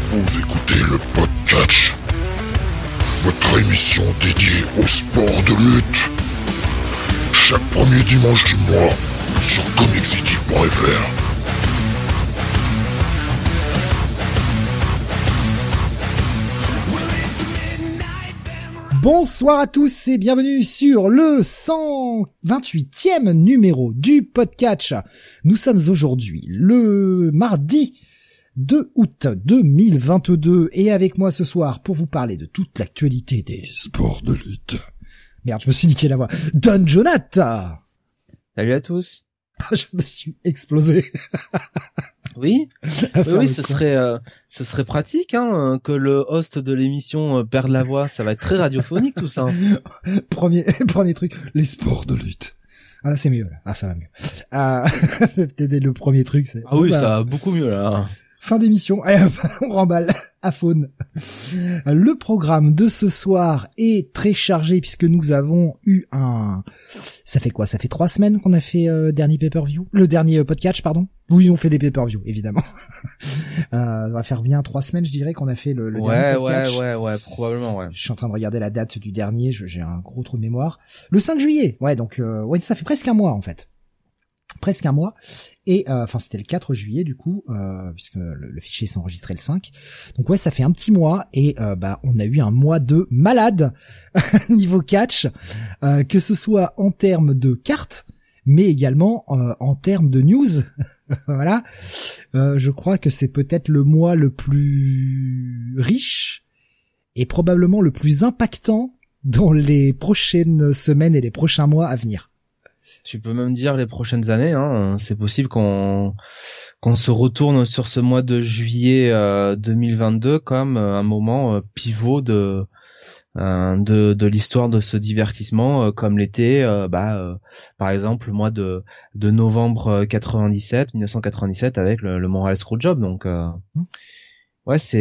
Vous écoutez le Podcatch, votre émission dédiée au sport de lutte. Chaque premier dimanche du mois sur comiccity.fr. Bonsoir à tous et bienvenue sur le 128e numéro du Podcatch. Nous sommes aujourd'hui le mardi 2 août 2022 et avec moi ce soir pour vous parler de toute l'actualité des sports de lutte. Merde, je me suis niqué la voix. Don Jonathan. Salut à tous. Je me suis explosé. Oui, oui, ce serait pratique que le host de l'émission perde la voix. Ça va être très radiophonique tout ça. Premier truc, les sports de lutte. Ah là c'est mieux là. Ah ça va mieux. C'était le premier truc. C'est... Ah oui, ça va beaucoup mieux là. Fin d'émission, allez hop, on remballe à faune. Le programme de ce soir est très chargé puisque nous avons eu ça fait quoi? Ça fait 3 semaines qu'on a fait le dernier Podcatch, pardon. Oui, on fait des pay-per-view, évidemment. On va faire bien 3 semaines, je dirais, qu'on a fait le dernier Podcatch. Ouais, probablement, ouais. Je suis en train de regarder la date du dernier, j'ai un gros trou de mémoire. Le 5 juillet, ouais, donc ouais, ça fait presque un mois en fait. Presque un mois. Et enfin c'était le 4 juillet du coup, puisque le fichier s'est enregistré le 5. Donc ouais, ça fait un petit mois et on a eu un mois de malade niveau catch, que ce soit en termes de cartes, mais également en termes de news. Voilà. Je crois que c'est peut-être le mois le plus riche et probablement le plus impactant dans les prochaines semaines et les prochains mois à venir. Tu peux même dire les prochaines années, c'est possible qu'on se retourne sur ce mois de juillet 2022 comme un moment pivot de l'histoire de ce divertissement, comme l'était par exemple le mois de novembre 1997 avec le Montreal Screwjob. Donc ouais, c'est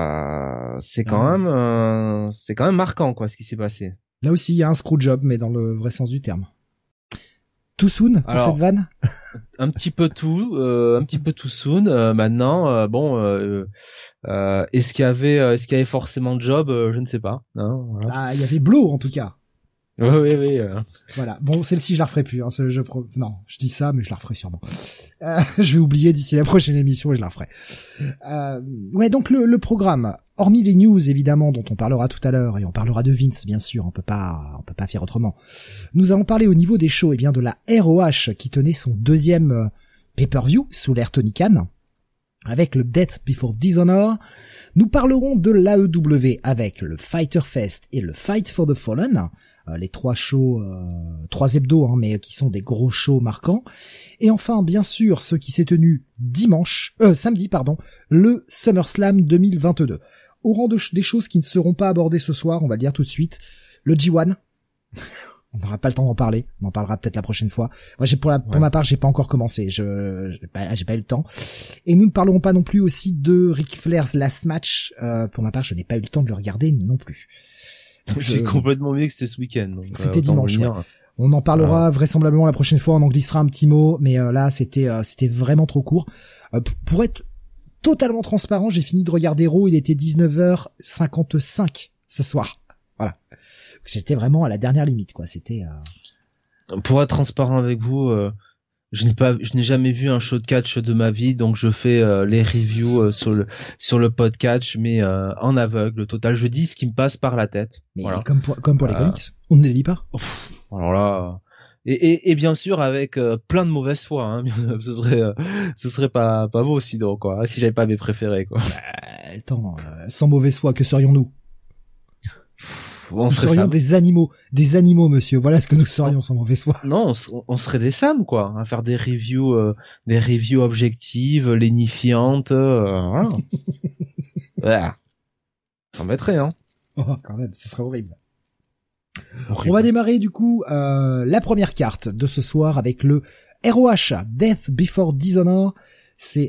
quand même marquant quoi ce qui s'est passé. Là aussi il y a un Screwjob mais dans le vrai sens du terme. Too soon pour cette vanne? Un petit peu too soon. Maintenant, est-ce qu'il y avait forcément de job? Je ne sais pas. Voilà. Ah, il y avait Blow en tout cas. Oui. Voilà. Bon, celle-ci je la referai plus. Non, je dis ça, mais je la referai sûrement. Je vais oublier d'ici la prochaine émission et je la referai. Ouais, donc le programme. Hormis les news évidemment dont on parlera tout à l'heure et on parlera de Vince bien sûr, on peut pas faire autrement. Nous allons parler au niveau des shows de la ROH qui tenait son deuxième pay-per-view sous l'ère Tony Khan avec le Death Before Dishonor. Nous parlerons de l'AEW avec le Fighter Fest et le Fight for the Fallen, les 3 shows, 3 hebdos, mais qui sont des gros shows marquants. Et enfin, bien sûr, ce qui s'est tenu samedi, le SummerSlam 2022. Au rang des choses qui ne seront pas abordées ce soir, on va le dire tout de suite, le G1. On n'aura pas le temps d'en parler. On en parlera peut-être la prochaine fois. Moi, pour ma part, j'ai pas encore commencé. J'ai pas eu le temps. Et nous ne parlerons pas non plus aussi de Ric Flair's Last Match. Pour ma part, je n'ai pas eu le temps de le regarder non plus. J'ai complètement oublié que c'était ce week-end. C'était dimanche. Ouais. On en parlera vraisemblablement la prochaine fois. On en glissera un petit mot. Mais là, c'était vraiment trop court. Pour être totalement transparent, j'ai fini de regarder Raw. Il était 19h55 ce soir. Voilà. C'était vraiment à la dernière limite, quoi. C'était. Pour être transparent avec vous, je n'ai jamais vu un show de catch de ma vie, donc je fais les reviews sur le Podcatch, mais en aveugle total. Je dis ce qui me passe par la tête. Mais voilà. Comme pour les comics, on ne les lit pas. Alors là. Et bien sûr avec plein de mauvaise foi, ce serait pas beau sinon quoi, si j'avais pas mes préférés quoi. Attends, sans mauvaise foi, que serions-nous? Nous serions des animaux, monsieur. Voilà ce que nous serions sans mauvaise foi. Non, on serait des Sam, quoi, à faire des reviews objectives, lénifiantes, voilà. Voilà. Ça m'embêterait, Oh, quand même, ce serait horrible. On va démarrer, du coup, la première carte de ce soir avec le ROH, Death Before Dishonor. C'est,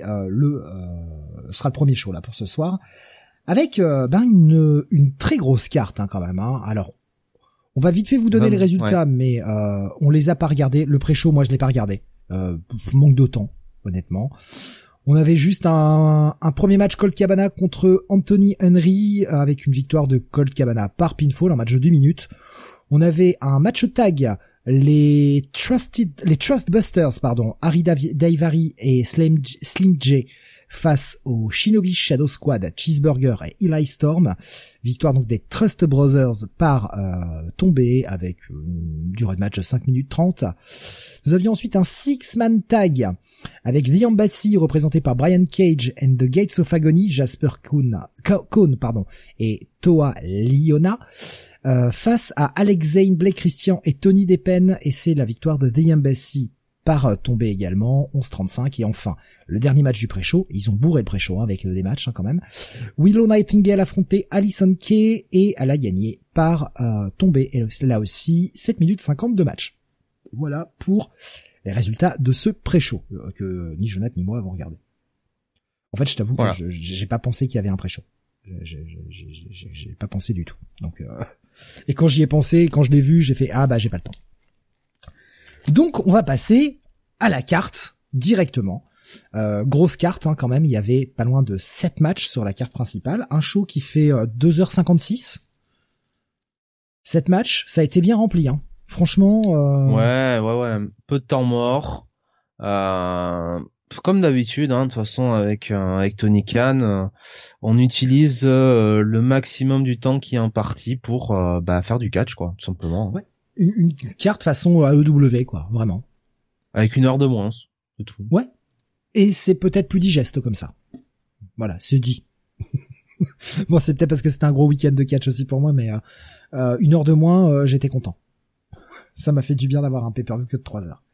ce sera le premier show, là, pour ce soir. Avec une très grosse carte quand même. Alors, on va vite fait vous donner les résultats, mais on les a pas regardés. Le pré-show, moi, je l'ai pas regardé. Manque de temps, honnêtement. On avait juste un premier match Colt Cabana contre Anthony Henry avec une victoire de Colt Cabana par pinfall, un match de 2 minutes. On avait un match tag, les Trustbusters, Harry Daivari et Slim J face aux Shinobi Shadow Squad, Cheeseburger et Eli Storm. Victoire donc des Trust Brothers par tombée avec une durée de match de 5 minutes 30. Nous avions ensuite un 6-man tag avec The Embassy représenté par Brian Cage and the Gates of Agony, Jasper Cohn, et Toa Liona. Face à Alex Zane, Blake Christian et Tony Depen, et c'est la victoire de The Embassy par tombée également, 11-35, et enfin, le dernier match du pré-show, ils ont bourré le pré-show avec des matchs quand même. Willow Nightingale affrontait Alison Kay, et elle a gagné par tombée, et là aussi, 7 minutes 50 de match. Voilà pour les résultats de ce pré-show, que ni Jonathan ni moi avons regardé. En fait, je t'avoue que j'ai pas pensé qu'il y avait un pré-show. J'ai pas pensé du tout. Donc et quand j'y ai pensé, quand je l'ai vu, j'ai fait j'ai pas le temps. Donc on va passer à la carte directement. Grosse carte quand même, il y avait pas loin de 7 matchs sur la carte principale, un show qui fait 2h56. 7 matchs, ça a été bien rempli Franchement Ouais, peu de temps mort. Comme d'habitude, de toute façon avec Tony Khan, on utilise le maximum du temps qui est imparti pour faire du catch, quoi, tout simplement. Ouais. Une carte façon AEW, quoi, vraiment. Avec 1 heure de moins, c'est tout. Ouais. Et c'est peut-être plus digeste comme ça. Voilà, c'est dit. Bon, c'est peut-être parce que c'était un gros week-end de catch aussi pour moi, mais 1 heure de moins, j'étais content. Ça m'a fait du bien d'avoir un pay-per-view que de 3 heures.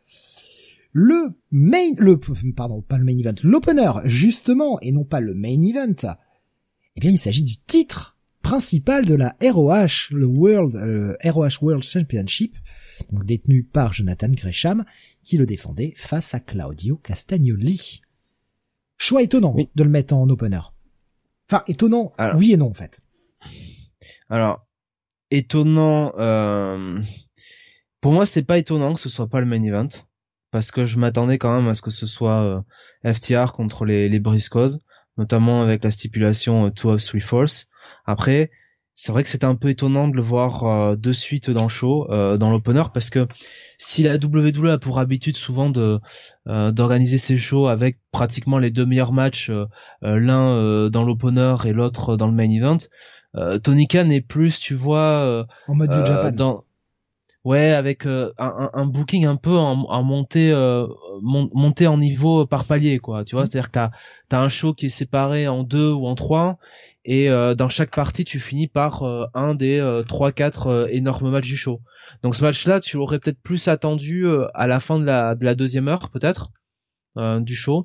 Pas le main event, l'opener, justement, et non pas le main event. Eh bien, il s'agit du titre principal de la ROH, ROH World Championship, donc détenu par Jonathan Gresham, qui le défendait face à Claudio Castagnoli. Choix étonnant de le mettre en opener. Enfin, étonnant, oui et non, en fait. Alors, étonnant, pour moi, c'est pas étonnant que ce soit pas le main event. Parce que je m'attendais quand même à ce que ce soit FTR contre les Briscoes, notamment avec la stipulation 2 of 3 Falls. Après, c'est vrai que c'était un peu étonnant de le voir de suite dans le show, dans l'opener, parce que si la WWE a pour habitude souvent d'organiser ses shows avec pratiquement les 2 meilleurs matchs, l'un dans l'opener et l'autre dans le main event, Tony Khan est plus, tu vois, en mode New Japan. Ouais, avec un booking un peu en montée en niveau par palier, quoi. Tu vois, c'est-à-dire que t'as un show qui est séparé en 2 ou en 3, et dans chaque partie tu finis par un des 3-4 énormes matchs du show. Donc ce match-là, tu l'aurais peut-être plus attendu à la fin de la 2e heure, peut-être, du show.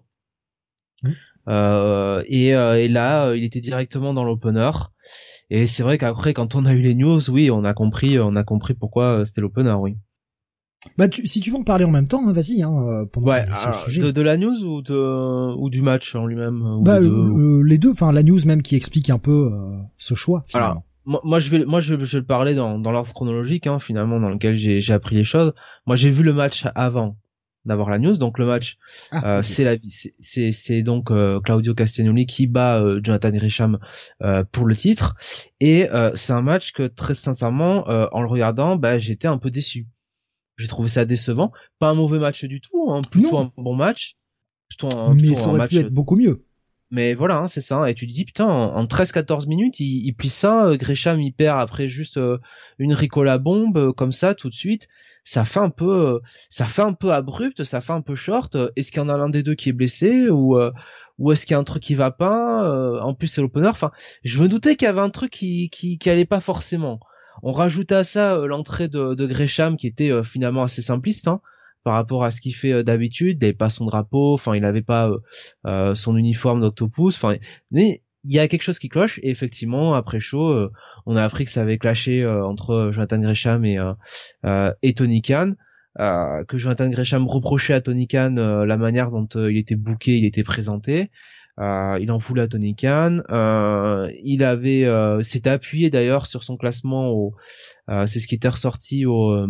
Et là, il était directement dans l'opener. Et c'est vrai qu'après, quand on a eu les news, oui, on a compris pourquoi c'était l'opener, oui. Si tu veux en parler en même temps, vas-y, pendant qu'on est sur le sujet. De la news ou du match en lui-même, les deux, enfin la news même qui explique un peu ce choix finalement. Alors, moi je vais le parler dans l'ordre chronologique, finalement, dans lequel j'ai appris les choses. Moi, j'ai vu le match avant d'avoir la news. Donc le match, c'est donc Claudio Castagnoli qui bat Jonathan Gresham pour le titre, et c'est un match que très sincèrement, en le regardant, j'étais un peu déçu. J'ai trouvé ça décevant. Pas un mauvais match du tout, plutôt un bon match. Mais ça aurait pu être beaucoup mieux. Mais voilà, c'est ça. Et tu te dis, putain, en 13-14 minutes, il plie ça. Gresham, il perd après juste une Ricola bombe, comme ça, tout de suite. Ça fait un peu abrupt, ça fait un peu short. Est-ce qu'il y en a l'un des deux qui est blessé, ou est-ce qu'il y a un truc qui va pas? En plus, c'est l'opener. Enfin, je me doutais qu'il y avait un truc qui allait pas forcément. On rajoute à ça l'entrée de Gresham, qui était finalement assez simpliste, par rapport à ce qu'il fait d'habitude. Il avait pas son drapeau, enfin il avait pas son uniforme d'Octopus, enfin mais il y a quelque chose qui cloche. Et effectivement, après show, on a appris que ça avait clashé entre Jonathan Gresham et Tony Khan, que Jonathan Gresham reprochait à Tony Khan la manière dont il était booké, il était présenté. Il en voulait à Tony Khan. Il avait s'était appuyé d'ailleurs sur son classement au c'est ce qui était ressorti au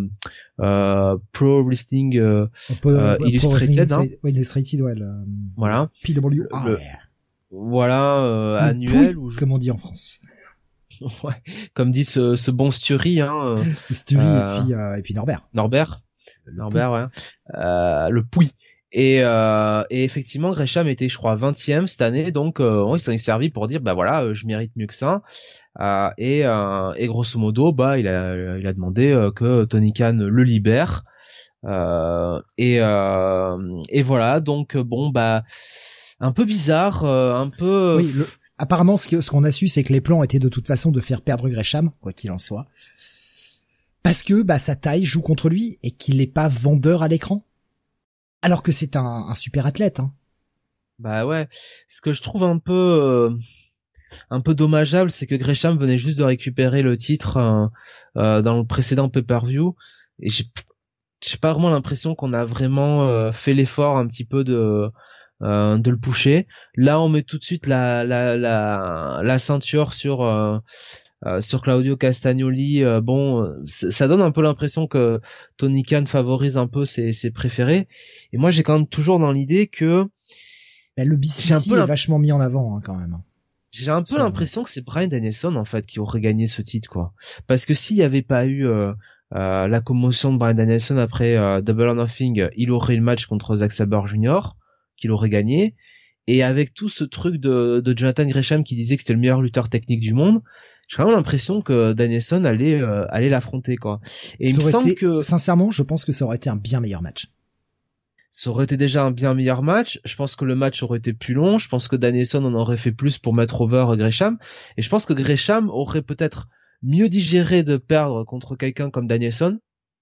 Pro Wrestling Illustrated. Illustrated, ouais. Voilà. PWR. Voilà, annuel. Comme on dit en France. Ouais, comme dit ce bon Stury, hein. Stury et puis Norbert. Norbert, ouais. Le Pouille. Et effectivement, Gresham était, je crois, 20e cette année, donc il s'en est servi pour dire, bah voilà, je mérite mieux que ça. Et grosso modo, bah il a demandé que Tony Khan le libère. Et voilà, donc bon, bah un peu bizarre, un peu. Oui, apparemment, ce qu'on a su, c'est que les plans étaient de toute façon de faire perdre Gresham, quoi qu'il en soit, parce que bah sa taille joue contre lui et qu'il n'est pas vendeur à l'écran. Alors que c'est un super athlète, hein. Bah ouais. Ce que je trouve un peu dommageable, c'est que Gresham venait juste de récupérer le titre dans le précédent pay-per-view, et j'ai pas vraiment l'impression qu'on a vraiment fait l'effort un petit peu de le pusher. Là, on met tout de suite la ceinture sur Claudio Castagnoli. Ça donne un peu l'impression que Tony Khan favorise un peu ses préférés. Et moi, j'ai quand même toujours dans l'idée que le BCC est vachement mis en avant, hein, quand même. J'ai un peu l'impression que c'est Bryan Danielson en fait qui aurait gagné ce titre, quoi. Parce que s'il n'y avait pas eu la commotion de Bryan Danielson après Double or Nothing, il aurait eu le match contre Zack Sabre Jr. qu'il aurait gagné. Et avec tout ce truc de Jonathan Gresham qui disait que c'était le meilleur lutteur technique du monde, j'ai vraiment l'impression que Danielson allait l'affronter, quoi. Et il me semble que sincèrement, je pense que ça aurait été un bien meilleur match. Ça aurait été déjà un bien meilleur match. Je pense que le match aurait été plus long. Je pense que Danielson en aurait fait plus pour mettre over Gresham. Et je pense que Gresham aurait peut-être mieux digéré de perdre contre quelqu'un comme Danielson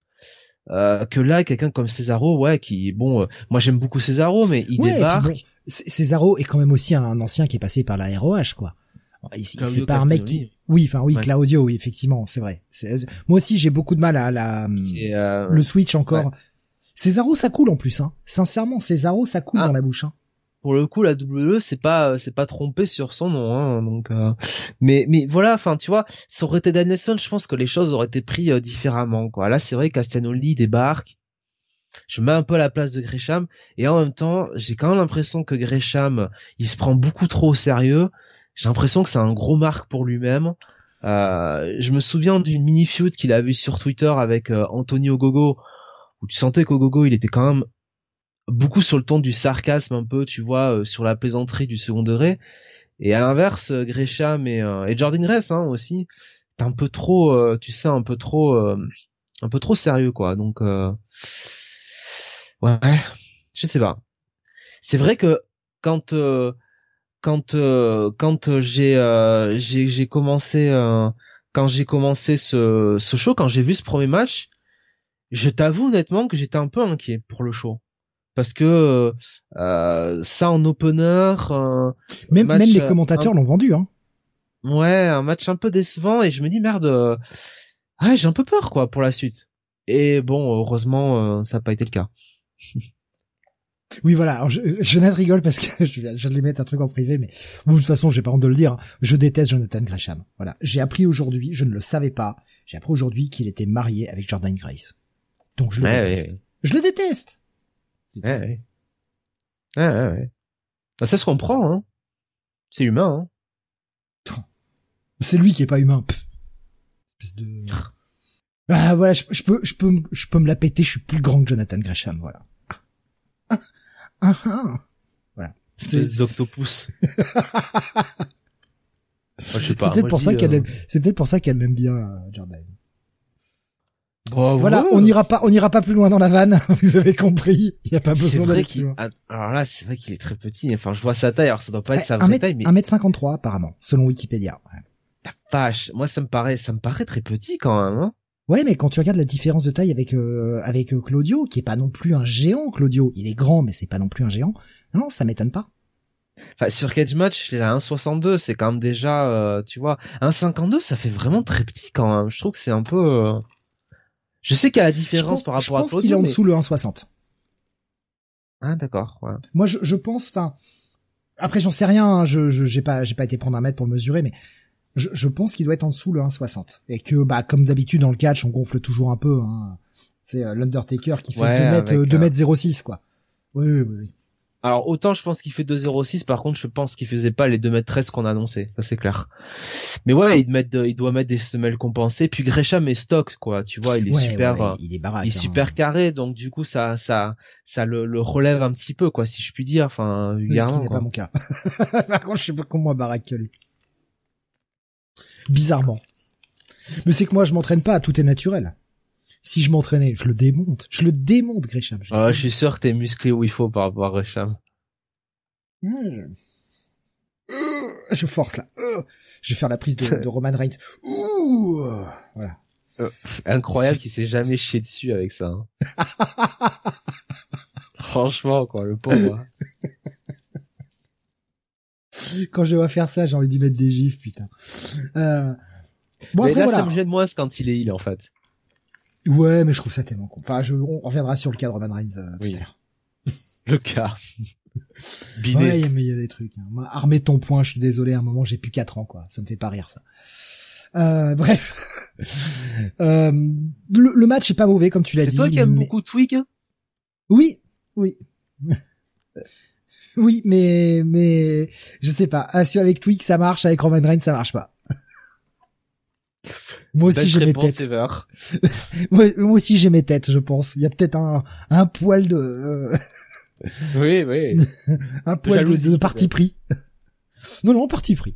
que là, quelqu'un comme Cesaro, ouais, qui, bon, moi j'aime beaucoup Cesaro, mais il débarque. Bon, Cesaro est quand même aussi un ancien qui est passé par la ROH, quoi. C'est pas un mec qui, oui, ouais. Claudio, oui, effectivement, c'est vrai. Moi aussi, j'ai beaucoup de mal à le switch encore. Ouais. Cesaro, ça coule en plus, hein. Sincèrement, Cesaro, ça coule dans la bouche, hein. Pour le coup, la WWE, c'est pas trompé sur son nom, hein. Donc, mais voilà, enfin, tu vois, ça aurait été Danielson, je pense que les choses auraient été prises différemment, quoi. Là, c'est vrai que Castagnoli débarque. Je mets un peu à la place de Gresham, et en même temps, j'ai quand même l'impression que Gresham, il se prend beaucoup trop au sérieux. J'ai l'impression que c'est un gros marque pour lui-même. Je me souviens d'une mini-feud qu'il a vu sur Twitter avec Anthony Ogogo, où tu sentais qu'Ogogo, il était quand même beaucoup sur le ton du sarcasme un peu, tu vois, sur la plaisanterie du second degré. Et à l'inverse, Gresham et Jordan Grace, hein, aussi, t'es un peu trop, tu sais, un peu trop sérieux, quoi. Donc, ouais, je sais pas. C'est vrai que quand j'ai commencé ce show, quand j'ai vu ce premier match, je t'avoue honnêtement que j'étais un peu inquiet pour le show. Parce que ça en opener, même les commentateurs l'ont vendu, hein. Ouais, un match un peu décevant, et je me dis merde, j'ai un peu peur, quoi, pour la suite. Et bon, heureusement, ça n'a pas été le cas. Oui, voilà. Alors, Jonathan rigole parce que je viens de lui mettre un truc en privé, mais de toute façon, j'ai pas honte de le dire. Je déteste Jonathan Gresham. Voilà. J'ai appris aujourd'hui, je ne le savais pas. J'ai appris aujourd'hui qu'il était marié avec Jordan Grace. Donc je le déteste. Ouais. Je le déteste. Ouais. Ça se comprend, hein. C'est humain, hein. C'est lui qui est pas humain. Ah, voilà, je peux me la péter, je suis plus grand que Jonathan Gresham, voilà. Voilà. C'est d'octopus. C'est peut-être pour ça qu'elle qu'elle m'aime bien, Jordan. Bon, voilà, on n'ira pas plus loin dans la vanne, vous avez compris. Il y a pas besoin d'aller plus loin. Alors là, c'est vrai qu'il est très petit. Enfin, je vois sa taille, alors ça doit pas être sa vraie taille, mais 1m53 apparemment, selon Wikipédia. Ouais. La vache, moi ça me paraît très petit quand même, hein. Ouais, mais quand tu regardes la différence de taille avec Claudio, qui est pas non plus un géant, Claudio, il est grand, mais c'est pas non plus un géant. Non, ça m'étonne pas. Enfin, sur Cage Match, il est à 1,62, c'est quand même déjà, tu vois, 1,52, ça fait vraiment très petit quand même. Je trouve que c'est un peu. Je sais qu'il y a la différence par rapport à Claudio. Je pense qu'il est en dessous le 1,60. Ah, d'accord, ouais. Moi, je pense, enfin, Après, j'en sais rien, hein, j'ai pas été prendre un mètre pour le mesurer, mais je pense qu'il doit être en dessous le 1,60. Et que, bah, comme d'habitude dans le catch, on gonfle toujours un peu, hein. C'est l'Undertaker qui fait 2 mètres 06, quoi. Oui. Alors, autant je pense qu'il fait 2,06, par contre, je pense qu'il faisait pas les 2m13 qu'on a annoncé, ça c'est clair. Mais ouais, il doit mettre des semelles compensées, puis Gresham est stock, quoi, tu vois, il est super, il est baraque, il est super carré, donc du coup, ça le relève un petit peu, quoi, si je puis dire, enfin, vulgairement. Ce qui n'est pas mon cas. Par contre, je suis beaucoup moins baraque que lui. Bizarrement. Mais c'est que moi, je m'entraîne pas, tout est naturel. Si je m'entraînais, je le démonte, Gresham. Je suis sûr que t'es musclé où il faut par rapport à Gresham. Je force là. Je vais faire la prise de Roman Reigns. Voilà. Incroyable qu'il s'est jamais chié dessus avec ça. Hein. Franchement, quoi, le pauvre. Quand je vois faire ça, j'ai envie d'y mettre des gifs, putain. Bon, mais après, là, voilà. ça me gêne moins quand il est heal, en fait. Ouais, mais je trouve ça tellement con. Enfin, on reviendra sur le cas de Roman Reigns tout à l'heure. Le cas. Ouais, mais il y a des trucs. Hein. Armez ton poing, je suis désolé, à un moment, j'ai plus 4 ans, quoi. Ça me fait pas rire, ça. Bref. Le match est pas mauvais, comme tu l'as dit. C'est toi qui aimes beaucoup Twig? Oui. Oui, mais, je sais pas. Avec Twig, ça marche, avec Roman Reigns, ça marche pas. Moi aussi, j'ai mes têtes. Moi aussi, j'ai mes têtes, je pense. Il y a peut-être un poil de... Oui. un poil de parti pris. Non, parti pris.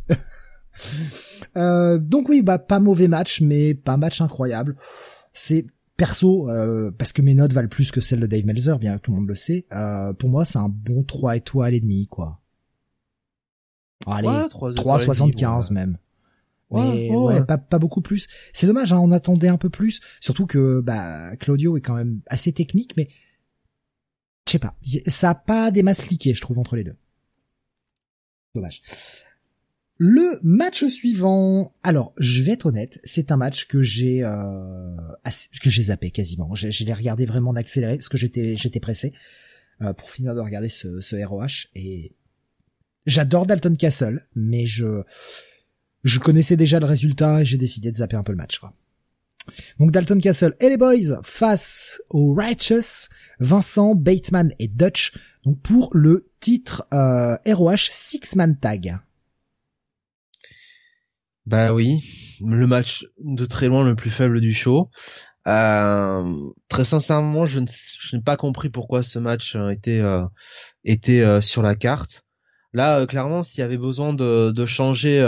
Donc oui, bah, pas mauvais match, mais pas un match incroyable. C'est, perso, parce que mes notes valent plus que celles de Dave Meltzer, bien que tout le monde le sait, pour moi, c'est un bon 3 étoiles et demi, quoi. Allez, 3,75 même. Mais ouais, pas beaucoup plus. C'est dommage, hein, on attendait un peu plus. Surtout que bah Claudio est quand même assez technique, mais je sais pas, ça a pas des masses cliquées, je trouve, entre les deux. Dommage. Le match suivant. Alors, je vais être honnête, c'est un match que j'ai zappé quasiment. Je l'ai regardé vraiment en accéléré parce que j'étais pressé pour finir de regarder ce ROH, et j'adore Dalton Castle, mais je connaissais déjà le résultat et j'ai décidé de zapper un peu le match, quoi. Donc Dalton Castle et les Boys face aux Righteous, Vincent, Bateman et Dutch, donc pour le titre ROH Six-Man Tag. Bah oui, le match de très loin le plus faible du show. Très sincèrement, je n'ai pas compris pourquoi ce match était sur la carte. Là, clairement, s'il y avait besoin de changer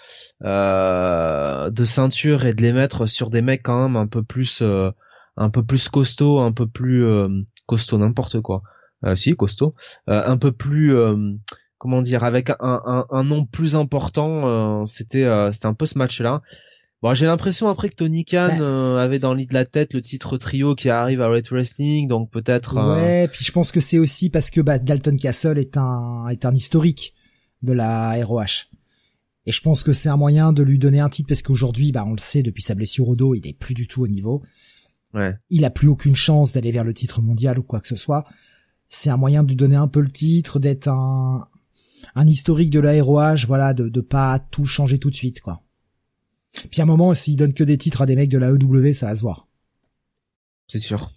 de ceinture et de les mettre sur des mecs quand même un peu plus costaud, un peu plus costaud, n'importe quoi. Si, costaud, un peu plus comment dire, avec un nom plus important, c'était un peu ce match-là. Bon, j'ai l'impression après que Tony Khan avait dans de la tête le titre trio qui arrive à Elite Wrestling, donc peut-être. Ouais, puis je pense que c'est aussi parce que Dalton Castle est un historique de la ROH. Et je pense que c'est un moyen de lui donner un titre parce qu'aujourd'hui, on le sait, depuis sa blessure au dos, il est plus du tout au niveau. Ouais. Il a plus aucune chance d'aller vers le titre mondial ou quoi que ce soit. C'est un moyen de lui donner un peu le titre, d'être un historique de la ROH, voilà, de pas tout changer tout de suite, quoi. Puis à un moment, s'il donne que des titres à des mecs de la EW, ça va se voir. C'est sûr.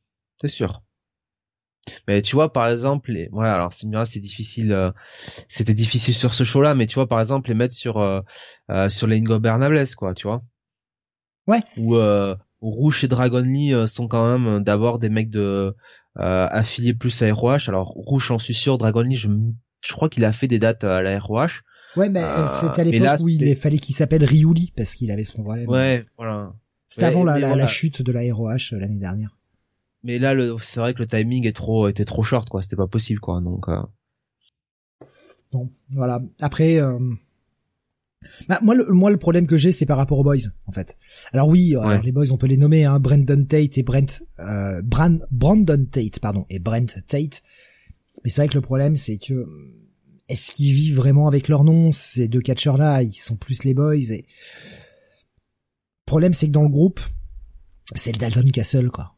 Mais tu vois, par exemple, alors c'est difficile, c'était difficile sur ce show-là, mais tu vois, par exemple, les mettre sur les Ingo Bernables, quoi, tu vois. Ouais. Où Rouge et Dragon Lee sont quand même d'abord des mecs affiliés plus à ROH. Alors Rouge, j'en suis sûr, Dragon Lee, je crois qu'il a fait des dates à la ROH. Ouais, mais c'était à l'époque où il fallait qu'il s'appelle Ryuli parce qu'il avait ce problème. Ouais, voilà. C'était avant la chute de la ROH l'année dernière. Mais là, c'est vrai que le timing était trop short, quoi. C'était pas possible, quoi. Donc. Bon, voilà. Après, moi le problème que j'ai, c'est par rapport aux Boys, en fait. Alors oui, alors les Boys, on peut les nommer, hein, Brandon Tate et Brandon Tate, pardon, et Brent Tate. Mais c'est vrai que le problème, c'est que est-ce qu'ils vivent vraiment avec leur nom? Ces deux catcheurs-là, ils sont plus les Boys. Et le problème, c'est que dans le groupe, c'est le Dalton Castle, quoi.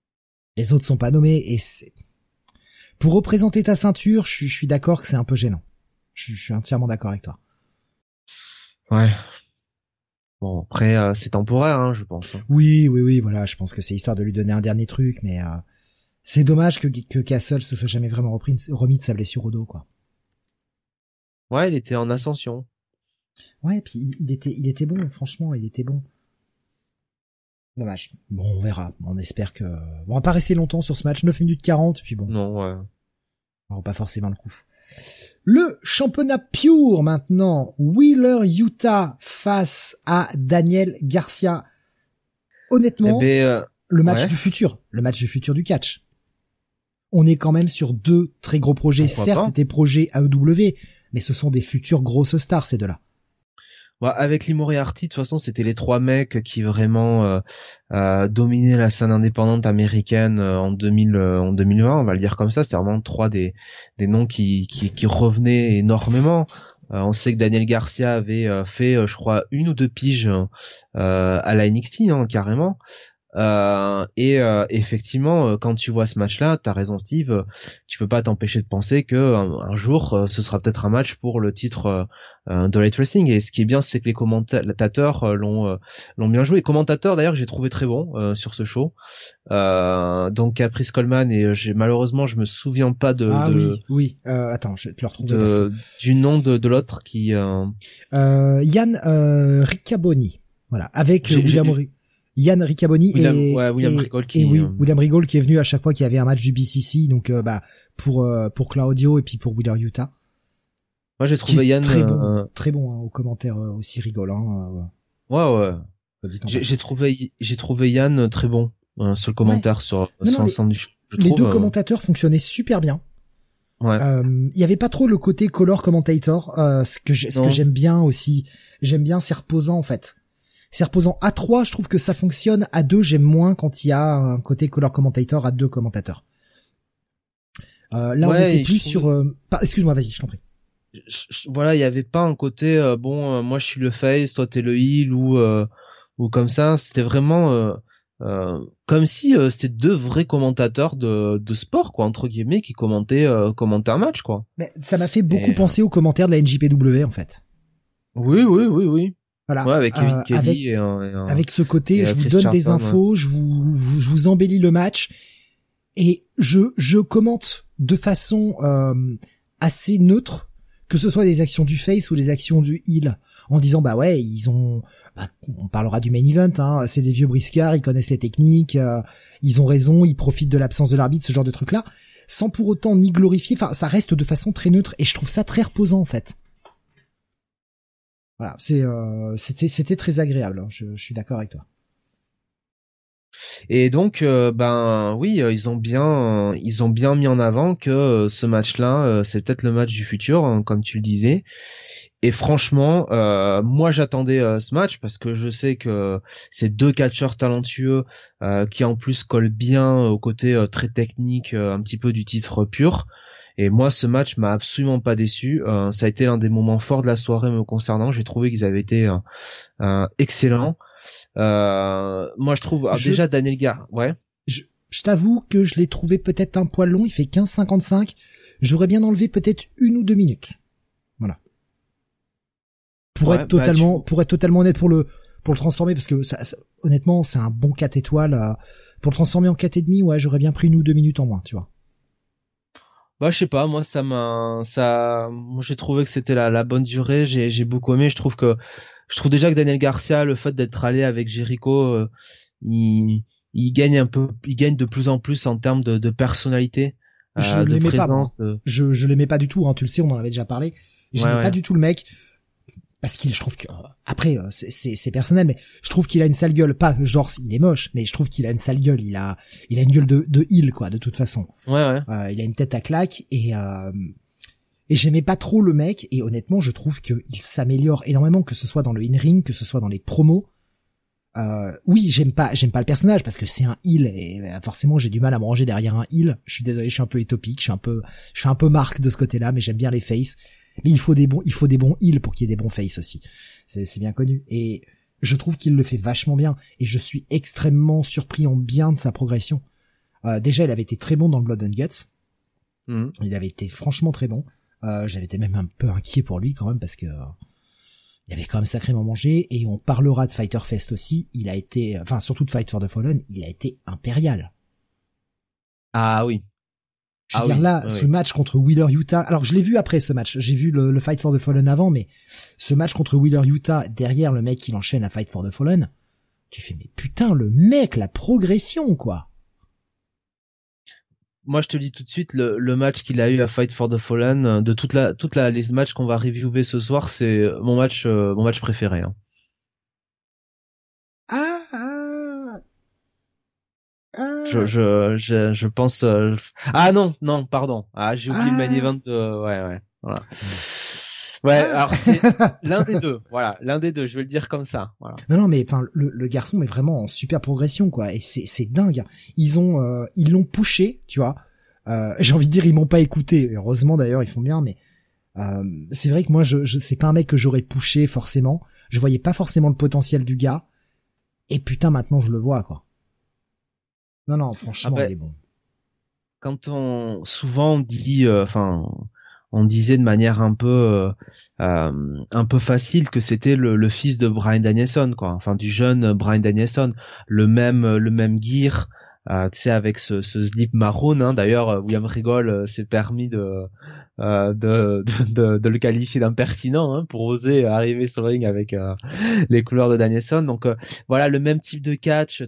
Les autres sont pas nommés, et pour représenter ta ceinture, je suis d'accord que c'est un peu gênant. Je suis entièrement d'accord avec toi. Ouais. Bon, après, c'est temporaire, hein, je pense. Oui, voilà, je pense que c'est histoire de lui donner un dernier truc, mais c'est dommage que Castle se soit jamais vraiment remis de sa blessure au dos, quoi. Ouais, il était en ascension. Ouais, puis il était bon, franchement, il était bon. Dommage. Bon, on verra. On espère que... Bon, on va pas rester longtemps sur ce match, 9 minutes 40, puis bon. Non, ouais. On va pas forcément le coup. Le championnat pure maintenant. Wheeler Yuta face à Daniel Garcia. Honnêtement, le match du futur. Le match du futur du catch. On est quand même sur 2 très gros projets. Pourquoi Certes, pas. des projets AEW, mais ce sont des futures grosses stars, ces deux-là. Ouais, avec Lee Moriarty, de toute façon, c'était les 3 mecs qui vraiment dominaient la scène indépendante américaine en 2020, on va le dire comme ça. C'est vraiment 3 des noms qui revenaient énormément. On sait que Daniel Garcia avait fait, je crois, 1 ou 2 piges à la NXT, hein, carrément. Effectivement, quand tu vois ce match-là, t'as raison Steve, tu peux pas t'empêcher de penser que un jour ce sera peut-être un match pour le titre de Light Wrestling. Et ce qui est bien, c'est que les commentateurs l'ont bien joué. Les commentateurs d'ailleurs, j'ai trouvé très bon sur ce show. Donc Caprice Coleman et malheureusement je me souviens pas oui. Attends, je vais te le retrouver du nom de l'autre qui Yann Riccaboni. Voilà, avec Yann Riccaboni William Regal William Regal qui est venu à chaque fois qu'il y avait un match du BCC, donc pour Claudio et puis pour Wheeler Yuta. Moi j'ai trouvé Yann très bon hein, aux commentaires aussi rigolant. Ouais. J'ai trouvé Yann très bon sur le commentaire sur l'ensemble du show. Les 2 commentateurs fonctionnaient super bien. Ouais. Il y avait pas trop le côté color commentator, ce que j'aime bien aussi. J'aime bien, c'est reposant en fait. C'est reposant. À 3, je trouve que ça fonctionne. À 2, j'aime moins quand il y a un côté color commentator à 2 commentateurs. Là, on était plus sur... Excuse-moi, vas-y, je t'en prie. Voilà, il y avait pas un côté moi je suis le face, toi t'es le heel ou comme ça. C'était vraiment comme si c'était 2 vrais commentateurs de sport, quoi, entre guillemets, qui commentaient un match, quoi. Mais ça m'a fait beaucoup penser aux commentaires de la NJPW, en fait. Oui. Voilà. Ouais, avec Kevin Kelly avec ce côté, je vous donne des infos, je vous embellis le match et je commente de façon assez neutre, que ce soit des actions du face ou des actions du heel, en disant on parlera du main event, hein, c'est des vieux briscards, ils connaissent les techniques, ils ont raison, ils profitent de l'absence de l'arbitre, ce genre de truc là, sans pour autant ni glorifier. Enfin, ça reste de façon très neutre et je trouve ça très reposant en fait. Voilà, c'était très agréable, hein, je suis d'accord avec toi. Et donc oui, ils ont bien mis en avant que ce match-là c'est peut-être le match du futur, hein, comme tu le disais. Et franchement, moi j'attendais ce match parce que je sais que c'est 2 catcheurs talentueux qui en plus collent bien au côté très technique, un petit peu du titre pur. Et moi, ce match m'a absolument pas déçu. Ça a été l'un des moments forts de la soirée me concernant. J'ai trouvé qu'ils avaient été excellents. Moi, je trouve déjà Daniel Garcia. Ouais. Je t'avoue que je l'ai trouvé peut-être un poil long. Il fait 15,55. J'aurais bien enlevé peut-être 1 ou 2 minutes. Voilà. Pour être totalement honnête, pour le transformer, parce que ça, honnêtement, c'est un bon 4 étoiles. Pour le transformer en 4,5, ouais, j'aurais bien pris 1 ou 2 minutes en moins, tu vois. Bah, je sais pas, moi moi j'ai trouvé que c'était la bonne durée, j'ai beaucoup aimé. Je trouve déjà que Daniel Garcia, le fait d'être allé avec Jericho, il gagne de plus en plus en termes de personnalité, de présence. Je l'aimais pas du tout, hein, tu le sais, on en avait déjà parlé. J'aimais pas du tout le mec. Parce je trouve que, après, c'est personnel, mais je trouve qu'il a une sale gueule. Pas genre, il est moche, mais je trouve qu'il a une sale gueule. Il a une gueule de heel, quoi, de toute façon. Ouais. Il a une tête à claque et j'aimais pas trop le mec. Et honnêtement, je trouve qu'il s'améliore énormément, que ce soit dans le in-ring, que ce soit dans les promos. Oui, j'aime pas le personnage parce que c'est un heel et forcément j'ai du mal à me ranger derrière un heel. Je suis désolé, je suis un peu utopique, je suis un peu marque de ce côté-là, mais j'aime bien les faces. Mais il faut des bons heels pour qu'il y ait des bons faces aussi. C'est bien connu. Et je trouve qu'il le fait vachement bien. Et je suis extrêmement surpris en bien de sa progression. Déjà, il avait été très bon dans le Blood and Guts. Il avait été franchement très bon. J'avais été même un peu inquiet pour lui quand même parce que il avait quand même sacrément mangé, et on parlera de Fighter Fest aussi. Il a été, enfin surtout de Fight for the Fallen, il a été impérial. Ah oui. Je veux dire là, ce match contre Wheeler Yuta. Alors je l'ai vu après ce match. J'ai vu le Fight for the Fallen avant, mais ce match contre Wheeler Yuta, derrière le mec qui l'enchaîne à Fight for the Fallen, tu fais mais putain le mec, la progression quoi. Moi, je te dis tout de suite, le match qu'il a eu à Fight for the Fallen, de les matchs qu'on va reviewer ce soir, c'est mon match préféré. Hein. Je pense. Ah non, pardon. Ah, j'ai oublié le main event. Ouais, voilà. Ouais, alors c'est l'un des deux. Voilà, l'un des deux. Je vais le dire comme ça. Voilà. Non, mais enfin, le garçon est vraiment en super progression quoi, et c'est dingue. Ils l'ont poussé, tu vois. J'ai envie de dire ils m'ont pas écouté. Heureusement d'ailleurs, ils font bien, mais c'est vrai que moi c'est pas un mec que j'aurais poussé forcément. Je voyais pas forcément le potentiel du gars. Et putain, maintenant je le vois quoi. Non, franchement, il est bon. Quand souvent on dit, on disait de manière un peu facile que c'était le fils de Bryan Danielson, quoi. Enfin, du jeune Bryan Danielson, le même gear, tu sais, avec ce slip marron. Hein. D'ailleurs, William Regal s'est permis de le qualifier d'impertinent, hein, pour oser arriver sur le ring avec les couleurs de Danielson. Donc voilà, le même type de catch,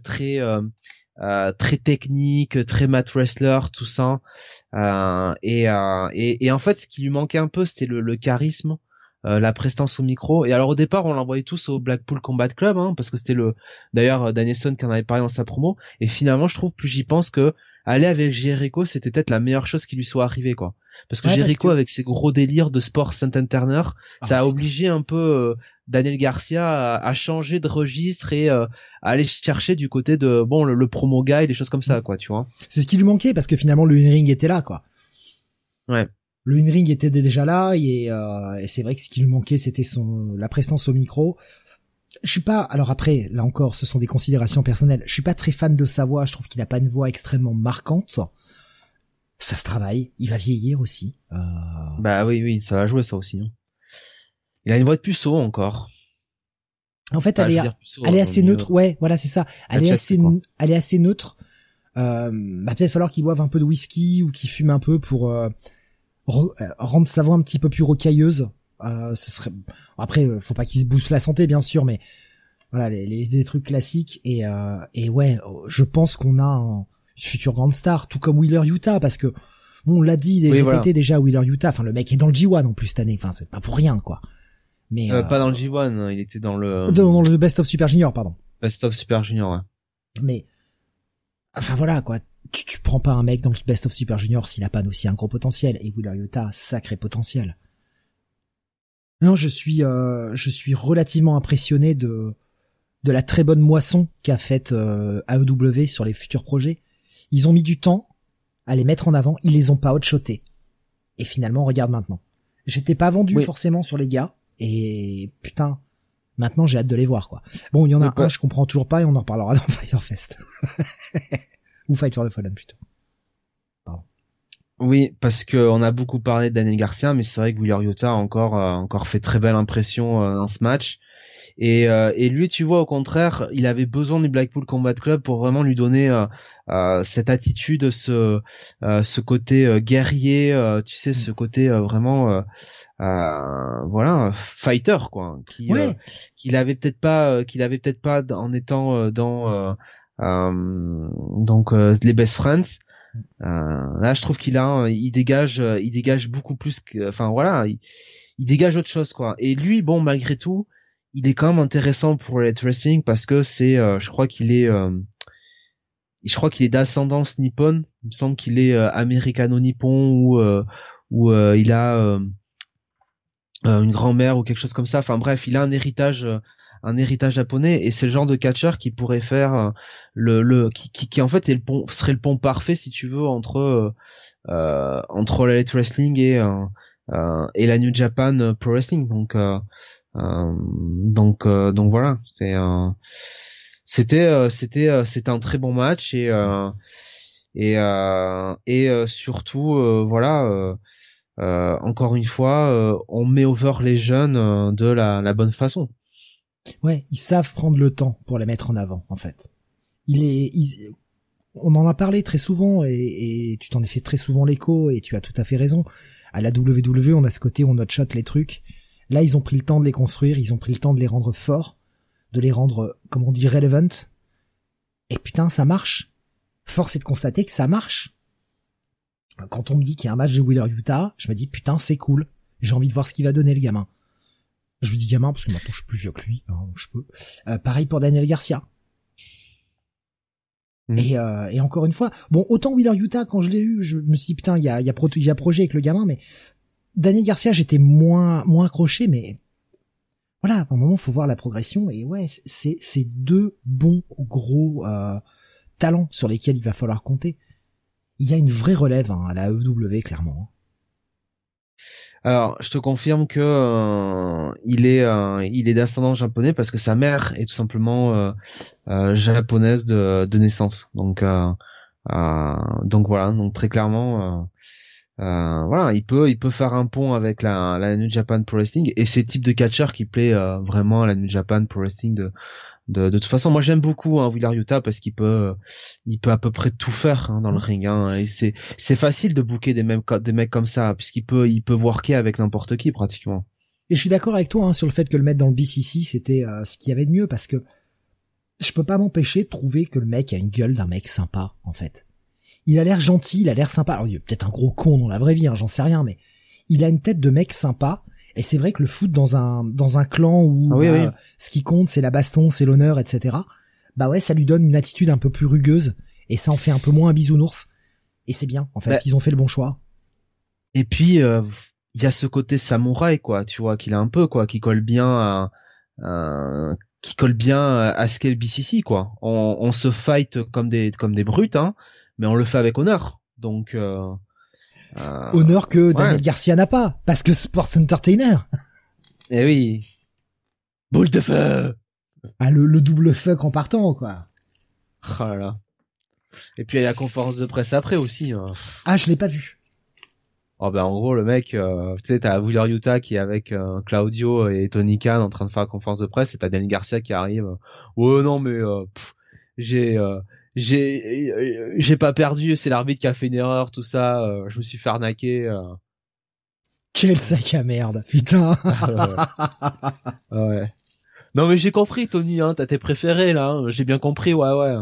très technique, très mat wrestler, tout ça. Et en fait, ce qui lui manquait un peu, c'était le charisme, la prestance au micro. Et alors au départ, on l'envoyait tous au Blackpool Combat Club, hein, parce que c'était d'ailleurs Danielson qui en avait parlé dans sa promo. Et finalement, je trouve, plus j'y pense, que aller avec Jericho, c'était peut-être la meilleure chose qui lui soit arrivée, quoi. Parce que Jericho, avec ses gros délires de sport Saint-Turner, ça a obligé un peu Daniel Garcia à changer de registre et à aller chercher du côté de le promo guy, des choses comme ça, quoi, tu vois. C'est ce qui lui manquait, parce que finalement le in-ring était là, quoi. Ouais. Le in-ring était déjà là, et c'est vrai que ce qui lui manquait, c'était la prestance au micro. Je suis pas, alors après, là encore, ce sont des considérations personnelles. Je suis pas très fan de sa voix. Je trouve qu'il a pas une voix extrêmement marquante. Ça se travaille. Il va vieillir aussi. Bah oui, ça va jouer ça aussi. Hein. Il a une voix de puceau encore. En fait, elle est assez neutre. Ouais, voilà, c'est ça. Elle est assez neutre. Peut-être falloir qu'il boive un peu de whisky ou qu'il fume un peu pour rendre sa voix un petit peu plus rocailleuse. Ce serait, après, faut pas qu'il se booste la santé, bien sûr, mais voilà, les trucs classiques. Et ouais, je pense qu'on a un futur grande star, tout comme Wheeler Yuta, parce que on l'a dit, répété déjà, Wheeler Yuta. Enfin, le mec est dans le G1 en plus cette année. Enfin, c'est pas pour rien, quoi. Mais pas dans le G1, hein, il était dans le Best of Super Junior, pardon. Best of Super Junior, ouais. Mais enfin voilà, quoi. Tu prends pas un mec dans le Best of Super Junior s'il a pas aussi un gros potentiel. Et Wheeler Yuta, sacré potentiel. Non, je suis relativement impressionné de la très bonne moisson qu'a faite AEW sur les futurs projets. Ils ont mis du temps à les mettre en avant, ils les ont pas outshotés. Et finalement, regarde maintenant. J'étais pas vendu forcément sur les gars, et putain, maintenant j'ai hâte de les voir, quoi. Bon, il y en a un, je comprends toujours pas, et on en reparlera dans Firefest. Ou Fight for the Fallen plutôt. Pardon. Oui, parce que on a beaucoup parlé de Daniel Garcia, mais c'est vrai que Wheeler Yuta a encore fait très belle impression dans ce match. Et lui, tu vois, au contraire, il avait besoin du Blackpool Combat Club pour vraiment lui donner cette attitude, ce côté guerrier, tu sais, ce côté vraiment voilà, fighter, quoi, qu'il avait peut-être pas en étant dans les Best Friends. Là, je trouve il dégage beaucoup plus que, enfin voilà, il dégage autre chose, quoi. Et lui, bon, malgré tout, il est quand même intéressant pour le wrestling parce que c'est, je crois qu'il est d'ascendance nippone. Il me semble qu'il est américano-nippon ou il a une grand-mère ou quelque chose comme ça. Enfin bref, il a un héritage japonais, et c'est le genre de catcheur qui pourrait faire qui en fait serait le pont parfait, si tu veux, entre la Elite Wrestling et la New Japan Pro Wrestling. Donc voilà, c'était un très bon match, et surtout voilà, encore une fois, on met over les jeunes de la bonne façon. Ouais, ils savent prendre le temps pour les mettre en avant, en fait. On en a parlé très souvent et tu t'en es fait très souvent l'écho et tu as tout à fait raison. À la WWE, on a ce côté où on shot les trucs. Là, ils ont pris le temps de les construire, ils ont pris le temps de les rendre forts, de les rendre, comme on dit, relevant. Et putain, ça marche. Force est de constater que ça marche. Quand on me dit qu'il y a un match de Wheeler Yuta, je me dis putain, c'est cool. J'ai envie de voir ce qu'il va donner, le gamin. Je lui dis gamin parce que maintenant je suis plus vieux que lui, hein, je peux. Pareil pour Daniel Garcia. Et encore une fois, bon, autant Wheeler Yuta, quand je l'ai eu, je me suis dit putain, il y a projet avec le gamin, mais Daniel Garcia, j'étais moins accroché, mais voilà, à un moment, faut voir la progression, et ouais, c'est deux bons gros talents sur lesquels il va falloir compter. Il y a une vraie relève à la EW, clairement. Alors, je te confirme que il est d'ascendance japonais parce que sa mère est tout simplement japonaise de naissance. Donc voilà, donc très clairement, voilà, il peut faire un pont avec la New Japan Pro Wrestling et c'est le type de catcheur qui plaît vraiment à la New Japan Pro Wrestling de toute façon. Moi j'aime beaucoup Wheeler Yuta parce qu'il peut à peu près tout faire dans le ring, et c'est facile de booker des mecs comme ça puisqu'il peut worker avec n'importe qui pratiquement. Et je suis d'accord avec toi sur le fait que le mettre dans le BCC c'était ce qu'il y avait de mieux, parce que je peux pas m'empêcher de trouver que le mec a une gueule d'un mec sympa, en fait. Il a l'air gentil, il a l'air sympa. Alors il est peut-être un gros con dans la vraie vie, j'en sais rien, mais il a une tête de mec sympa. Et c'est vrai que le foot dans un clan où ce qui compte c'est la baston, c'est l'honneur, etc. Bah ouais, ça lui donne une attitude un peu plus rugueuse et ça en fait un peu moins un bisounours. Et c'est bien, en fait, ils ont fait le bon choix. Et puis il y a ce côté samouraï, quoi, tu vois, qu'il a un peu, quoi, qui colle bien à ce qu'est le BCC, quoi. On se fight comme des brutes, mais on le fait avec honneur. Donc honneur que Daniel Garcia n'a pas, parce que Sports Entertainer. Eh oui. Boule de feu. Ah, le double fuck en partant, quoi. Oh là là. Et puis il y a la conférence de presse après aussi. Ah, je l'ai pas vu. Oh ben en gros le mec, tu sais, t'as Wheeler Yuta qui est avec Claudio et Tony Khan en train de faire la conférence de presse et t'as Daniel Garcia qui arrive. Ouais non mais j'ai pas perdu, c'est l'arbitre qui a fait une erreur, tout ça, je me suis fait arnaquer. Quel sac à merde, putain. Ouais. Non mais j'ai compris Tony, t'as tes préférés là, j'ai bien compris, ouais.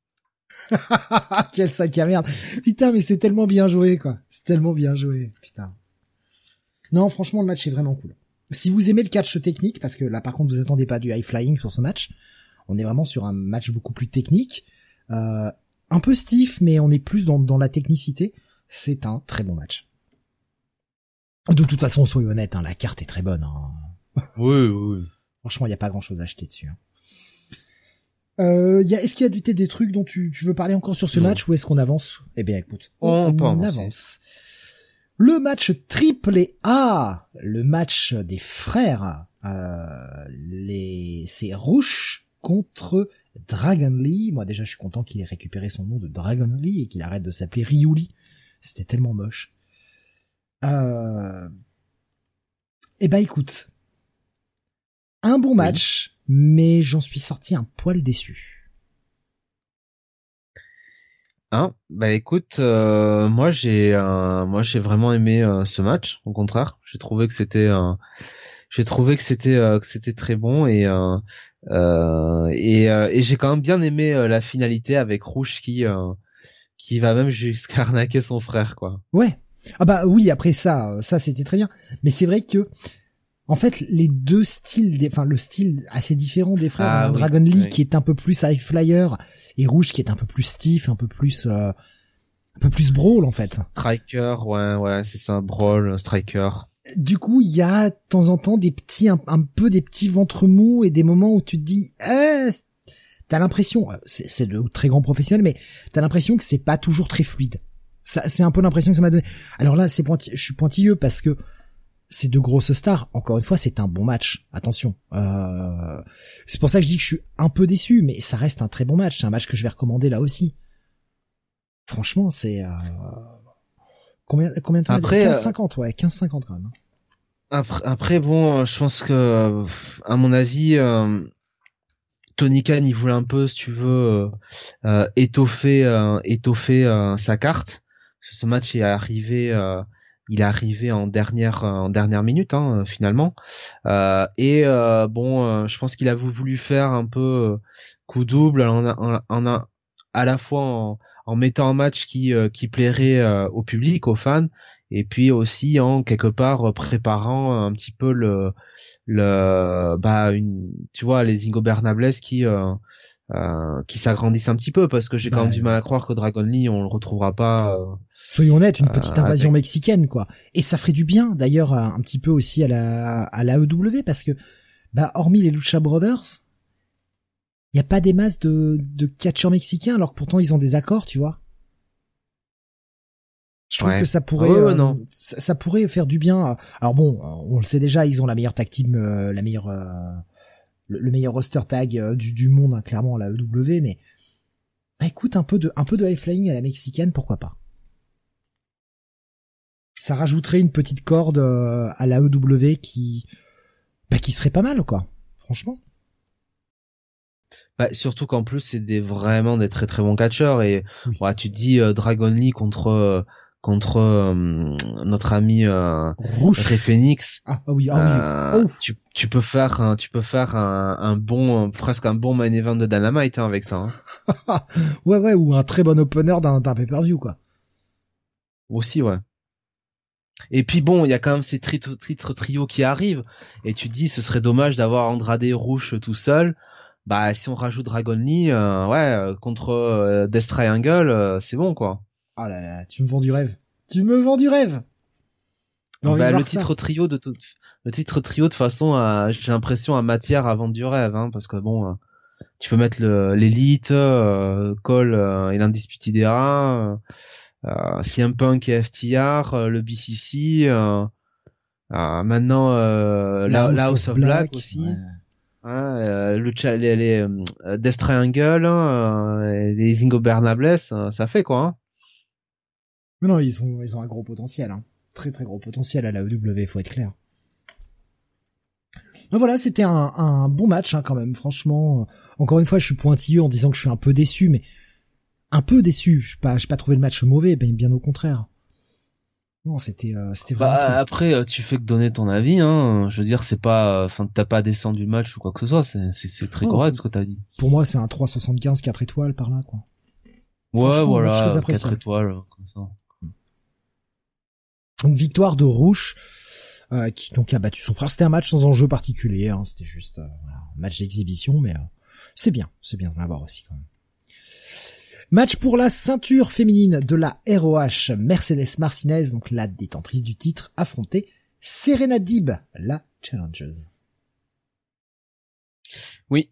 Quel sac à merde. Putain, mais c'est tellement bien joué, quoi. C'est tellement bien joué, putain. Non, franchement, le match est vraiment cool. Si vous aimez le catch technique, parce que là, par contre, vous attendez pas du high flying sur ce match, on est vraiment sur un match beaucoup plus technique, un peu stiff, mais on est plus dans la technicité. C'est un très bon match. De toute façon, soyons honnêtes, la carte est très bonne. Oui. Franchement, il y a pas grand chose à acheter dessus. Est-ce qu'il y a des trucs dont tu veux parler encore sur ce match, ou est-ce qu'on avance? Eh bien, écoute, on avance. Le match triple A, le match des frères, c'est Rush contre Dragon Lee. Moi, déjà, je suis content qu'il ait récupéré son nom de Dragon Lee et qu'il arrête de s'appeler Ryuli. C'était tellement moche. Eh ben, écoute, un bon match. Mais j'en suis sorti un poil déçu. Bah écoute, moi j'ai vraiment aimé ce match. Au contraire, j'ai trouvé que c'était très bon et j'ai quand même bien aimé la finalité avec Rouge qui va même jusqu'à arnaquer son frère, quoi. Ouais. Ah bah oui, après ça c'était très bien. Mais c'est vrai que en fait, les deux styles, le style assez différent des frères, Dragon Lee qui est un peu plus high flyer et Rouge qui est un peu plus stiff, un peu plus brawl en fait. Striker, ouais, c'est ça, brawl, striker. Du coup, il y a de temps en temps des petits, un peu des petits ventres mous et des moments où tu te dis, t'as l'impression, c'est de très grands professionnels, mais t'as l'impression que c'est pas toujours très fluide. Ça, c'est un peu l'impression que ça m'a donné. Alors là, je suis pointilleux parce que c'est de grosses stars. Encore une fois, c'est un bon match. Attention. C'est pour ça que je dis que je suis un peu déçu, mais ça reste un très bon match. C'est un match que je vais recommander là aussi. Franchement, c'est Combien de temps? Après, 15-50, ouais, 15-50 quand même. Après, bon, je pense que, à mon avis, Tony Khan, il voulait un peu, si tu veux, étoffer sa carte. Ce match il est arrivé en dernière minute, hein, finalement. Je pense qu'il a voulu faire un peu coup double à la fois en mettant un match qui plairait au public, aux fans, et puis aussi en quelque part préparant un petit peu tu vois, les Ingo Bernables qui s'agrandissent un petit peu, parce que j'ai quand même du mal à croire que Dragon Lee on le retrouvera pas. Soyons honnêtes, une petite invasion mexicaine, quoi. Et ça ferait du bien, d'ailleurs, un petit peu aussi à la AEW, parce que, hormis les Lucha Brothers, il y a pas des masses de catcheurs mexicains, alors que pourtant ils ont des accords, tu vois. Je trouve que ça pourrait, ça pourrait faire du bien. Alors bon, on le sait déjà, ils ont la meilleure tag team, le meilleur roster tag du monde, hein, clairement, la AEW, mais écoute, un peu de high flying à la mexicaine, pourquoi pas. Ça rajouterait une petite corde à la AEW qui serait pas mal, quoi. Franchement. Surtout qu'en plus c'est vraiment des très très bons catcheurs, et oui. Tu te dis Dragon Lee contre notre ami Rey Fenix. Tu peux faire presque un bon main event de Dynamite, hein, avec ça. Hein. ouais, ou un très bon opener d'un pay-per-view, quoi. Aussi, ouais. Et puis bon, il y a quand même ces titres trio qui arrivent, et tu te dis ce serait dommage d'avoir Andrade Rush tout seul. Si on rajoute Dragon Lee, contre Death Triangle, c'est bon, quoi. Oh là là, tu me vends du rêve. Le titre trio de toute façon, j'ai l'impression, a matière à vendre du rêve, hein, parce que bon, tu peux mettre l'élite, Cole et l'Undisputed Era, CM Punk et FTR, le BCC, maintenant la House of Black aussi. Ouais. Les Death Triangle, les Ingo Bernables, ça fait quoi, hein. Mais non, ils ont un gros potentiel, hein. Très très gros potentiel à la AEW, faut être clair. Mais voilà, c'était un bon match, hein, quand même, franchement. Encore une fois, je suis pointilleux en disant que je suis un peu déçu, mais un peu déçu. Je n'ai pas trouvé le match mauvais, bien au contraire. Non, c'était vraiment cool. Après, tu fais que donner ton avis, hein. Je veux dire, c'est pas, t'as pas descendu le match ou quoi que ce soit. C'est très correct ce que t'as dit. Pour moi, c'est un 3,75, 4 étoiles par là, quoi. Ouais, voilà, 4 étoiles, comme ça. Donc, victoire de Rush, qui donc a battu son frère. C'était un match sans enjeu particulier, hein. C'était juste un match d'exhibition, mais c'est bien d'en avoir aussi quand même. Match pour la ceinture féminine de la ROH. Mercedes Martinez, donc la détentrice du titre, affrontait Serena Deeb, la challengeuse. Oui,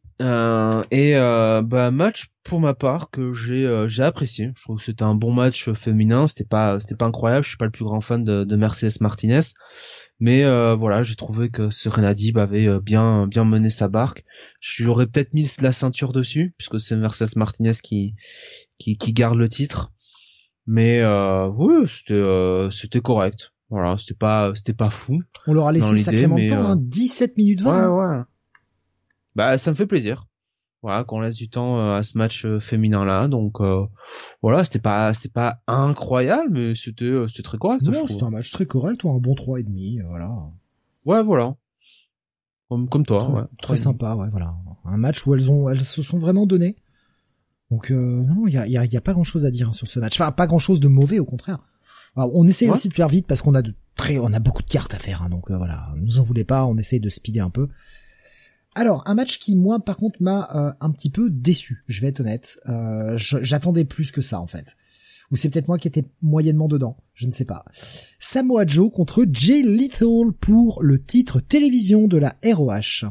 match pour ma part que j'ai apprécié. Je trouve que c'était un bon match féminin. C'était pas incroyable. Je suis pas le plus grand fan de Mercedes Martinez, mais j'ai trouvé que Serena Deeb avait bien mené sa barque. J'aurais peut-être mis la ceinture dessus, puisque c'est Mercedes Martinez qui garde le titre. Mais oui, c'était correct. Voilà, c'était pas fou. On leur a laissé sacrément de temps, 17 minutes 20. Ouais. Ça me fait plaisir. Voilà, qu'on laisse du temps à ce match féminin là. Donc c'était pas incroyable, mais c'était très correct. Non, c'était un match très correct, ou un bon 3,5, voilà. Ouais, voilà. Comme toi, très, ouais. Très sympa, ouais, voilà. Un match où elles se sont vraiment données. Donc non, il y a pas grand-chose à dire, hein, sur ce match. Enfin, pas grand-chose de mauvais, au contraire. Alors, on essaye aussi de faire vite parce qu'on a beaucoup de cartes à faire, hein, donc voilà, nous en voulez pas, on essaye de speeder un peu. Alors, un match qui, moi, par contre, m'a un petit peu déçu, je vais être honnête. J'attendais plus que ça, en fait. Ou c'est peut-être moi qui étais moyennement dedans, je ne sais pas. Samoa Joe contre Jay Lethal pour le titre télévision de la ROH.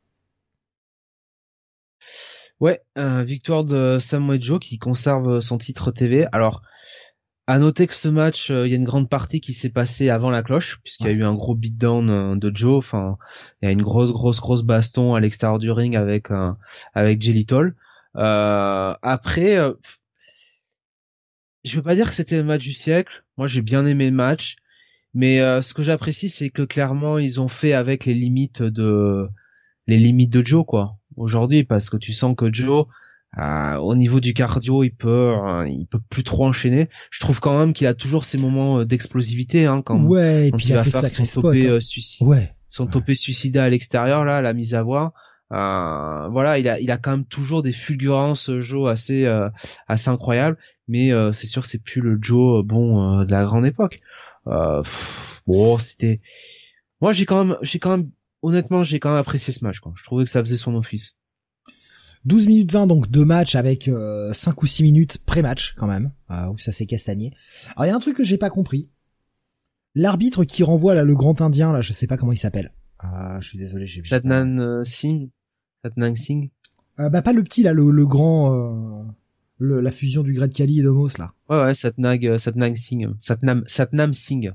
Ouais, victoire de Samoa Joe qui conserve son titre TV. Alors, à noter que ce match, il y a une grande partie qui s'est passée avant la cloche, puisqu'il y a eu un gros beatdown de Joe. Enfin, il y a une grosse baston à l'extérieur du ring avec Jay Lethal. Après, je veux pas dire que c'était le match du siècle. Moi, j'ai bien aimé le match. Mais ce que j'apprécie, c'est que clairement, ils ont fait avec les limites de Joe, quoi. Aujourd'hui, parce que tu sens que Joe, au niveau du cardio, il peut plus trop enchaîner. Je trouve quand même qu'il a toujours ces moments d'explosivité, hein, quand et puis il va fait faire son topé son topé suicida à l'extérieur, là, la mise à voix. Voilà, il a quand même toujours des fulgurances, Joe, assez incroyables. Mais c'est sûr que c'est plus le Joe de la grande époque. C'était. Moi, j'ai quand même honnêtement, j'ai quand même apprécié ce match, quoi. Je trouvais que ça faisait son office. 12 minutes 20, donc 2 matchs avec 5 ou 6 minutes pré-match, quand même, où ça s'est castagné. Alors, il y a un truc que j'ai pas compris. L'arbitre qui renvoie, là, le grand indien, là, je sais pas comment il s'appelle. Je suis désolé, j'ai... Satnam Singh. Pas le petit, là, le grand... la fusion du Great Khali et d'Homos, là. Ouais, Satnam Singh.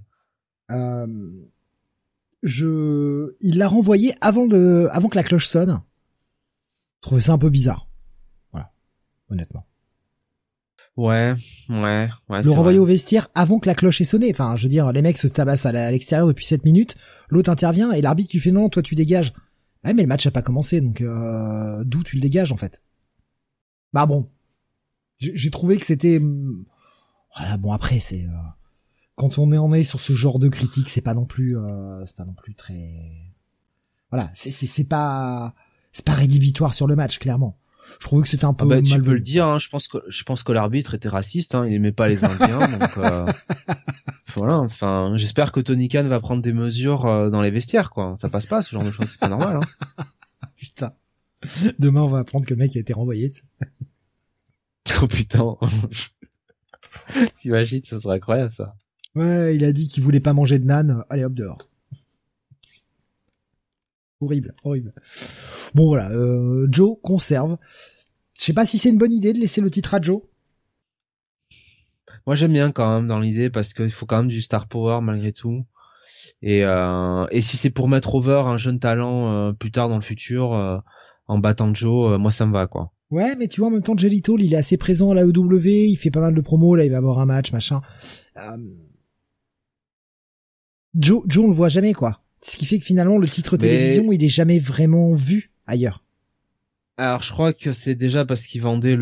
Il l'a renvoyé avant que la cloche sonne. Je trouvais ça un peu bizarre. Voilà. Honnêtement. Ouais. Le renvoyer au vestiaire avant que la cloche ait sonné. Enfin, je veux dire, les mecs se tabassent à l'extérieur depuis 7 minutes. L'autre intervient et l'arbitre qui fait non, toi tu dégages. Ouais, mais le match a pas commencé, donc d'où tu le dégages, en fait. Bah bon. J'ai trouvé que c'était... Voilà, bon, après, c'est... Quand on en est sur ce genre de critique, c'est pas non plus très... Voilà, c'est pas rédhibitoire sur le match, clairement. Je trouvais que c'était un peu mal tu vu. peux le dire, hein, je pense que l'arbitre était raciste, hein, il aimait pas les Indiens, donc voilà, enfin, j'espère que Tony Khan va prendre des mesures dans les vestiaires, quoi. Ça passe pas, ce genre de choses, c'est pas normal, hein. Putain. Demain, on va apprendre que le mec a été renvoyé. Oh putain. T'imagines, ça serait incroyable, ça. Ouais, il a dit qu'il voulait pas manger de nan. Allez, hop, dehors. Horrible. Bon, voilà, Joe conserve. Je sais pas si c'est une bonne idée de laisser le titre à Joe. Moi, j'aime bien quand même dans l'idée parce qu'il faut quand même du star power malgré tout. Et si c'est pour mettre over un jeune talent plus tard dans le futur en battant Joe, moi ça me va, quoi. Ouais, mais tu vois, en même temps, Jay Lethal, il est assez présent à la EW, il fait pas mal de promos, là, il va avoir un match, machin. Joe, on le voit jamais, quoi. Ce qui fait que finalement, le titre télévision, il est jamais vraiment vu ailleurs. Alors, je crois que c'est déjà parce qu'il vendait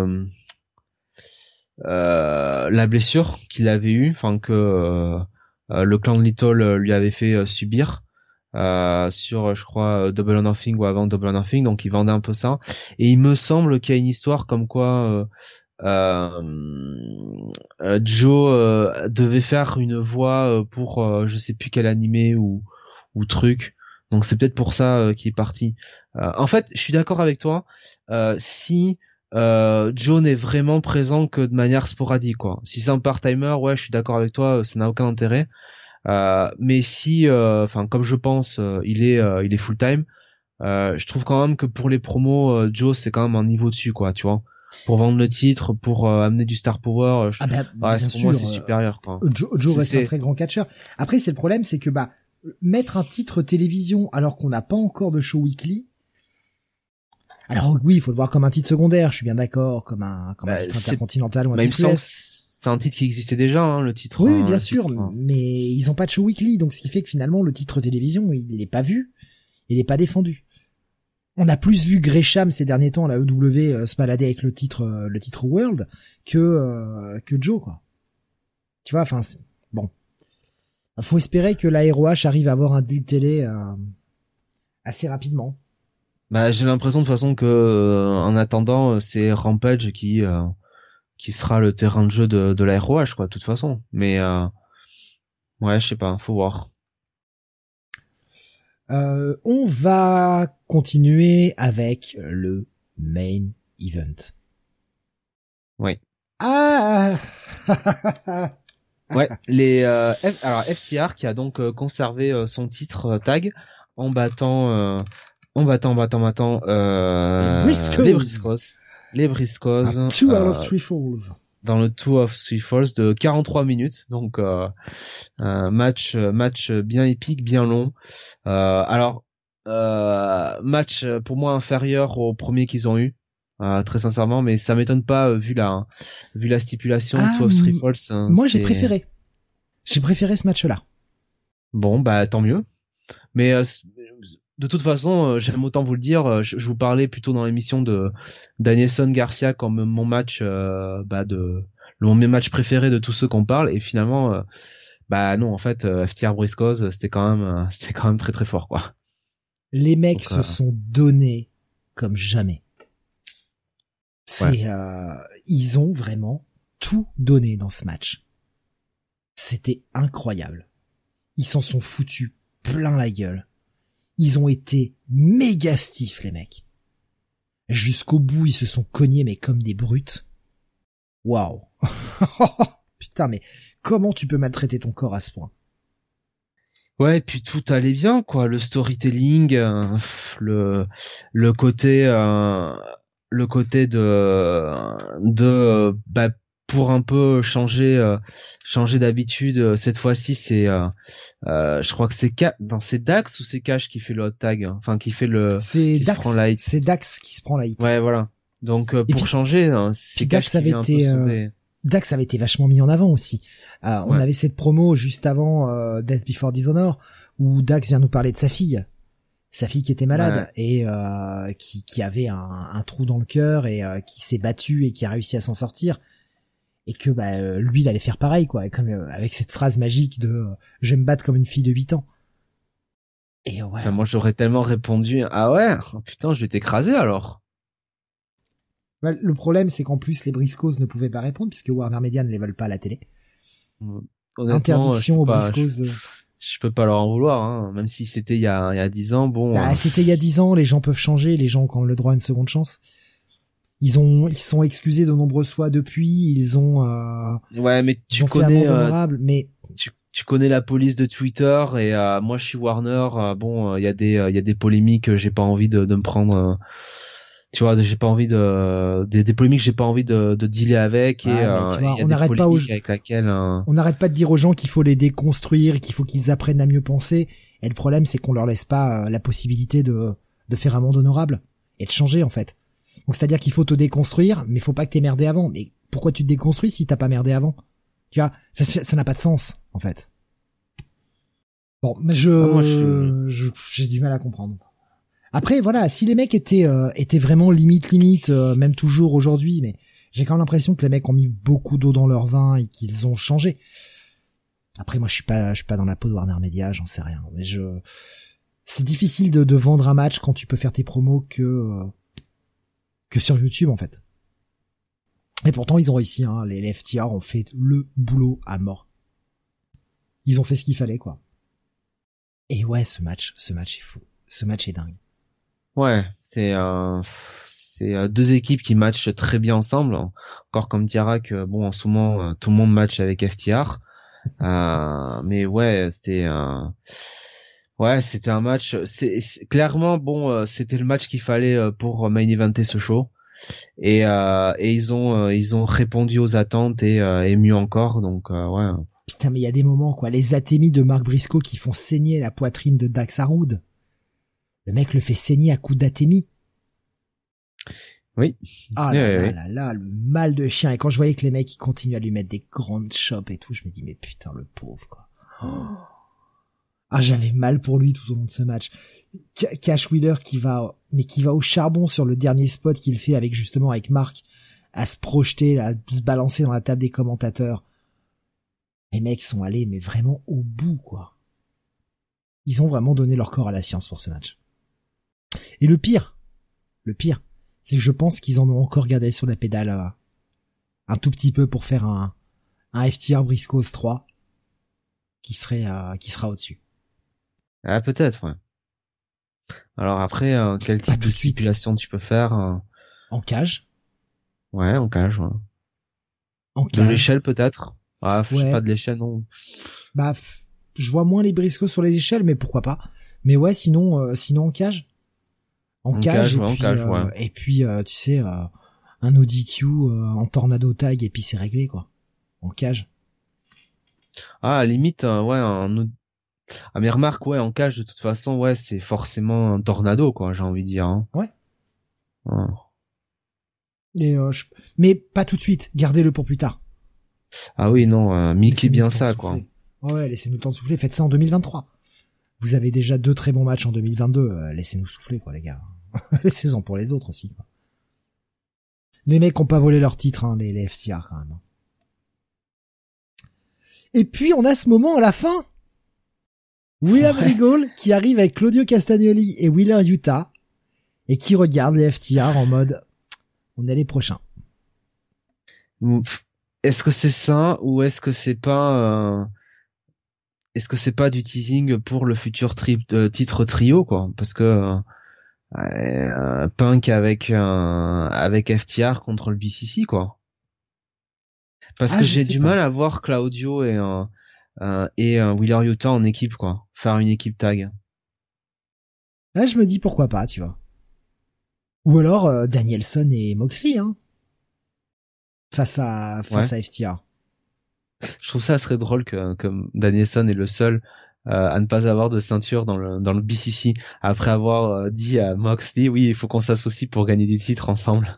la blessure qu'il avait eue, enfin que le clan de Lethal lui avait fait subir. Sur, je crois, Double or Nothing ou avant Double or Nothing, donc il vendait un peu ça. Et il me semble qu'il y a une histoire comme quoi Joe devait faire une voix pour je sais plus quel animé ou truc. Donc c'est peut-être pour ça qu'il est parti. En fait, je suis d'accord avec toi. Si Joe n'est vraiment présent que de manière sporadique, quoi. Si c'est un part-timer, ouais, je suis d'accord avec toi, ça n'a aucun intérêt. Mais si, enfin, comme je pense, il est full time. Je trouve quand même que pour les promos, Joe c'est quand même un niveau dessus, quoi, tu vois. Pour vendre le titre, pour amener du star power, bien sûr, moi c'est supérieur, quoi. Joe reste un très grand catcheur. Après, c'est le problème, c'est que mettre un titre télévision alors qu'on n'a pas encore de show weekly. Alors oui, il faut le voir comme un titre secondaire. Je suis bien d'accord, comme un titre intercontinental ou un titre US. C'est un titre qui existait déjà, hein, le titre. Oui, bien sûr, mais ils ont pas de show weekly, donc ce qui fait que finalement le titre télévision, il est pas vu, il est pas défendu. On a plus vu Gresham ces derniers temps, la EW, se balader avec le titre World que Joe, quoi. Tu vois, enfin, bon. Faut espérer que la ROH arrive à avoir un deal télé assez rapidement. Bah, j'ai l'impression de toute façon que en attendant, c'est Rampage qui sera le terrain de jeu de la ROH, quoi, de toute façon. Mais ouais, je sais pas, faut voir. On va continuer avec le main event. Oui. Ah. Ouais, alors FTR qui a donc conservé son titre tag en battant les Briscoes. 2 out of 3 falls. Dans le 2 of 3 falls de 43 minutes. Donc match bien épique, bien long. Alors match pour moi inférieur au premier qu'ils ont eu. Très sincèrement, mais ça m'étonne pas vu la stipulation 2 of 3 falls. Moi j'ai préféré. J'ai préféré ce match-là. Bon, bah tant mieux. Mais de toute façon, j'aime autant vous le dire. Je vous parlais plutôt dans l'émission de Danielson Garcia comme mon match, mon match préféré de tous ceux qu'on parle. Et finalement, bah non, en fait, FTR Briscoes, c'était quand même très très fort, quoi. Les mecs se sont donnés comme jamais. Ils ont vraiment tout donné dans ce match. C'était incroyable. Ils s'en sont foutus plein la gueule. Ils ont été méga stiffs, les mecs. Jusqu'au bout, ils se sont cognés, mais comme des brutes. Waouh. Putain, mais comment tu peux maltraiter ton corps à ce point? Ouais, et puis tout allait bien, quoi. Le storytelling, le côté pour un peu changer d'habitude. Cette fois-ci, c'est je crois que c'est Dax ou c'est Cash qui fait le hot tag, hein. Enfin qui fait le c'est qui Dax, se prend la hit. C'est Dax qui se prend la hit. Ouais, voilà. Donc pour changer, hein, c'est Cash qui vient un peu sauver. Dax avait été vachement mis en avant aussi. On avait cette promo juste avant Death Before Dishonor où Dax vient nous parler de sa fille qui était malade et qui avait un trou dans le cœur et qui s'est battu et qui a réussi à s'en sortir. Et que lui il allait faire pareil, quoi, comme avec cette phrase magique de je vais me battre comme une fille de 8 ans. Et ouais. Enfin, moi j'aurais tellement répondu ah ouais, oh, putain, je vais t'écraser alors. Le problème c'est qu'en plus les Briscoes ne pouvaient pas répondre puisque Warner Media ne les veulent pas à la télé. Interdiction aux Briscoes. Je peux pas leur en vouloir, hein, même si c'était il y a 10 ans, bon. C'était il y a 10 ans, les gens peuvent changer, les gens ont le droit à une seconde chance. Ils sont excusés de nombreuses fois depuis, ils ont ouais, mais tu connais tu connais la police de Twitter et moi je suis Warner, il y a des polémiques, j'ai pas envie de me prendre tu vois, j'ai pas envie des polémiques, j'ai pas envie de dealer avec et on n'arrête pas avec laquelle on n'arrête pas de dire aux gens qu'il faut les déconstruire, qu'il faut qu'ils apprennent à mieux penser et le problème c'est qu'on leur laisse pas la possibilité de faire un monde honorable et de changer en fait. Donc c'est-à-dire qu'il faut te déconstruire, mais faut pas que t'aies merdé avant. Mais pourquoi tu te déconstruis si t'as pas merdé avant? Tu vois, ça n'a pas de sens, en fait. Bon, mais j'ai du mal à comprendre. Après, voilà, si les mecs étaient vraiment limite, même toujours aujourd'hui, mais j'ai quand même l'impression que les mecs ont mis beaucoup d'eau dans leur vin et qu'ils ont changé. Après, moi, je suis pas dans la peau de Warner Media, j'en sais rien. Mais c'est difficile de vendre un match quand tu peux faire tes promos que sur YouTube en fait. Et pourtant ils ont réussi, hein. Les FTR ont fait le boulot à mort. Ils ont fait ce qu'il fallait, quoi. Et ouais, ce match est fou. Ce match est dingue. Ouais, c'est deux équipes qui matchent très bien ensemble. Encore comme Tiarak, en ce moment tout le monde match avec FTR. Mais ouais, c'était un match. C'est clairement c'était le match qu'il fallait pour main eventer ce show. Et ils ont répondu aux attentes et mieux encore. Donc ouais. Putain, mais il y a des moments, quoi. Les atémies de Mark Briscoe qui font saigner la poitrine de Dax Harwood. Le mec le fait saigner à coups d'atémie. Oui. Ah là, le mal de chien. Et quand je voyais que les mecs ils continuent à lui mettre des grandes chopes et tout, je me dis mais putain le pauvre, quoi. Oh. Ah, j'avais mal pour lui tout au long de ce match. Cash Wheeler qui va au charbon sur le dernier spot qu'il fait avec Mark, à se projeter, à se balancer dans la table des commentateurs. Les mecs sont allés, mais vraiment au bout, quoi. Ils ont vraiment donné leur corps à la science pour ce match. Et le pire, c'est que je pense qu'ils en ont encore gardé sur la pédale un tout petit peu pour faire un FTR Briscoes 3 qui sera au-dessus. Ah, peut-être, ouais. Alors après, quel type de stipulation tu peux faire En cage. Ouais, en cage, ouais. En cage. De l'échelle, peut-être. Ah, je sais Ouais. pas, de l'échelle, non. Bah, je vois moins les Briscoes sur les échelles, mais pourquoi pas. Mais ouais, sinon en cage. En cage, ouais. Et puis, tu sais, un ODQ en tornado tag, et puis c'est réglé, quoi. En cage. Ah, à la limite, ouais, ah, mais remarque, ouais, en cage, de toute façon, ouais, c'est forcément un tornado, quoi, j'ai envie de dire, hein. Ouais. Ouais. Et mais pas tout de suite, gardez-le pour plus tard. Ah oui, non, Mickey bien ça, quoi. Ouais, laissez-nous le temps de souffler. Faites ça en 2023. Vous avez déjà 2 très bons matchs en 2022. Laissez-nous souffler, quoi, les gars. Laissez-en pour les autres aussi, quoi. Les mecs ont pas volé leur titre, hein, les FTR, quand même. Et puis, on a ce moment à la fin. William Regal, qui arrive avec Claudio Castagnoli et Wheeler Yuta, et qui regarde les FTR en mode, on est les prochains. Est-ce que c'est ça, ou est-ce que c'est pas du teasing pour le futur titre trio, quoi? Parce que Punk avec FTR contre le BCC, quoi. Parce que j'ai du mal à voir Claudio et Wheeler Yuta en équipe, quoi. Faire une équipe tag. Là, je me dis pourquoi pas, tu vois. Ou alors Danielson et Moxley, hein. Face à FTR. Je trouve ça serait drôle que Danielson est le seul à ne pas avoir de ceinture dans le BCC après avoir dit à Moxley, oui, il faut qu'on s'associe pour gagner des titres ensemble.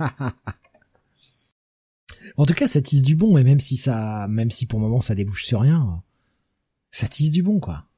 En tout cas, ça tisse du bon, et même si pour le moment ça débouche sur rien, ça tisse du bon, quoi.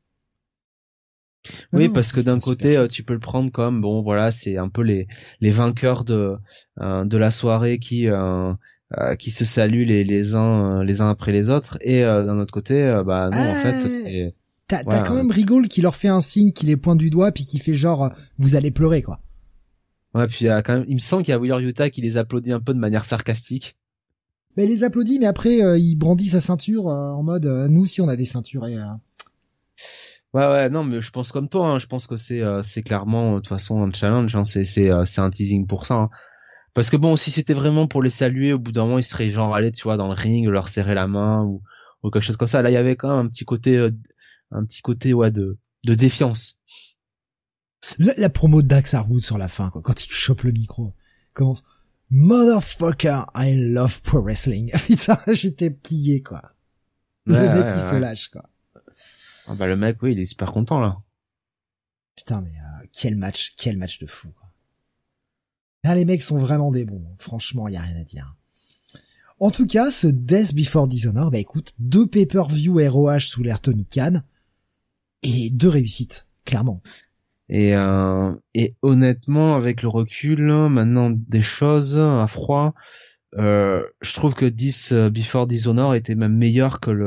Oui, parce que d'un côté, tu peux le prendre comme, bon, voilà, c'est un peu les vainqueurs de la soirée qui se saluent les uns après les autres, et d'un autre côté, non, en fait, c'est... T'as quand même Regal qui leur fait un signe, qui les pointe du doigt, puis qui fait genre, vous allez pleurer, quoi. Ouais, puis il me semble qu'il y a Wheeler Yuta qui les applaudit un peu de manière sarcastique. Mais il les applaudit, mais après, il brandit sa ceinture en mode, nous aussi on a des ceintures, et... Ouais, non, mais je pense comme toi, hein, je pense que c'est clairement, de toute façon, un challenge, hein, c'est un teasing pour ça, hein. Parce que bon, si c'était vraiment pour les saluer, au bout d'un moment, ils seraient genre allés, tu vois, dans le ring, leur serrer la main, ou quelque chose comme ça. Là, il y avait quand même un petit côté, ouais, de défiance. La promo de Dax Harwood sur la fin, quoi, quand il chope le micro, commence, Motherfucker, I love pro wrestling. Putain, j'étais plié, quoi. Le mec, il se lâche, quoi. Ah bah le mec, oui, il est super content, là. Putain, mais quel match de fou, quoi. Là, les mecs sont vraiment des bons. Franchement, y a rien à dire. En tout cas, ce Death Before Dishonor, bah écoute, 2 pay-per-view ROH sous l'ère Tony Khan, et 2 réussites, clairement. Et honnêtement, avec le recul, maintenant des choses à froid, je trouve que Death Before Dishonor était même meilleur que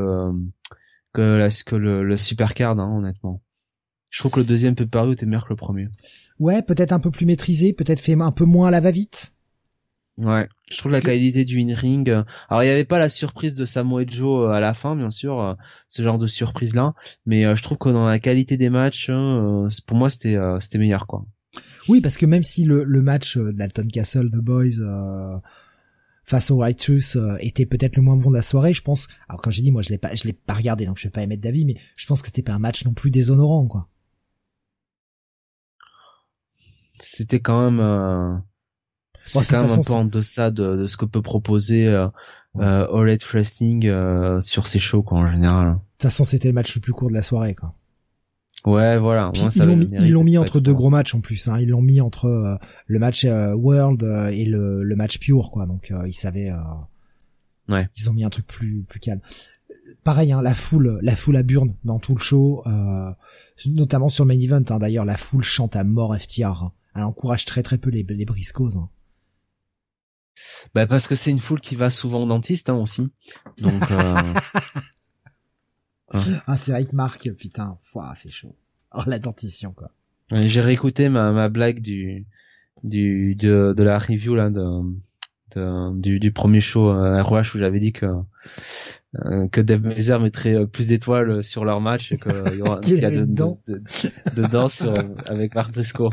le Supercard, hein, honnêtement. Je trouve que le deuxième pay-per-view était meilleur que le premier. Ouais, peut-être un peu plus maîtrisé, peut-être fait un peu moins à la va-vite. Ouais, je trouve la qualité du in-ring. Alors il y avait pas la surprise de Samoa Joe à la fin, bien sûr, ce genre de surprise là, mais je trouve que dans la qualité des matchs, pour moi c'était meilleur, quoi. Oui, parce que même si le match d'Alton Castle, The Boys face au Right Truth était peut-être le moins bon de la soirée, je pense. Alors comme j'ai dit, moi je l'ai pas regardé, donc je vais pas émettre d'avis, mais je pense que c'était pas un match non plus déshonorant, quoi. C'était quand même c'est quand même un peu en deçà de ce que peut proposer All Elite Wrestling sur ces shows, quoi, en général. De toute façon, c'était le match le plus court de la soirée, quoi. Ouais, voilà. Puis ils l'ont mis entre 2 gros matchs en plus, hein. Ils l'ont mis entre le match World et le match Pure, quoi. Donc ils savaient. Ouais. Ils ont mis un truc plus calme. Pareil, hein, la foule à Burn dans tout le show, notamment sur le main event. Hein, d'ailleurs, la foule chante à mort FTR. Hein. Elle encourage très peu les Briscoes. Hein. Bah parce que c'est une foule qui va souvent au dentiste, hein, aussi. Donc. Ah, c'est vrai que Marc, putain, c'est chaud. Oh, la dentition, quoi. J'ai réécouté ma blague de la review là du premier show ROH où j'avais dit que Dave Meltzer mettrait plus d'étoiles sur leur match et que il y aura un cas de danse avec Mark Briscoe.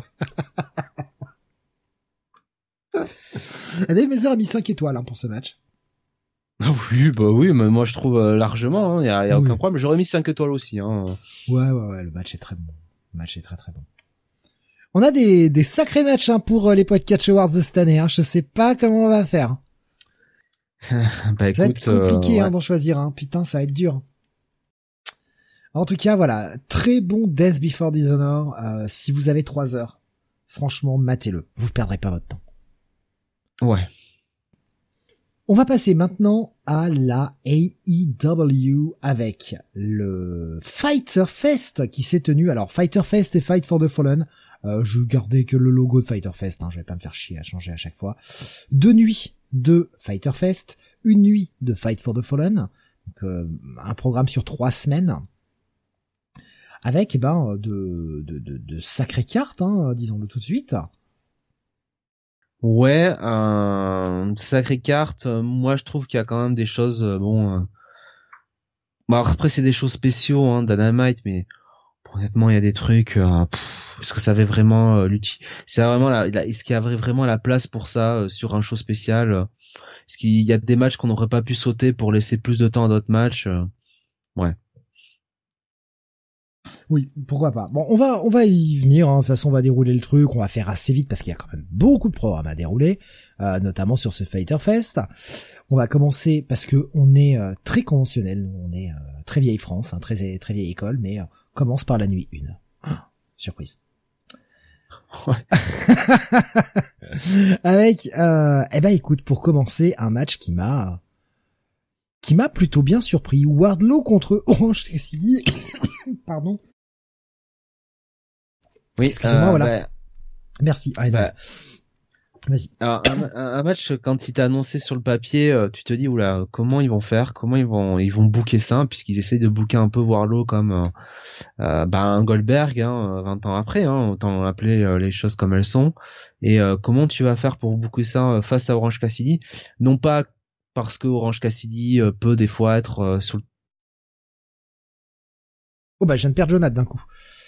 Dave Meltzer a mis 5 étoiles, hein, pour ce match. Oui, mais moi je trouve largement, hein, y a aucun problème. J'aurais mis 5 étoiles aussi, hein. Ouais, le match est très bon. Le match est très bon. On a des sacrés matchs, hein, pour les Podcatch Awards de cette année, hein. Je sais pas comment on va faire. Bah écoute, ça va être compliqué, hein, d'en choisir, hein. Putain, ça va être dur. En tout cas, voilà, très bon Death Before Dishonor. Si vous avez 3 heures, franchement, matez-le. Vous perdrez pas votre temps. Ouais. On va passer maintenant à la AEW avec le Fyter Fest qui s'est tenu. Alors Fyter Fest et Fight for the Fallen. Je gardais que le logo de Fyter Fest, je vais pas me faire chier à changer à chaque fois. 2 nuits de Fyter Fest, 1 nuit de Fight for the Fallen. Donc un programme sur 3 semaines. Avec de sacrées cartes, disons-le tout de suite. Ouais, sacrée carte. Moi, je trouve qu'il y a quand même des choses. Bon, après c'est des choses spéciaux, Dynamite, mais honnêtement, il y a des trucs. Est-ce que ça avait vraiment c'est vraiment est-ce qu'il y avait vraiment la place pour ça sur un show spécial? Est-ce qu'il y a des matchs qu'on n'aurait pas pu sauter pour laisser plus de temps à d'autres matchs? Ouais. Oui, pourquoi pas. Bon, on va y venir, De toute façon, on va dérouler le truc, on va faire assez vite parce qu'il y a quand même beaucoup de programmes à dérouler, notamment sur ce Fyter Fest. On va commencer parce que on est très conventionnel, nous, on est très vieille France, très très vieille école, mais commence par la nuit 1. Surprise. Ouais. Avec écoute, pour commencer, un match qui m'a plutôt bien surpris. Wardlow contre Orange Cassidy. Pardon. Oui, excusez-moi, voilà. Merci. Vas-y. Alors, un match, quand il t'a annoncé sur le papier, tu te dis, oula, comment ils vont faire? Comment ils vont booker ça? Puisqu'ils essayent de booker un peu Wardlow comme, un Goldberg, 20 ans après, autant appeler les choses comme elles sont. Et, comment tu vas faire pour booker ça face à Orange Cassidy? Non pas parce que Orange Cassidy peut des fois être sur le... Oh je viens de perdre Jonathan d'un coup.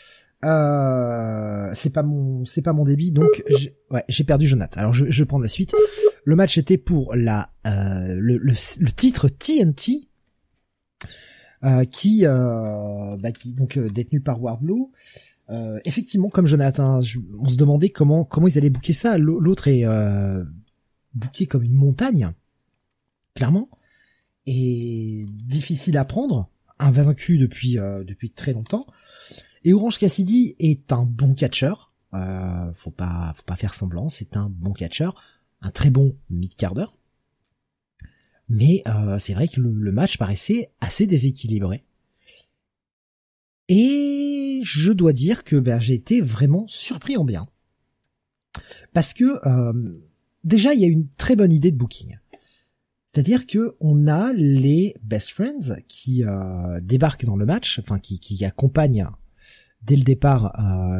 C'est pas mon débit, donc j'ai perdu Jonathan. Alors je prends la suite. Le match était pour le titre TNT, qui donc détenu par Wardlow. Effectivement, comme Jonathan, on se demandait comment ils allaient booker ça. L'autre est booké comme une montagne, clairement, et difficile à prendre, invaincu depuis très longtemps. Et Orange Cassidy est un bon catcheur, faut pas faire semblant, c'est un bon catcheur, un très bon mid-carder. Mais c'est vrai que le match paraissait assez déséquilibré. Et je dois dire que j'ai été vraiment surpris en bien. Parce que déjà il y a une très bonne idée de booking. C'est-à-dire que on a les Best Friends qui débarquent dans le match, enfin qui accompagnent dès le départ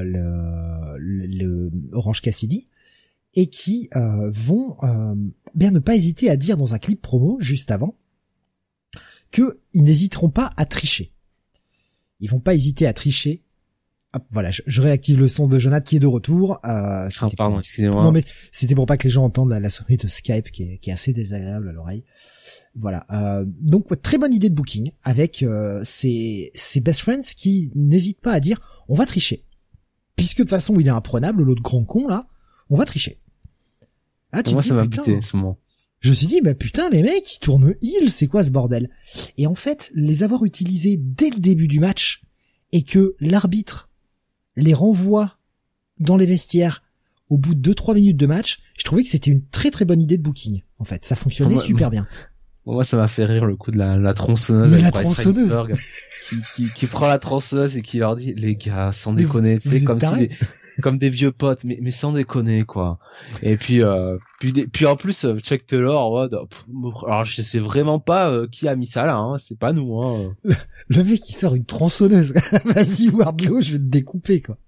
le Orange Cassidy, et qui vont bien ne pas hésiter à dire dans un clip promo juste avant que ils n'hésiteront pas à tricher. Ils vont pas hésiter à tricher. Hop, voilà, je réactive le son de Jonathan qui est de retour. Pardon, excusez-moi. Non mais c'était pour pas que les gens entendent la sonnerie de Skype qui est assez désagréable à l'oreille. Voilà. Donc très bonne idée de booking avec ces best friends qui n'hésitent pas à dire on va tricher. Puisque de toute façon il est imprenable, l'autre grand con là, on va tricher. Moi ça m'a buté ce moment. Je me suis dit putain les mecs ils tournent heel, c'est quoi ce bordel? Et en fait, les avoir utilisés dès le début du match et que l'arbitre les renvoie dans les vestiaires au bout de 2-3 minutes de match, je trouvais que c'était une très très bonne idée de booking. En fait, ça fonctionnait super bien. Moi, ça m'a fait rire le coup de la tronçonneuse. Mais la tronçonneuse qui prend la tronçonneuse et qui leur dit, les gars, sans déconner, c'est comme des vieux potes, mais sans déconner, quoi. Et puis en plus, Chuck Taylor, alors je sais vraiment pas qui a mis ça là, c'est pas nous, Le mec, il sort une tronçonneuse. Vas-y, Wardlow, je vais te découper, quoi.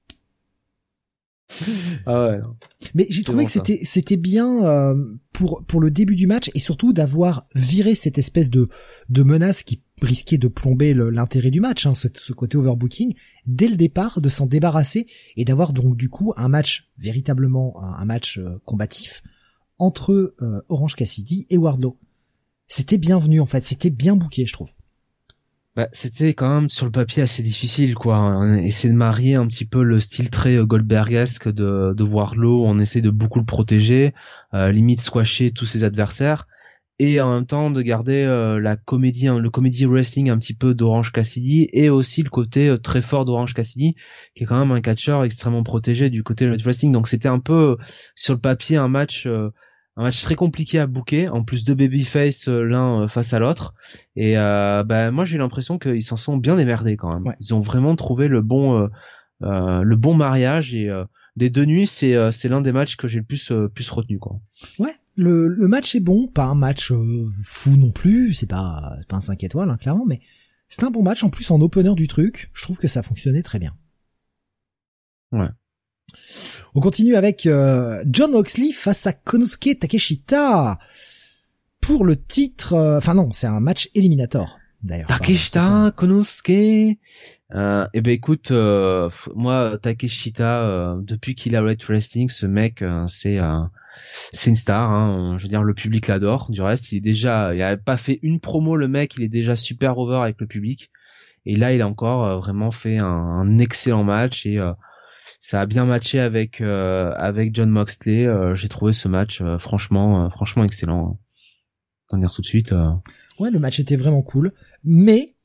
Ah ouais. Non. Mais j'ai trouvé que c'était bien pour le début du match et surtout d'avoir viré cette espèce de menace qui risquait de plomber l'intérêt du match, ce côté overbooking dès le départ, de s'en débarrasser et d'avoir donc du coup un match véritablement un match combatif entre Orange Cassidy et Wardlow. C'était bienvenu en fait, c'était bien booké je trouve. C'était quand même sur le papier assez difficile, quoi. Essayer de marier un petit peu le style très Goldbergesque de Wardlow, on essaie de beaucoup le protéger, limite squasher tous ses adversaires, et en même temps de garder le comédie wrestling un petit peu d'Orange Cassidy, et aussi le côté très fort d'Orange Cassidy, qui est quand même un catcheur extrêmement protégé du côté du wrestling. Donc c'était un peu sur le papier un match un match très compliqué à booker, en plus deux babyface l'un face à l'autre, et moi j'ai eu l'impression qu'ils s'en sont bien démerdés quand même. Ouais. Ils ont vraiment trouvé le bon mariage, et des deux nuits c'est l'un des matchs que j'ai le plus retenu quoi. Ouais, le match est bon, pas un match fou non plus, c'est pas un 5 étoiles hein, clairement, mais c'est un bon match. En plus en opener du truc, je trouve que ça fonctionnait très bien. Ouais. On continue avec Jon Moxley face à Konosuke Takeshita pour le titre. Enfin non, c'est un match éliminator d'ailleurs. Takeshita, Konosuke. Écoute, moi Takeshita, depuis qu'il a Red Wrestling, ce mec, c'est une star. Hein, je veux dire, le public l'adore. Du reste, il avait pas fait une promo, le mec, il est déjà super over avec le public. Et là, il a encore vraiment fait un excellent match, et ça a bien matché avec Jon Moxley. J'ai trouvé ce match franchement excellent. On va dire tout de suite. Ouais, le match était vraiment cool, mais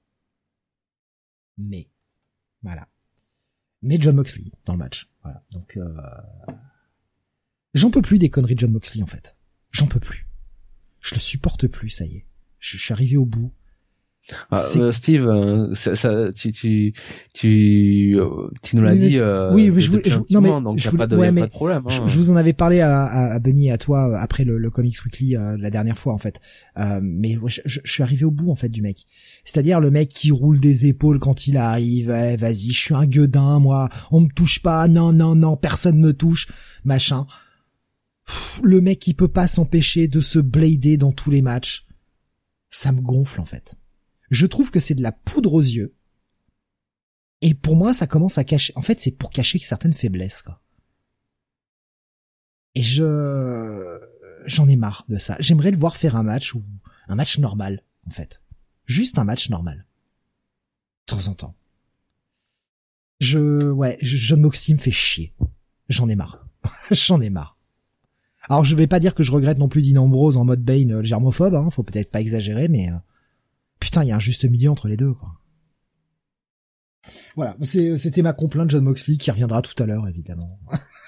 voilà. Mais Jon Moxley dans le match. Voilà. Donc j'en peux plus des conneries de Jon Moxley en fait. J'en peux plus. Je le supporte plus, ça y est. Je suis arrivé au bout. Steve, tu nous l'as dit. Oui, mais donc y a pas de problème. Je vous en avais parlé à Benny et à toi après le Comics Weekly la dernière fois en fait. Mais je suis arrivé au bout en fait du mec. C'est-à-dire le mec qui roule des épaules quand il arrive. Vas-y, je suis un gueudin moi. On me touche pas. Non, personne me touche. Machin. Le mec qui peut pas s'empêcher de se blader dans tous les matchs. Ça me gonfle en fait. Je trouve que c'est de la poudre aux yeux. Et pour moi, ça commence à cacher... En fait, c'est pour cacher certaines faiblesses, quoi. Et j'en ai marre de ça. J'aimerais le voir faire un match normal, en fait. Juste un match normal. De temps en temps. Jon Moxley me fait chier. J'en ai marre. J'en ai marre. Alors, je vais pas dire que je regrette non plus Dean Ambrose en mode Bane germophobe, hein. Faut peut-être pas exagérer, mais... Putain, il y a un juste milieu entre les deux, quoi. Voilà, c'était ma complainte Jon Moxley qui reviendra tout à l'heure, évidemment.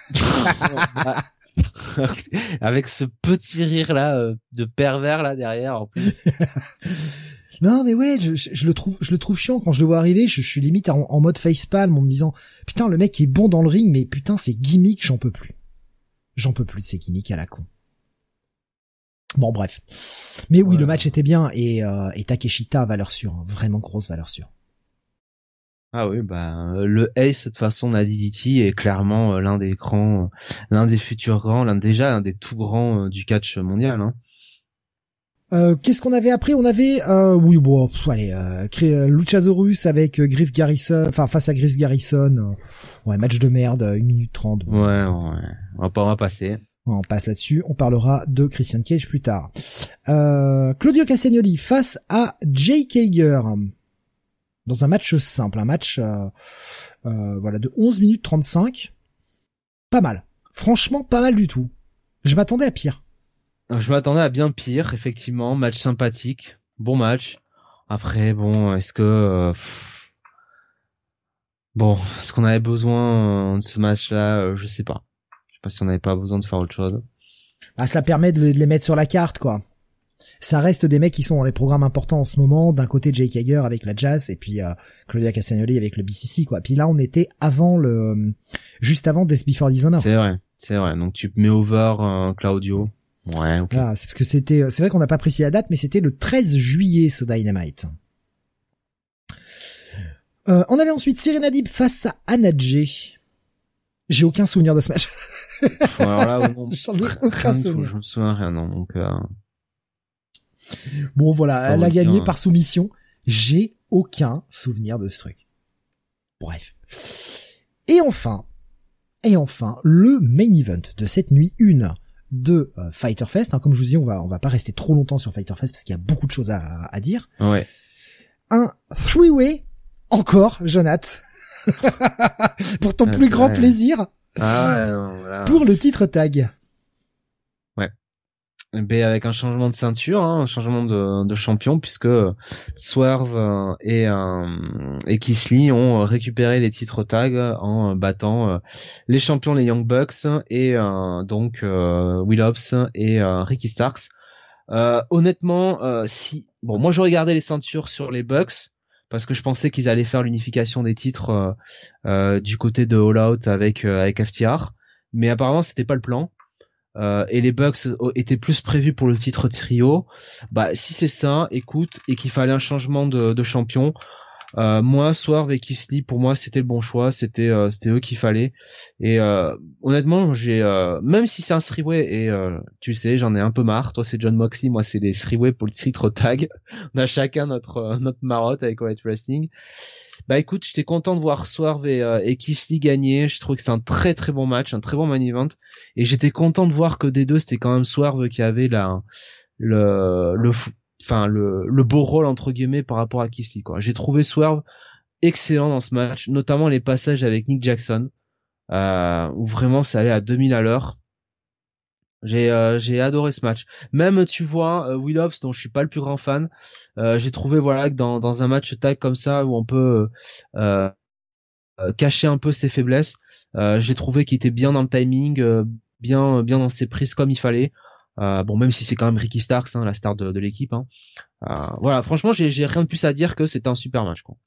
Avec ce petit rire là de pervers là derrière en plus. Non mais ouais, je le trouve chiant quand je le vois arriver. Je suis limite en mode facepalm en me disant putain le mec est bon dans le ring, mais putain ces gimmicks j'en peux plus. J'en peux plus de ces gimmicks à la con. Bon bref. Mais oui, le match était bien et Takeshita valeur sûre, hein, vraiment grosse valeur sûre. Ah oui, le Ace de toute façon d'ADDT est clairement l'un des grands, l'un des futurs grands, l'un des tout grands du catch mondial. Hein. Qu'est-ce qu'on avait après? On avait Luchasaurus avec Griff Garrison, enfin face à Griff Garrison. Ouais, match de merde, 1 minute 30. Bon. Ouais, on va passer. On passe là-dessus, on parlera de Christian Cage plus tard. Claudio Castagnoli face à Jake Hager dans un match simple, un match de 11 minutes 35. Pas mal. Franchement, pas mal du tout. Je m'attendais à pire. Je m'attendais à bien pire, effectivement. Match sympathique, bon match. Après, bon, est-ce que est-ce qu'on avait besoin de ce match-là? Je sais pas. Pas si on n'avait pas besoin de faire autre chose. Ah, ça permet de les mettre sur la carte, quoi. Ça reste des mecs qui sont dans les programmes importants en ce moment. D'un côté, Jake Hager avec la Jazz et puis Claudia Castagnoli avec le BCC, quoi. Puis là, on était juste avant Death Before Dishonor. C'est vrai. Donc tu mets over Claudio. Ouais, ok. Ah, c'est parce que c'est vrai qu'on n'a pas précisé la date, mais c'était le 13 juillet, ce Dynamite. On avait ensuite Serena Deeb face à Anna Jay. J'ai aucun souvenir de ce match. Alors là, j'en ai aucun souvenir. Je me souviens rien, non. Donc, bon, voilà, elle a gagné par soumission. J'ai aucun souvenir de ce truc. Bref. Et enfin, le main event de cette nuit 1 de Fyter Fest. Hein, comme je vous dis, on va pas rester trop longtemps sur Fyter Fest parce qu'il y a beaucoup de choses à dire. Ouais. Un three-way, encore, Jonath. Pour ton plus grand plaisir. Ah ouais, non, voilà. Pour le titre tag. Ouais. Ben avec un changement de ceinture, un changement de champion, puisque Swerve et Keith Lee ont récupéré les titres tag en battant les champions, les Young Bucks, et donc Will Hobbs et Ricky Starks. Honnêtement, moi je regardais les ceintures sur les Bucks parce que je pensais qu'ils allaient faire l'unification des titres du côté de All Out avec FTR, mais apparemment c'était pas le plan. Et les Bucks étaient plus prévus pour le titre trio. Bah si c'est ça, écoute, et qu'il fallait un changement de champion, moi Swerve et Keith Lee, pour moi c'était le bon choix, c'était eux qu'il fallait. Et honnêtement, même si c'est un three-way, et tu sais, j'en ai un peu marre. Toi c'est John Moxley, moi c'est les three-way pour le titre tag. On a chacun notre marotte avec All Elite Wrestling. Bah écoute, j'étais content de voir Swerve et Keith Lee gagner. Je trouve que c'est un très très bon match, un très bon main event, et j'étais content de voir que des deux c'était quand même Swerve qui avait le beau rôle entre guillemets par rapport à Keith Lee, quoi. J'ai trouvé Swerve excellent dans ce match, notamment les passages avec Nick Jackson où vraiment ça allait à 2000 à l'heure. J'ai adoré ce match. Même tu vois Will Hobbs, dont je suis pas le plus grand fan, j'ai trouvé voilà que dans un match tag comme ça où on peut cacher un peu ses faiblesses, j'ai trouvé qu'il était bien dans le timing, bien dans ses prises comme il fallait. Bon, même si c'est quand même Ricky Starks, la star de l'équipe. Voilà, franchement, j'ai rien de plus à dire que c'était un super match, quoi.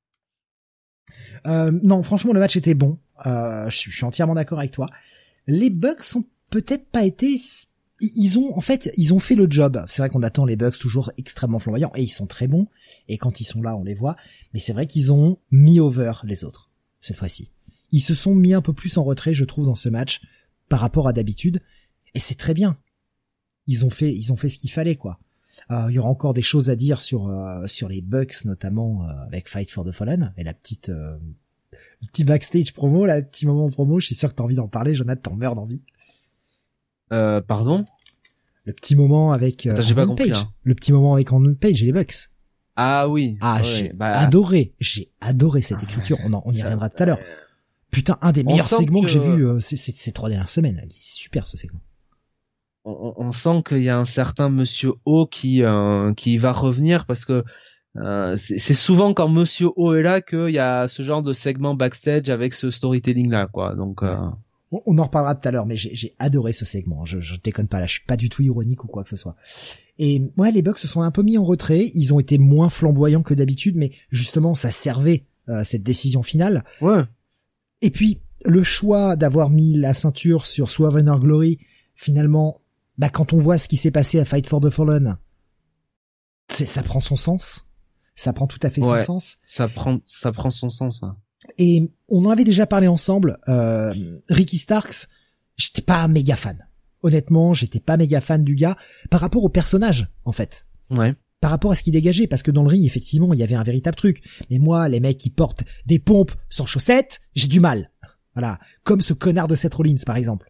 Non, franchement, le match était bon. Je suis entièrement d'accord avec toi. Les Bucks sont peut-être pas été... Ils ont fait le job. C'est vrai qu'on attend les Bucks toujours extrêmement flamboyants, et ils sont très bons, et quand ils sont là, on les voit. Mais c'est vrai qu'ils ont mis over les autres, cette fois-ci. Ils se sont mis un peu plus en retrait, je trouve, dans ce match, par rapport à d'habitude. Et c'est très bien. Ils ont fait ce qu'il fallait, quoi. Il y aura encore des choses à dire sur les Bucks, notamment avec Fight for the Fallen, et le petit backstage promo, là, le petit moment promo. Je suis sûr que t'as envie d'en parler, Jonathan, t'en meurs d'envie. Pardon? Le petit moment avec j'ai pas compris, Page. Le petit moment avec Hangman Page et les Bucks. Ah oui. Ah, ouais, j'ai adoré. J'ai adoré cette écriture. On y reviendra tout à l'heure. Putain, un des meilleurs segments que j'ai vu ces 3 dernières semaines. Il est super, ce segment. On sent qu'il y a un certain Monsieur O qui va revenir, parce que c'est souvent quand Monsieur O est là qu'il y a ce genre de segment backstage avec ce storytelling là, quoi. Donc on en reparlera tout à l'heure, mais j'ai adoré ce segment. Je déconne pas là, je suis pas du tout ironique ou quoi que ce soit. Et ouais, les Bucks se sont un peu mis en retrait. Ils ont été moins flamboyants que d'habitude, mais justement ça servait cette décision finale. Ouais. Et puis le choix d'avoir mis la ceinture sur Swerve and Our Glory, finalement, bah quand on voit ce qui s'est passé à Fight for the Fallen, ça prend son sens. Ça prend tout à fait son sens. Ça prend son sens, ouais. Et on en avait déjà parlé ensemble. Ricky Starks, j'étais pas méga fan. Honnêtement, j'étais pas méga fan du gars par rapport au personnage, en fait. Ouais. Par rapport à ce qu'il dégageait, parce que dans le ring, effectivement, il y avait un véritable truc. Mais moi, les mecs qui portent des pompes sans chaussettes, j'ai du mal. Voilà. Comme ce connard de Seth Rollins, par exemple.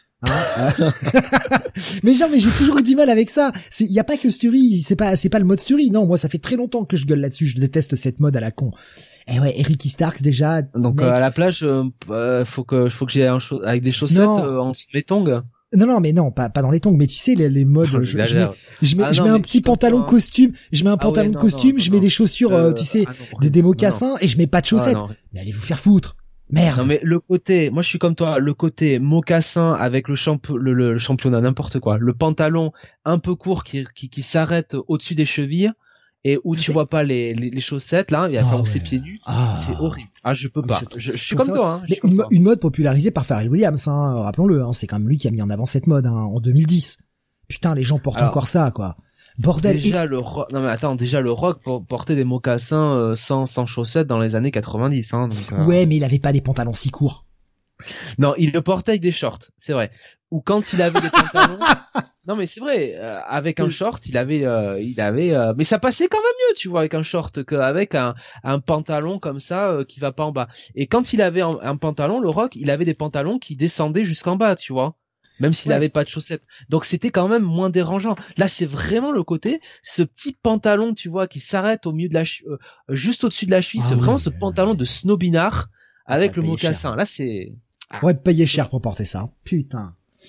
Mais j'ai toujours eu du mal avec ça. Il y a pas que Stury, c'est pas le mode Stury. Non, moi ça fait très longtemps que je gueule là-dessus. Je déteste cette mode à la con. Et ouais, Ricky Starks déjà. Donc à la plage, faut que j'aille avec des chaussettes en les tongs. Non, mais non, pas dans les tongs, mais tu sais les modes. Je mets un petit pantalon costume. Je mets un pantalon costume. Je mets des chaussures, tu sais, des mocassins, et je mets pas de chaussettes. Mais allez vous faire foutre. Merde. Non mais moi je suis comme toi, le côté mocassin avec le championnat, n'importe quoi, le pantalon un peu court qui s'arrête au-dessus des chevilles et où tu vois pas les chaussettes là, il y a ses pieds nus, c'est horrible. Je peux pas. Je suis comme toi. Mais une mode popularisée par Pharrell Williams, rappelons-le, c'est quand même lui qui a mis en avant cette mode en 2010. Putain, les gens portent encore ça, quoi. Bordel. Déjà le Rock portait des mocassins sans chaussettes dans les années 90, donc, Ouais, mais il avait pas des pantalons si courts. Non, il le portait avec des shorts, c'est vrai. Ou quand il avait des pantalons. Non mais c'est vrai, avec un short, il avait mais ça passait quand même mieux, tu vois, avec un short qu'avec un pantalon comme ça qui va pas en bas. Et quand il avait un pantalon, le Rock, il avait des pantalons qui descendaient jusqu'en bas, tu vois. Même s'il avait pas de chaussettes. Donc c'était quand même moins dérangeant. Là, c'est vraiment le côté, ce petit pantalon, tu vois, qui s'arrête au milieu de juste au-dessus de la cheville. C'est vraiment ce pantalon de snobinard avec le mocassin. Là, c'est... On va payer cher pour porter ça. Putain.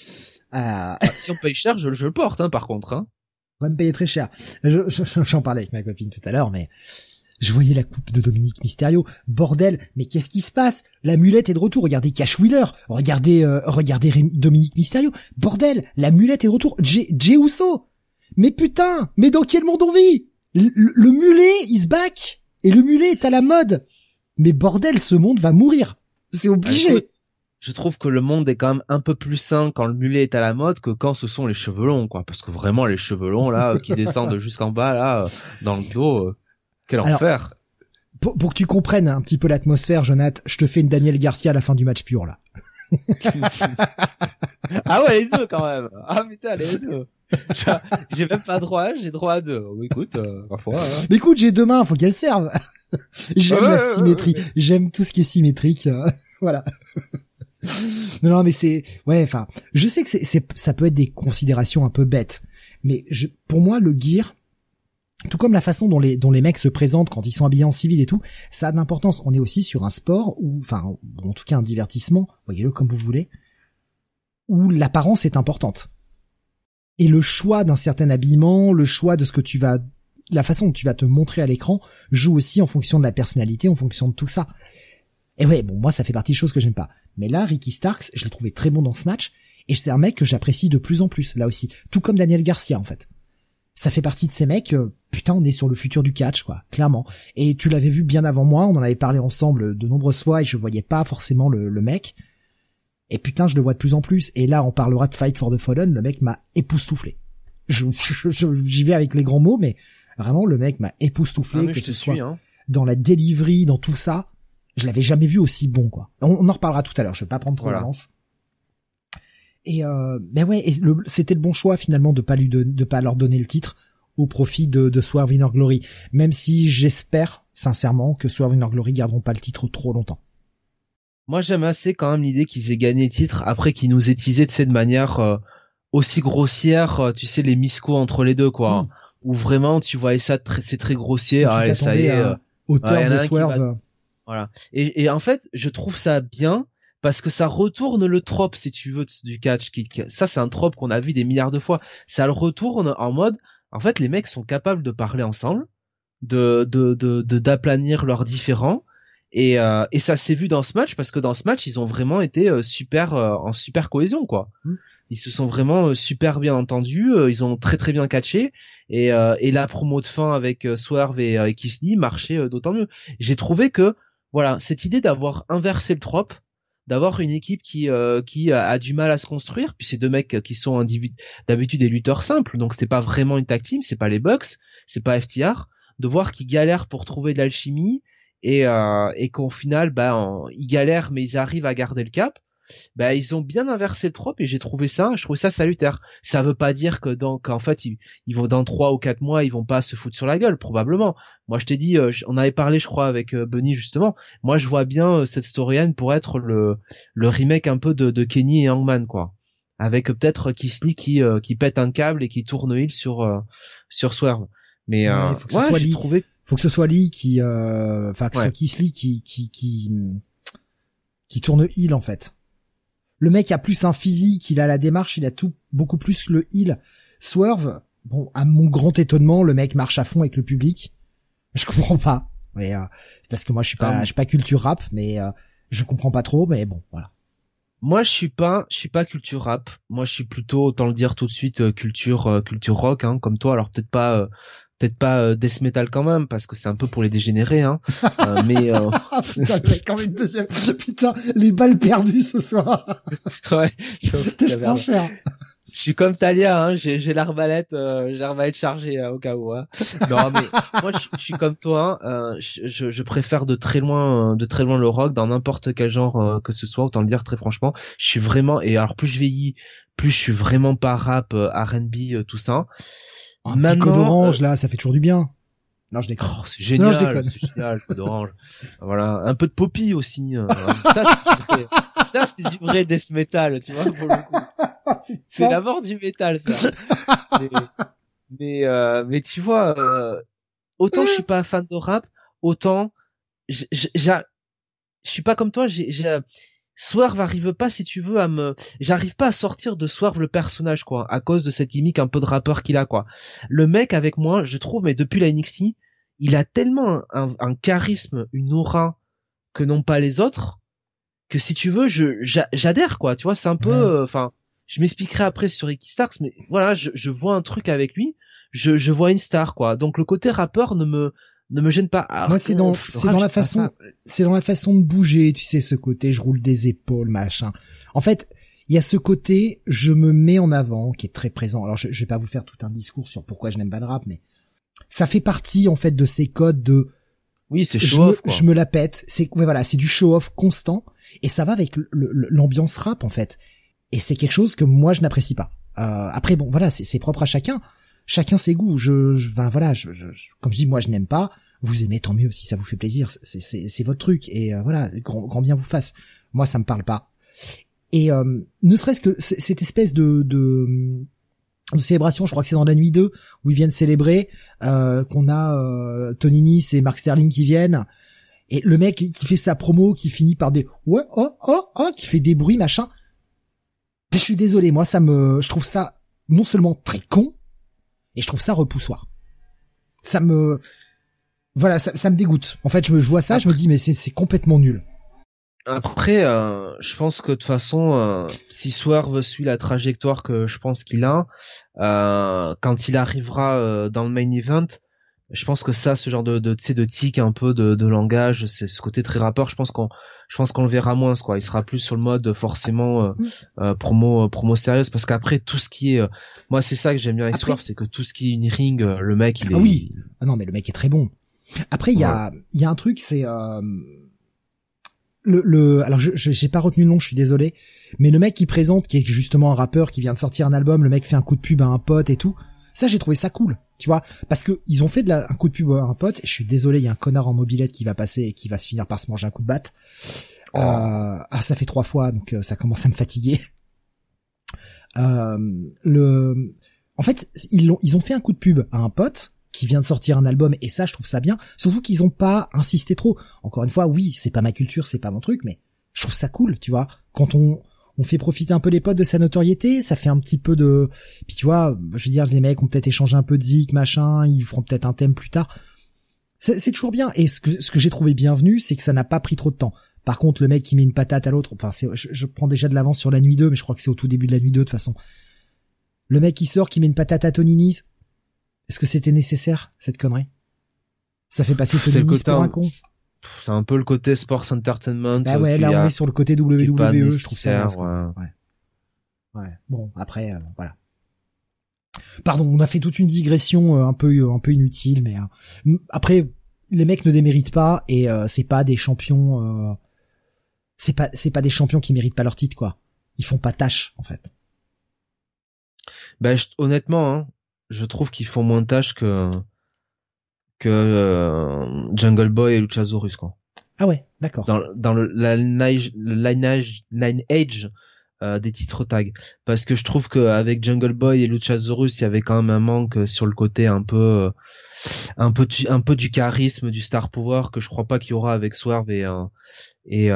Si on paye cher, je le porte, hein, par contre, hein. On va me payer très cher. J'en parlais avec ma copine tout à l'heure, mais je voyais la coupe de Dominique Mysterio. Bordel, mais qu'est-ce qui se passe? La mulette est de retour. Regardez Cash Wheeler. Regardez Dominique Mysterio. Bordel, la mulette est de retour. Jey Uso. Mais putain, mais dans quel monde on vit? Le mulet is back. Et le mulet est à la mode. Mais bordel, ce monde va mourir. C'est obligé. Je trouve que le monde est quand même un peu plus sain quand le mulet est à la mode que quand ce sont les cheveux longs, quoi. Parce que vraiment, les cheveux longs, là, qui descendent jusqu'en bas, là, dans le dos, quel enfer. Pour que tu comprennes un petit peu l'atmosphère, Jonathan, je te fais une Daniel Garcia à la fin du match pur, là. Ah ouais, les deux, quand même. Ah putain, les deux. J'ai même pas droit, j'ai droit à deux. Écoute, parfois. Hein. Mais écoute, j'ai deux mains, faut qu'elles servent. J'aime la symétrie. J'aime tout ce qui est symétrique. Voilà. Non, mais enfin, je sais que ça peut être des considérations un peu bêtes, mais pour moi, le gear, tout comme la façon dont les mecs se présentent quand ils sont habillés en civil et tout, ça a de l'importance. On est aussi sur un sport enfin, en tout cas un divertissement, voyez-le comme vous voulez, où l'apparence est importante. Et le choix d'un certain habillement, le choix de la façon dont tu vas te montrer à l'écran joue aussi en fonction de la personnalité, en fonction de tout ça. Et ouais, bon, moi, ça fait partie des choses que j'aime pas. Mais là, Ricky Starks, je l'ai trouvé très bon dans ce match, et c'est un mec que j'apprécie de plus en plus, là aussi. Tout comme Daniel Garcia, en fait. Ça fait partie de ces mecs, putain, on est sur le futur du catch, quoi, clairement. Et tu l'avais vu bien avant moi, on en avait parlé ensemble de nombreuses fois, et je voyais pas forcément le mec. Et putain, je le vois de plus en plus. Et là, on parlera de Fight for the Fallen, le mec m'a époustouflé. J'y vais avec les grands mots, mais vraiment, le mec m'a époustouflé, que ce soit dans la delivery, dans tout ça. Je l'avais jamais vu aussi bon, quoi. On en reparlera tout à l'heure, je vais pas prendre trop d'avance. Et ben ouais, c'était le bon choix finalement de pas leur donner le titre au profit de Swerve in Our Glory, même si j'espère sincèrement que Swerve in Our Glory garderont pas le titre trop longtemps. Moi, j'aime assez quand même l'idée qu'ils aient gagné le titre après qu'ils nous aient teasé de manière aussi grossière, tu sais, les miscos entre les deux, quoi. Où vraiment tu voyais ça c'est très grossier. Ah, ça y est, auteur de Swerve. Voilà. Et en fait, je trouve ça bien parce que ça retourne le trope, si tu veux, du catch. Ça, c'est un trope qu'on a vu des milliards de fois. Ça le retourne en mode, en fait, les mecs sont capables de parler ensemble, d'aplanir leurs différends. Et ça s'est vu dans ce match parce que dans ce match, ils ont vraiment été en super cohésion, quoi. Ils se sont vraiment super bien entendus. Ils ont très très bien catché. Et la promo de fin avec Swerve et Keith Lee marchait d'autant mieux. J'ai trouvé que voilà, cette idée d'avoir inversé le trope, d'avoir une équipe qui a du mal à se construire, puis ces deux mecs qui sont d'habitude des lutteurs simples, donc c'était pas vraiment une tag team, c'est pas les Bucks, c'est pas FTR, de voir qu'ils galèrent pour trouver de l'alchimie et qu'au final ils galèrent mais ils arrivent à garder le cap. Ils ont bien inversé le trope et je trouvais ça salutaire. Ça veut pas dire qu'en fait ils vont dans 3 ou 4 mois ils vont pas se foutre sur la gueule, probablement. Moi je t'ai dit, on avait parlé je crois avec Bunny justement. Moi je vois bien cette storyline pour être le remake un peu de Kenny et Hangman, quoi. Avec peut-être Keith Lee qui pète un câble et qui tourne heel sur Swerve. Mais j'ai trouvé faut que ce soit Lee qui ce soit Keith Lee qui tourne heel en fait. Le mec a plus un physique, il a la démarche, il a tout beaucoup plus le heel. Swerve, bon, à mon grand étonnement, le mec marche à fond avec le public. Je comprends pas. Mais c'est parce que moi je suis pas culture rap, mais je comprends pas trop, mais bon, voilà. Moi je suis pas culture rap. Moi je suis plutôt, autant le dire tout de suite, culture rock, hein, comme toi. Alors peut-être pas death metal quand même, parce que c'est un peu pour les dégénérés, hein. Mais putain, quand même deuxième. Putain, les balles perdues ce soir. Ouais. T'es pas cher. Je suis comme Talia, hein. J'ai l'arbalète chargée au cas où. Hein. Non, mais moi je suis comme toi. Hein. Je préfère de très loin le rock dans n'importe quel genre que ce soit. Autant le dire très franchement. Je suis vraiment, et alors plus je vieillis, plus je suis vraiment pas rap, R&B, tout ça. Un petit code orange là, ça fait toujours du bien. Non, je déconne. Oh, c'est génial, non, je déconne. C'est génial, code orange. Voilà, un peu de poppy aussi. Ça c'est du vrai death metal, tu vois, pour le coup. C'est la mort du métal, ça. Mais tu vois, autant je suis pas fan de rap, autant je suis pas comme toi. Swerve arrive pas, si tu veux, j'arrive pas à sortir de Swerve le personnage, quoi, à cause de cette gimmick un peu de rappeur qu'il a, quoi. Le mec avec moi, je trouve, mais depuis la NXT, il a tellement un charisme, une aura que n'ont pas les autres, que si tu veux, j'adhère, quoi, tu vois, c'est un peu, enfin, je m'expliquerai après sur Ricky Starks, mais voilà, je vois un truc avec lui, je vois une star, quoi. Donc le côté rappeur ne me gêne pas. Alors, moi, c'est dans la façon de bouger, tu sais, ce côté, je roule des épaules, machin. En fait, il y a ce côté, je me mets en avant, qui est très présent. Alors, je vais pas vous faire tout un discours sur pourquoi je n'aime pas le rap, mais ça fait partie, en fait, de ces codes de, oui, c'est show-off, quoi. Je me la pète. C'est du show-off constant. Et ça va avec l'ambiance rap, en fait. Et c'est quelque chose que moi, je n'apprécie pas. Après, bon, voilà, c'est propre à chacun. Chacun ses goûts. Comme je dis, moi, je n'aime pas. Vous aimez, tant mieux, si ça vous fait plaisir. C'est votre truc. Et voilà, grand bien vous fasse. Moi, ça me parle pas. Et ne serait-ce que cette espèce de célébration, je crois que c'est dans la nuit 2, où ils viennent célébrer, qu'on a Tony Nese et Mark Sterling qui viennent. Et le mec qui fait sa promo, qui finit par des ouais, qui fait des bruits, machin. Je suis désolé, moi, je trouve ça non seulement très con, et je trouve ça repoussoir. Ça me dégoûte. En fait, je vois ça, je me dis, mais c'est complètement nul. Après, je pense que de toute façon, si Swerve suit la trajectoire que je pense qu'il a, quand il arrivera dans le main event, je pense que ça, ce genre de tic un peu de langage, c'est ce côté très rappeur. Je pense qu'on le verra moins, quoi. Il sera plus sur le mode forcément promo sérieuse, parce qu'après tout ce qui est, moi c'est ça que j'aime bien avec Swerve, c'est que tout ce qui est in ring, le mec il est. Ah oui. Ah non, mais le mec est très bon. Après il y a un truc, c'est alors j'ai pas retenu le nom, je suis désolé, mais le mec qui présente, qui est justement un rappeur qui vient de sortir un album, le mec fait un coup de pub à un pote et tout. Ça, j'ai trouvé ça cool, tu vois, parce que ils ont fait un coup de pub à un pote. Je suis désolé, il y a un connard en mobilette qui va passer et qui va se finir par se manger un coup de batte. Ça fait 3 fois, donc ça commence à me fatiguer. En fait, ils ont fait un coup de pub à un pote qui vient de sortir un album, et ça, je trouve ça bien. Surtout qu'ils ont pas insisté trop. Encore une fois, oui, c'est pas ma culture, c'est pas mon truc, mais je trouve ça cool, tu vois. Quand on fait profiter un peu les potes de sa notoriété, ça fait un petit peu de... Puis tu vois, je veux dire, les mecs ont peut-être échangé un peu de zik, machin, ils feront peut-être un thème plus tard. C'est toujours bien. Et ce que j'ai trouvé bienvenu, c'est que ça n'a pas pris trop de temps. Par contre, le mec qui met une patate à l'autre, enfin, je prends déjà de l'avance sur la nuit 2, mais je crois que c'est au tout début de la nuit 2, de toute façon. Le mec qui sort, qui met une patate à Tony Nese, est-ce que c'était nécessaire, cette connerie? Ça fait passer Tony Nese pour un con. C'est un peu le côté sports entertainment. Bah ouais, là on est sur le côté WWE, je trouve ça naze, ouais. Bon, après, voilà. Pardon, on a fait toute une digression un peu inutile, mais après, les mecs ne déméritent pas, et c'est pas des champions, c'est pas des champions qui méritent pas leur titre, quoi. Ils font pas tâche, en fait. Bah, honnêtement, hein, je trouve qu'ils font moins tâche que Jungle Boy et Luchasaurus, quoi. Ah ouais, d'accord. Dans le lineage des titres tag, parce que je trouve qu'avec Jungle Boy et Luchasaurus, il y avait quand même un manque sur le côté un peu du charisme, du star power, que je crois pas qu'il y aura avec Swerve et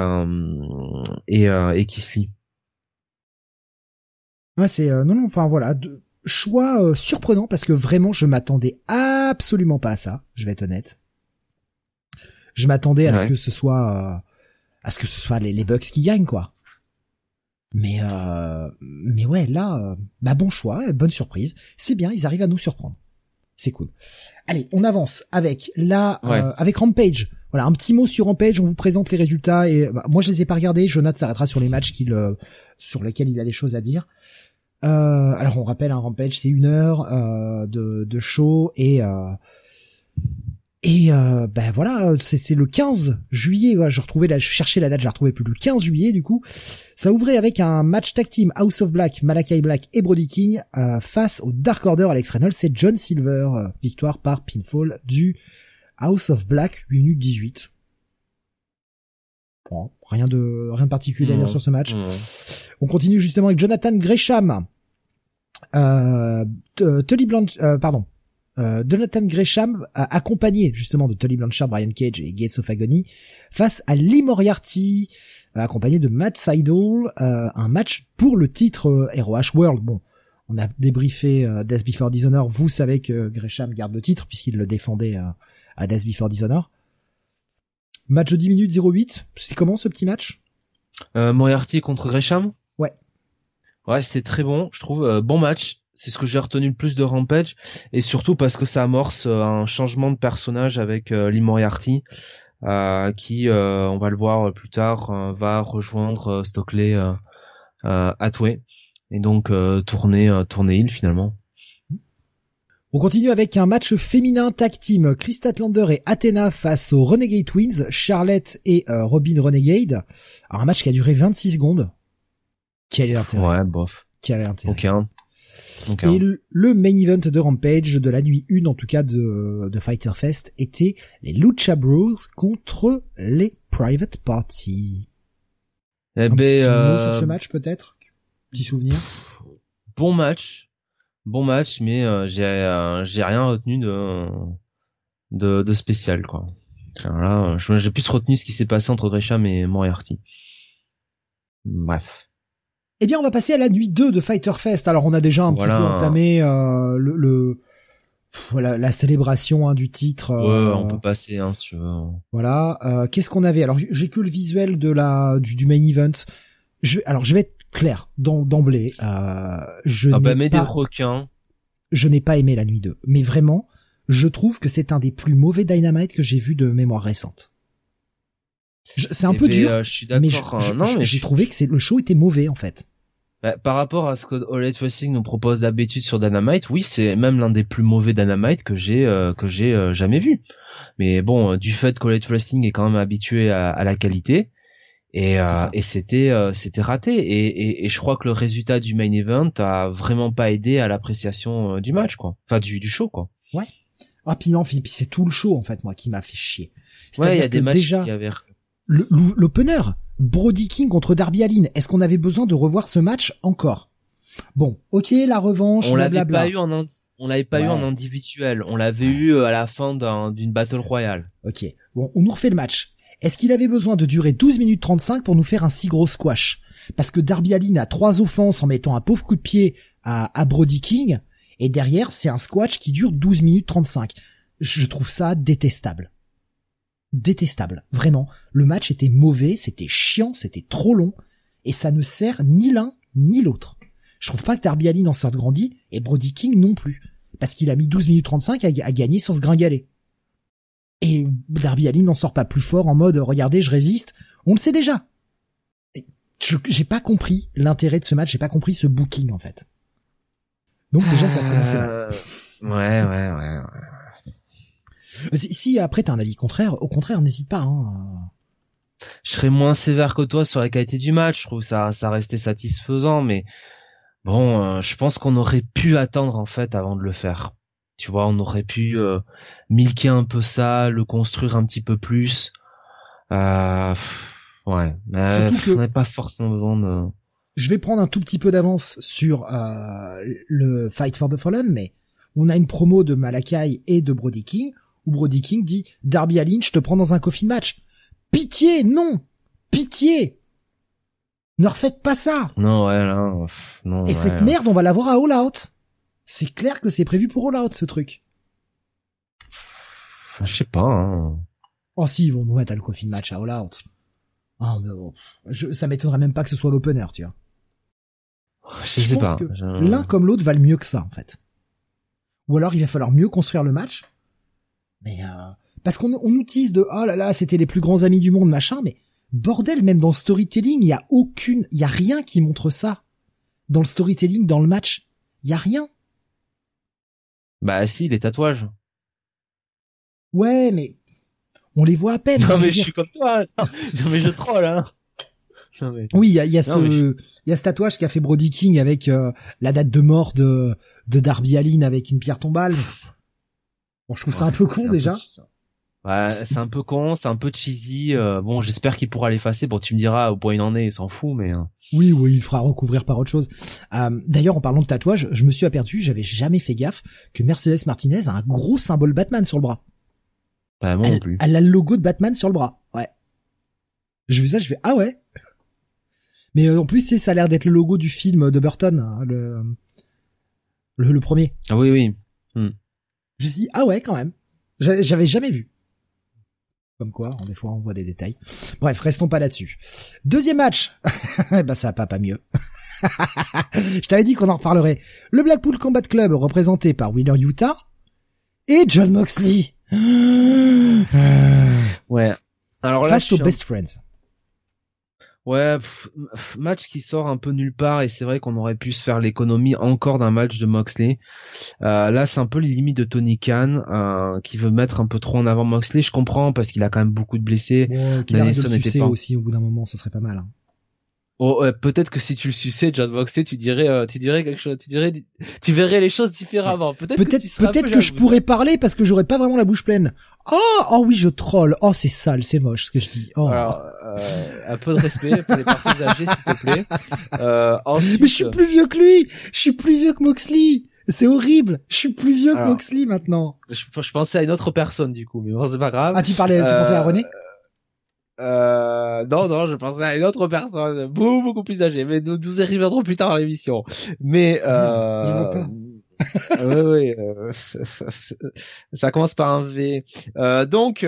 Keith Lee. Ouais, c'est non, enfin voilà, choix surprenant, parce que vraiment je m'attendais absolument pas à ça, je vais être honnête. Je m'attendais à ce que ce soit les Bucks qui gagnent, quoi. Mais ouais, là bon choix, bonne surprise. C'est bien, ils arrivent à nous surprendre. C'est cool. Allez, on avance avec avec Rampage. Voilà, un petit mot sur Rampage, on vous présente les résultats, et moi je les ai pas regardés, Jonathan s'arrêtera sur les matchs sur lesquels il a des choses à dire. Alors on rappelle, un Rampage, c'est 1 heure de show, et voilà, c'est le 15 juillet. Ouais, je cherchais la date, je la retrouvais plus. Le 15 juillet, du coup, ça ouvrait avec un match tag team House of Black, Malakai Black et Brody King face au Dark Order. Alex Reynolds, c'est John Silver, victoire par pinfall du House of Black, 8 minutes 18. Bon, rien de particulier à dire sur ce match. On continue justement avec Jonathan Gresham, Jonathan Gresham, accompagné justement de Tully Blanchard, Brian Cage et Gates of Agony, face à Lee Moriarty, accompagné de Matt Sydal, un match pour le titre ROH World. Bon, on a débriefé Death Before Dishonor, vous savez que Gresham garde le titre puisqu'il le défendait à Death Before Dishonor. Match de 10 minutes 08, c'est comment ce petit match? Moriarty contre Gresham? Ouais. Ouais, c'est très bon, je trouve, bon match. C'est ce que j'ai retenu le plus de Rampage, et surtout parce que ça amorce un changement de personnage avec Lee Moriarty, qui, on va le voir plus tard, va rejoindre Stokely Hathaway, et donc tourner heel finalement. On continue avec un match féminin tag team, Chris Statlander et Athena face aux Renegade Twins, Charlotte et Robin Renegade. Alors un match qui a duré 26 secondes. Quel est l'intérêt? Ouais, bof. Quel est l'intérêt? Aucun. Et le main event de Rampage, de la nuit 1 en tout cas de Fighter Fest, était les Lucha Bros contre les Private Party. Eh un petit mot sur ce match peut-être? Petit souvenir? Bon match, mais j'ai rien retenu de spécial, quoi. Alors là, j'ai plus retenu ce qui s'est passé entre Gresham et Moriarty. Bref. Eh bien, on va passer à la nuit 2 de Fighter Fest. Alors, on a déjà un petit peu entamé la célébration du titre. Ouais, on peut passer, si tu veux. Voilà. Qu'est-ce qu'on avait? Alors, j'ai que le visuel du main event. Je vais être clair d'emblée. Je n'ai pas aimé la nuit 2. Mais vraiment, je trouve que c'est un des plus mauvais Dynamite que j'ai vu de mémoire récente. C'est un peu dur, je suis d'accord, mais j'ai trouvé que le show était mauvais en fait. Bah, par rapport à ce que All Elite Wrestling nous propose d'habitude sur Dynamite, oui, c'est même l'un des plus mauvais Dynamite que j'ai jamais vu. Mais bon, du fait qu'All Elite Wrestling est quand même habitué à la qualité, et c'était raté. Et je crois que le résultat du main event a vraiment pas aidé à l'appréciation du match, quoi. Enfin, du show, quoi. Ouais. Ah puis non, puis c'est tout le show en fait moi qui m'a fait chier. C'est-à-dire il y a des matchs déjà qui avaient... l'opener, Brody King contre Darby Allin. Est-ce qu'on avait besoin de revoir ce match encore? Bon, ok, la revanche, on l'avait blablabla. pas eu en individuel, on l'avait eu à la fin d'une Battle Royale. Ok, bon, on nous refait le match. Est-ce qu'il avait besoin de durer 12 minutes 35 pour nous faire un si gros squash? Parce que Darby Allin a 3 offenses en mettant un pauvre coup de pied à Brody King, et derrière, c'est un squash qui dure 12 minutes 35. Je trouve ça détestable. Détestable, vraiment. Le match était mauvais, c'était chiant, c'était trop long, et ça ne sert ni l'un ni l'autre. Je trouve pas que Darby Allin en sorte grandi, et Brody King non plus, parce qu'il a mis 12 minutes 35 à gagner sans se gringaler. Et Darby Allin n'en sort pas plus fort en mode « Regardez, je résiste », on le sait déjà. J'ai pas compris l'intérêt de ce match, j'ai pas compris ce booking en fait. Donc déjà ça a commencé mal. Ouais. Si après t'as un avis contraire, au contraire n'hésite pas. Hein. Je serais moins sévère que toi sur la qualité du match. Je trouve ça restait satisfaisant, mais bon, je pense qu'on aurait pu attendre en fait avant de le faire. Tu vois, on aurait pu milquer un peu ça, le construire un petit peu plus. Ouais, on n'a pas forcément besoin de... Je vais prendre un tout petit peu d'avance sur le Fight for the Fallen, mais on a une promo de Malakai et de Brody King, où Brody King dit « Darby Allin, je te prends dans un coffin match. » Pitié, non! Pitié! Ne refaites pas ça! Non, ouais, là, non. Et cette merde, on va l'avoir à All Out. C'est clair que c'est prévu pour All Out, ce truc. Je sais pas, hein. Oh si, ils vont nous mettre à le coffin match à All Out. Oh, mais bon, ça m'étonnerait même pas que ce soit l'opener, tu vois. Je pense que l'un comme l'autre valent mieux que ça, en fait. Ou alors il va falloir mieux construire le match. Mais parce qu'on nous tease de oh là là, c'était les plus grands amis du monde, machin, mais bordel, même dans le storytelling, il y a rien qui montre ça. Dans le storytelling, dans le match, il y a rien. Bah si, les tatouages. Ouais, mais on les voit à peine. Non mais je suis comme toi. Non mais je troll, hein. Non, mais... Oui, il y a ce tatouage qu'a fait Brody King avec la date de mort de Darby Allin avec une pierre tombale. Bon, je trouve ça un peu con déjà. Ouais, c'est un peu con, c'est un peu cheesy. Bon, j'espère qu'il pourra l'effacer. Bon, tu me diras au point il en est, il s'en fout, mais... Oui, il fera recouvrir par autre chose. D'ailleurs, en parlant de tatouage, je me suis aperçu, j'avais jamais fait gaffe, que Mercedes Martinez a un gros symbole Batman sur le bras. Bah, moi non plus. Elle a le logo de Batman sur le bras, ouais. J'ai vu ça, je fais, ah ouais. Mais en plus, ça a l'air d'être le logo du film de Burton, hein, le premier. Ah oui. Je me suis dit, ah ouais, quand même. J'avais jamais vu. Comme quoi, des fois, on voit des détails. Bref, restons pas là-dessus. Deuxième match. Bah, ça va pas mieux. Je t'avais dit qu'on en reparlerait. Le Blackpool Combat Club, représenté par Wheeler Yuta et Jon Moxley. Ouais. Alors là, face aux Best Friends. Ouais, match qui sort un peu nulle part, et c'est vrai qu'on aurait pu se faire l'économie encore d'un match de Moxley. Là, c'est un peu les limites de Tony Khan, qui veut mettre un peu trop en avant Moxley. Je comprends, parce qu'il a quand même beaucoup de blessés. Ouais, qu'il arrête de le sucer aussi au bout d'un moment, ça serait pas mal. Hein. Oh, peut-être que si tu le suçais, Jon Moxley, tu dirais quelque chose, tu verrais les choses différemment. Peut-être que je pourrais parler parce que j'aurais pas vraiment la bouche pleine. Oh oui, je troll. Oh, c'est sale, c'est moche ce que je dis. Oh. Alors, un peu de respect pour les personnes âgées, s'il te plaît. Ensuite... Mais je suis plus vieux que lui. Je suis plus vieux que Moxley. C'est horrible. Je suis plus vieux que Moxley maintenant. Je pensais à une autre personne du coup, mais bon, c'est pas grave. Ah, tu pensais à René? Non, je pensais à une autre personne, beaucoup plus âgée, mais nous y reviendrons plus tard dans l'émission. Mais, je vois pas. oui, ça commence par un V. Donc,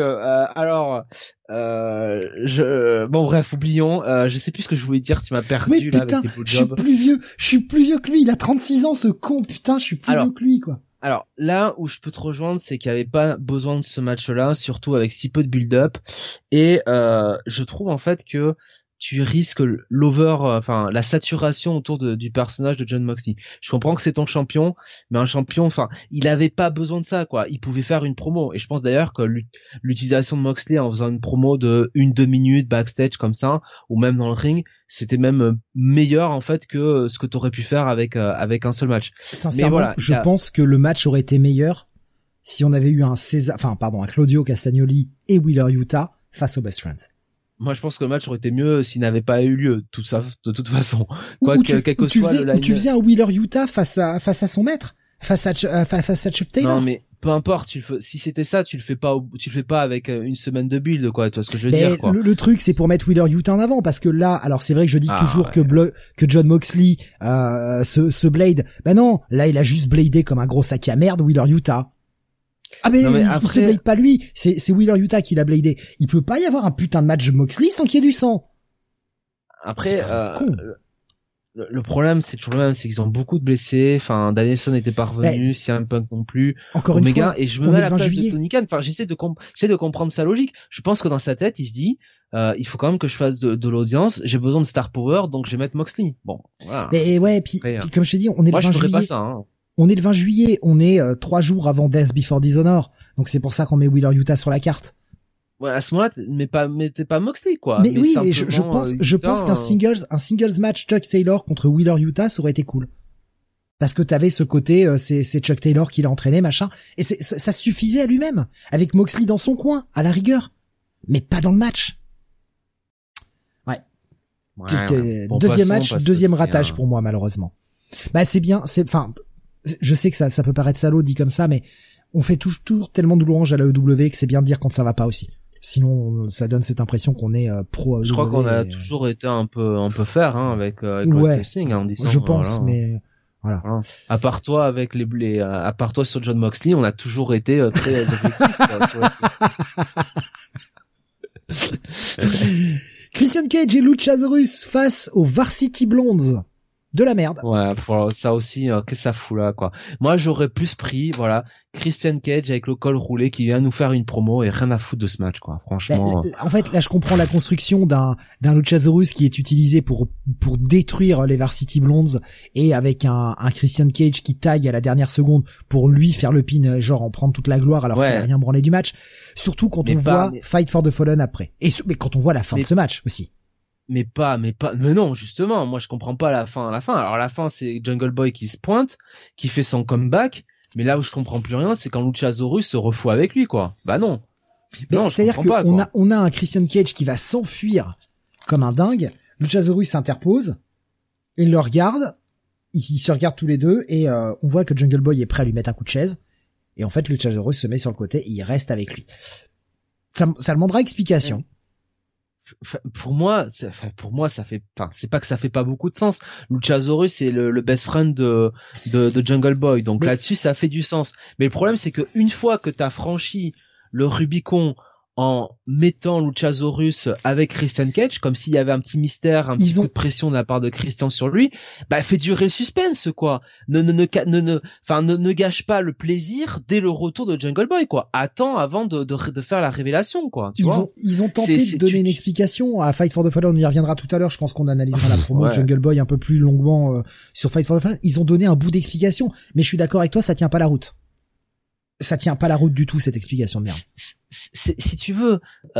bon bref, oublions. Je sais plus ce que je voulais dire. Tu m'as perdu. Mais là putain, avec tes je suis plus vieux que lui. Il a 36 ans, ce con. Putain, je suis plus vieux que lui, quoi. Alors là où je peux te rejoindre, c'est qu'il n'y avait pas besoin de ce match-là, surtout avec si peu de build-up. Et je trouve en fait que tu risques la saturation autour du personnage de Jon Moxley. Je comprends que c'est ton champion, mais un champion, il avait pas besoin de ça, quoi. Il pouvait faire une promo. Et je pense d'ailleurs que l'utilisation de Moxley en faisant une promo de 1-2 minutes backstage comme ça, ou même dans le ring, c'était même meilleur en fait que ce que t'aurais pu faire avec un seul match. Sincèrement, mais voilà, je pense que le match aurait été meilleur si on avait eu un Claudio Castagnoli et Wheeler Yuta face aux Best Friends. Moi, je pense que le match aurait été mieux s'il n'avait pas eu lieu, tout ça, de toute façon. Ou tu faisais un Wheeler Yuta face à son maître, face à Chuck Taylor. Non, mais peu importe, si c'était ça, tu le fais pas avec une semaine de build, quoi. Tu vois ce que je veux dire, quoi. Le truc, c'est pour mettre Wheeler Yuta en avant, parce que là, alors c'est vrai que je dis toujours que Jon Moxley, se blade. Ben non, là, il a juste bladé comme un gros sac à merde, Wheeler Yuta. Ah mais, il se blade pas lui, c'est Wheeler Yuta qui l'a bladé. Il peut pas y avoir un putain de match Moxley sans qu'il y ait du sang. Après, le problème, c'est toujours le même, c'est qu'ils ont beaucoup de blessés. Danielson n'était pas revenu, CM Punk non plus. Encore une fois, et je me mets à la place de Tony Khan. J'essaie de comprendre sa logique. Je pense que dans sa tête, il se dit, il faut quand même que je fasse de l'audience. J'ai besoin de star power, donc je vais mettre Moxley. Bon, voilà. Mais ouais, puis comme je t'ai dit, on est le 20 juillet. Pas ça, hein. On est le 20 juillet, on est 3 jours avant Death Before Dishonor, donc c'est pour ça qu'on met Wheeler Yuta sur la carte. Ouais, à ce moment-là, t'es pas Moxley, quoi. Mais oui, je pense qu'un singles match Chuck Taylor contre Wheeler Yuta, ça aurait été cool. Parce que t'avais ce côté, c'est Chuck Taylor qui l'a entraîné, machin, et ça suffisait à lui-même, avec Moxley dans son coin, à la rigueur, mais pas dans le match. Ouais. Deuxième match, deuxième ratage pour moi, malheureusement. Bah c'est bien, je sais que ça peut paraître salaud dit comme ça, mais on fait toujours tellement de louanges à la EW que c'est bien de dire quand ça va pas aussi. Sinon, ça donne cette impression qu'on est pro. Je crois qu'on a toujours été un peu faire, hein, avec Wrestling, en disant. Je pense, mais voilà. À part toi à part toi sur Jon Moxley, on a toujours été très objectifs. Christian Cage et Luchasaurus face aux Varsity Blondes. De la merde. Ouais, ça aussi, qu'est-ce que ça fout là, quoi. Moi, j'aurais plus pris, Christian Cage avec le col roulé qui vient nous faire une promo et rien à foutre de ce match, quoi. Franchement. En fait, là, je comprends la construction d'un Luchasaurus qui est utilisé pour détruire les Varsity Blondes et avec un Christian Cage qui taille à la dernière seconde pour lui faire le pin, genre en prendre toute la gloire alors qu'il a rien branlé du match. Surtout quand on voit Fight for the Fallen après. Mais quand on voit la fin de ce match aussi. Mais non, justement, moi je comprends pas la fin. Alors la fin, c'est Jungle Boy qui se pointe, qui fait son comeback, mais là où je comprends plus rien, c'est quand Luchasaurus se refout avec lui, quoi. Bah non. Mais c'est-à-dire qu'on a un Christian Cage qui va s'enfuir comme un dingue, Luchasaurus s'interpose, il le regarde, ils se regardent tous les deux, et on voit que Jungle Boy est prêt à lui mettre un coup de chaise, et en fait Luchasaurus se met sur le côté et il reste avec lui. Ça demandera explication. pour moi, ça fait, enfin, c'est pas que ça fait pas beaucoup de sens. Luchasaurus, c'est le best friend de Jungle Boy. Donc là-dessus, ça fait du sens. Mais le problème, c'est que une fois que t'as franchi le Rubicon en mettant Luchasaurus avec Christian Cage, comme s'il y avait un petit mystère, un petit coup de pression de la part de Christian sur lui, bah, fait durer le suspense, quoi. Ne gâche pas le plaisir dès le retour de Jungle Boy, quoi. Attends avant de faire la révélation, quoi. Ils ont tenté de donner une explication à Fight for the Fallen, on y reviendra tout à l'heure, je pense qu'on analysera la promo de Jungle Boy un peu plus longuement sur Fight for the Fallen. Ils ont donné un bout d'explication, mais je suis d'accord avec toi, ça tient pas la route. Ça tient pas la route du tout, cette explication de merde. Si tu veux,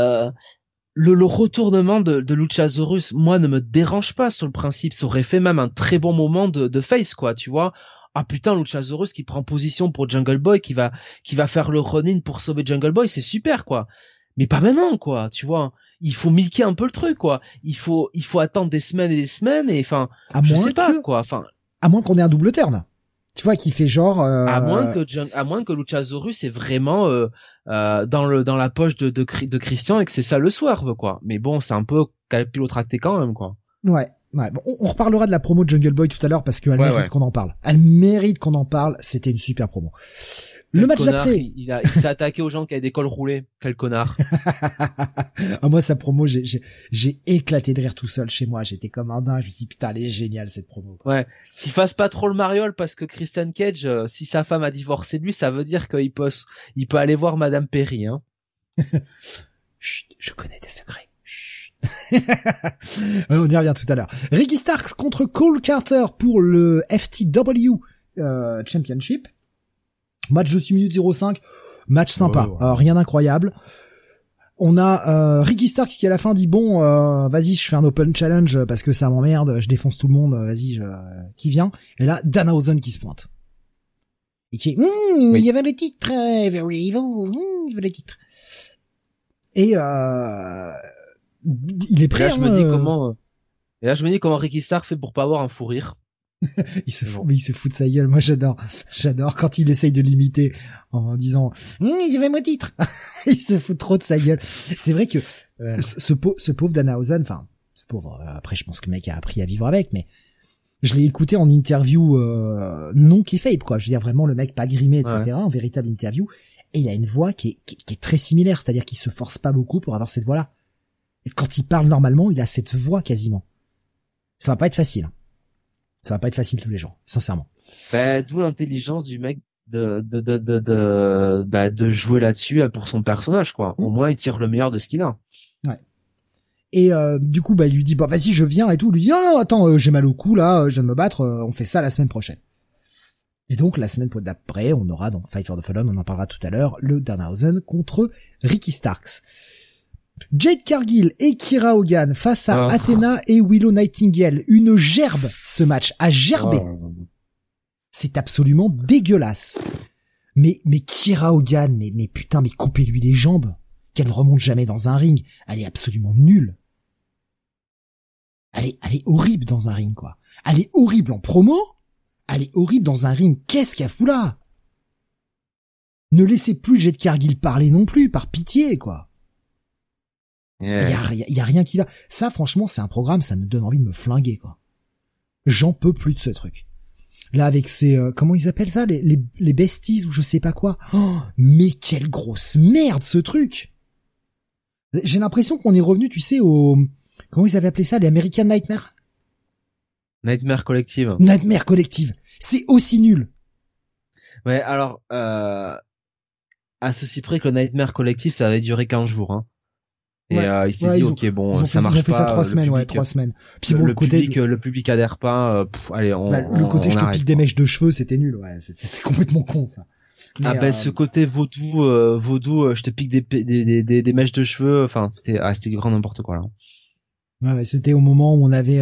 le retournement de Luchasaurus, moi, ne me dérange pas sur le principe. Ça aurait fait même un très bon moment de face, quoi, tu vois. Ah putain, Luchasaurus qui prend position pour Jungle Boy, qui va faire le run-in pour sauver Jungle Boy, c'est super, quoi. Mais pas maintenant, quoi, tu vois. Il faut milquer un peu le truc, quoi. Il faut attendre des semaines et des semaines, et enfin, je sais pas, quoi. Enfin, à moins qu'on ait un double turn. Tu vois, qui fait genre à moins que Luchasaurus est vraiment dans la poche de Christian et que c'est ça le swerve, quoi. Mais bon, c'est un peu capillotracté quand même, quoi. Ouais. Bon, on reparlera de la promo de Jungle Boy tout à l'heure parce qu'elle mérite qu'on en parle. Elle mérite qu'on en parle. C'était une super promo. Le match d'après, il s'est attaqué aux gens qui avaient des cols roulés. Quel connard. Ah, moi, sa promo, j'ai éclaté de rire tout seul chez moi. J'étais comme un dingue. Je me suis dit, putain, elle est géniale, cette promo. Ouais. Qu'il fasse pas trop le mariole parce que Christian Cage, si sa femme a divorcé de lui, ça veut dire qu'il peut aller voir Madame Perry, hein. Chut, je connais tes secrets. Chut. On y revient tout à l'heure. Ricky Starks contre Cole Carter pour le FTW Championship. Match de 6 minutes 05, match sympa, rien d'incroyable. On a Ricky Starks qui à la fin dit bon, vas-y, je fais un open challenge parce que ça m'emmerde, je défonce tout le monde, vas-y, qui vient. Et là, Danhausen qui se pointe. Et qui il y avait le titre, very evil, il y avait le titre. Et il est prêt. Et là, je me dis comment Ricky Starks fait pour pas avoir un fou rire. il se fout de sa gueule. Moi, j'adore quand il essaye de l'imiter en disant j'avais mon titre. Il se fout trop de sa gueule. C'est vrai que ce pauvre Danhausen, enfin, ce pauvre, après, je pense que le mec a appris à vivre avec, mais je l'ai écouté en interview, non kayfabe, quoi. Je veux dire, vraiment, le mec pas grimé, etc., en véritable interview. Et il a une voix qui est très similaire, c'est-à-dire qu'il se force pas beaucoup pour avoir cette voix-là. Et quand il parle normalement, il a cette voix quasiment. Ça va pas être facile. Ça va pas être facile tous les jours, sincèrement. D'où l'intelligence du mec de jouer là-dessus pour son personnage, quoi. Au moins, il tire le meilleur de ce qu'il a. Ouais. Et du coup, il lui dit bah vas-y, je viens et tout. Il lui dit non, attends, j'ai mal au cou là, je viens de me battre. On fait ça la semaine prochaine. Et donc la semaine d'après, on aura donc Fight for the Fallen, on en parlera tout à l'heure, le Danhausen contre Ricky Starks. Jade Cargill et Kira Hogan face à Athena et Willow Nightingale. Une gerbe, ce match, à gerber. C'est absolument dégueulasse. Mais Kira Hogan, mais putain, mais coupez-lui les jambes. Qu'elle ne remonte jamais dans un ring. Elle est absolument nulle. Elle est horrible dans un ring, quoi. Elle est horrible en promo. Elle est horrible dans un ring. Qu'est-ce qu'elle fout là? Ne laissez plus Jade Cargill parler non plus, par pitié, quoi. Il y a rien qui va. Ça, franchement, c'est un programme, ça me donne envie de me flinguer, quoi. J'en peux plus de ce truc. Là, avec ces, comment ils appellent ça, les besties ou je sais pas quoi. Oh, mais quelle grosse merde, ce truc! J'ai l'impression qu'on est revenu, tu sais, comment ils avaient appelé ça, les American Nightmare? Nightmare Collective. Nightmare Collective. C'est aussi nul. Ouais, alors, à ceci près que le Nightmare Collective, ça avait duré 15 jours, hein. Et il s'est dit ok, bon, ça marche pas. Ils ont fait ça 3 semaines, 3 semaines. Puis bon, le public adhère pas. Allez, le côté je te pique des mèches de cheveux, c'était nul. Ouais, c'est complètement con ça. Mais ce côté vaudou, je te pique des mèches de cheveux. Enfin, c'était du grand n'importe quoi là. Ouais, c'était au moment où on avait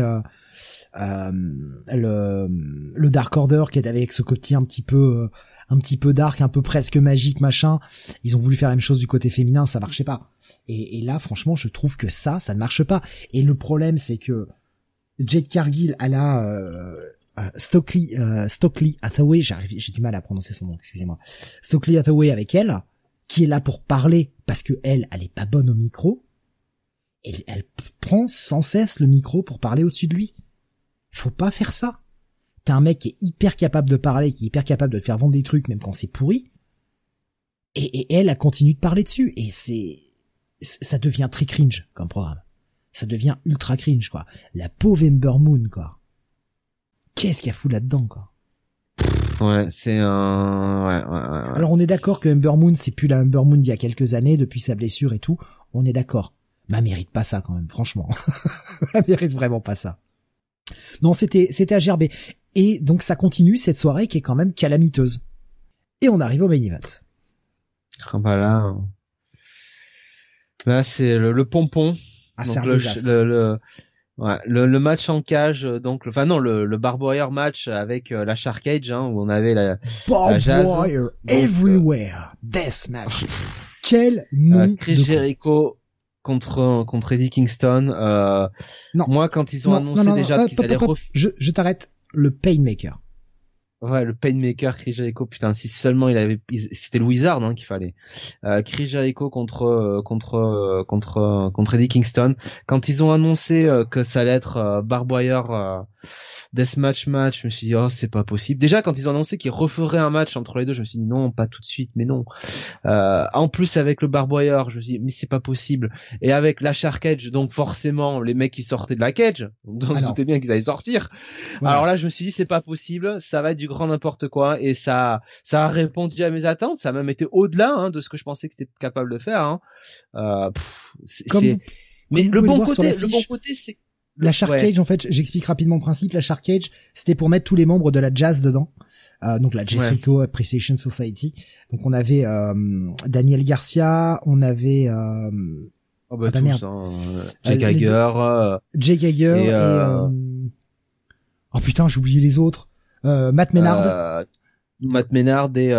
le Dark Order qui était avec ce côté un petit peu dark, un peu presque magique, machin. Ils ont voulu faire la même chose du côté féminin, ça marchait pas. Et là, franchement, je trouve que ça ne marche pas. Et le problème, c'est que Jade Cargill, elle a Stokely Hathaway, j'ai du mal à prononcer son nom, excusez-moi. Stokely Hathaway avec elle, qui est là pour parler parce que elle est pas bonne au micro. elle prend sans cesse le micro pour parler au-dessus de lui. Faut pas faire ça. T'as un mec qui est hyper capable de parler, qui est hyper capable de te faire vendre des trucs même quand c'est pourri. Et elle continue de parler dessus. Et ça devient très cringe comme programme. Ça devient ultra cringe, quoi. La pauvre Ember Moon, quoi. Qu'est-ce qu'il y a fou là-dedans, quoi. Ouais, c'est un... Ouais. Alors on est d'accord que Ember Moon, c'est plus la Ember Moon d'il y a quelques années, depuis sa blessure et tout. On est d'accord. Mais elle mérite pas ça, quand même, franchement. Elle mérite vraiment pas ça. Non, c'était à gerber. Et donc ça continue, cette soirée qui est quand même calamiteuse. Et on arrive au main event. Ah bah là c'est le pompon. Ah, donc c'est un désastre. Le match en cage, donc le Barbed Wire match avec la Shark Cage, hein, où on avait la Jazz, Wire everywhere, deathmatch. Quel nom Chris Jericho contre Eddie Kingston. Non. Moi, quand ils ont annoncé déjà qu'ils allaient je t'arrête. Le Painmaker. Ouais, le Painmaker, Chris Jericho, putain, si seulement c'était le Wizard, hein, qu'il fallait. Chris Jericho contre Eddie Kingston. Quand ils ont annoncé que ça allait être Barbed Wire Deathmatch match, je me suis dit, oh, c'est pas possible. Déjà, quand ils ont annoncé qu'ils referaient un match entre les deux, je me suis dit, non, pas tout de suite, mais non. En plus, avec le Barbed Wire, je me suis dit, mais c'est pas possible. Et avec la Shark Cage, donc forcément, les mecs qui sortaient de la cage, donc on se doutait bien qu'ils allaient sortir. Voilà. Alors là, je me suis dit, c'est pas possible, ça va être du grand n'importe quoi, et ça a répondu à mes attentes, ça a même été au-delà, hein, de ce que je pensais que c'était capable de faire, hein. Mais le bon côté, c'est la Shark Cage, en fait, j'explique rapidement le principe. La Shark Cage, c'était pour mettre tous les membres de la Jazz dedans. Donc la Jericho Appreciation Society. Donc on avait Daniel Garcia, on avait Jake Hager, et oh putain, j'ai oublié les autres. Matt Menard. Matt Menard et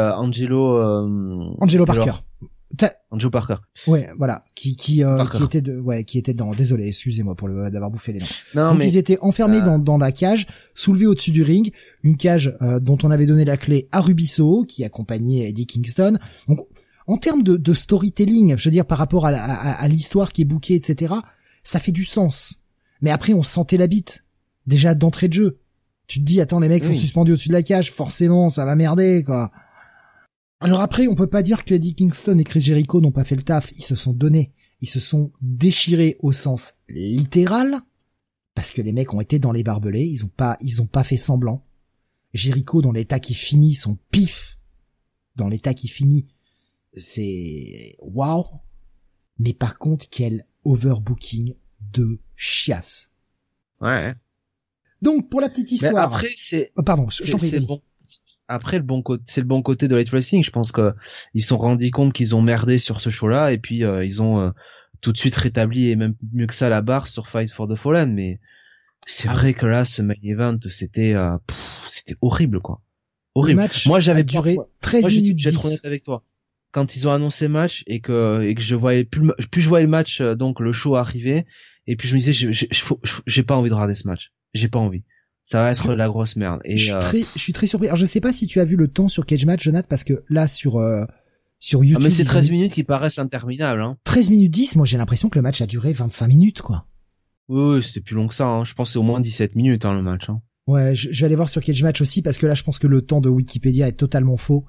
Angelo Parker. Angelo Parker. Ouais, voilà, qui était dans, désolé, excusez-moi d'avoir bouffé les noms. Donc ils étaient enfermés dans la cage, soulevés au-dessus du ring, une cage dont on avait donné la clé à Ruby Soho, qui accompagnait Eddie Kingston. Donc en termes de storytelling, je veux dire par rapport à l'histoire qui est bookée, etc., ça fait du sens. Mais après on sentait la bite déjà d'entrée de jeu. Tu te dis attends, les mecs sont suspendus au-dessus de la cage, forcément ça va merder, quoi. Alors après, on peut pas dire que Eddie Kingston et Chris Jericho n'ont pas fait le taf. Ils se sont donnés. Ils se sont déchirés au sens littéral. Parce que les mecs ont été dans les barbelés. Ils ont pas fait semblant. Jericho, dans l'état qui finit, son pif. Dans l'état qui finit. C'est, waouh. Mais par contre, quel overbooking de chiasse. Ouais. Donc, pour la petite histoire. Mais après, pardon, je t'en prie. Après, c'est le bon côté de Elite Wrestling. Je pense que ils se sont rendus compte qu'ils ont merdé sur ce show-là, et puis ils ont tout de suite rétabli, et même mieux que ça, la barre sur Fight for the Fallen. Mais c'est vrai que là, ce main event, c'était horrible, quoi. Horrible. Le match moi, j'avais duré 13 minutes 10. Je vais être honnête avec toi. Quand ils ont annoncé le match et que je voyais plus je voyais le match, donc le show arriver, et puis je me disais, j'ai pas envie de regarder ce match. J'ai pas envie. Ça va être la grosse merde. Et je suis très surpris. Alors je sais pas si tu as vu le temps sur Cage Match, Jonathan, parce que là sur YouTube. Mais c'est 13 minutes qui paraissent interminables, hein. 13 minutes 10, moi j'ai l'impression que le match a duré 25 minutes, quoi. Oui, c'était plus long que ça, hein. Je pense que c'est au moins 17 minutes, hein, le match, hein. Ouais, je vais aller voir sur Cage Match aussi, parce que là je pense que le temps de Wikipédia est totalement faux.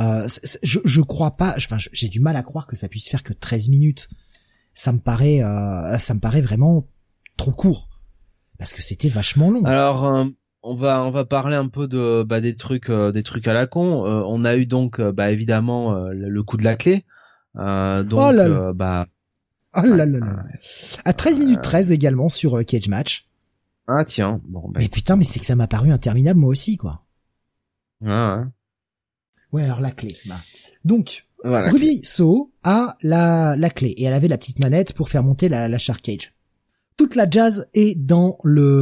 Je crois pas, enfin j'ai du mal à croire que ça puisse faire que 13 minutes. Ça me paraît vraiment trop court. Parce que c'était vachement long. Alors, on va parler un peu de des trucs à la con. On a eu donc évidemment le coup de la clé. Donc oh là là. Oh là là là. À 13 minutes 13 également sur Cage Match. Ah tiens. Bon. Mais putain, mais c'est que ça m'a paru interminable moi aussi, quoi. Ah. Ouais, alors la clé. Donc voilà, Ruby Soho a la clé, et elle avait la petite manette pour faire monter la Shark Cage. Toute la Jazz est dans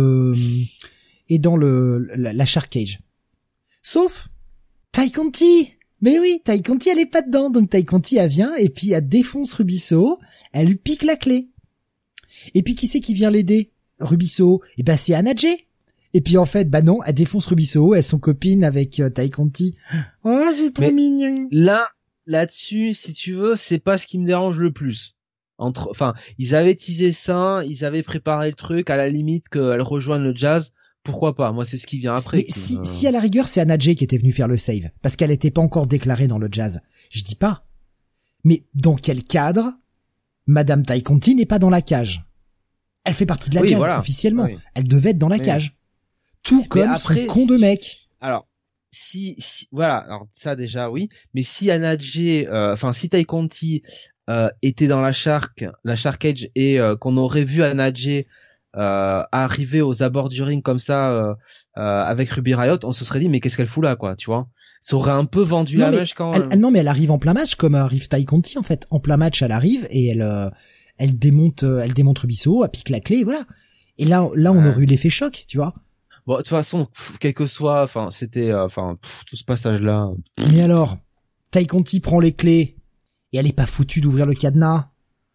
la Shark Cage. Sauf Tay Conti. Mais oui, Tay Conti, elle est pas dedans. Donc Tay Conti, elle vient et puis elle défonce Ruby Soho. Elle lui pique la clé. Et puis qui c'est qui vient l'aider? Ruby Soho. Et ben c'est Anna Jay. Et puis en fait, bah non, elle défonce Ruby Soho. Elles sont copines avec Tay Conti. Oh, c'est trop mignon. Là-dessus, si tu veux, c'est pas ce qui me dérange le plus. enfin, ils avaient teasé ça, ils avaient préparé le truc, à la limite qu'elle rejoigne le Jazz. Pourquoi pas? Moi, c'est ce qui vient après. Mais si à la rigueur, c'est Anna Jay qui était venue faire le save, parce qu'elle était pas encore déclarée dans le Jazz. Je dis pas. Mais dans quel cadre Madame Tai Conti n'est pas dans la cage? Elle fait partie de la Jazz, officiellement. Oui. Elle devait être dans la cage. Tout comme après, son con de mec. Alors, voilà, alors ça déjà, oui. Mais si Anna Jay, si Tai Conti, était dans la Shark Cage et qu'on aurait vu Anna Jay arriver aux abords du ring comme ça avec Ruby Riott, on se serait dit mais qu'est-ce qu'elle fout là, quoi, tu vois? Ça aurait un peu vendu la mèche quand non, mais elle arrive en plein match comme arrive Tai Conti en fait. En plein match, elle arrive et elle démonte Rubisso, elle pique la clé, et voilà. Et là on aurait eu l'effet choc, tu vois. Bon, de toute façon, quel que soit, c'était tout ce passage là. Mais alors, Tai Conti prend les clés et elle est pas foutue d'ouvrir le cadenas.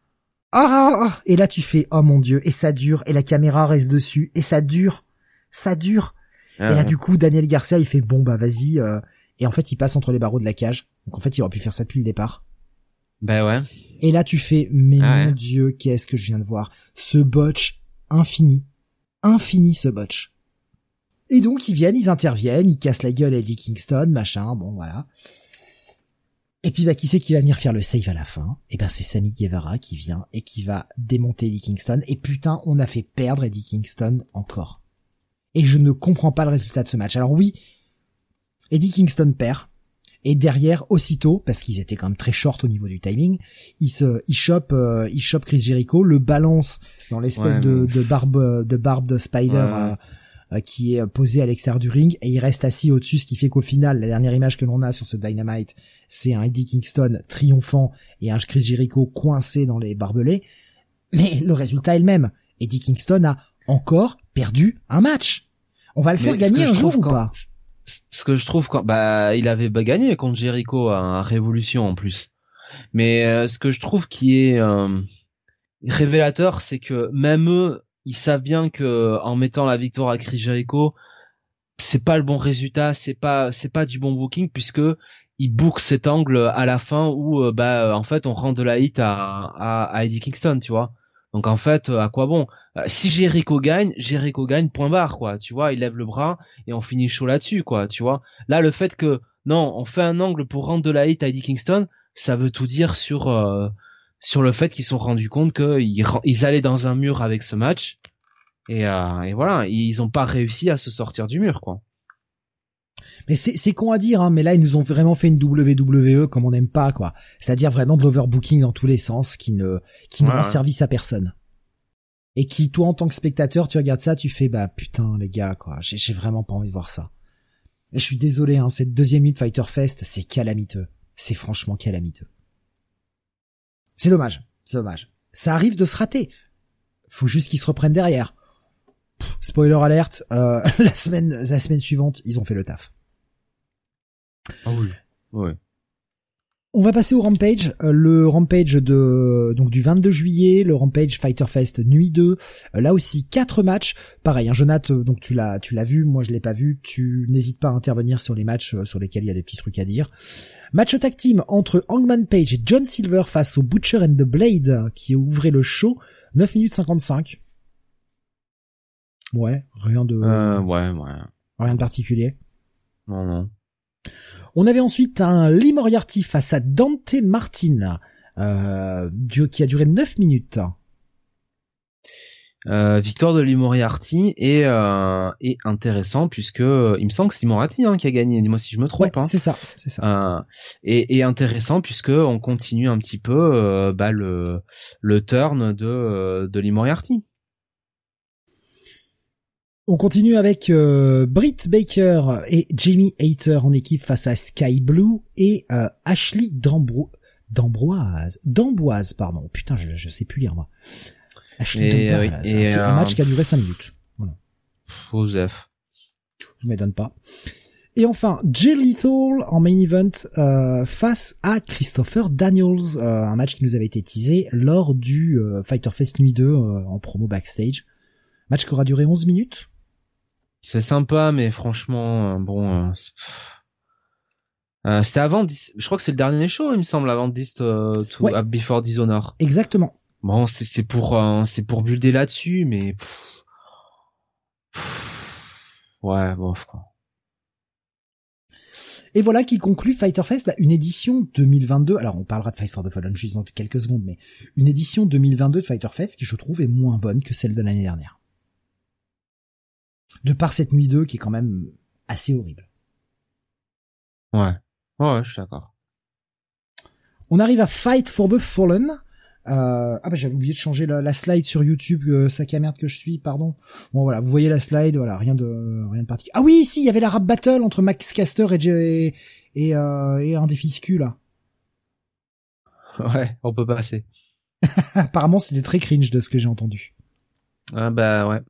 Et là tu fais oh mon dieu, et ça dure, et la caméra reste dessus, et ça dure. Et là du coup Daniel Garcia il fait bon bah vas-y, et en fait il passe entre les barreaux de la cage, donc en fait il aurait pu faire ça depuis le départ. Ben ouais. Et là tu fais mais mon dieu, qu'est-ce que je viens de voir, ce botch infini ce botch. Et donc ils interviennent, ils cassent la gueule à Eddie Kingston, machin, bon voilà. Et puis qui c'est qui va venir faire le save à la fin? Et c'est Sammy Guevara qui vient et qui va démonter Eddie Kingston. Et putain, on a fait perdre Eddie Kingston encore. Et je ne comprends pas le résultat de ce match. Alors oui, Eddie Kingston perd. Et derrière, aussitôt, parce qu'ils étaient quand même très short au niveau du timing, il chope Chris Jericho, le balance dans l'espèce de barbe de Spider qui est posé à l'extérieur du ring, et il reste assis au-dessus, ce qui fait qu'au final, la dernière image que l'on a sur ce Dynamite, c'est un Eddie Kingston triomphant et un Chris Jericho coincé dans les barbelés. Mais le résultat est le même. Eddie Kingston a encore perdu un match. On va le faire gagner un jour ou pas? Ce que je trouve il avait gagné contre Jericho à Révolution en plus. Mais ce que je trouve qui est révélateur, c'est que même eux, ils savent bien que en mettant la victoire à Chris Jericho, c'est pas le bon résultat, c'est pas du bon booking, puisque ils bookent cet angle à la fin où en fait on rend de la hit à Eddie Kingston, tu vois. Donc en fait, à quoi bon? Si Jericho gagne, point barre, quoi. Tu vois, il lève le bras et on finit chaud là-dessus, quoi. Tu vois. Là, le fait que non, on fait un angle pour rendre de la hit à Eddie Kingston, ça veut tout dire sur le fait qu'ils se sont rendus compte qu'ils allaient dans un mur avec ce match, et voilà, ils ont pas réussi à se sortir du mur, quoi. Mais c'est con à dire, hein, mais là ils nous ont vraiment fait une WWE comme on n'aime pas, quoi. C'est-à-dire vraiment de l'overbooking dans tous les sens, qui ne rend service à personne. Et qui, toi en tant que spectateur, tu regardes ça, tu fais putain les gars, quoi. J'ai vraiment pas envie de voir ça. Et je suis désolé, hein, cette deuxième nuit de Fighter Fest, c'est calamiteux. C'est franchement calamiteux. C'est dommage. Ça arrive de se rater. Faut juste qu'ils se reprennent derrière. Spoiler alert, la semaine suivante, ils ont fait le taf. Ah oui. Ouais. On va passer au Rampage, le Rampage du 22 juillet, le Rampage Fighter Fest nuit 2. Là aussi 4 matchs. Pareil, Jonathan, donc tu l'as vu, moi je l'ai pas vu. Tu n'hésites pas à intervenir sur les matchs sur lesquels il y a des petits trucs à dire. Match tag team entre Hangman Page et John Silver face au Butcher and the Blade qui ouvrait le show, 9 minutes 55. Ouais, rien de rien de particulier. Non. On avait ensuite un Lee Moriarty face à Dante Martin, qui a duré 9 minutes. Victoire de Lee Moriarty est intéressant, puisque il me semble que c'est Lee Moriarty qui a gagné. Dis-moi si je me trompe. Ouais, c'est ça. Et intéressant puisque on continue un petit peu le turn de Lee Moriarty. On continue avec Britt Baker et Jamie Hayter en équipe face à Sky Blue et Ashley d'Amboise, pardon. Putain, je sais plus lire moi. Ashley d'Amboise. Un match qui a duré 5 minutes. Voilà. Joseph. Je m'étonne pas. Et enfin, Jay Lethal en main event face à Christopher Daniels, un match qui nous avait été teasé lors du Fighter Fest Nuit 2 en promo backstage. Match qui aura duré 11 minutes. C'est sympa, mais franchement, c'était avant, je crois que c'est le dernier show, il me semble, avant Before Dishonor. Exactement. Bon, c'est pour builder là-dessus, mais ouais, bof quoi. Et voilà qui conclut Fyter Fest, là, une édition 2022. Alors, on parlera de Fight for the Fallen juste dans quelques secondes, mais une édition 2022 de Fyter Fest qui, je trouve, est moins bonne que celle de l'année dernière. De par cette nuit 2 qui est quand même assez horrible. Ouais, je suis d'accord. On arrive à Fight for the Fallen. J'avais oublié de changer la slide sur YouTube, sac à merde que je suis, pardon. Bon voilà, vous voyez la slide, voilà, rien de particulier. Ah oui, si, il y avait la rap battle entre Max Caster et un des fiscus là. Ouais, on peut passer. Apparemment, c'était très cringe de ce que j'ai entendu. Ah bah ouais.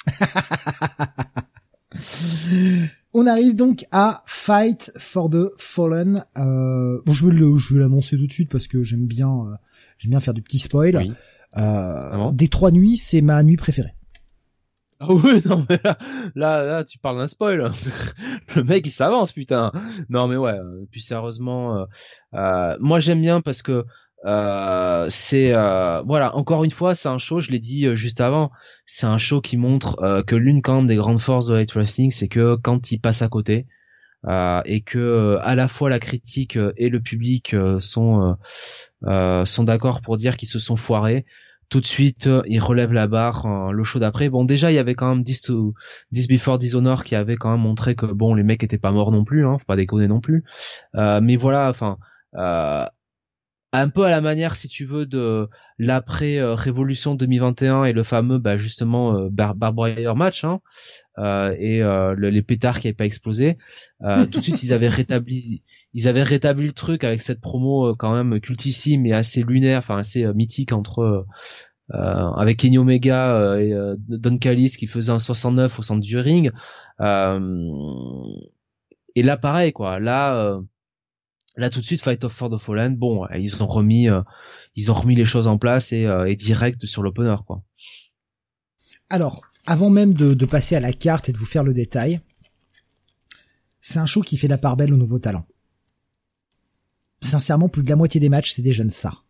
On arrive donc à Fight for the Fallen. Bon, je vais l'annoncer tout de suite parce que j'aime bien faire du petit spoil. Oui. Bon des 3 nuits, c'est ma nuit préférée. Ah oui, non mais là tu parles d'un spoil. Le mec il s'avance putain. Non mais ouais, puis sérieusement moi j'aime bien parce que c'est voilà, encore une fois, c'est un show, je l'ai dit juste avant, c'est un show qui montre que l'une quand même des grandes forces de Elite Wrestling, c'est que quand il passe à côté et que à la fois la critique et le public sont d'accord pour dire qu'ils se sont foirés, tout de suite ils relèvent la barre le show d'après. Bon, déjà il y avait quand même 10 Before Dishonor qui avait quand même montré que bon, les mecs étaient pas morts non plus, hein, faut pas déconner non plus, mais voilà, enfin un peu à la manière, si tu veux, de l'après Révolution 2021 et le fameux justement Barbed Wire match, hein, et les pétards qui n'avaient pas explosé. Tout de suite ils avaient rétabli le truc avec cette promo quand même cultissime et assez lunaire, enfin assez mythique entre avec Kenny Omega et Don Callis qui faisait un 69 au centre du ring. Et là pareil quoi, là tout de suite Fight for the Fallen, bon, ils ont remis les choses en place et direct sur l'opener quoi. Alors, avant même de passer à la carte et de vous faire le détail, c'est un show qui fait la part belle aux nouveaux talents. Sincèrement, plus de la moitié des matchs, c'est des jeunes stars.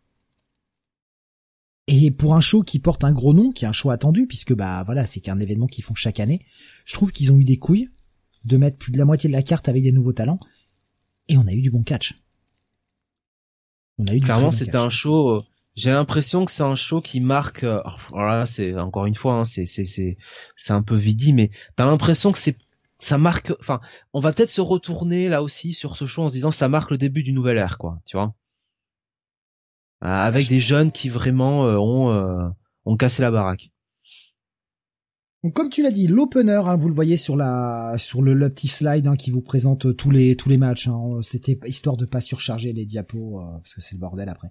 Et pour un show qui porte un gros nom, qui est un show attendu, puisque voilà, c'est qu'un événement qu'ils font chaque année, je trouve qu'ils ont eu des couilles de mettre plus de la moitié de la carte avec des nouveaux talents. Et on a eu du bon catch. Clairement, c'était un show. J'ai l'impression que c'est un show qui marque. Voilà, c'est encore une fois, hein, c'est un peu vidi, mais t'as l'impression que ça marque. Enfin, on va peut-être se retourner là aussi sur ce show en se disant ça marque le début d'une nouvelle ère, quoi. Tu vois, avec des jeunes qui vraiment ont cassé la baraque. Donc, comme tu l'as dit, l'opener, hein, vous le voyez sur le petit slide, hein, qui vous présente tous les matchs, hein. C'était histoire de pas surcharger les diapos, parce que c'est le bordel après.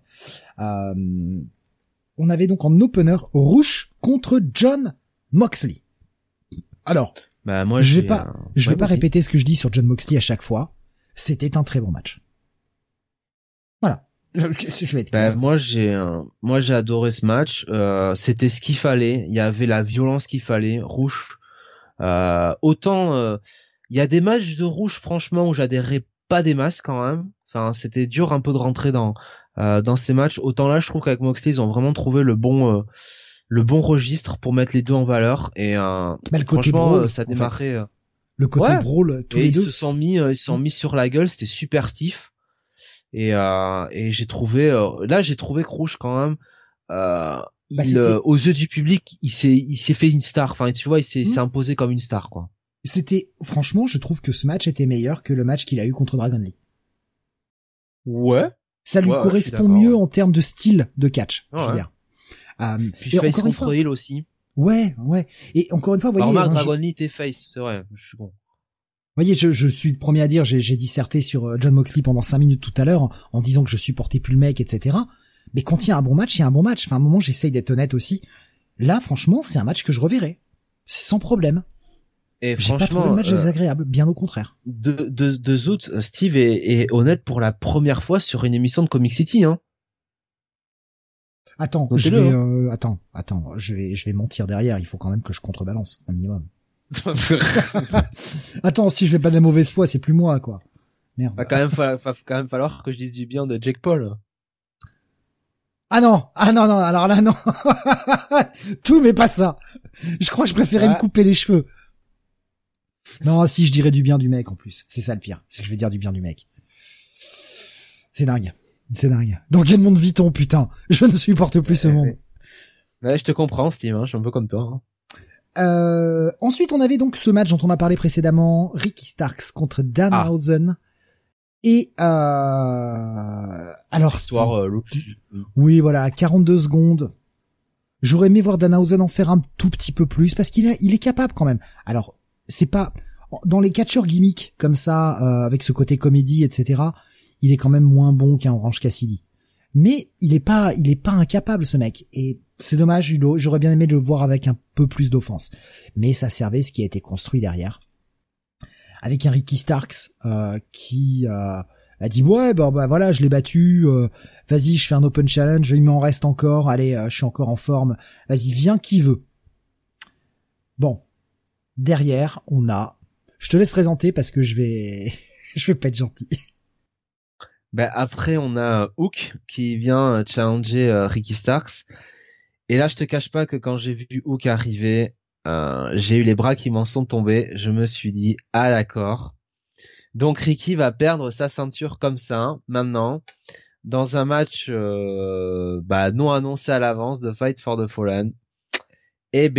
On avait donc en opener Rush contre Jon Moxley. Alors, moi je vais pas répéter ce que je dis sur Jon Moxley à chaque fois. C'était un très bon match. Voilà. Je vais être moi j'ai adoré ce match. C'était ce qu'il fallait. Il y avait la violence qu'il fallait. Rouge. Autant il y a des matchs de Rouge franchement où j'adhérais pas des masses quand même. Enfin, c'était dur un peu de rentrer dans ces matchs. Autant là, je trouve qu'avec Moxley, ils ont vraiment trouvé le bon registre pour mettre les deux en valeur. Et le côté franchement, brawl, ça démarrait. Le côté brawl, tous les deux. Ils se sont mis sur la gueule. C'était super stiff. Et j'ai trouvé que Rouge quand même aux yeux du public il s'est fait une star, enfin tu vois, il s'est imposé comme une star quoi. Franchement, je trouve que ce match était meilleur que le match qu'il a eu contre Dragon Lee. Ouais, ça lui correspond mieux en termes de style de catch, je veux dire. Puis face contre Hill aussi. Ouais, et encore une fois, vous voyez, Dragon Lee était face, c'est vrai, je suis bon. Vous voyez, je suis le premier à dire, j'ai disserté sur Jon Moxley pendant 5 minutes tout à l'heure en disant que je supportais plus le mec, etc. Mais quand il y a un bon match, il y a un bon match. Enfin, à un moment, j'essaye d'être honnête aussi. Là, franchement, c'est un match que je reverrai. Sans problème. Et j'ai pas trouvé le match désagréable, bien au contraire. De Zoot, Steve est honnête pour la première fois sur une émission de Comic City, hein. Attends, je vais mentir derrière, il faut quand même que je contrebalance, un minimum. Attends, si je fais pas de la mauvaise foi, c'est plus moi, quoi. Merde. Va quand même falloir que je dise du bien de Jake Paul. Ah non, alors là non. Tout mais pas ça. Je crois que je préférais me couper les cheveux. Non, si je dirais du bien du mec en plus. C'est ça le pire, c'est que je vais dire du bien du mec. C'est dingue. Dans quel monde vit-on, putain? Je ne supporte plus ce monde. Ouais, je te comprends, Steve, hein, je suis un peu comme toi. Ensuite, on avait donc ce match dont on a parlé précédemment, Ricky Starks contre Danhausen. Et alors histoire oui, voilà, 42 secondes. J'aurais aimé voir Danhausen en faire un tout petit peu plus parce qu'il est capable quand même. Alors, c'est pas dans les catcheurs gimmicks comme ça avec ce côté comédie, etc. Il est quand même moins bon qu'un Orange Cassidy. Mais il est pas incapable, ce mec. Et c'est dommage, j'aurais bien aimé le voir avec un peu plus d'offense. Mais ça servait ce qui a été construit derrière. Avec un Ricky Starks qui a dit ouais bah voilà, je l'ai battu, vas-y, je fais un open challenge, il m'en reste encore, allez, je suis encore en forme, vas-y, viens qui veut. Bon, derrière, on a, je te laisse présenter parce que je vais pas être gentil. Ben après, on a Hook qui vient challenger Ricky Starks. Et là, je te cache pas que quand j'ai vu Hook arriver, j'ai eu les bras qui m'en sont tombés. Je me suis dit, ah d'accord. Donc Ricky va perdre sa ceinture comme ça, maintenant, dans un match non annoncé à l'avance de Fight for the Fallen. Et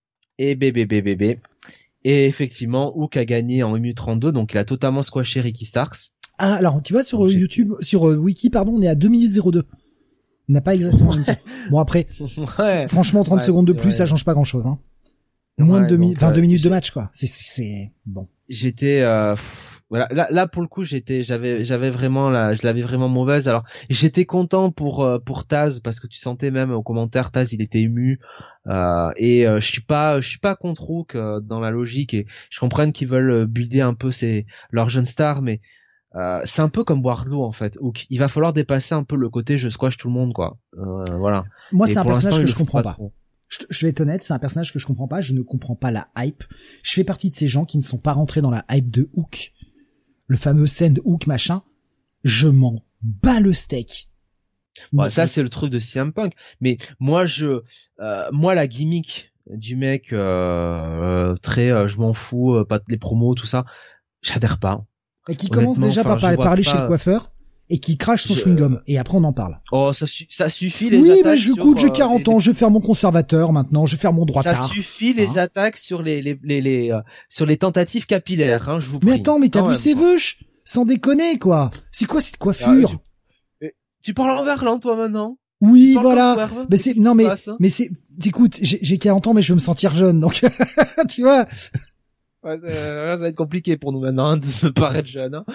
effectivement, Hook a gagné en 1 minute 32, donc il a totalement squashé Ricky Starks. Ah, alors, tu vois, sur YouTube, sur Wiki, pardon, on est à 2 minutes 02. On n'a pas exactement le même temps. Bon, après, franchement, 30 secondes de plus, ça change pas grand-chose, hein. Moins de 2 minutes de match, quoi. C'est bon. J'étais voilà, là pour le coup, j'avais vraiment je l'avais vraiment mauvaise. Alors, j'étais content pour Taz parce que tu sentais même aux commentaires Taz, il était ému je suis pas contre Hook dans la logique et je comprends qu'ils veulent builder un peu leurs jeunes stars, mais c'est un peu comme Wardlow en fait. Hook, il va falloir dépasser un peu le côté je squash tout le monde, quoi. Voilà. Moi, c'est un personnage que je comprends pas. Je vais être honnête, c'est un personnage que je comprends pas, je ne comprends pas la hype. Je fais partie de ces gens qui ne sont pas rentrés dans la hype de Hook. Le fameux send Hook machin. Je m'en bats le steak. Bon, ça c'est le truc de CM Punk. Mais moi la gimmick du mec très je m'en fous, pas les promos, tout ça, j'adhère pas. Et qui commence déjà par parler chez le coiffeur. Et qui crache son chewing-gum. Et après, on en parle. Oh, ça suffit, les attaques. Oui, mais j'ai 40 ans, je vais faire mon conservateur maintenant, je vais faire mon droitard. Ça suffit, les attaques sur sur les tentatives capillaires, hein, je vous prie. Mais attends, mais t'as vu ses veuches? Sans déconner, quoi. C'est quoi cette coiffure? Tu parles en verlan, toi, maintenant? Oui, voilà. Mais écoute, j'ai 40 ans, mais je veux me sentir jeune, donc, tu vois. Ouais, ça va être compliqué pour nous maintenant, de se paraître jeune, hein.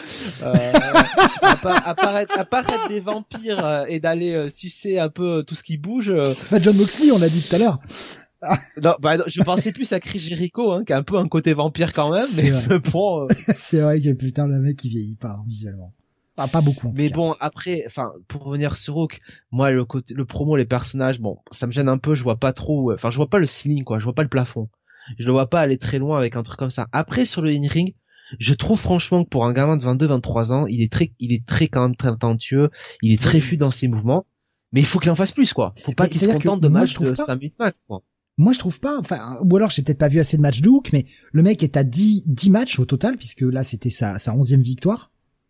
Apparaître des vampires et d'aller sucer un peu tout ce qui bouge. John Moxley, on l'a dit tout à l'heure. Non, je pensais plus à Chris Jericho, hein, qui a un peu un côté vampire quand même, mais bon. C'est vrai que putain, le mec, il vieillit pas, hein, visuellement. Ah, pas beaucoup, mais bon, après, enfin, pour revenir sur Hook, moi, le promo, les personnages, bon, ça me gêne un peu, je vois pas trop, enfin, je vois pas le ceiling, quoi, je vois pas le plafond. Je le vois pas aller très loin avec un truc comme ça. Après, sur le in-ring, je trouve franchement que pour un gamin de 22-23 ans, il est très quand même très talentueux, il est très fluide dans ses mouvements, mais il faut qu'il en fasse plus, quoi. Faut pas qu'il se contente de matchs de 5 minutes max, quoi. Moi, je trouve pas, enfin, ou alors j'ai peut-être pas vu assez de matchs de Hook, mais le mec est à 10 matchs au total, puisque là, c'était sa 11e victoire.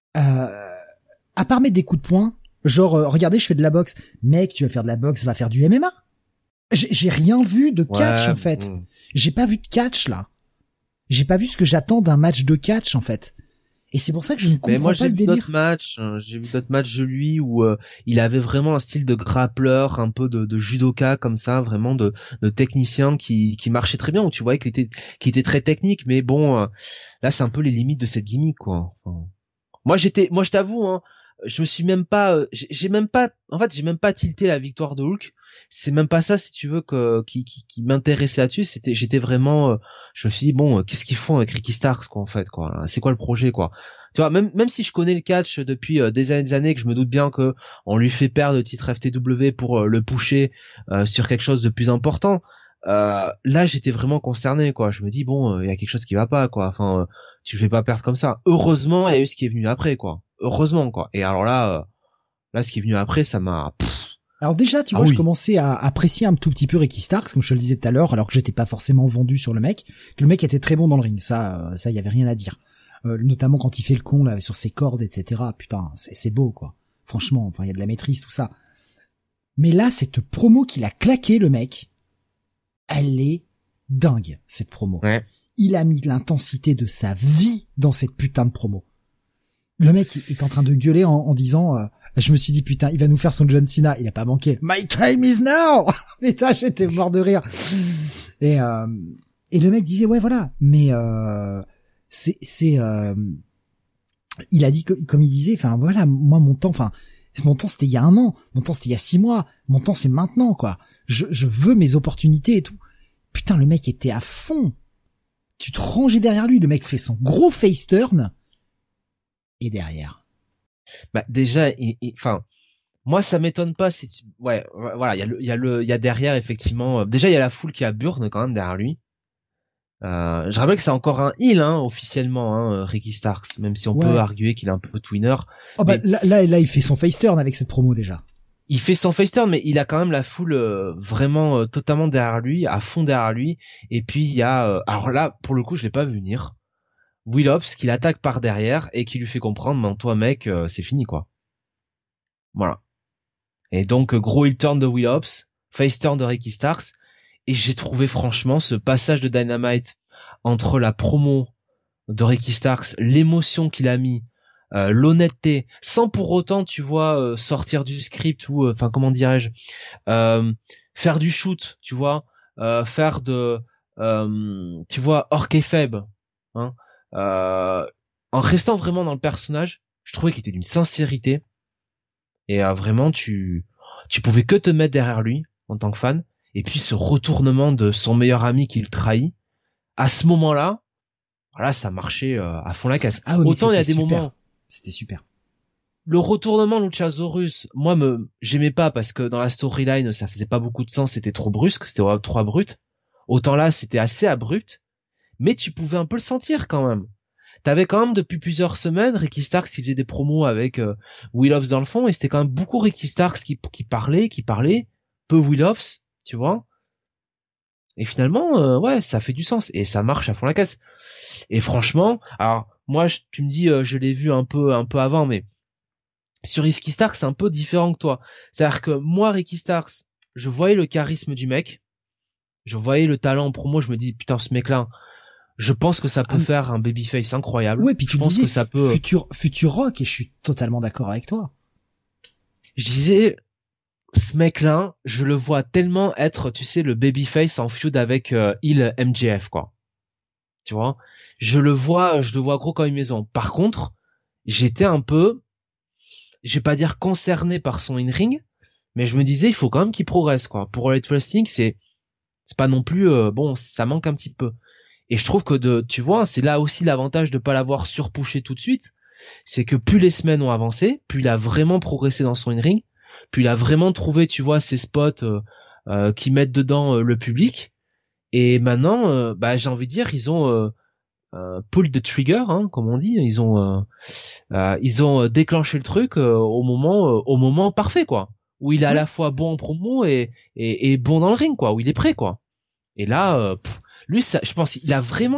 À part mettre des coups de poing, genre, regardez, je fais de la boxe. Mec, tu vas faire de la boxe, va faire du MMA. J'ai rien vu de catch, en fait. J'ai pas vu de catch, là. J'ai pas vu ce que j'attends d'un match de catch, en fait. Et c'est pour ça que je ne comprends pas le délire. J'ai vu d'autres matchs de lui où il avait vraiment un style de grappleur, un peu de judoka comme ça, vraiment de technicien qui marchait très bien, où tu voyais qu'il était très technique, mais bon, là c'est un peu les limites de cette gimmick, quoi. Enfin, moi je t'avoue, hein, je me suis même pas, j'ai même pas tilté la victoire de Hulk. C'est même pas ça, si tu veux, qui m'intéressait là-dessus. J'étais vraiment, je me suis dit, bon, qu'est-ce qu'ils font avec Ricky Starks, quoi, en fait, quoi. C'est quoi le projet, quoi. Tu vois, même si je connais le catch depuis des années, que je me doute bien que on lui fait perdre le titre FTW pour le pusher sur quelque chose de plus important. Là, j'étais vraiment concerné, quoi. Je me dis, bon, il y a quelque chose qui va pas, quoi. Enfin, tu le fais pas perdre comme ça. Heureusement, il y a eu ce qui est venu après, quoi. Heureusement, quoi. Et alors là, ce qui est venu après, ça m'a. Alors déjà, tu vois, je commençais à apprécier un tout petit peu Ricky Starks, comme je te le disais tout à l'heure, alors que j'étais pas forcément vendu sur le mec, que le mec était très bon dans le ring, ça, y avait rien à dire. Notamment quand il fait le con, là, sur ses cordes, etc. Putain, c'est beau, quoi. Franchement, enfin, il y a de la maîtrise, tout ça. Mais là, cette promo qu'il a claqué, le mec, elle est dingue, cette promo. Ouais. Il a mis l'intensité de sa vie dans cette putain de promo. Le mec est en train de gueuler en disant... je me suis dit, putain, il va nous faire son John Cena. Il a pas manqué. My time is now! Putain, j'étais mort de rire. Et le mec disait, ouais, voilà. Mais, il a dit, comme il disait, enfin, voilà, moi, mon temps, c'était il y a 1 an. Mon temps, c'était il y a 6 mois. Mon temps, c'est maintenant, quoi. Je veux mes opportunités et tout. Putain, le mec était à fond. Tu te rangeais derrière lui. Le mec fait son gros face turn. Et derrière. Bah déjà, enfin, moi ça m'étonne pas si ouais, voilà, il y a derrière effectivement, déjà il y a la foule qui a Burn quand même derrière lui. Je rappelle que c'est encore un heel officiellement, Ricky Starks, même si on peut arguer qu'il est un peu twinner. Oh bah là il fait son face turn avec cette promo déjà. Il fait son face turn, mais il a quand même la foule vraiment totalement derrière lui, à fond derrière lui. Et puis il y a, alors là pour le coup je l'ai pas vu venir. Will Hobbs qui l'attaque par derrière et qui lui fait comprendre, ben toi mec, c'est fini quoi. Voilà. Et donc gros heel turn de Will Hobbs, face turn de Ricky Starks, et j'ai trouvé franchement ce passage de Dynamite entre la promo de Ricky Starks, l'émotion qu'il a mis, l'honnêteté, sans pour autant tu vois sortir du script ou enfin comment dirais-je, faire du shoot, tu vois, faire de tu vois hors kayfabe, hein. En restant vraiment dans le personnage, je trouvais qu'il était d'une sincérité et vraiment tu pouvais que te mettre derrière lui en tant que fan. Et puis ce retournement de son meilleur ami qu'il trahit, à ce moment-là, voilà, ça marchait à fond la caisse. Ah ouais, autant il y a des moments, c'était super. Le retournement Luchasaurus, moi j'aimais pas parce que dans la storyline ça faisait pas beaucoup de sens, c'était trop brusque, c'était trop abrupt. Autant là c'était assez abrupt. Mais tu pouvais un peu le sentir quand même. T'avais quand même depuis plusieurs semaines Ricky Starks qui faisait des promos avec Will Hobbs dans le fond, et c'était quand même beaucoup Ricky Starks qui parlait, peu Will Hobbs, tu vois. Et finalement, ouais, ça fait du sens et ça marche à fond la caisse. Et franchement, alors moi, tu me dis, je l'ai vu un peu avant, mais sur Ricky Starks, c'est un peu différent que toi. C'est-à-dire que moi, Ricky Starks, je voyais le charisme du mec, je voyais le talent en promo, je me dis putain, ce mec-là. Je pense que ça peut faire un babyface incroyable. Ouais, puis tu pense disais que ça peut futur rock, et je suis totalement d'accord avec toi. Je disais, ce mec-là, je le vois tellement être, tu sais, le babyface en feud avec heel MJF, quoi. Tu vois, je le vois gros comme une maison. Par contre, j'étais un peu, je vais pas dire concerné par son in-ring, mais je me disais, il faut quand même qu'il progresse, quoi. Pour Elite Wrestling, c'est pas non plus bon, ça manque un petit peu. Et je trouve que tu vois, c'est là aussi l'avantage de pas l'avoir surpushé tout de suite, c'est que plus les semaines ont avancé, plus il a vraiment progressé dans son in-ring, plus il a vraiment trouvé, tu vois, ses spots qui mettent dedans le public. Et maintenant, bah j'ai envie de dire, ils ont pull the trigger, hein, comme on dit, ils ont déclenché le truc au moment parfait, quoi, où il est à la fois bon en promo et bon dans le ring, quoi, où il est prêt, quoi. Et là, lui, ça, je pense que lui,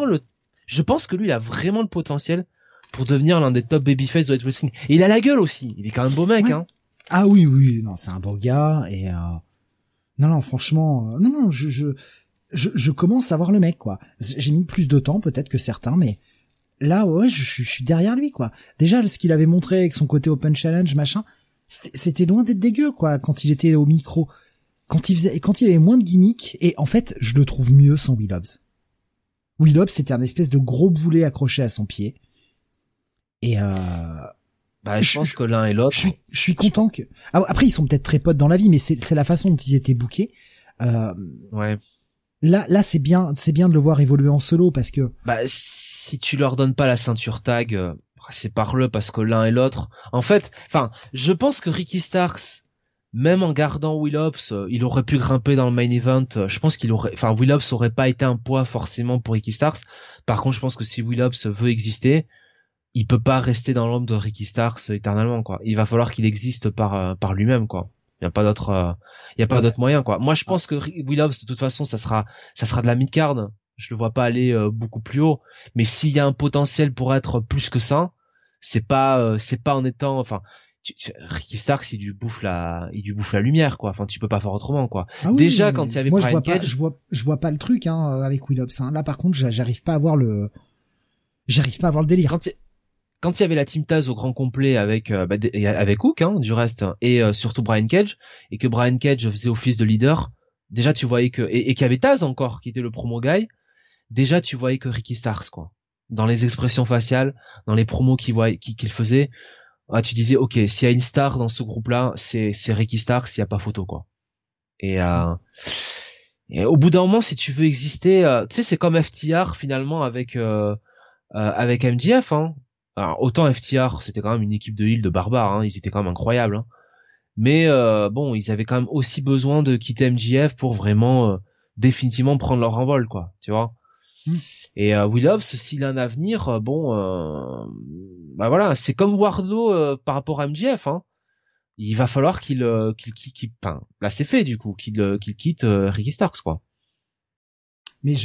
il a vraiment le potentiel pour devenir l'un des top babyface de Elite Wrestling. Et il a la gueule aussi. Il est quand même beau mec, hein. Ah oui, non, c'est un beau gars, et non, franchement, non, je commence à voir le mec, quoi. J'ai mis plus de temps, peut-être que certains, mais là, ouais, je suis derrière lui, quoi. Déjà, ce qu'il avait montré avec son côté Open Challenge, machin, c'était loin d'être dégueu, quoi, quand il était au micro. Quand il avait moins de gimmicks, et en fait, je le trouve mieux sans Will Hobbs. Will Hobbs, c'était un espèce de gros boulet accroché à son pied. Et bah, je pense que l'un et l'autre. Je suis content que. Après, ils sont peut-être très potes dans la vie, mais c'est la façon dont ils étaient bookés. Ouais. Là, c'est bien de le voir évoluer en solo, parce que. Bah, si tu leur donnes pas la ceinture tag, c'est par parce que l'un et l'autre. En fait, enfin, je pense que Ricky Starks, même en gardant Will Hobbs, il aurait pu grimper dans le main event. Je pense Will Hobbs aurait pas été un poids forcément pour Ricky Starks. Par contre, je pense que si Will Hobbs veut exister, il peut pas rester dans l'ombre de Ricky Starks éternellement, quoi. Il va falloir qu'il existe par lui-même, quoi. Il y a pas d'autre moyen, quoi. Moi, je pense que Will Hobbs, de toute façon, ça sera de la mid-card. Je le vois pas aller beaucoup plus haut. Mais s'il y a un potentiel pour être plus que ça, c'est pas en étant, enfin, Ricky Starks, il lui bouffe la lumière, quoi. Enfin, tu peux pas faire autrement, quoi. Ah oui, déjà, quand il y avait Brian Cage, je vois pas le truc, hein, avec Will Hobbs, hein. Là, par contre, j'arrive pas à voir le délire. Quand il y avait la Team Taz au grand complet avec Hook, hein, du reste, et surtout Brian Cage, et que Brian Cage faisait office de leader, déjà tu voyais que et qu'il y avait Taz encore qui était le promo guy, déjà tu voyais que Ricky Starks, quoi. Dans les expressions faciales, dans les promos qu'il faisait, tu disais OK, s'il y a une star dans ce groupe-là, c'est Ricky Starks, il y a pas photo, quoi. Et au bout d'un moment, si tu veux exister, tu sais, c'est comme FTR finalement avec MJF, hein. Alors, autant FTR, c'était quand même une équipe de heel de barbares, hein, ils étaient quand même incroyables, hein. Mais bon, ils avaient quand même aussi besoin de quitter MJF pour vraiment définitivement prendre leur envol, quoi, tu vois. Et Will Hobbs, s'il a un avenir, bah voilà, c'est comme Wardlow par rapport à MJF, hein. Il va falloir qu'il enfin, là c'est fait du coup, qu'il quitte Ricky Starks, quoi. Mais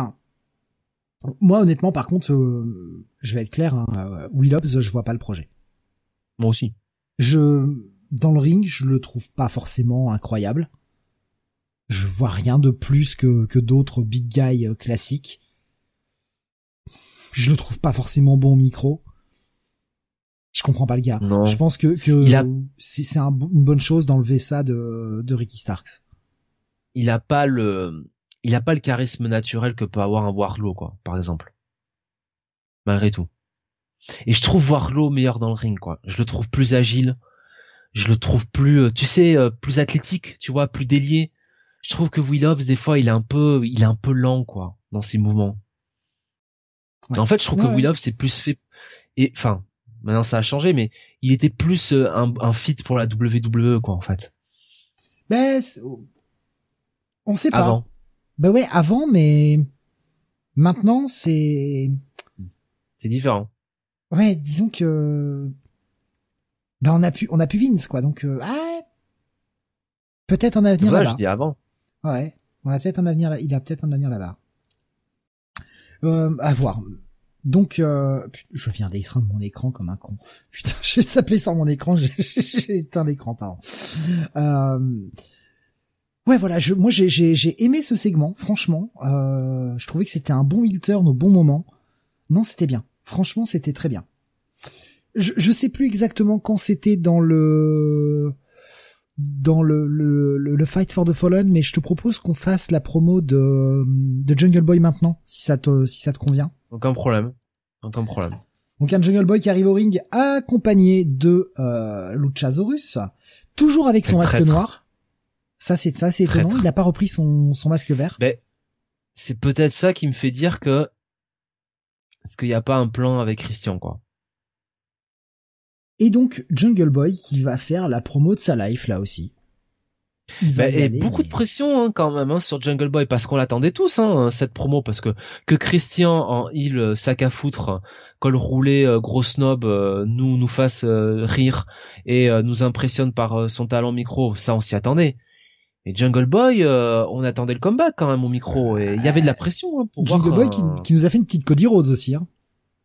moi, honnêtement, par contre, je vais être clair, hein, Will Hobbs, je vois pas le projet. Moi aussi. Dans le ring, je le trouve pas forcément incroyable. Je vois rien de plus que d'autres big guys classiques. Je le trouve pas forcément bon au micro. Je comprends pas le gars. Non. Je pense que c'est une bonne chose d'enlever ça de Ricky Starks. Il a pas le charisme naturel que peut avoir un Wardlow, quoi, par exemple. Malgré tout. Et je trouve Wardlow meilleur dans le ring, quoi. Je le trouve plus agile. Je le trouve plus, plus athlétique, tu vois, plus délié. Je trouve que Will Hobbs, des fois, il est un peu lent, quoi, dans ses mouvements. Ouais. En fait, je trouve que Will Hobbs c'est plus fait, et, enfin, maintenant ça a changé, mais il était plus un fit pour la WWE, quoi, en fait. Ben, on sait pas. Avant. Ben ouais, avant, mais maintenant c'est différent. Ouais, disons que on a pu Vince, quoi, donc peut-être un avenir là-bas. Je dis avant. Ouais, on a peut-être un avenir là, il a peut-être un avenir là-bas. À voir. Donc je viens d'éteindre mon écran comme un con. Putain, j'ai tapé sur mon écran, j'ai éteint l'écran, pardon. Ouais, voilà, moi j'ai aimé ce segment, franchement. Je trouvais que c'était un bon heel turn au bon moment. Non, c'était bien. Franchement, c'était très bien. Je sais plus exactement quand c'était dans le Fight for the Fallen, mais je te propose qu'on fasse la promo de Jungle Boy maintenant, si ça te convient. Aucun problème. Donc un Jungle Boy qui arrive au ring accompagné de Luchasaurus, toujours avec son masque noir. Ça c'est étonnant, il n'a pas repris son masque vert. Ben, c'est peut-être ça qui me fait dire que est-ce qu'il n'y a pas un plan avec Christian, quoi. Et donc Jungle Boy qui va faire la promo de sa life là aussi. Beaucoup de pression, hein, quand même, hein, sur Jungle Boy, parce qu'on l'attendait tous, hein, cette promo, parce que Christian en heel sac à foutre, col roulé, gros snob, nous fasse rire et nous impressionne par son talent micro, ça on s'y attendait. Et Jungle Boy, on attendait le comeback quand même au micro, et il y avait de la pression, hein, pour Jungle Boy qui nous a fait une petite Cody Rhodes aussi, hein.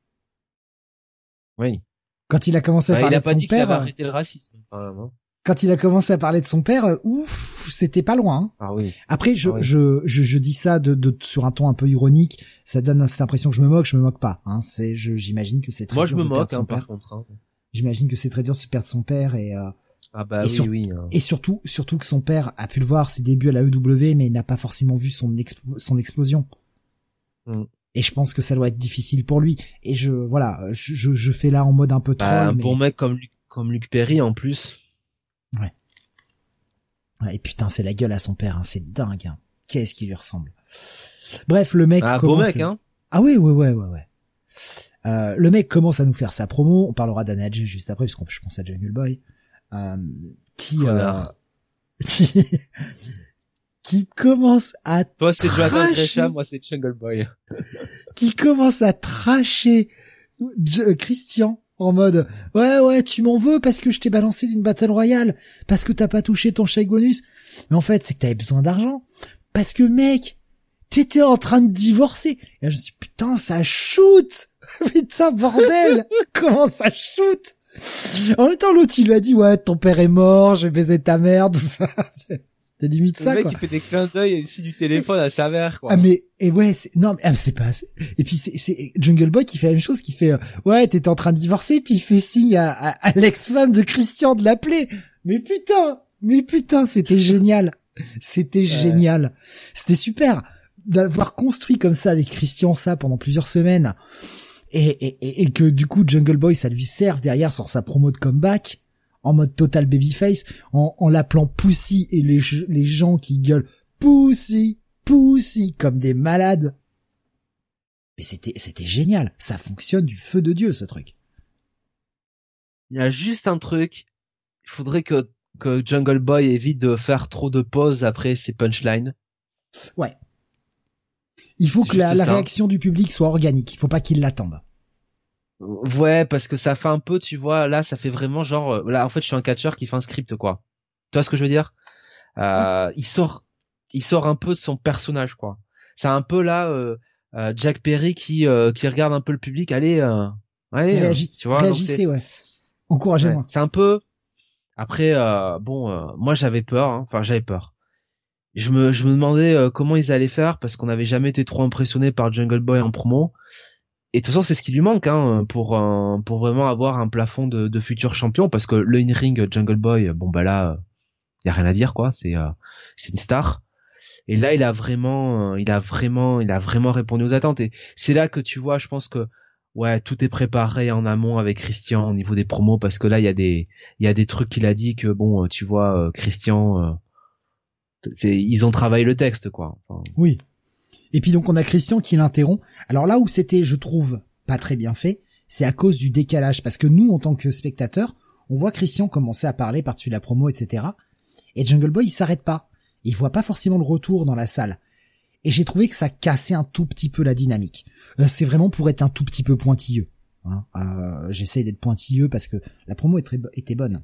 Oui. Quand il a commencé à parler de son père, il a pas dit qu'il avait arrêté le racisme, quand même, hein. Quand il a commencé à parler de son père, ouf, c'était pas loin, hein. Ah oui. Après, je dis ça sur un ton un peu ironique, ça donne cette impression que je me moque pas, hein. J'imagine que c'est très dur de perdre son père. Contre, hein. J'imagine que c'est très dur de se perdre son père et oui. Et surtout que son père a pu le voir ses débuts à la EW, mais il n'a pas forcément vu son explosion. Et je pense que ça doit être difficile pour lui. Et je fais là en mode un peu troll. Bon mec comme Luke Perry en plus. Ouais. Et putain, c'est la gueule à son père, hein, c'est dingue, hein. Qu'est-ce qui lui ressemble. Bref, le mec commence... beau mec, hein. Ah ouais. Le mec commence à nous faire sa promo, on parlera d'Anage juste après, parce que je pense à Jungle Boy, qui commence à Toi c'est Jonathan Gresham, moi c'est Jungle Boy. Qui commence à trasher Christian En mode, ouais, tu m'en veux parce que je t'ai balancé d'une Battle Royale, parce que t'as pas touché ton chèque bonus. Mais en fait, c'est que t'avais besoin d'argent. Parce que, mec, t'étais en train de divorcer. Et là, je me dis, putain, ça shoot! Putain, bordel! Comment ça shoot? En même temps, l'autre, il lui a dit, ouais, ton père est mort, j'ai baisé ta mère, tout ça. C'était limite ça, quoi. Le mec, il fait des clins d'œil ici du téléphone à sa mère, quoi. Ah, mais, et ouais, c'est pas assez. Et puis, c'est Jungle Boy qui fait la même chose, qui fait, ouais, t'étais en train de divorcer, puis il fait signe à l'ex-femme de Christian de l'appeler. Mais putain, c'était génial. C'était génial. C'était super d'avoir construit comme ça avec Christian ça pendant plusieurs semaines. Et que du coup Jungle Boy ça lui serve derrière sur sa promo de comeback en mode total babyface en l'appelant Pussy et les gens qui gueulent Pussy comme des malades. Mais c'était génial, ça fonctionne du feu de Dieu ce truc. Il y a juste un truc, il faudrait que Jungle Boy évite de faire trop de pauses après ses punchlines. Ouais. Il faut que la réaction du public soit organique. Il faut pas qu'il l'attende. Ouais, parce que ça fait un peu, tu vois, là, ça fait vraiment genre, là, en fait, je suis un catcheur qui fait un script, quoi. Tu vois ce que je veux dire? Il sort un peu de son personnage, quoi. C'est un peu là, Jack Perry qui regarde un peu le public. Allez, tu vois. Réagissez, ouais. Encouragez-moi. Ouais, c'est un peu. Après, moi, j'avais peur. Hein. Enfin, j'avais peur. Je me demandais comment ils allaient faire parce qu'on n'avait jamais été trop impressionné par Jungle Boy en promo. Et de toute façon, c'est ce qui lui manque hein, pour vraiment avoir un plafond de futur champion parce que le in-ring Jungle Boy, bon bah là, y a rien à dire quoi. C'est une star. Et là, il a vraiment répondu aux attentes. Et c'est là que tu vois, je pense que ouais, tout est préparé en amont avec Christian au niveau des promos parce que là, il y a des trucs qu'il a dit que bon, tu vois, Christian. Ils ont travaillé le texte, quoi. Enfin... Oui. Et puis donc on a Christian qui l'interrompt. Alors là où c'était, je trouve, pas très bien fait, c'est à cause du décalage. Parce que nous, en tant que spectateurs, on voit Christian commencer à parler par-dessus la promo, etc. Et Jungle Boy, il s'arrête pas. Il voit pas forcément le retour dans la salle. Et j'ai trouvé que ça cassait un tout petit peu la dynamique. C'est vraiment pour être un tout petit peu pointilleux. Hein. J'essaie d'être pointilleux parce que la promo était bonne.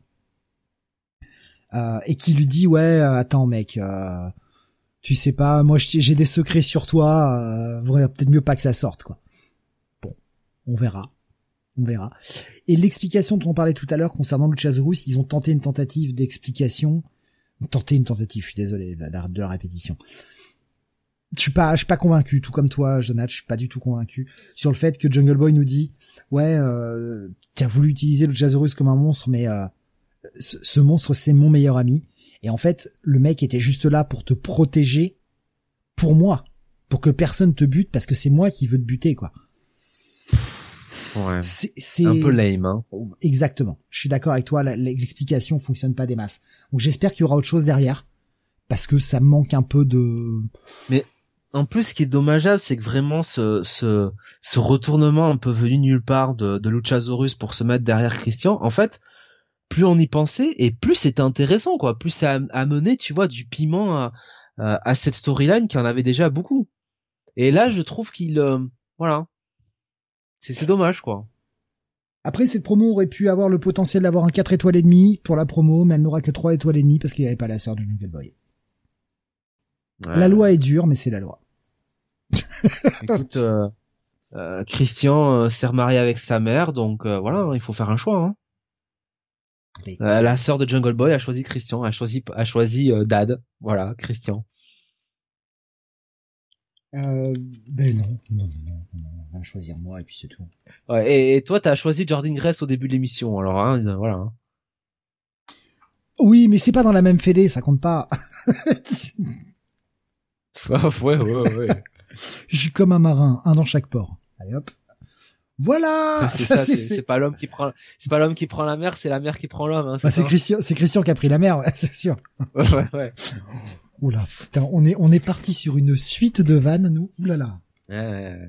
Et qui lui dit ouais attends mec tu sais pas moi j'ai des secrets sur toi vaudrait peut-être mieux pas que ça sorte quoi. Bon on verra et l'explication dont on parlait tout à l'heure concernant Luchasaurus, ils ont tenté une tentative d'explication je suis désolé de la répétition. Je suis pas convaincu, tout comme toi Jonathan, je suis pas du tout convaincu sur le fait que Jungle Boy nous dit ouais tu as voulu utiliser Luchasaurus comme un monstre mais ce monstre c'est mon meilleur ami et en fait le mec était juste là pour te protéger pour moi pour que personne te bute parce que c'est moi qui veux te buter quoi. Ouais. C'est un peu lame hein. Exactement. Je suis d'accord avec toi, l'explication fonctionne pas des masses. Donc j'espère qu'il y aura autre chose derrière parce que ça manque un peu de mais en plus ce qui est dommageable c'est que vraiment ce retournement un peu venu nulle part de Luchasaurus pour se mettre derrière Christian en fait plus on y pensait et plus c'était intéressant quoi, plus ça amenait tu vois du piment à cette storyline qui en avait déjà beaucoup. Et là je trouve qu'il voilà. C'est dommage quoi. Après cette promo aurait pu avoir le potentiel d'avoir un 4 étoiles et demie pour la promo, mais elle n'aura que 3 étoiles et demie parce qu'il n'y avait pas la sœur de Jungle Boy. Ouais. La loi est dure mais c'est la loi. Écoute Christian s'est remarié avec sa mère donc voilà, il faut faire un choix hein. La sœur de Jungle Boy a choisi Christian, a choisi Dad, voilà, Christian. Ben non, on va choisir moi et puis c'est tout. Ouais, et toi t'as choisi Jordan Grace au début de l'émission, alors hein, voilà. Hein. Oui, mais c'est pas dans la même fédé, ça compte pas. ouais. Je suis comme un marin, un dans chaque port. Allez hop. Voilà, ça c'est fait. C'est pas l'homme qui prend la mer, c'est la mer qui prend l'homme. Hein, c'est Christian qui a pris la mer, ouais, c'est sûr. Ouais. Oula, putain, on est parti sur une suite de vannes, nous. Oulala. Ouais.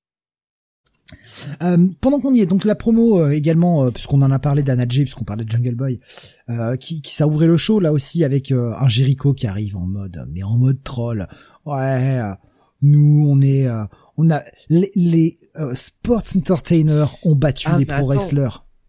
Pendant qu'on y est, donc la promo également, puisqu'on en a parlé d'Anna Jay, puisqu'on parlait de Jungle Boy, qui ça ouvrait le show là aussi avec un Jericho qui arrive en mode troll. Ouais. Nous, on a les sports entertainers ont battu les pro wrestlers.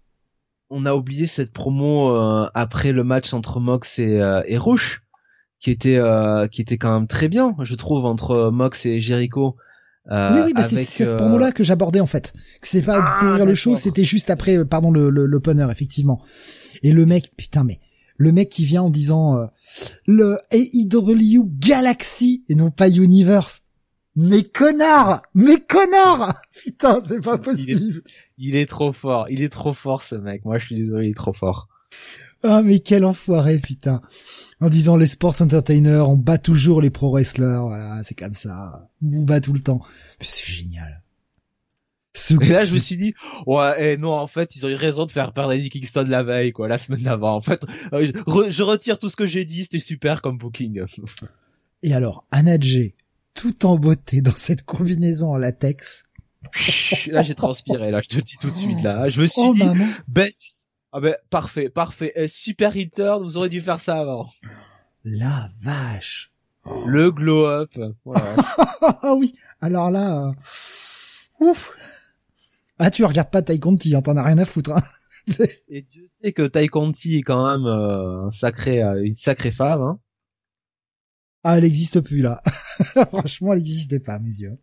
on a oublié cette promo après le match entre Mox et Rush, qui était quand même très bien, je trouve, entre Mox et Jericho. Oui, bah c'est cette promo-là que j'abordais en fait. Que c'est pas pour courir le show, c'était juste après, l'opener effectivement. Et le mec, putain, mais le mec qui vient en disant le AEW Galaxy et non pas Universe. Mais connard, putain, c'est pas possible. Il est trop fort ce mec. Moi, je suis désolé, il est trop fort. Ah, mais quel enfoiré, putain. En disant les sports entertainers, on bat toujours les pro wrestlers, voilà, c'est comme ça. On vous bat tout le temps. Mais c'est génial. Et là, je me suis dit, ouais, non, en fait, ils ont eu raison de faire perdre Eddie Kingston la veille, quoi, la semaine d'avant. En fait, je retire tout ce que j'ai dit, c'était super comme booking. Et alors, Anna Jay, tout en beauté dans cette combinaison en latex. Là, j'ai transpiré, là, je te le dis tout de suite, là. Je me suis dit, maman. best. Ah ben, parfait. Super hitter, vous auriez dû faire ça avant. La vache. Le glow up. Voilà. Ah oui. Alors là, ouf. Ah, tu regardes pas Tai Conti, hein, t'en as rien à foutre, hein. Et Dieu sait que Tai Conti est quand même une sacrée femme, hein. Ah, elle existe plus, là. Franchement, elle existait pas, à mes yeux.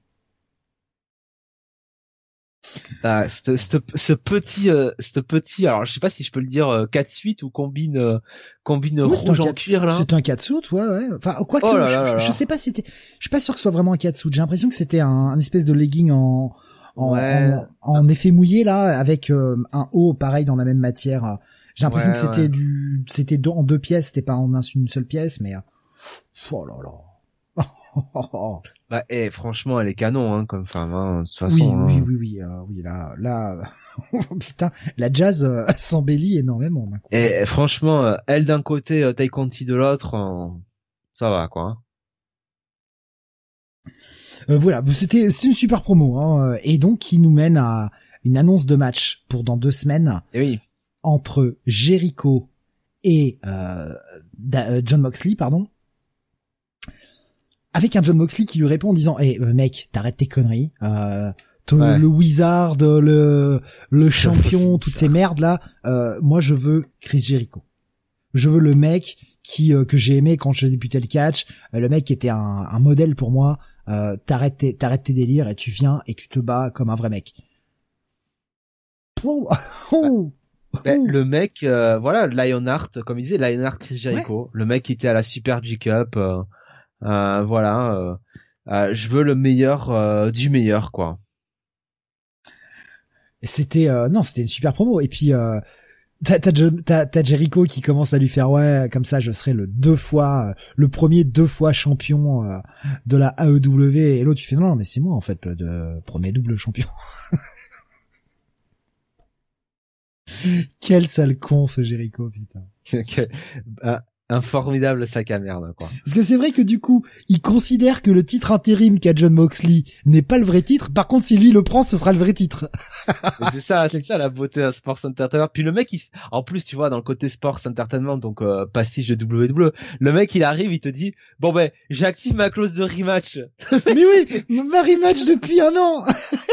Ah, ce petit, alors je sais pas si je peux le dire, 4-8 ou combine Oui, rouge en cuir, là. C'est un catsuit, ouais. Enfin, quoi que, je sais pas si c'était, je suis pas sûr que ce soit vraiment un catsuit. J'ai l'impression que c'était un espèce de legging en effet mouillé, là, avec un haut pareil dans la même matière. J'ai l'impression que c'était en deux pièces, c'était pas en une seule pièce, mais, oh là là. Bah, franchement, elle est canon, hein, comme femme, hein, de toute façon. Oui, là, putain, la jazz s'embellit énormément. Et franchement, elle d'un côté, Tai Conti de l'autre, ça va, quoi. Voilà, c'était une super promo, hein, et donc qui nous mène à une annonce de match pour dans 2 semaines. Et oui. Entre Jericho et Jon Moxley, pardon. Avec un Jon Moxley qui lui répond en disant mec, t'arrêtes tes conneries, le wizard, le champion, toutes ces merdes là, moi je veux Chris Jericho. Je veux le mec que j'ai aimé quand j'ai débuté le catch, le mec qui était un modèle pour moi, t'arrêtes tes délires et tu viens et tu te bats comme un vrai mec. Le mec, voilà, Lionheart, comme il disait, Lionheart Chris Jericho, le mec qui était à la Super G-Cup, voilà, je veux le meilleur du meilleur, quoi. C'était une super promo. Et puis t'as Jericho qui commence à lui faire comme ça je serai le premier 2 fois champion de la AEW, et l'autre tu fais non mais c'est moi en fait le premier double champion. Quel sale con ce Jericho, putain. Un formidable sac à merde, quoi. Parce que c'est vrai que du coup, il considère que le titre intérim qu'a Jon Moxley n'est pas le vrai titre. Par contre, si lui le prend, ce sera le vrai titre. C'est ça la beauté d'un Sports Entertainment. Puis le mec, en plus, tu vois, dans le côté Sports Entertainment, donc pastiche de WWE, le mec, il arrive, il te dit, bon ben, j'active ma clause de rematch. Mais oui, ma rematch depuis 1 an.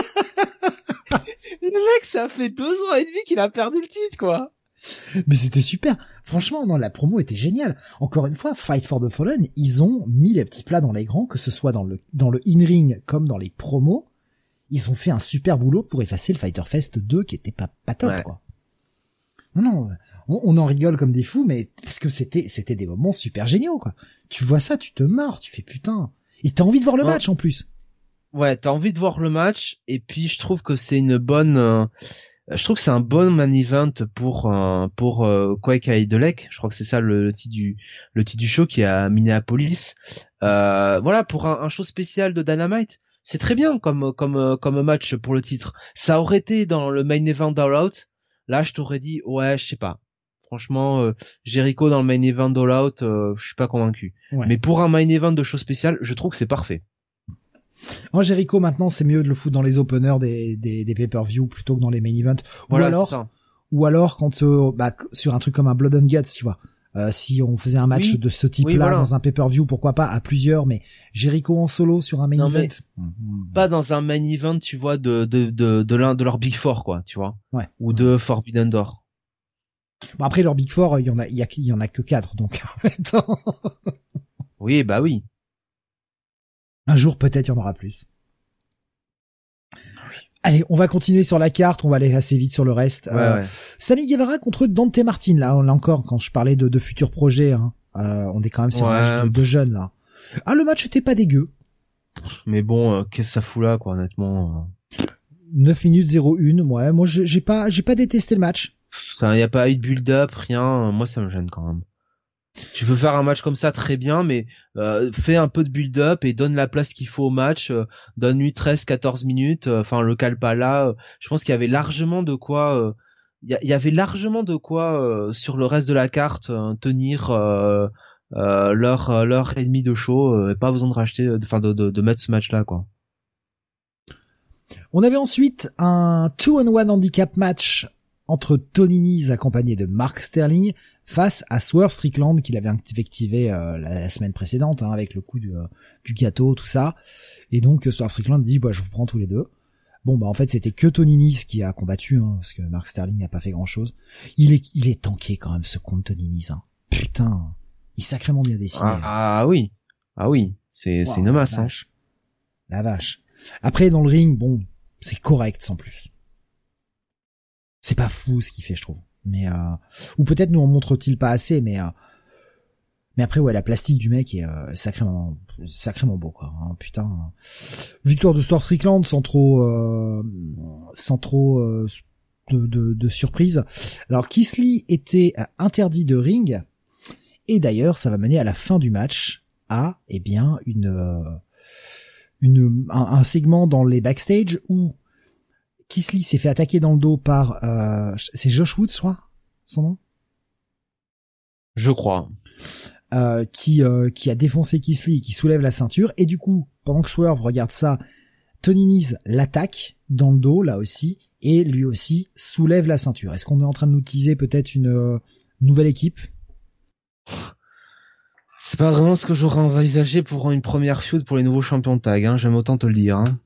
Le mec, ça fait 2 ans et demi qu'il a perdu le titre, quoi. Mais c'était super. Franchement, non, la promo était géniale. Encore une fois, Fight for the Fallen, ils ont mis les petits plats dans les grands, que ce soit dans le in-ring comme dans les promos. Ils ont fait un super boulot pour effacer le Fighter Fest 2 qui était pas top, quoi. Non, on en rigole comme des fous, mais parce que c'était des moments super géniaux, quoi. Tu vois ça, tu te marres, tu fais putain. Et t'as envie de voir le match en plus. Ouais, t'as envie de voir le match, et puis je trouve que c'est une bonne, je trouve que c'est un bon main event pour Quake à Idolek. Je crois que c'est ça le titre du show qui est à Minneapolis. Voilà, pour un show spécial de Dynamite. C'est très bien comme match pour le titre. Ça aurait été dans le main event d'All Out. Là, je t'aurais dit, ouais, je sais pas. Franchement, Jericho dans le main event d'All Out, je suis pas convaincu. Ouais. Mais pour un main event de show spécial, je trouve que c'est parfait. En Jericho, maintenant, c'est mieux de le foutre dans les openers des pay-per-view plutôt que dans les main events. Voilà, ou alors quand sur un truc comme un Blood and Guts, tu vois. Si on faisait un match de ce type-là dans un pay-per-view, pourquoi pas à plusieurs, mais Jericho en solo sur un main event. Pas dans un main event, tu vois, de l'un de leurs Big Four, quoi, tu vois. Ouais. Ou de Forbidden Door. Bon, après, leur Big Four, il y en a que 4, donc, attends. Oui, bah oui. Un jour, peut-être, il y en aura plus. Allez, on va continuer sur la carte, on va aller assez vite sur le reste. Ouais. Sammy Guevara contre Dante Martin, là encore, quand je parlais de futurs projets, hein. On est quand même sur un match de jeunes, là. Ah, le match était pas dégueu. Mais bon, qu'est-ce que ça fout là, quoi, honnêtement. 9 minutes 01, ouais, moi j'ai pas détesté le match. Ça, y a pas eu de build-up, rien, moi ça me gêne quand même. Tu peux faire un match comme ça très bien, mais fais un peu de build-up et donne la place qu'il faut au match, donne-lui 13-14 minutes, enfin le cale pas là. Je pense qu'il y avait largement de quoi, il y avait largement de quoi sur le reste de la carte tenir l'heure et demie de show, et pas besoin de racheter, de mettre ce match là quoi. On avait ensuite un 2-on-1 handicap match entre Tony Nese accompagné de Mark Sterling face à Swerve Strickland qu'il avait invectivé la semaine précédente, hein, avec le coup du gâteau, tout ça. Et donc Swerve Strickland dit je vous prends tous les deux. Bon en fait c'était que Tony Nese qui a combattu, hein, parce que Mark Sterling n'a pas fait grand chose. Il est tanké quand même ce compte Tony Nese, hein. Putain, il est sacrément bien dessiné. Ah oui, c'est une masse. La vache. Après dans le ring, bon, c'est correct sans plus. C'est pas fou ce qu'il fait, je trouve. Mais ou peut-être nous en montre-t-il pas assez, mais après ouais, la plastique du mec est sacrément beau quoi. Hein, putain. Victoire de Swerve Strickland sans trop de surprise. Alors Keith Lee était interdit de ring et d'ailleurs ça va mener à la fin du match à un segment dans les backstage où Keith Lee s'est fait attaquer dans le dos par c'est Josh Woods, je crois, son nom. Je crois. Qui a défoncé Keith Lee, qui soulève la ceinture et du coup, pendant que Swerve regarde ça, Tony Nese l'attaque dans le dos là aussi et lui aussi soulève la ceinture. Est-ce qu'on est en train de nous teaser peut-être une nouvelle équipe? C'est pas vraiment ce que j'aurais envisagé pour une première feud pour les nouveaux champions de tag, hein, j'aime autant te le dire. Hein.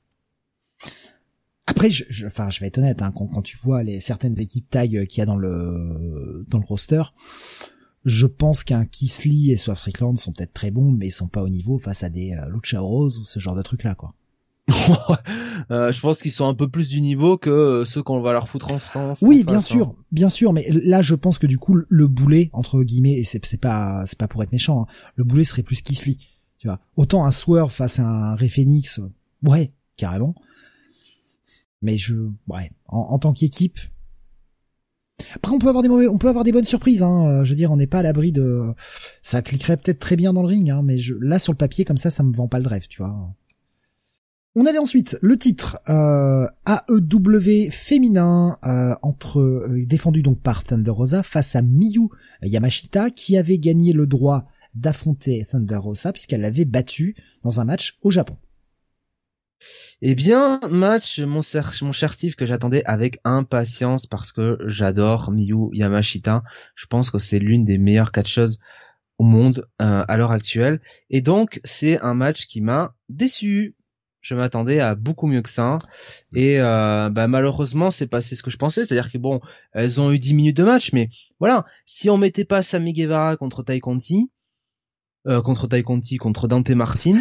Après, je vais être honnête, hein, quand tu vois certaines équipes tag qu'il y a dans le roster, je pense qu'un Keith Lee et Swerve Strickland sont peut-être très bons, mais ils sont pas au niveau face à des Luchasaurus ou ce genre de trucs là, quoi. Je pense qu'ils sont un peu plus du niveau que ceux qu'on va leur foutre en France. Oui, bien sûr, mais là je pense que du coup le boulet entre guillemets, et c'est pas pour être méchant, hein, le boulet serait plus Keith Lee, tu vois. Autant un Swerve face à un Rey Fenix, ouais, carrément. Mais en tant qu'équipe. Après on peut avoir des bonnes surprises, hein. Je veux dire, on n'est pas à l'abri de, ça cliquerait peut-être très bien dans le ring, hein, mais là sur le papier comme ça me vend pas le rêve, tu vois. On avait ensuite le titre AEW féminin défendu donc par Thunder Rosa face à Miyu Yamashita qui avait gagné le droit d'affronter Thunder Rosa puisqu'elle l'avait battue dans un match au Japon. Eh bien, match, mon cher Steve, que j'attendais avec impatience parce que j'adore Miyu Yamashita. Je pense que c'est l'une des meilleures catcheuses au monde à l'heure actuelle. Et donc, c'est un match qui m'a déçu. Je m'attendais à beaucoup mieux que ça. Et malheureusement, c'est passé ce que je pensais. C'est-à-dire que bon, elles ont eu 10 minutes de match, mais voilà, si on mettait pas Sammy Guevara contre Tai Conti, contre Dante Martin,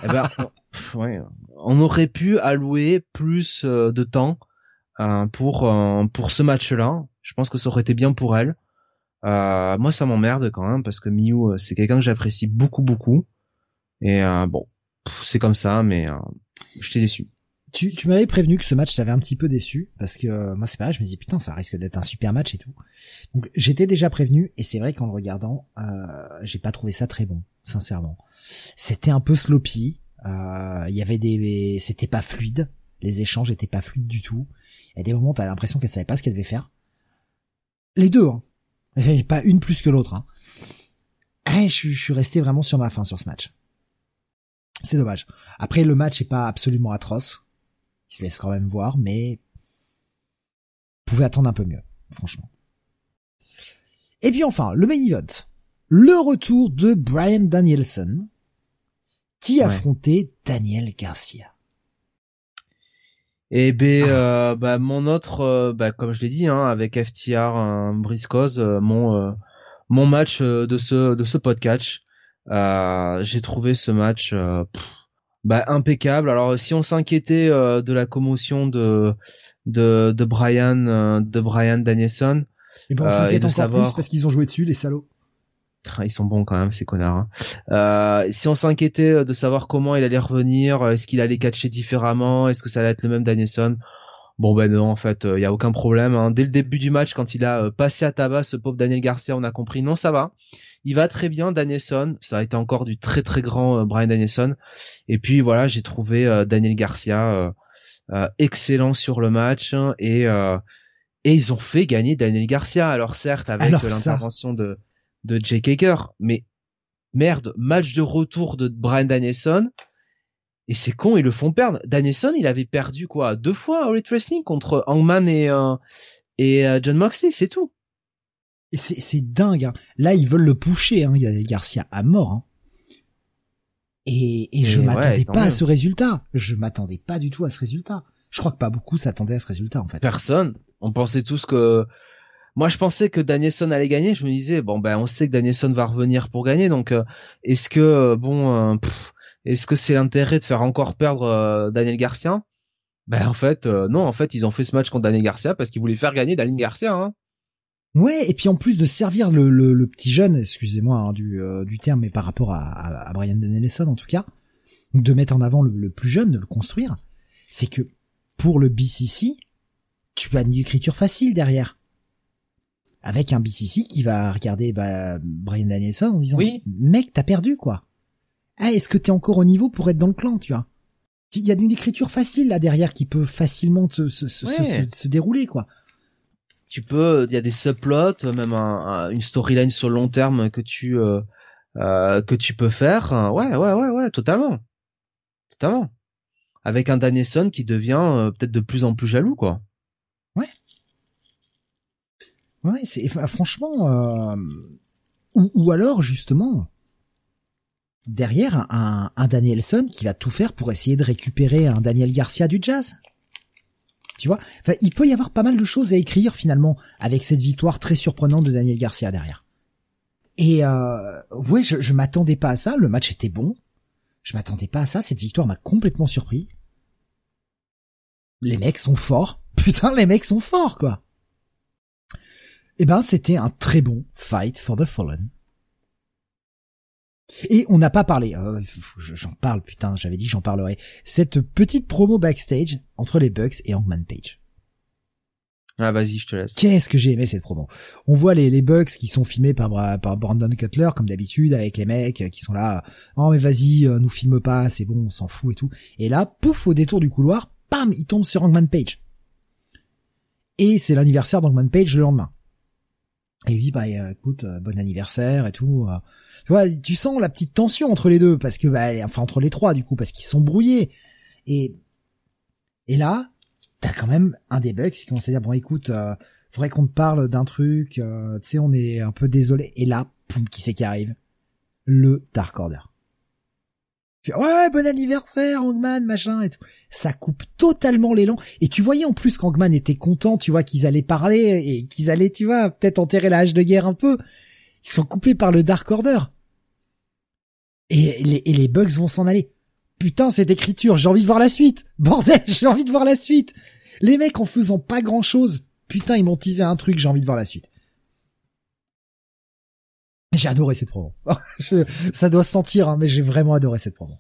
on aurait pu allouer plus de temps pour ce match-là. Je pense que ça aurait été bien pour elle. Moi, ça m'emmerde quand même parce que Miyu, c'est quelqu'un que j'apprécie beaucoup. Et c'est comme ça, mais j'étais déçu. Tu m'avais prévenu que ce match t'avait un petit peu déçu parce que moi c'est pareil, je me dis putain ça risque d'être un super match et tout. Donc j'étais déjà prévenu et c'est vrai qu'en le regardant, j'ai pas trouvé ça très bon, sincèrement. C'était un peu sloppy, il y avait c'était pas fluide, les échanges étaient pas fluides du tout. Il y a des moments t'as l'impression qu'elle savait pas ce qu'elle devait faire. Les deux, hein. Et pas une plus que l'autre, hein. Je suis resté vraiment sur ma faim sur ce match. C'est dommage. Après le match est pas absolument atroce. Il se laisse quand même voir, mais vous pouvez attendre un peu mieux, franchement. Et puis enfin, le main event. Le retour de Bryan Danielson, qui affrontait Daniel Garcia. Et bah mon autre, comme je l'ai dit, hein, avec FTR, Briscoes, mon match de ce podcast. J'ai trouvé ce match impeccable. Alors si on s'inquiétait de la commotion de Bryan Danielson, Et ben on s'inquiète de encore savoir... plus parce qu'ils ont joué dessus, les salauds. Ils sont bons quand même, ces connards. Hein. Si on s'inquiétait de savoir comment il allait revenir, est-ce qu'il allait catcher différemment, est-ce que ça allait être le même Danielson? Bon ben non, en fait, y a aucun problème. Hein. Dès le début du match, quand il a passé à tabac ce pauvre Daniel Garcia, on a compris non, ça va. Il va très bien, Danielson. Ça a été encore du très très grand Bryan Danielson. Et puis voilà, j'ai trouvé Daniel Garcia excellent sur le match et ils ont fait gagner Daniel Garcia. Alors certes, avec l'intervention de Jake Hager, mais merde, match de retour de Bryan Danielson. Et c'est con, ils le font perdre. Danielson, il avait perdu 2 fois au Elite Wrestling contre Hangman et John Moxley, c'est tout. Et c'est dingue. Hein. Là, ils veulent le pusher. Hein. Il y a Garcia à mort. Hein. Et je m'attendais pas à ce résultat. Je m'attendais pas du tout à ce résultat. Je crois que pas beaucoup s'attendaient à ce résultat en fait. Personne. On pensait tous que... Moi, je pensais que Danielson allait gagner. Je me disais, on sait que Danielson va revenir pour gagner. Donc, est-ce que, est-ce que c'est l'intérêt de faire encore perdre Daniel Garcia? En fait, non. En fait, ils ont fait ce match contre Daniel Garcia parce qu'ils voulaient faire gagner Daniel Garcia. Hein. Ouais, et puis en plus de servir le petit jeune, excusez-moi hein, du terme, mais par rapport à Bryan Danielson en tout cas, de mettre en avant le plus jeune, de le construire, c'est que pour le BCC, tu as une écriture facile derrière. Avec un BCC qui va regarder Bryan Danielson en disant oui. Mec, t'as perdu quoi. Ah, est-ce que t'es encore au niveau pour être dans le clan, tu vois? Il y a une écriture facile là derrière qui peut facilement se dérouler quoi. Il y a des subplots, même une storyline sur le long terme que tu peux faire. Ouais, totalement. Avec un Danielson qui devient peut-être de plus en plus jaloux, quoi. Ouais. Ouais, c'est franchement ou alors justement derrière un Danielson qui va tout faire pour essayer de récupérer un Daniel Garcia du jazz. Tu vois, enfin, il peut y avoir pas mal de choses à écrire finalement avec cette victoire très surprenante de Daniel Garcia derrière. Et ouais, je m'attendais pas à ça. Le match était bon. Je m'attendais pas à ça. Cette victoire m'a complètement surpris. Les mecs sont forts. Putain, les mecs sont forts, quoi. Eh ben, c'était un très bon Fight for the Fallen. Et on n'a pas parlé, j'en parle, putain, j'avais dit que j'en parlerais. Cette petite promo backstage entre les Bucks et Hangman Page. Ah, vas-y, je te laisse. Qu'est-ce que j'ai aimé cette promo. On voit les Bucks qui sont filmés par Brandon Cutler, comme d'habitude, avec les mecs qui sont là, oh mais vas-y, nous filme pas, c'est bon, on s'en fout et tout. Et là, pouf, au détour du couloir, pam, il tombe sur Hangman Page. Et c'est l'anniversaire d'Hangman Page le lendemain. Et il dit, écoute, bon anniversaire et tout. Tu vois, tu sens la petite tension entre les deux, parce que, entre les trois, du coup, parce qu'ils sont brouillés. Et là, t'as quand même un des Bucks qui commence à dire, bon, écoute, faudrait qu'on te parle d'un truc, tu sais, on est un peu désolé. Et là, poum, qui c'est qui arrive? Le Dark Order. Ouais, bon anniversaire, Hangman, machin, et tout. Ça coupe totalement l'élan. Et tu voyais en plus qu'Hangman était content, tu vois, qu'ils allaient parler, et qu'ils allaient, tu vois, peut-être enterrer la hache de guerre un peu. Ils sont coupés par le Dark Order. Et les Bucks vont s'en aller. Putain, cette écriture, j'ai envie de voir la suite. Bordel, j'ai envie de voir la suite. Les mecs, en faisant pas grand chose, putain, ils m'ont teasé un truc, j'ai envie de voir la suite. J'ai adoré cette promo. Ça doit se sentir, hein, mais j'ai vraiment adoré cette promo.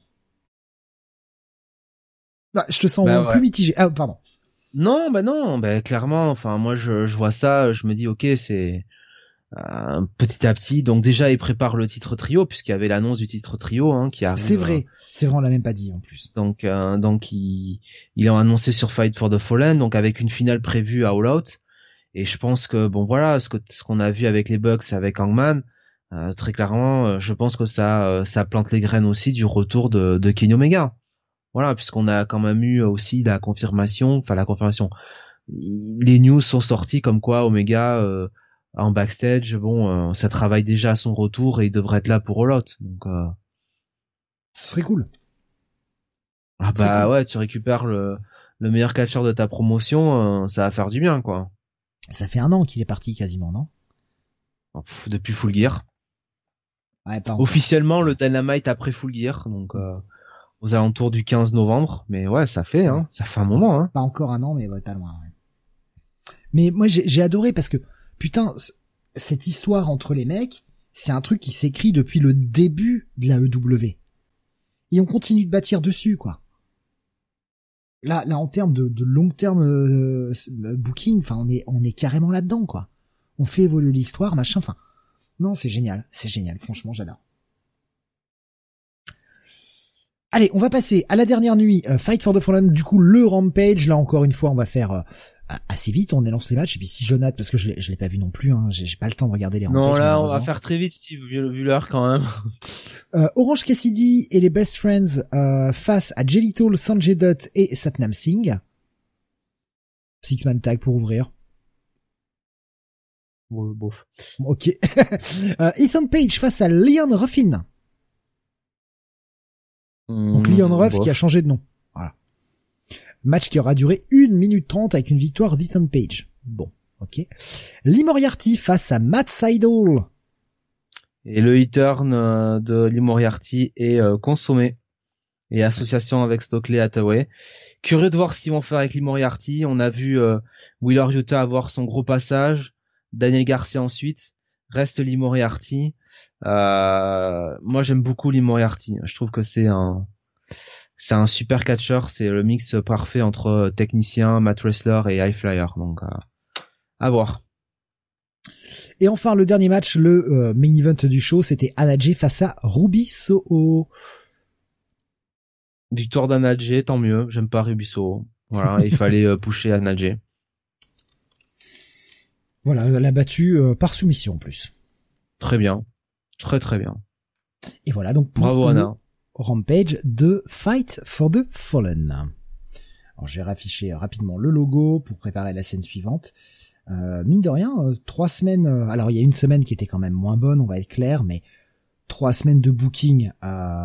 Je te sens plus mitigé. Ah, pardon. Non, clairement, enfin, moi, je vois ça, je me dis, ok, c'est, petit à petit. Donc déjà, ils préparent le titre trio, puisqu'il y avait l'annonce du titre trio, hein, qui arrive. C'est vrai, on l'a même pas dit, en plus. Donc ils ont annoncé sur Fight for the Fallen, donc avec une finale prévue à All Out. Et je pense que, bon, voilà, ce qu'on a vu avec les Bucks, avec Hangman, très clairement, je pense que ça plante les graines aussi du retour de Kenny Omega. Voilà, puisqu'on a quand même eu aussi la confirmation. Les news sont sorties comme quoi Omega, en backstage, ça travaille déjà à son retour et il devrait être là pour All Out. Donc, ce serait cool. Ah bah cool. Ouais, tu récupères le le meilleur catcheur de ta promotion, ça va faire du bien, quoi. Ça fait 1 an qu'il est parti quasiment, non? Depuis Full Gear. Ouais, pas encore. Officiellement, le Dynamite après Full Gear, donc aux alentours du 15 novembre. Mais ouais, ça fait un moment. Hein. Pas encore 1 an, mais ouais, pas loin. Ouais. Mais moi, j'ai adoré parce que, putain, cette histoire entre les mecs, c'est un truc qui s'écrit depuis le début de la EW. Et on continue de bâtir dessus, quoi. Là, en termes de long terme booking, enfin, on est carrément là-dedans, quoi. On fait évoluer l'histoire, machin, enfin. Non, c'est génial, franchement, j'adore. Allez, on va passer à la dernière nuit, Fight for the Fallen, du coup, le Rampage, là encore une fois, on va faire assez vite, on élance les matchs, et puis si Jonathan, parce que je l'ai pas vu non plus, hein, j'ai pas le temps de regarder les Rampages. Non, là, on va faire très vite, Steve, vu l'heure quand même. Orange Cassidy et les Best Friends face à Jelly Toll, Sanjay Dutt et Satnam Singh. 6-man tag pour ouvrir. Ouais, bof. Ok. Ethan Page face à Leon Ruffin. Donc Leon Ruff qui a changé de nom. Voilà. Match qui aura duré 1 minute 30 avec une victoire d'Ethan Page. Bon, ok. Lee Moriarty face à Matt Sydal. Et le e-turn de Lee Moriarty est consommé. Et association avec Stokely Hathaway. Curieux de voir ce qu'ils vont faire avec Lee Moriarty. On a vu Wheeler Yuta avoir son gros passage. Daniel Garcia ensuite. Reste Lee Moriarty. Moi j'aime beaucoup Lee Moriarty. Je trouve que c'est un super catcheur. C'est le mix parfait entre technicien, mat wrestler et high flyer. Donc à voir. Et enfin le dernier match, le main event du show, c'était Anna Jay face à Ruby Soho. Victoire d'Anna Jay, tant mieux. J'aime pas Ruby Soho. Voilà, il fallait pusher Anna Jay. Voilà, elle a battu par soumission en plus. Très bien. Très très bien. Et voilà donc pour bravo, Anna. Rampage de Fight for the Fallen. Alors je vais rafficher rapidement le logo pour préparer la scène suivante. Mine de rien, 3 semaines... alors il y a une semaine qui était quand même moins bonne, on va être clair, mais 3 semaines de booking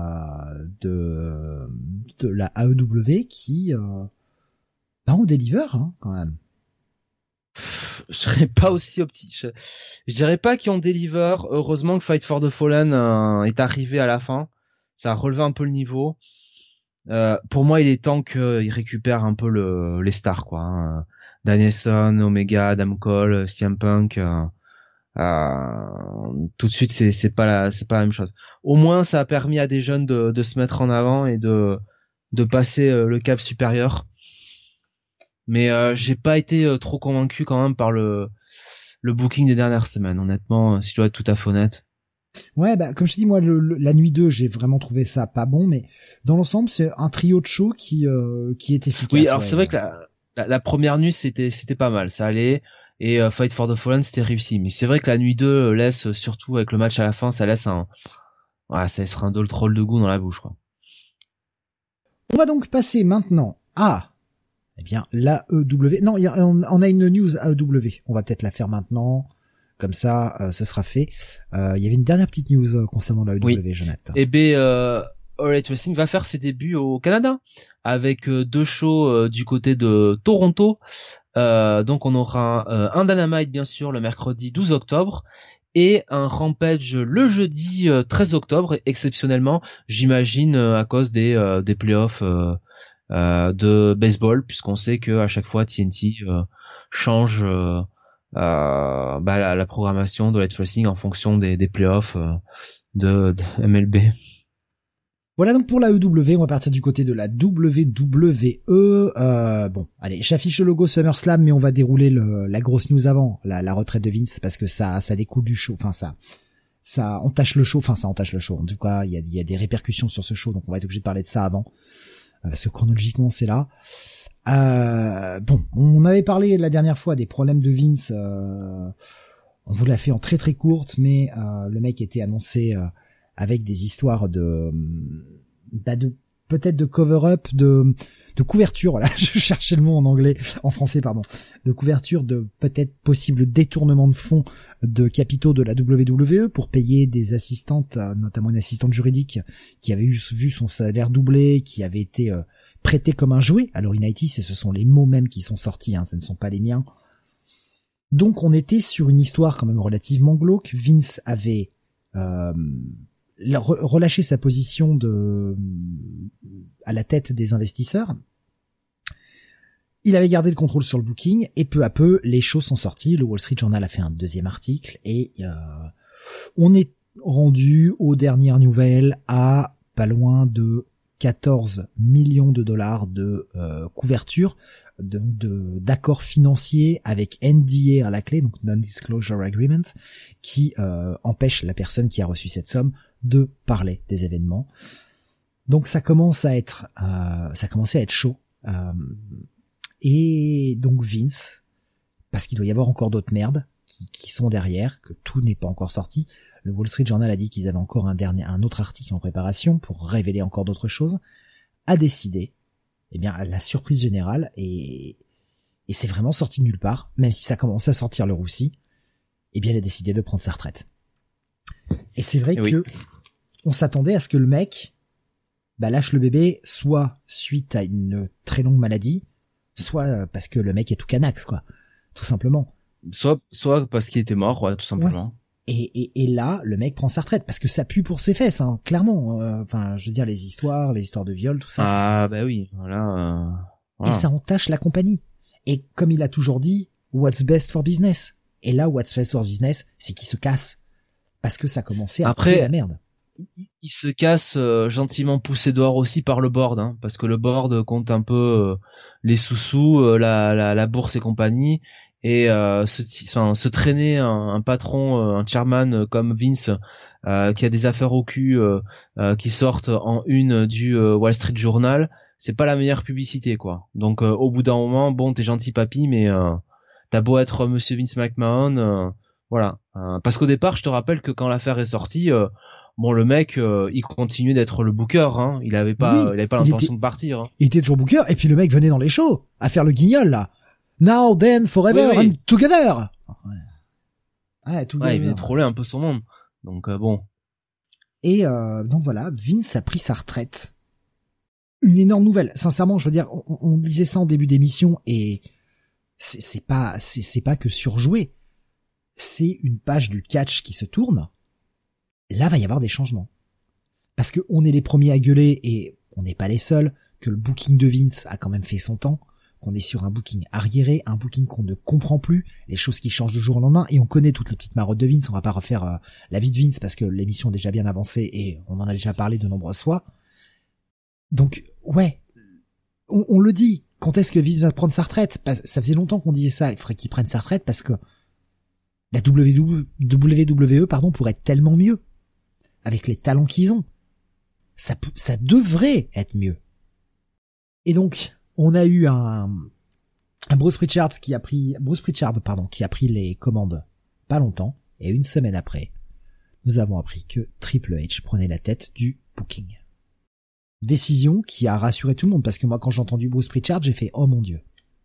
de la AEW qui... on deliver hein, quand même. Je serais pas aussi optique. Je dirais pas qu'ils ont deliver. Heureusement que Fight for the Fallen est arrivé à la fin. Ça a relevé un peu le niveau. Pour moi, il est temps qu'ils récupèrent un peu les stars, quoi. Hein. Danielson, Omega, Adam Cole, CM Punk. Tout de suite, c'est pas la même chose. Au moins, ça a permis à des jeunes de se mettre en avant et de passer le cap supérieur. Mais j'ai pas été trop convaincu quand même par le booking des dernières semaines, honnêtement, si je dois être tout à fait honnête. Ouais, comme je dis, moi, la nuit 2, j'ai vraiment trouvé ça pas bon, mais dans l'ensemble, c'est un trio de show qui est efficace. Oui, alors c'est vrai que la première nuit, c'était pas mal, ça allait, et Fight for the Fallen, c'était réussi. Mais c'est vrai que la nuit 2 laisse, surtout avec le match à la fin, ça laisse ça laissera un troll de goût dans la bouche, quoi. On va donc passer maintenant à... Eh bien, l'AEW... Non, on a une news AEW. On va peut-être la faire maintenant. Comme ça, ça sera fait. Il y avait une dernière petite news concernant l'AEW, oui. Jonathan. Eh bien, All Elite Wrestling va faire ses débuts au Canada avec 2 shows du côté de Toronto. Donc, on aura un Dynamite, bien sûr, le mercredi 12 octobre et un Rampage le jeudi 13 octobre, exceptionnellement, j'imagine, à cause des playoffs de baseball, puisqu'on sait que à chaque fois TNT change la programmation de All Elite Wrestling en fonction des playoffs de MLB. Voilà donc pour la EW, on va partir du côté de la WWE. Bon, allez, j'affiche le logo SummerSlam, mais on va dérouler la grosse news avant, la retraite de Vince, parce que ça découle du show, enfin ça entache le show, En tout cas, il y a des répercussions sur ce show, donc on va être obligé de parler de ça avant. Parce que chronologiquement c'est là. Bon, on avait parlé la dernière fois des problèmes de Vince. On vous l'a fait en très très courte, mais le mec était annoncé avec des histoires de peut-être de cover-up, de couverture. Voilà, je cherchais le mot en français, pardon. De couverture de peut-être possible détournement de fonds de capitaux de la WWE pour payer des assistantes, notamment une assistante juridique qui avait vu son salaire doublé, qui avait été prêté comme un jouet. Alors United, ce sont les mots même qui sont sortis, ce ne sont pas les miens. Donc on était sur une histoire quand même relativement glauque. Vince avait relâché sa position à la tête des investisseurs. Il avait gardé le contrôle sur le booking et peu à peu les choses sont sorties. Le Wall Street Journal a fait un deuxième article et on est rendu aux dernières nouvelles à pas loin de 14 millions de dollars de couverture, d'accords financiers avec NDA à la clé, donc Non-Disclosure Agreement, qui empêche la personne qui a reçu cette somme de parler des événements. Donc ça commence à être chaud. Et donc Vince, parce qu'il doit y avoir encore d'autres merdes qui sont derrière, que tout n'est pas encore sorti. Le Wall Street Journal a dit qu'ils avaient encore un autre article en préparation pour révéler encore d'autres choses, a décidé, la surprise générale, et c'est vraiment sorti de nulle part, même si ça commence à sortir le roussi, il a décidé de prendre sa retraite. Et c'est vrai que on s'attendait à ce que le mec, lâche le bébé, soit suite à une très longue maladie, soit parce que le mec est tout canax, quoi, tout simplement. Soit parce qu'il était mort, tout simplement. Ouais. Et là, le mec prend sa retraite parce que ça pue pour ses fesses, clairement. Je veux dire les histoires de viol, tout ça. Ah bah oui, voilà. Et ça entache la compagnie. Et comme il a toujours dit, what's best for business. Et là, what's best for business, c'est qu'il se casse parce que ça commençait à puer la merde. Il se casse gentiment poussé dehors aussi par le board, parce que le board compte un peu les sous-sous, la bourse et compagnie. Et se traîner un patron, un chairman comme Vince, qui a des affaires au cul, qui sortent en une du Wall Street Journal, c'est pas la meilleure publicité, quoi. Donc au bout d'un moment, bon, t'es gentil papy, mais t'as beau être Monsieur Vince McMahon, voilà. Parce qu'au départ, je te rappelle que quand l'affaire est sortie, le mec, il continuait d'être le booker, il avait pas l'intention de partir. Il était toujours booker, et puis le mec venait dans les shows à faire le guignol là. Now, then, forever, and together. Together. Il venait troller un peu son monde. Donc bon. Et donc voilà, Vince a pris sa retraite. Une énorme nouvelle. Sincèrement, je veux dire, on disait ça en début d'émission et c'est pas que surjoué. C'est une page du catch qui se tourne. Là, va y avoir des changements. Parce que on est les premiers à gueuler et on n'est pas les seuls que le booking de Vince a quand même fait son temps. Qu'on est sur un booking arriéré, un booking qu'on ne comprend plus, les choses qui changent de jour au lendemain, et on connaît toutes les petites marottes de Vince, on va pas refaire la vie de Vince parce que l'émission est déjà bien avancée et on en a déjà parlé de nombreuses fois. Donc, ouais, on le dit, quand est-ce que Vince va prendre sa retraite? Ça faisait longtemps qu'on disait ça, il faudrait qu'il prenne sa retraite parce que la WWE, pourrait être tellement mieux, avec les talents qu'ils ont. Ça devrait être mieux. Et donc, on a eu un Bruce Pritchard qui a pris les commandes pas longtemps, et une semaine après, nous avons appris que Triple H prenait la tête du booking. Décision qui a rassuré tout le monde, parce que moi quand j'ai entendu Bruce Pritchard, j'ai fait oh mon dieu.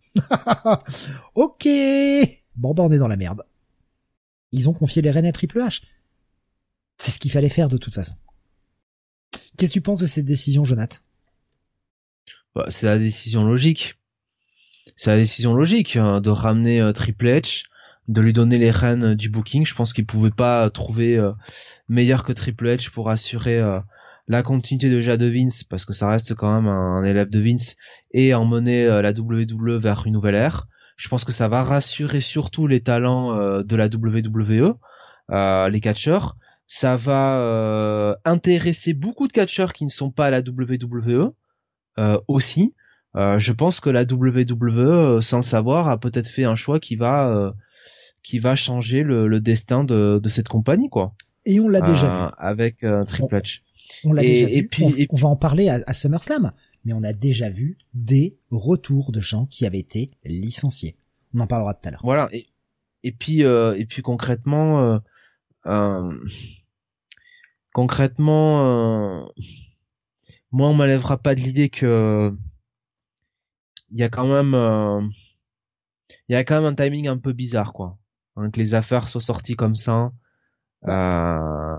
Ok. Bon on est dans la merde. Ils ont confié les rênes à Triple H. C'est ce qu'il fallait faire de toute façon. Qu'est-ce que tu penses de cette décision, Jonathan? C'est la décision logique. C'est la décision logique de ramener Triple H, de lui donner les rênes du booking. Je pense qu'il pouvait pas trouver meilleur que Triple H pour assurer la continuité de Vince, parce que ça reste quand même un élève de Vince, et emmener la WWE vers une nouvelle ère. Je pense que ça va rassurer surtout les talents de la WWE, les catcheurs. Ça va intéresser beaucoup de catcheurs qui ne sont pas à la WWE. Aussi, je pense que la WWE, sans le savoir, a peut-être fait un choix qui va changer le destin de cette compagnie, quoi. Et on l'a déjà vu avec Triple H. On l'a déjà vu. On va en parler à SummerSlam, mais on a déjà vu des retours de gens qui avaient été licenciés. On en parlera tout à l'heure. Voilà. Et puis concrètement, moi, on m'enlèvera pas de l'idée que il y a quand même un timing un peu bizarre, quoi. Que les affaires soient sorties comme ça.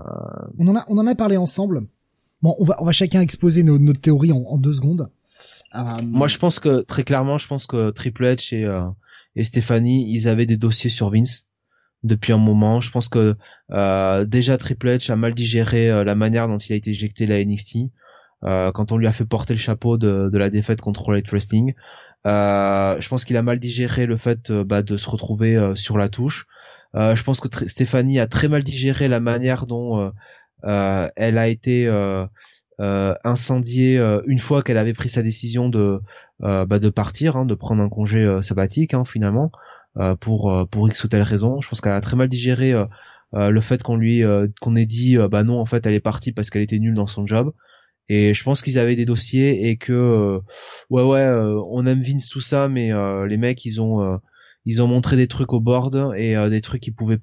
On en a parlé ensemble. Bon, on va chacun exposer notre théorie en 2 secondes. Moi, je pense que très clairement, Triple H et Stephanie, ils avaient des dossiers sur Vince depuis un moment. Je pense que déjà Triple H a mal digéré la manière dont il a été éjecté la NXT quand on lui a fait porter le chapeau de la défaite contre All Elite Wrestling. Je pense qu'il a mal digéré le fait de se retrouver sur la touche. Je pense que Stéphanie a très mal digéré la manière dont elle a été incendiée une fois qu'elle avait pris sa décision de partir, hein, de prendre un congé sabbatique, hein, finalement, pour X ou telle raison. Je pense qu'elle a très mal digéré le fait qu'on ait dit non, en fait elle est partie parce qu'elle était nulle dans son job. Et je pense qu'ils avaient des dossiers et que on aime Vince tout ça, mais les mecs ils ont montré des trucs au board et des trucs qui pouvaient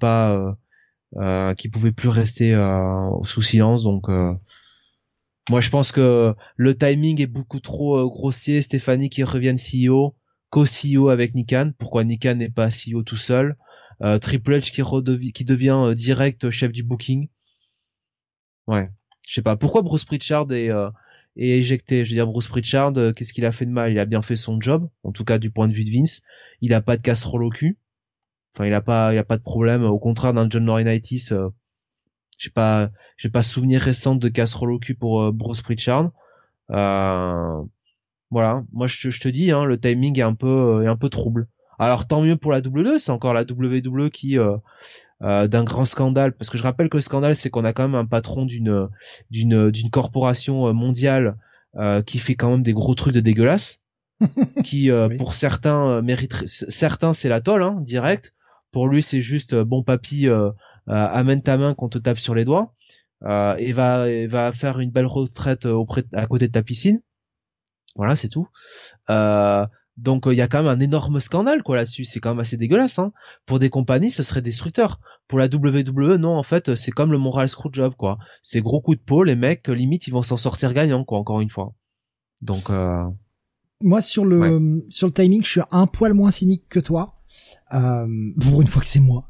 plus rester sous silence. Donc moi je pense que le timing est beaucoup trop grossier. Stéphanie qui revienne CEO, co-CEO avec Nick Khan. Pourquoi Nick Khan n'est pas CEO tout seul? Triple H qui devient direct chef du booking. Ouais. Je sais pas pourquoi Bruce Pritchard est éjecté. Je veux dire, Bruce Pritchard, qu'est-ce qu'il a fait de mal? Il a bien fait son job, en tout cas du point de vue de Vince. Il a pas de casserole au cul. Enfin, il a pas de problème. Au contraire d'un John Laurinaitis, j'ai pas souvenir récent de casserole au cul pour Bruce Pritchard. Voilà. Moi, je te dis, hein, le timing est un peu trouble. Alors tant mieux pour la WWE, c'est encore la WWE qui d'un grand scandale, parce que je rappelle que le scandale c'est qu'on a quand même un patron d'une corporation mondiale qui fait quand même des gros trucs de dégueulasse, qui oui. Pour certains mériterait, certains c'est la tôle, hein, direct. Pour lui c'est juste bon papy, amène ta main qu'on te tape sur les doigts et va faire une belle retraite à côté de ta piscine. Voilà, c'est tout. Donc il y a quand même un énorme scandale quoi là-dessus, c'est quand même assez dégueulasse, hein. Pour des compagnies, ce serait destructeur. Pour la WWE, non, en fait, c'est comme le Montreal Screwjob quoi. C'est gros coup de peau, les mecs limite ils vont s'en sortir gagnants quoi, encore une fois. Donc moi sur le timing, je suis un poil moins cynique que toi. Pour une fois que c'est moi.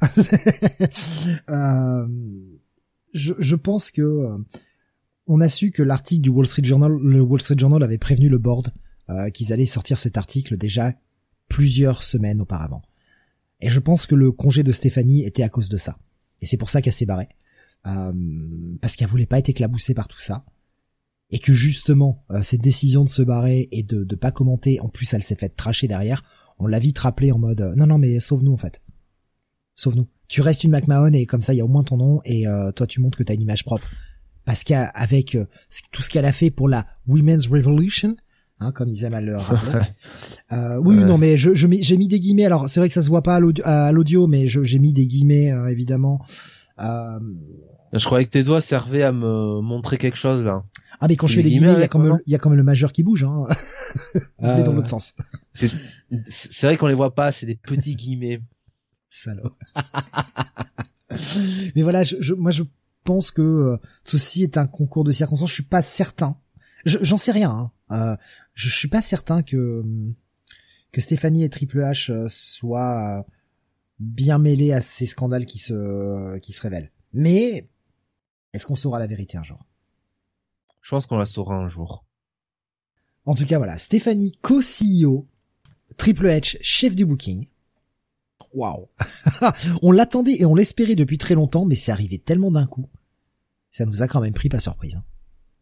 Je pense que on a su que l'article du Wall Street Journal avait prévenu le board qu'ils allaient sortir cet article déjà plusieurs semaines auparavant. Et je pense que le congé de Stéphanie était à cause de ça. Et c'est pour ça qu'elle s'est barrée. Parce qu'elle voulait pas être éclaboussée par tout ça. Et que justement, cette décision de se barrer et de pas commenter, en plus elle s'est faite tracher derrière, on l'a vite rappelé en mode non mais sauve-nous en fait. Sauve-nous. Tu restes une McMahon et comme ça il y a au moins ton nom et toi tu montres que t'as une image propre. Parce qu'avec tout ce qu'elle a fait pour la Women's Revolution, hein, comme ils aiment à le rappeler. Oui, non, mais j'ai mis des guillemets. Alors, c'est vrai que ça se voit pas à l'audio, mais j'ai mis des guillemets, évidemment. Je croyais que tes doigts servaient à me montrer quelque chose, là. Ah, mais quand je fais des guillemets, il y a quand même le majeur qui bouge, hein. Mais dans l'autre sens. C'est vrai qu'on les voit pas, c'est des petits guillemets. Salaud. Mais voilà, moi, je pense que ceci est un concours de circonstances. Je suis pas certain. J'en sais rien, hein. Je suis pas certain que Stéphanie et Triple H soient bien mêlés à ces scandales qui se révèlent. Mais est-ce qu'on saura la vérité un jour? Je pense qu'on la saura un jour. En tout cas, voilà, Stéphanie co-CEO, Triple H chef du booking. Waouh. On l'attendait et on l'espérait depuis très longtemps, mais c'est arrivé tellement d'un coup. Ça nous a quand même pris pas surprise, hein.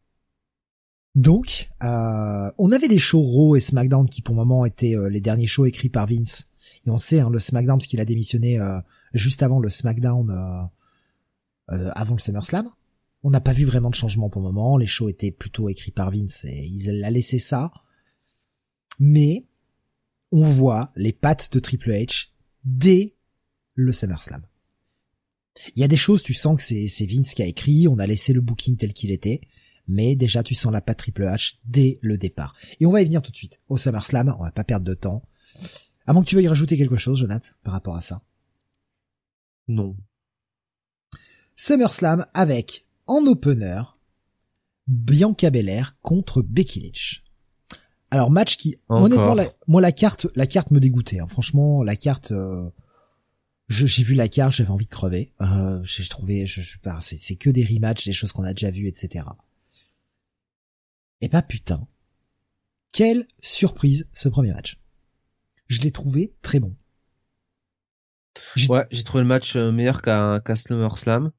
Donc, on avait des shows Raw et SmackDown qui pour le moment étaient les derniers shows écrits par Vince. Et on sait, hein, le SmackDown, parce qu'il a démissionné juste avant le SmackDown, avant le SummerSlam. On n'a pas vu vraiment de changement pour le moment. Les shows étaient plutôt écrits par Vince et il a laissé ça. Mais on voit les pattes de Triple H dès le SummerSlam. Il y a des choses, tu sens que c'est Vince qui a écrit, on a laissé le booking tel qu'il était. Mais déjà, tu sens la patte Triple H dès le départ. Et on va y venir tout de suite. Au SummerSlam, on va pas perdre de temps. À moins que tu veuilles rajouter quelque chose, Jonathan, par rapport à ça. Non. SummerSlam avec, en opener, Bianca Belair contre Becky Lynch. Alors, match qui, honnêtement, la carte me dégoûtait, hein. Franchement, la carte, j'ai vu la carte, j'avais envie de crever. J'ai trouvé, c'est que des rematchs, des choses qu'on a déjà vues, etc. Et bah putain, Quelle surprise ce premier match. Je l'ai trouvé très bon. Ouais, j'ai trouvé le match meilleur qu'à SummerSlam.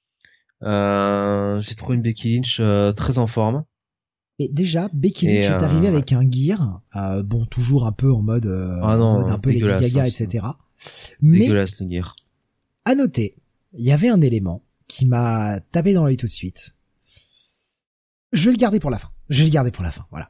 J'ai trouvé une Becky Lynch très en forme. Et déjà, Becky Lynch est arrivée avec un gear, bon, toujours un peu en mode, un peu Lady Gaga, etc. Mais, dégueulasse le gear. À noter, il y avait un élément qui m'a tapé dans l'œil tout de suite. Je vais le garder pour la fin. Voilà.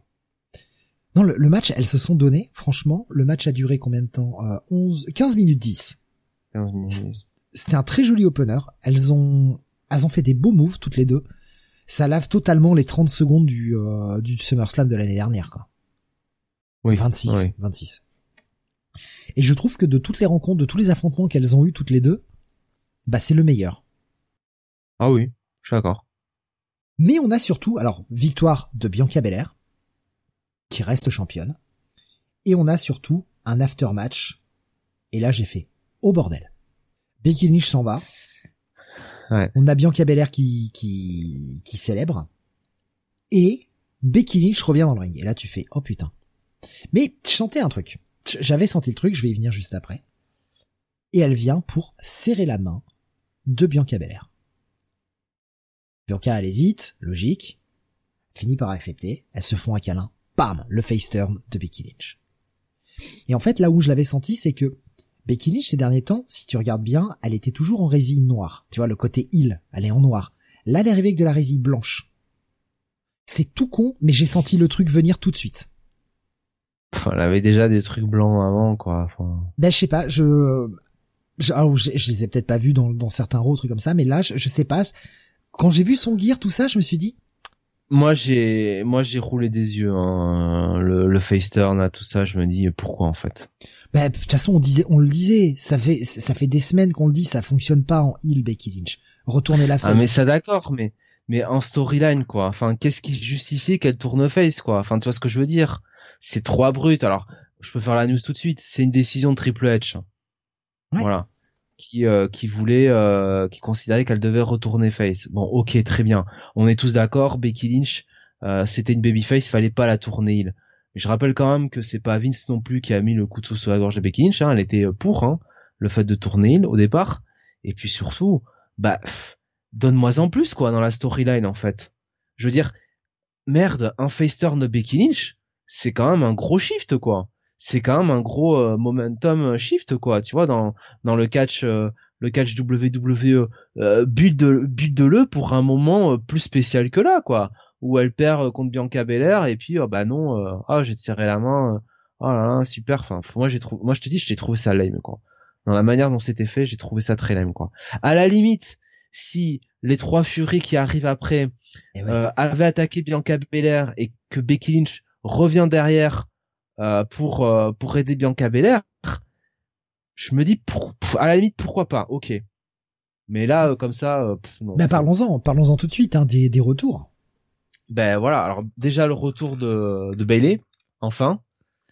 Non, le match, elles se sont données, franchement, le match a duré combien de temps? 15 minutes 10. 15 minutes. C'était un très joli opener. Elles ont fait des beaux moves, toutes les deux. Ça lave totalement les 30 secondes du SummerSlam de l'année dernière, quoi. Oui. 26. Et je trouve que de toutes les rencontres, de tous les affrontements qu'elles ont eu toutes les deux, bah, c'est le meilleur. Ah oui, je suis d'accord. Mais on a surtout, alors, victoire de Bianca Belair, qui reste championne. Et on a surtout un aftermatch. Et là, j'ai fait, oh bordel. Becky Lynch s'en va. Ouais. On a Bianca Belair qui célèbre. Et Becky Lynch revient dans le ring. Et là, tu fais, oh putain. Mais je sentais un truc. J'avais senti le truc, je vais y venir juste après. Et elle vient pour serrer la main de Bianca Belair. Bianca, elle hésite, logique. Finit par accepter. Elles se font un câlin. Bam! Le face turn de Becky Lynch. Et en fait, là où je l'avais senti, c'est que Becky Lynch, ces derniers temps, si tu regardes bien, elle était toujours en résine noire. Tu vois, le côté heel, elle est en noir. Là, elle est arrivée avec de la résine blanche. C'est tout con, mais j'ai senti le truc venir tout de suite. Enfin, elle avait déjà des trucs blancs avant, quoi. Enfin... Ben, je sais pas, je les ai peut-être pas vus dans certains Raw, trucs comme ça, mais là, je sais pas. Quand j'ai vu son gear, tout ça, je me suis dit... Moi, j'ai roulé des yeux, hein. Le face turn, là, tout ça, je me dis, pourquoi, en fait? Bah, de toute façon, on le disait, ça fait des semaines qu'on le dit, ça fonctionne pas en heel, Becky Lynch. Retourner la face. Ah, mais ça d'accord, mais en storyline, quoi. Enfin, qu'est-ce qui justifie qu'elle tourne face, quoi? Enfin, tu vois ce que je veux dire? C'est trop abrupt. Alors, je peux faire la news tout de suite. C'est une décision de Triple H. Ouais. Voilà. Qui considérait qu'elle devait retourner face. Bon, ok, très bien. On est tous d'accord. Becky Lynch, c'était une babyface, fallait pas la tourner heel. Mais je rappelle quand même que c'est pas Vince non plus qui a mis le couteau sur la gorge de Becky Lynch. Elle était pour le fait de tourner heel au départ. Et puis surtout, donne-moi en plus quoi dans la storyline en fait. Je veux dire, merde, un face turn de Becky Lynch, c'est quand même un gros shift quoi. C'est quand même un gros momentum shift quoi, tu vois dans le catch WWE build de le pour un moment plus spécial que là quoi, où elle perd contre Bianca Belair et puis j'ai serré la main, oh là là super, enfin moi je te dis j'ai trouvé ça lame quoi. Dans la manière dont c'était fait, j'ai trouvé ça très lame quoi. À la limite, si les trois furies qui arrivent après avaient attaqué Bianca Belair et que Becky Lynch revient derrière pour aider Bianca Belair, je me dis à la limite pourquoi pas, ok. Mais là comme ça non. Ben parlons-en tout de suite des retours. Ben voilà, alors déjà le retour de Bayley, enfin.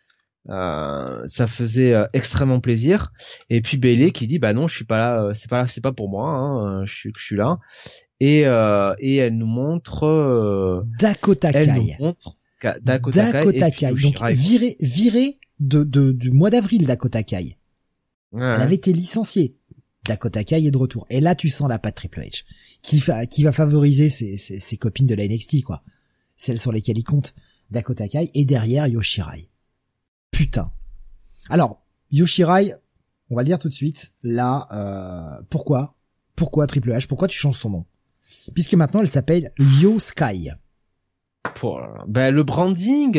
Ça faisait extrêmement plaisir. Et puis Bayley qui dit bah non, je suis pas là, c'est pas pour moi, je suis là. Et elle nous montre Dakota Kai. Elle nous montre Dakota Kai. Donc viré du mois d'avril Dakota Kai. Ouais. Elle avait été licenciée. Dakota Kai est de retour. Et là tu sens la patte Triple H qui va favoriser ses copines de la NXT quoi. Celles sur lesquelles il compte. Dakota Kai et derrière Yoshirai. Putain. Alors, Yoshirai, on va le dire tout de suite, là, pourquoi Triple H, pourquoi tu changes son nom? Puisque maintenant elle s'appelle Yo Sky. Ben, le branding.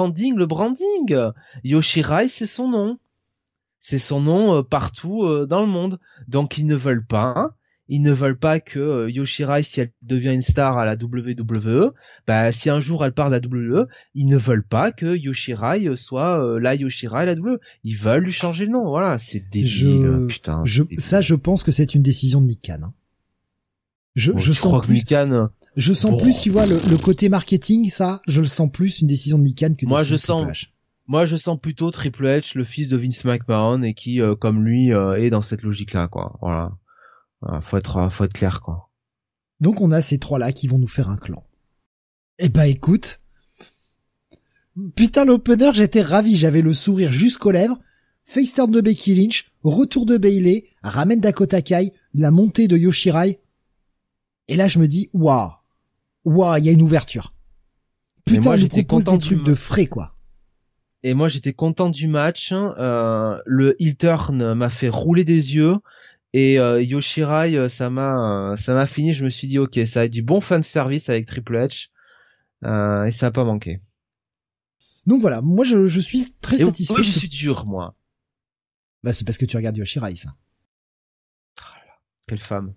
Yoshirai, c'est son nom. C'est son nom partout dans le monde. Donc ils ne veulent pas que Yoshirai, si elle devient une star à la WWE, si un jour elle part de la WWE, ils ne veulent pas que Yoshirai soit la Yoshirai à la WWE. Ils veulent lui changer le nom. Voilà, c'est débile. Putain. Je pense que c'est une décision de Nick Khan. Hein. Je sens plus. Je sens plus, tu vois, le côté marketing, ça, je le sens plus une décision de Nick Khan que Moi, je sens plutôt Triple H, le fils de Vince McMahon, et qui, comme lui, est dans cette logique-là, quoi. Voilà. Faut être clair, quoi. Donc on a ces trois-là qui vont nous faire un clan. Eh ben écoute, Putain, l'opener, j'étais ravi, j'avais le sourire jusqu'aux lèvres. Face turn de Becky Lynch, retour de Bayley, ramène Dakota Kai, la montée de Yoshirai. Et là, je me dis, waouh, il y a une ouverture. Putain, moi, on nous j'étais propose content des trucs de frais, quoi. Et moi, j'étais content du match. Le heel turn m'a fait rouler des yeux. Et Yoshirai, ça m'a fini. Je me suis dit, ok, ça a du bon fan service avec Triple H. Et ça a pas manqué. Donc voilà, moi je suis très satisfait. Oui, je suis dur, moi. Bah c'est parce que tu regardes Yoshirai, ça. Quelle femme.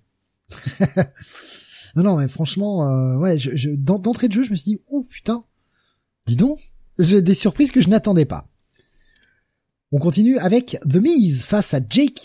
Non, mais franchement, ouais, d'entrée de jeu, je me suis dit, oh putain, dis donc, j'ai des surprises que je n'attendais pas. On continue avec The Miz face à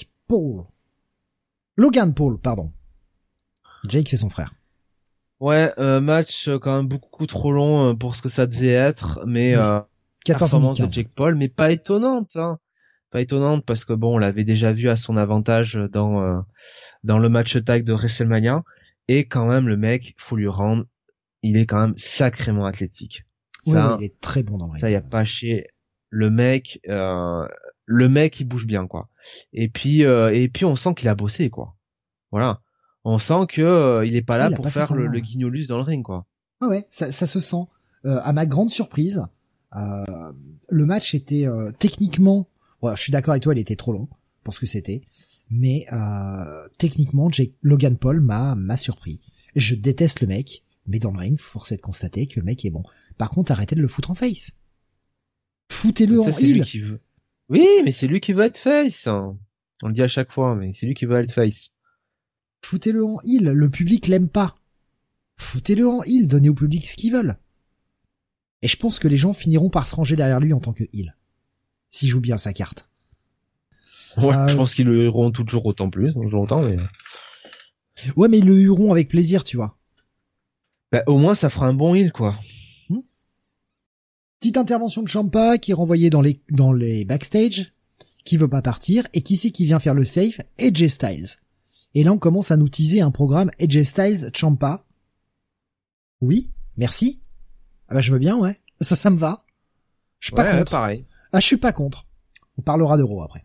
Logan Paul, pardon. Jake, c'est son frère. Ouais, match quand même beaucoup trop long pour ce que ça devait être, mais 14 performance minutes de Jake Paul, mais pas étonnante, hein. Pas étonnante parce que bon, on l'avait déjà vu à son avantage dans le match tag de WrestleMania, et quand même le mec, faut lui rendre, il est quand même sacrément athlétique. Ça, ouais, il est très bon dans le ring. Ça y a pas chier. Le mec, il bouge bien, quoi. Et puis on sent qu'il a bossé, quoi. Voilà. On sent que il est pas là pour faire le guignolus dans le ring, quoi. Ouais, ça se sent. À ma grande surprise, le match était techniquement, ouais, je suis d'accord avec toi, il était trop long pour ce que c'était, mais techniquement, Logan Paul m'a surpris. Je déteste le mec, mais dans le ring, force est de constater que le mec est bon. Par contre, arrêtez de le foutre en face. Foutez-le en heel. Oui, mais c'est lui qui veut être face. On le dit à chaque fois, mais c'est lui qui veut être face. Foutez-le en heel, le public l'aime pas. Foutez-le en heel, donnez au public ce qu'ils veulent. Et je pense que les gens finiront par se ranger derrière lui en tant que heel. S'il joue bien sa carte. Ouais, je pense qu'ils le hureront toujours autant plus, longtemps, mais... Ouais, mais ils le hureront avec plaisir, tu vois. Bah, au moins, ça fera un bon heel, quoi. Petite intervention de Ciampa qui est renvoyé dans les backstage, qui veut pas partir, et qui c'est qui vient faire le save? AJ Styles. Et là, on commence à nous teaser un programme AJ Styles, Ciampa. Oui, merci. Ah bah je veux bien, ouais. Ça me va. Je suis pas contre. Pareil. Ah, je suis pas contre. On parlera d'Euro après.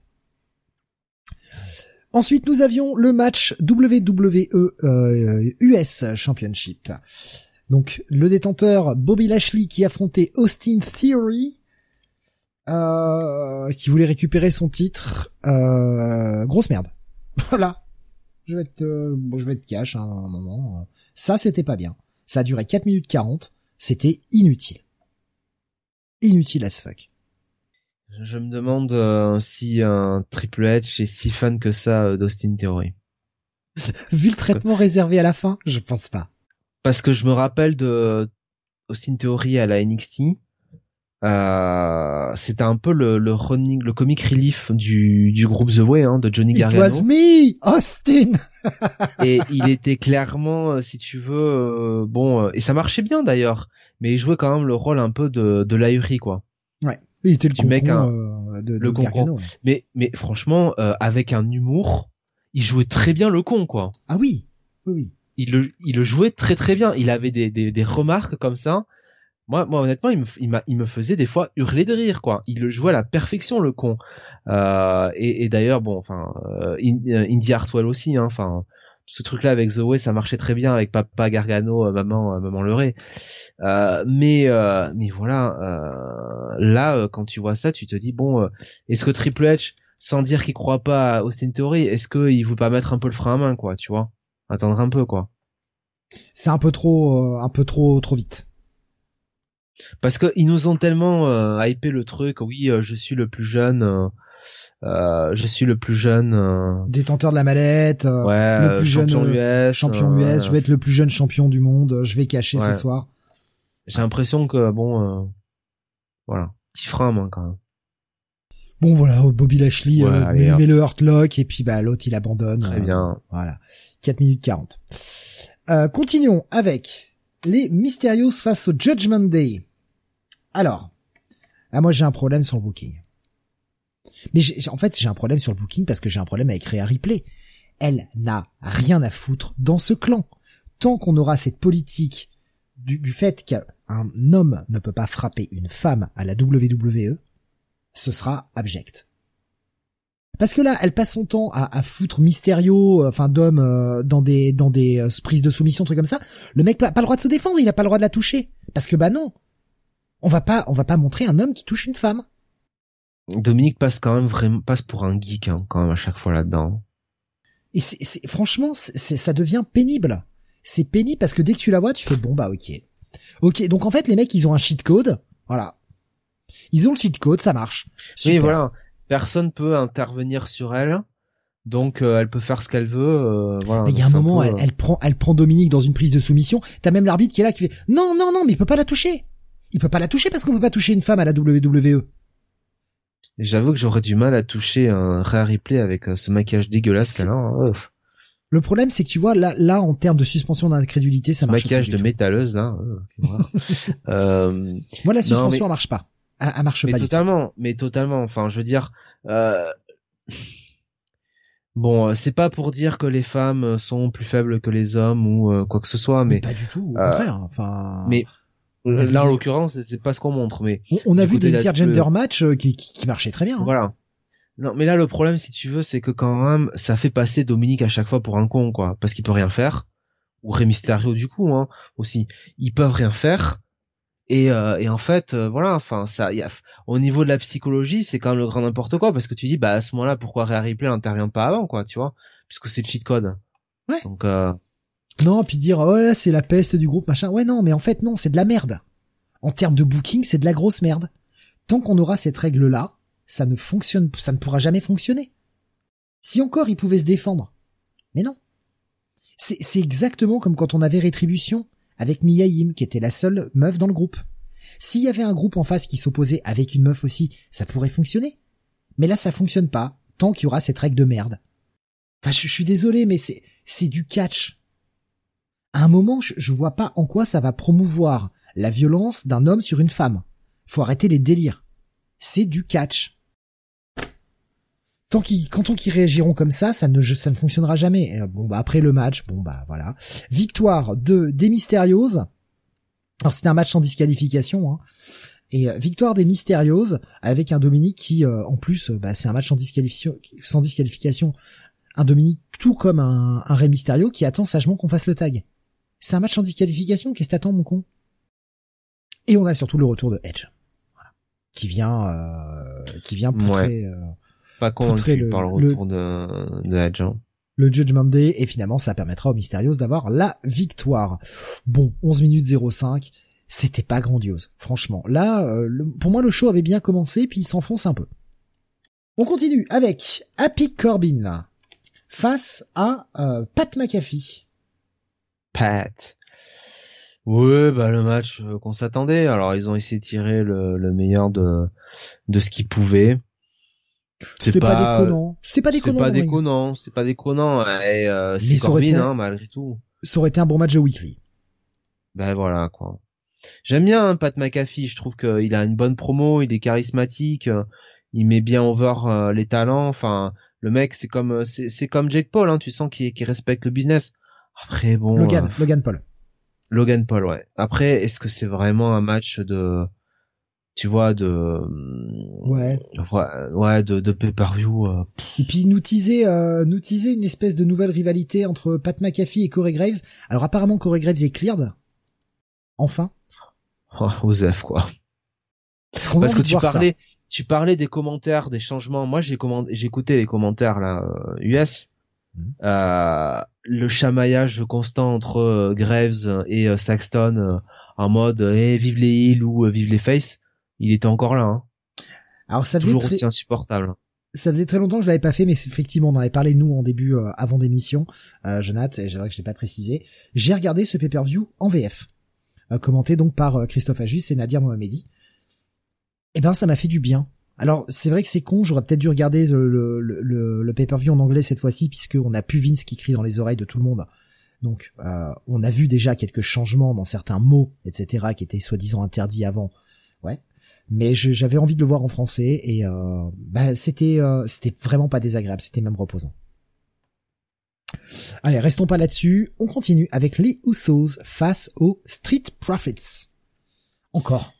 Ensuite, nous avions le match WWE US Championship. Donc, le détenteur Bobby Lashley qui affrontait Austin Theory, qui voulait récupérer son titre. Grosse merde. Voilà. Je vais être cash, hein, à un moment. Ça, c'était pas bien. Ça a duré 4 minutes 40. C'était inutile. Inutile as fuck. Je me demande si un Triple H est si fan que ça d'Austin Theory. Vu le traitement réservé à la fin, je pense pas. Parce que je me rappelle de Austin Theory à la NXT. C'était un peu le comic relief du groupe The Way, hein, de Johnny Gargano. It was me, Austin. Et il était clairement, si tu veux, et ça marchait bien d'ailleurs, mais il jouait quand même le rôle un peu de l'ahuri, quoi. Ouais. Il était le concon mec, de Gargano. Ouais. Mais franchement, avec un humour, il jouait très bien le con, quoi. Ah oui, oui. Il le jouait très très bien. Il avait des remarques comme ça. Moi honnêtement, il me faisait des fois hurler de rire, quoi. Il le jouait à la perfection, le con. Et d'ailleurs, Indy Hartwell aussi, hein. Enfin, ce truc-là avec The Way, ça marchait très bien avec Papa Gargano, maman Leray. Mais voilà, là, quand tu vois ça, tu te dis est-ce que Triple H, sans dire qu'il croit pas à Austin Theory, est-ce qu'il veut pas mettre un peu le frein à main, quoi, tu vois, attendre un peu, quoi. C'est un peu trop vite. Parce que ils nous ont tellement hypé le truc. Oui, je suis le plus jeune. Détenteur de la mallette. Le plus jeune champion US. Je vais être le plus jeune champion du monde. Je vais cacher ce soir. J'ai l'impression que voilà, petit frein à main quand même. Bon voilà, Bobby Lashley met le Hurt Lock et puis l'autre il abandonne. Très bien. Voilà. 4 minutes 40. Continuons avec les Mysterios face au Judgment Day. Alors, là moi j'ai un problème sur le booking. Mais en fait j'ai un problème sur le booking parce que j'ai un problème avec Rhea Ripley. Elle n'a rien à foutre dans ce clan. Tant qu'on aura cette politique du fait qu'un homme ne peut pas frapper une femme à la WWE, ce sera abject. Parce que là, elle passe son temps à foutre Mysterio, d'hommes dans des prises de soumission, trucs comme ça. Le mec n'a pas le droit de se défendre, il a pas le droit de la toucher. Parce que non, on va pas montrer un homme qui touche une femme. Dominique passe pour un geek quand même à chaque fois là-dedans. Et franchement, ça devient pénible. C'est pénible parce que dès que tu la vois, tu fais bon ok. Donc en fait, les mecs, ils ont un cheat code. Voilà. Ils ont le cheat code, ça marche. Super. Oui, voilà. Personne peut intervenir sur elle, donc elle peut faire ce qu'elle veut. Voilà. Mais il y a un moment, elle prend Dominique dans une prise de soumission. T'as même l'arbitre qui est là qui fait non, mais il peut pas la toucher. Il peut pas la toucher parce qu'on peut pas toucher une femme à la WWE. Et j'avoue que j'aurais du mal à toucher un Rhea Ripley avec ce maquillage dégueulasse qu'elle a. Le problème, c'est que tu vois, là, en termes de suspension d'incrédulité, ça marche pas. Maquillage de métalleuse, là. Moi, la suspension, elle marche pas. Elle marche pas. Mais totalement. Enfin, je veux dire, bon, c'est pas pour dire que les femmes sont plus faibles que les hommes ou quoi que ce soit, mais pas du tout. Au contraire. Enfin. Mais là, en l'occurrence, c'est pas ce qu'on montre. Mais on a vu des intergender matchs qui marchaient très bien. Voilà. Non, mais là, le problème, si tu veux, c'est que quand même, ça fait passer Dominique à chaque fois pour un con, quoi, parce qu'il peut rien faire. Ou Rey Mysterio, du coup, aussi. Ils peuvent rien faire. Et en fait, voilà, enfin, au niveau de la psychologie, c'est quand même le grand n'importe quoi, parce que tu dis, à ce moment-là, pourquoi Rhea Ripley n'intervient pas avant, quoi, tu vois, puisque c'est le cheat code. Ouais. Donc, non, puis dire, ouais, c'est la peste du groupe, machin. Ouais, non, mais en fait, non, c'est de la merde. En termes de booking, c'est de la grosse merde. Tant qu'on aura cette règle-là, ça ne pourra jamais fonctionner. Si encore ils pouvaient se défendre. Mais non. C'est exactement comme quand on avait Rétribution avec Mia Yim, qui était la seule meuf dans le groupe. S'il y avait un groupe en face qui s'opposait avec une meuf aussi, ça pourrait fonctionner. Mais là, ça fonctionne pas, tant qu'il y aura cette règle de merde. Enfin, je suis désolé, mais c'est du catch. À un moment, je vois pas en quoi ça va promouvoir la violence d'un homme sur une femme. Faut arrêter les délires. C'est du catch. Tant qu'ils réagiront comme ça ne fonctionnera jamais. Après le match, voilà. Victoire des Mysterios. Alors c'était un match sans disqualification, Et victoire des Mysterios avec un Dominique qui, en plus, c'est un match sans disqualification. Un Dominique tout comme un Rey Mysterio qui attend sagement qu'on fasse le tag. C'est un match sans disqualification, qu'est-ce que t'attends, mon con? Et on a surtout le retour de Edge. Voilà. Qui vient poutrer, pas convaincu par le retour de Edge. Le Judgment Day, et finalement ça permettra aux Mysterios d'avoir la victoire. Bon, 11 minutes 05, c'était pas grandiose, franchement. Là, pour moi le show avait bien commencé, puis il s'enfonce un peu. On continue avec Happy Corbin face à Pat McAfee. Pat. Ouais, le match qu'on s'attendait. Alors ils ont essayé de tirer le meilleur de ce qu'ils pouvaient. C'était pas déconnant. C'était pas déconnant. Et c'est Corbin, malgré tout. Ça aurait été un bon match de weekly. Voilà, quoi. J'aime bien Pat McAfee. Je trouve qu'il a une bonne promo, il est charismatique, il met bien over les talents. Enfin, le mec, c'est comme Jake Paul, tu sens qu'il respecte le business. Après, bon. Logan Paul, ouais. Après, est-ce que c'est vraiment un match de de pay-per-view Et puis nous teaser une espèce de nouvelle rivalité entre Pat McAfee et Corey Graves. Alors apparemment Corey Graves est cleared. Enfin. Osef, quoi. Parce que tu parlais des commentaires, des changements. Moi j'ai écouté les commentaires là US. Le chamaillage constant entre Graves et Saxton en mode vive les heels ou vive les face. Il était encore là. Alors ça faisait toujours aussi insupportable. Ça faisait très longtemps que je l'avais pas fait, mais effectivement on en avait parlé nous en début avant d'émission. Jonathan, et c'est vrai que je l'ai pas précisé. J'ai regardé ce pay-per-view en VF, commenté donc par Christophe Ajus et Nadir Mohamedi. Ça m'a fait du bien. Alors c'est vrai que c'est con, j'aurais peut-être dû regarder le pay-per-view en anglais cette fois-ci, puisque on a plus Vince qui crie dans les oreilles de tout le monde. Donc on a vu déjà quelques changements dans certains mots, etc., qui étaient soi-disant interdits avant. Ouais. Mais j'avais envie de le voir en français et c'était vraiment pas désagréable, c'était même reposant. Allez, restons pas là-dessus. On continue avec les Usos face aux Street Profits. Encore.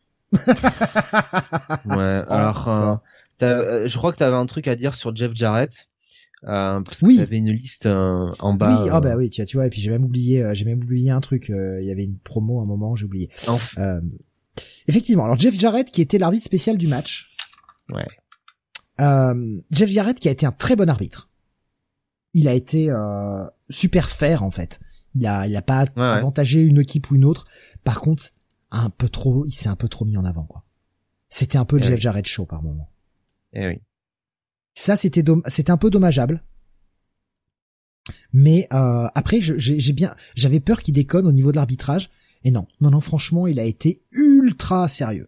Ouais, alors, je crois que t'avais un truc à dire sur Jeff Jarrett. Parce que t'avais une liste en bas. Oui, bah oui, tu vois, et puis j'ai même oublié un truc. Il y avait une promo à un moment, j'ai oublié. Effectivement, alors Jeff Jarrett qui était l'arbitre spécial du match. Ouais. Jeff Jarrett qui a été un très bon arbitre. Il a été super fair en fait. Il a pas avantagé une équipe ou une autre. Par contre, il s'est un peu trop mis en avant quoi. C'était un peu le Jeff Jarrett show par moment. Eh oui. Ça c'était un peu dommageable. Mais après j'avais peur qu'il déconne au niveau de l'arbitrage et non, franchement, il a été ultra sérieux.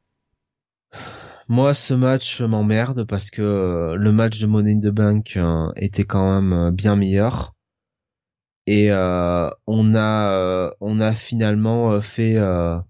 Moi, ce match m'emmerde parce que le match de Money in the Bank était quand même bien meilleur. Et on a finalement fait un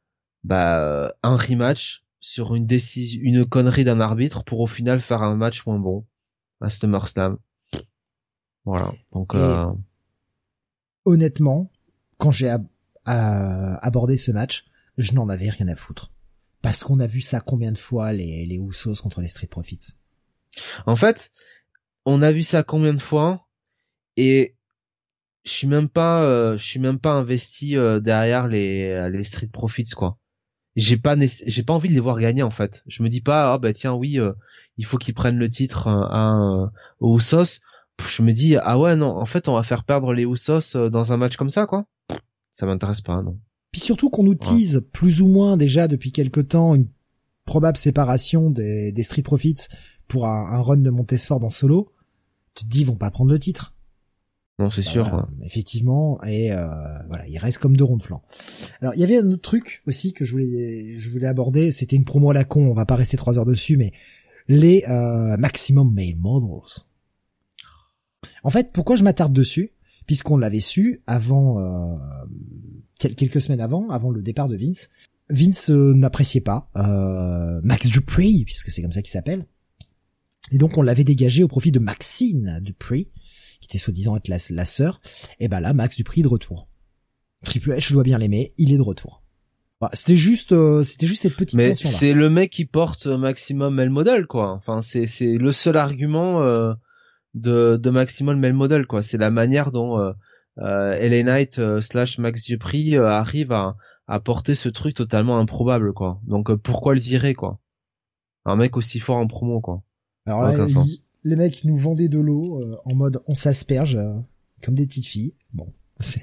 rematch sur une connerie d'un arbitre pour au final faire un match moins bon à SummerSlam. Voilà. Donc honnêtement, quand j'ai abordé ce match, je n'en avais rien à foutre. Parce qu'on a vu ça combien de fois, les Usos contre les Street Profits. En fait, on a vu ça combien de fois, et je suis même pas investi derrière les Street Profits, quoi. J'ai pas envie de les voir gagner, en fait. Je me dis pas, il faut qu'ils prennent le titre aux Usos. Je me dis, non, en fait, on va faire perdre les Usos dans un match comme ça, quoi. Ça m'intéresse pas, non. Puis surtout qu'on nous tease plus ou moins déjà depuis quelque temps une probable séparation des Street Profits pour un run de Montesfort en solo. Tu te dis, ils vont pas prendre le titre. Non, c'est sûr. Voilà, effectivement, et voilà, il reste comme deux ronds de flanc. Alors, il y avait un autre truc aussi que je voulais aborder, c'était une promo à la con, on va pas rester 3 heures dessus, mais les Maximum Male Models. En fait, pourquoi je m'attarde dessus? Puisqu'on l'avait su avant, quelques semaines avant le départ de Vince. Vince n'appréciait pas Max Dupree, puisque c'est comme ça qu'il s'appelle. Et donc on l'avait dégagé au profit de Maxine Dupree, qui était soi-disant être la sœur. Et ben là, Max Dupree est de retour. Triple H, je dois bien l'aimer, il est de retour. Voilà, c'était juste cette petite tension là. Mais c'est le mec qui porte Maximum Male Model, quoi. Enfin, c'est le seul argument de Maximum Male Model, quoi. C'est la manière dont LA Knight / Max Dupree arrive à porter ce truc totalement improbable, quoi. Donc pourquoi le virer, quoi? Un mec aussi fort en promo, quoi. Alors là, les mecs nous vendaient de l'eau en mode on s'asperge comme des petites filles. Bon, c'est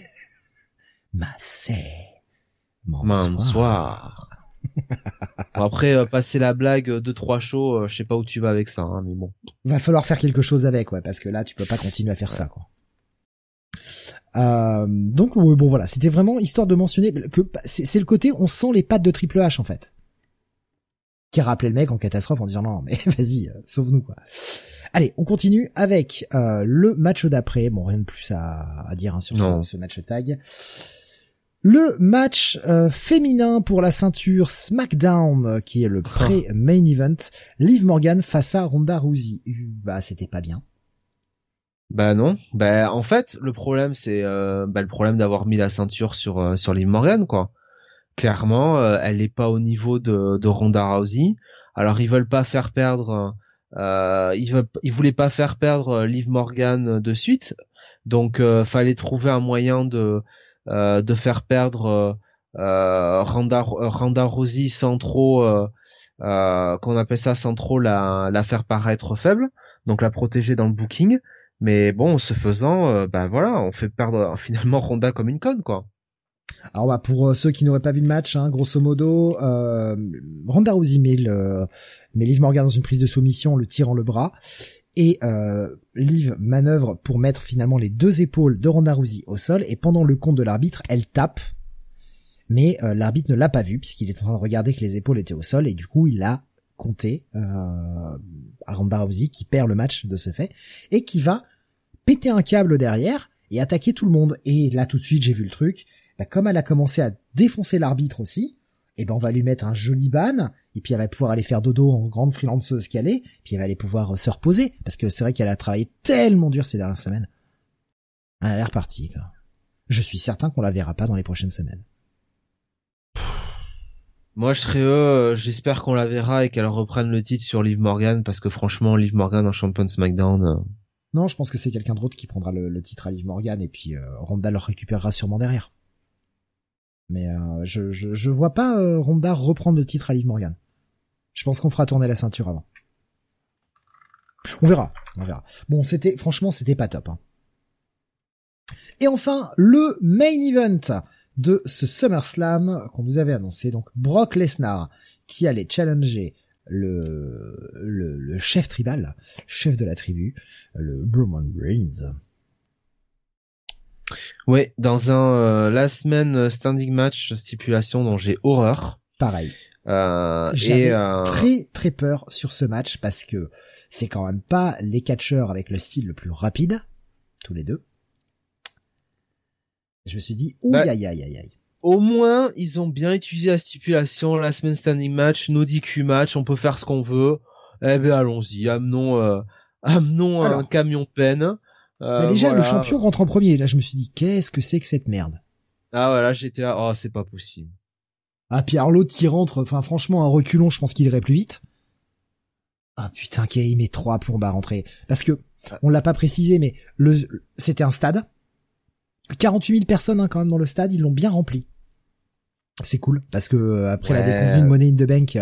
Bonsoir. Bon, après passer la blague 2-3 shows, je sais pas où tu vas avec ça, hein, mais bon. Va falloir faire quelque chose avec, ouais, parce que là tu peux pas continuer à faire ça, quoi. Donc bon voilà, c'était vraiment histoire de mentionner que c'est le côté on sent les pattes de Triple H en fait, qui a rappelé le mec en catastrophe en disant non mais vas-y sauve-nous quoi. Allez, on continue avec le match d'après. Bon, rien de plus à dire hein, sur ce match tag. Le match féminin pour la ceinture SmackDown, qui est le pré-main event. Liv Morgan face à Ronda Rousey. Bah, c'était pas bien. Bah non. Bah en fait, le problème c'est le problème d'avoir mis la ceinture sur Liv Morgan, quoi. Clairement, elle est pas au niveau de Ronda Rousey. Alors ils veulent pas faire perdre. Ils voulaient pas faire perdre Liv Morgan de suite. Donc fallait trouver un moyen de faire perdre Ronda Rousey sans trop qu'on appelle ça sans trop la faire paraître faible, donc la protéger dans le booking. Mais bon, ce faisant, on fait perdre finalement Ronda comme une conne, quoi. Alors bah pour ceux qui n'auraient pas vu le match, hein, grosso modo, Ronda Rousey met Liv Morgan dans une prise de soumission, le tirant le bras. Et Liv manœuvre pour mettre finalement les deux épaules de Ronda Rousey au sol, et pendant le compte de l'arbitre, elle tape, mais l'arbitre ne l'a pas vu puisqu'il est en train de regarder que les épaules étaient au sol, et du coup il a compté à Ronda Rousey qui perd le match de ce fait, et qui va péter un câble derrière et attaquer tout le monde. Et là tout de suite j'ai vu le truc, comme elle a commencé à défoncer l'arbitre aussi, et on va lui mettre un joli ban, et puis elle va pouvoir aller faire dodo en grande freelanceuse qu'elle est, puis elle va aller pouvoir se reposer, parce que c'est vrai qu'elle a travaillé tellement dur ces dernières semaines. Elle est repartie, quoi. Je suis certain qu'on la verra pas dans les prochaines semaines. Moi, je serais j'espère qu'on la verra et qu'elle reprenne le titre sur Liv Morgan, parce que franchement, Liv Morgan en champion de SmackDown... Non, je pense que c'est quelqu'un d'autre qui prendra le titre à Liv Morgan, et puis Ronda le récupérera sûrement derrière. Mais je vois pas Ronda reprendre le titre à Liv Morgan. Je pense qu'on fera tourner la ceinture avant. On verra. Bon, franchement, c'était pas top, hein. Et enfin, le main event de ce SummerSlam qu'on nous avait annoncé, donc Brock Lesnar qui allait challenger le chef tribal, chef de la tribu, le Roman Reigns. Ouais, dans un last man standing match stipulation dont j'ai horreur. Pareil. J'avais très très peur sur ce match parce que c'est quand même pas les catcheurs avec le style le plus rapide, tous les deux. Je me suis dit, aïe. Au moins, ils ont bien utilisé la stipulation, last man standing match, no DQ match, on peut faire ce qu'on veut. Eh ben, allons-y, amenons un camion peine. Déjà, voilà. Le champion rentre en premier. Là, je me suis dit, qu'est-ce que c'est que cette merde? Ah voilà, j'étais là, oh, c'est pas possible. Ah, puis alors l'autre qui rentre, enfin, franchement, un reculon, je pense qu'il irait plus vite. Ah, putain, il met 3 plombes à rentrer. Parce que, on l'a pas précisé, mais c'était un stade. 48 000 personnes, hein, quand même, dans le stade, ils l'ont bien rempli. C'est cool, parce que, après la déconvenue de Money in the Bank,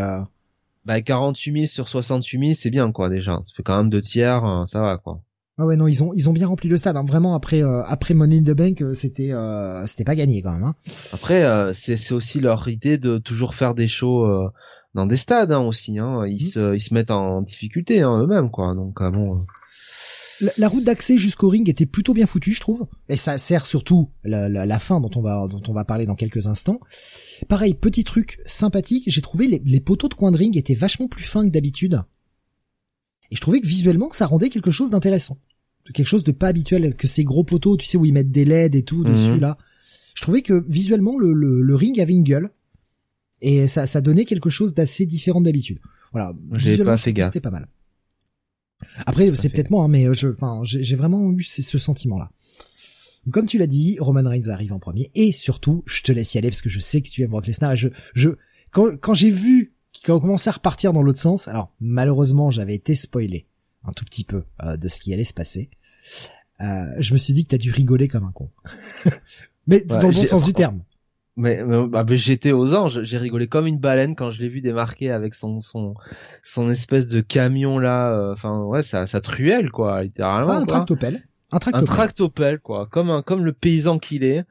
48 000 sur 68 000, c'est bien, quoi, déjà. Ça fait quand même 2 tiers, ça va, quoi. Ah ouais, non, ils ont bien rempli le stade, hein. Vraiment, après Money in the Bank, c'était pas gagné, quand même, hein. Après, c'est aussi leur idée de toujours faire des shows, dans des stades, hein, aussi, hein. Ils se mettent en difficulté, hein, eux-mêmes, quoi. Donc, bon. La route d'accès jusqu'au ring était plutôt bien foutue, je trouve. Et ça sert surtout la fin dont on va parler dans quelques instants. Pareil, petit truc sympathique, j'ai trouvé les poteaux de coin de ring étaient vachement plus fins que d'habitude. Et je trouvais que visuellement, ça rendait quelque chose d'intéressant. Quelque chose de pas habituel, que ces gros poteaux, tu sais, où ils mettent des LED et tout dessus, là. Je trouvais que visuellement, le ring avait une gueule. Et ça donnait quelque chose d'assez différent d'habitude. Voilà. J'ai pas fait gaffe. C'était pas mal. Après, c'est peut-être moi, hein, mais j'ai vraiment eu ce sentiment-là. Comme tu l'as dit, Roman Reigns arrive en premier, et surtout, je te laisse y aller parce que je sais que tu aimes Brock Lesnar, et quand j'ai vu qu'il commençait à repartir dans l'autre sens, alors, malheureusement, j'avais été spoilé un tout petit peu, de ce qui allait se passer, je me suis dit que t'as dû rigoler comme un con. Mais dans le bon sens du terme. Mais j'étais aux anges, j'ai rigolé comme une baleine quand je l'ai vu démarquer avec son espèce de camion là, sa truelle, quoi, littéralement. Un tractopelle. Un tractopelle, quoi, comme le paysan qu'il est.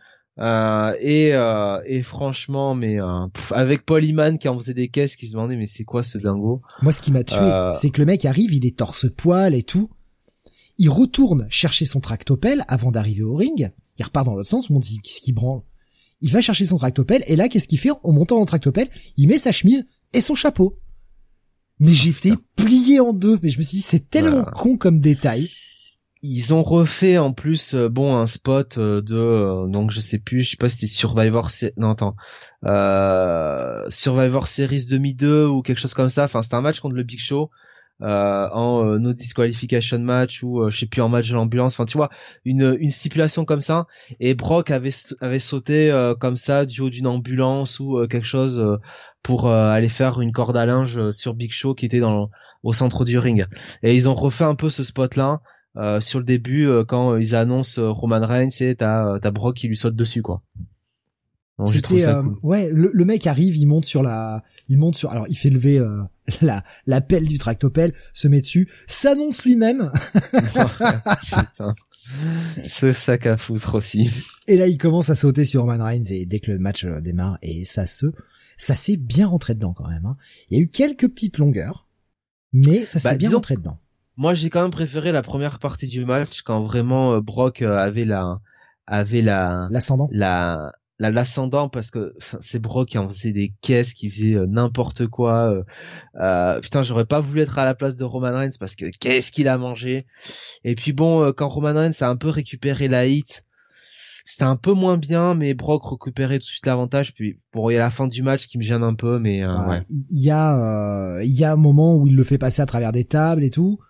Et franchement, avec Paul Heyman qui en faisait des caisses, qui se demandait mais c'est quoi ce dingo. Moi, ce qui m'a tué, c'est que le mec arrive, il est torse-poil et tout. Il retourne chercher son tractopelle avant d'arriver au ring. Il repart dans l'autre sens, on dit qu'est-ce qu'il branle. Il va chercher son tractopelle, et là, qu'est-ce qu'il fait? En montant dans le tractopelle, il met sa chemise et son chapeau. Mais j'étais plié en deux, mais je me suis dit, c'est tellement con comme détail. Ils ont refait, en plus, un spot donc je sais pas si c'était Survivor Series 2002 ou quelque chose comme ça. Enfin, c'était un match contre le Big Show. En no disqualification match ou je sais plus, en match de l'ambulance, enfin tu vois, une stipulation comme ça, et Brock avait sauté comme ça du haut d'une ambulance ou quelque chose pour aller faire une corde à linge sur Big Show qui était au centre du ring, et ils ont refait un peu ce spot là sur le début quand ils annoncent Roman Reigns, et t'as Brock qui lui saute dessus, quoi. Donc, c'était cool. Ouais, le mec arrive, alors il fait lever la pelle du tractopelle, se met dessus, s'annonce lui-même. Putain. Ce sac à foutre aussi. Et là, il commence à sauter sur Roman Reigns, et dès que le match démarre, et ça s'est bien rentré dedans quand même, hein. Il y a eu quelques petites longueurs, mais ça s'est bien rentré dedans. Moi, j'ai quand même préféré la première partie du match, quand vraiment Brock avait l'ascendant, parce que c'est Brock qui en faisait des caisses, qui faisait n'importe quoi. Putain, j'aurais pas voulu être à la place de Roman Reigns, parce que qu'est-ce qu'il a mangé. Et puis quand Roman Reigns a un peu récupéré la hit, c'était un peu moins bien, mais Brock récupérait tout de suite l'avantage. Puis il y a la fin du match qui me gêne un peu, mais ouais. Il y a un moment où il le fait passer à travers des tables et tout.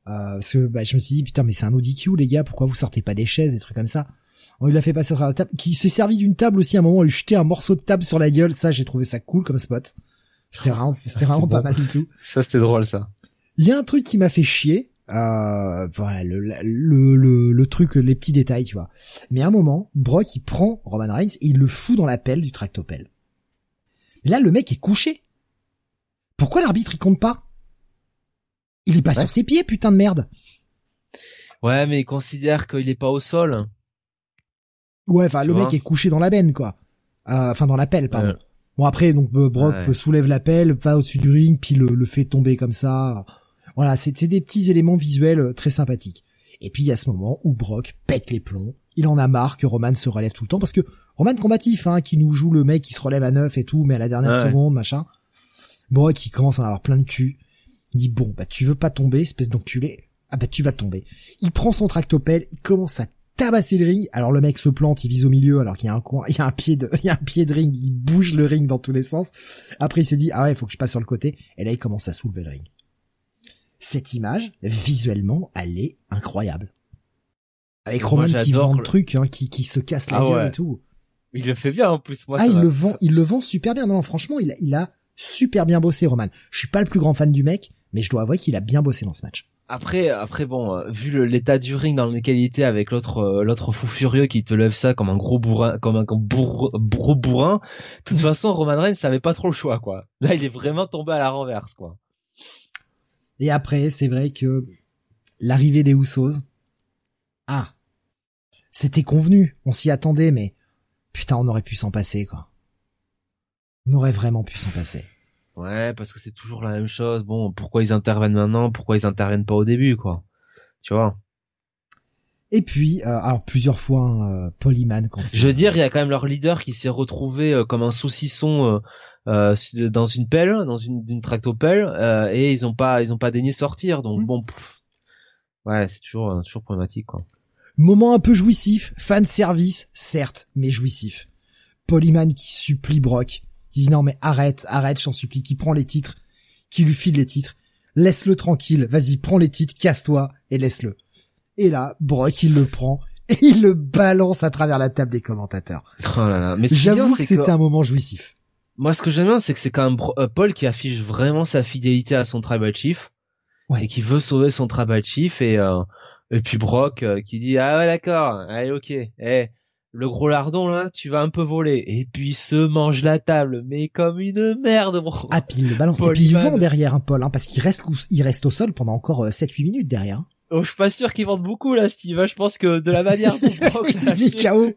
Parce que je me suis dit putain mais c'est un ODQ les gars, pourquoi vous sortez pas des chaises, des trucs comme ça. On lui l'a fait passer à la table, qui s'est servi d'une table aussi à un moment, on lui jetait un morceau de table sur la gueule, ça j'ai trouvé ça cool comme spot. C'était vraiment pas mal du tout. Ça c'était drôle ça. Il y a un truc qui m'a fait chier, voilà le truc, les petits détails tu vois. Mais à un moment, Brock il prend Roman Reigns et il le fout dans la pelle du tractopelle. Mais là le mec est couché. Pourquoi l'arbitre il compte pas? Il est pas sur ses pieds, putain de merde. Ouais, mais il considère qu'il est pas au sol. Ouais, enfin, le mec est couché dans la benne, quoi. Enfin, dans la pelle, pardon. Bon, après, donc, Brock soulève la pelle, va au-dessus du ring, puis le fait tomber comme ça. Voilà, c'est des petits éléments visuels très sympathiques. Et puis, il y a ce moment où Brock pète les plombs. Il en a marre que Roman se relève tout le temps, parce que Roman combatif, hein, qui nous joue le mec qui se relève à 9 et tout, mais à la dernière seconde, machin. Brock, il commence à en avoir plein le cul. Il dit bon bah tu veux pas tomber espèce d'enculé, ah bah tu vas tomber. Il prend son tractopelle, il commence à tabasser le ring. Alors le mec se plante, il vise au milieu alors qu'il y a un coin, il y a un pied de ring, il bouge le ring dans tous les sens. Après il s'est dit ah ouais, il faut que je passe sur le côté et là il commence à soulever le ring. Cette image visuellement, elle est incroyable. Avec Roman qui vend le truc hein, qui se casse la gueule et tout. Il le fait bien en plus moi. Il le vend super bien. Non franchement, il a super bien bossé Roman. Je suis pas le plus grand fan du mec, mais je dois avouer qu'il a bien bossé dans ce match. Après bon, vu l'état du ring dans lequel il était avec l'autre fou furieux qui te lève ça comme un gros bourrin, comme un gros bourrin. De toute façon, Roman Reigns n'avait pas trop le choix, quoi. Là, il est vraiment tombé à la renverse, quoi. Et après, c'est vrai que l'arrivée des Usos, c'était convenu, on s'y attendait, mais putain, on aurait pu s'en passer, quoi. On aurait vraiment pu s'en passer. Ouais, parce que c'est toujours la même chose. Bon, pourquoi ils interviennent maintenant? Pourquoi ils interviennent pas au début, quoi? Tu vois? Et puis, alors plusieurs fois, Paul Heyman. Je veux dire, il y a quand même leur leader qui s'est retrouvé comme un saucisson dans une pelle, dans une tractopelle, et ils ont pas daigné sortir. Donc bon, ouais, c'est toujours problématique, quoi. Moment un peu jouissif, fan service, certes, mais jouissif. Paul Heyman qui supplie Brock. Il dit non mais arrête, je t'en supplie, qui prend les titres, qui lui file les titres, laisse-le tranquille, vas-y, prends les titres, casse-toi et laisse-le. Et là, Brock, il le prend et il le balance à travers la table des commentateurs. Oh là là, mais j'avoue que c'était un moment jouissif. Moi, ce que j'aime bien, c'est que c'est quand même Paul qui affiche vraiment sa fidélité à son tribal chief et qui veut sauver son tribal chief et puis Brock qui dit ah ouais d'accord, allez ok, le gros lardon là, tu vas un peu voler. Et puis il se mange la table, mais comme une merde, bro. Ah, puis il le balance. Et puis il vend derrière un Paul, hein, parce qu'il reste au sol pendant encore 7-8 minutes derrière. Oh, je suis pas sûr qu'il vende beaucoup là, Steve. Je pense que de la manière dont Brock l'a mis KO.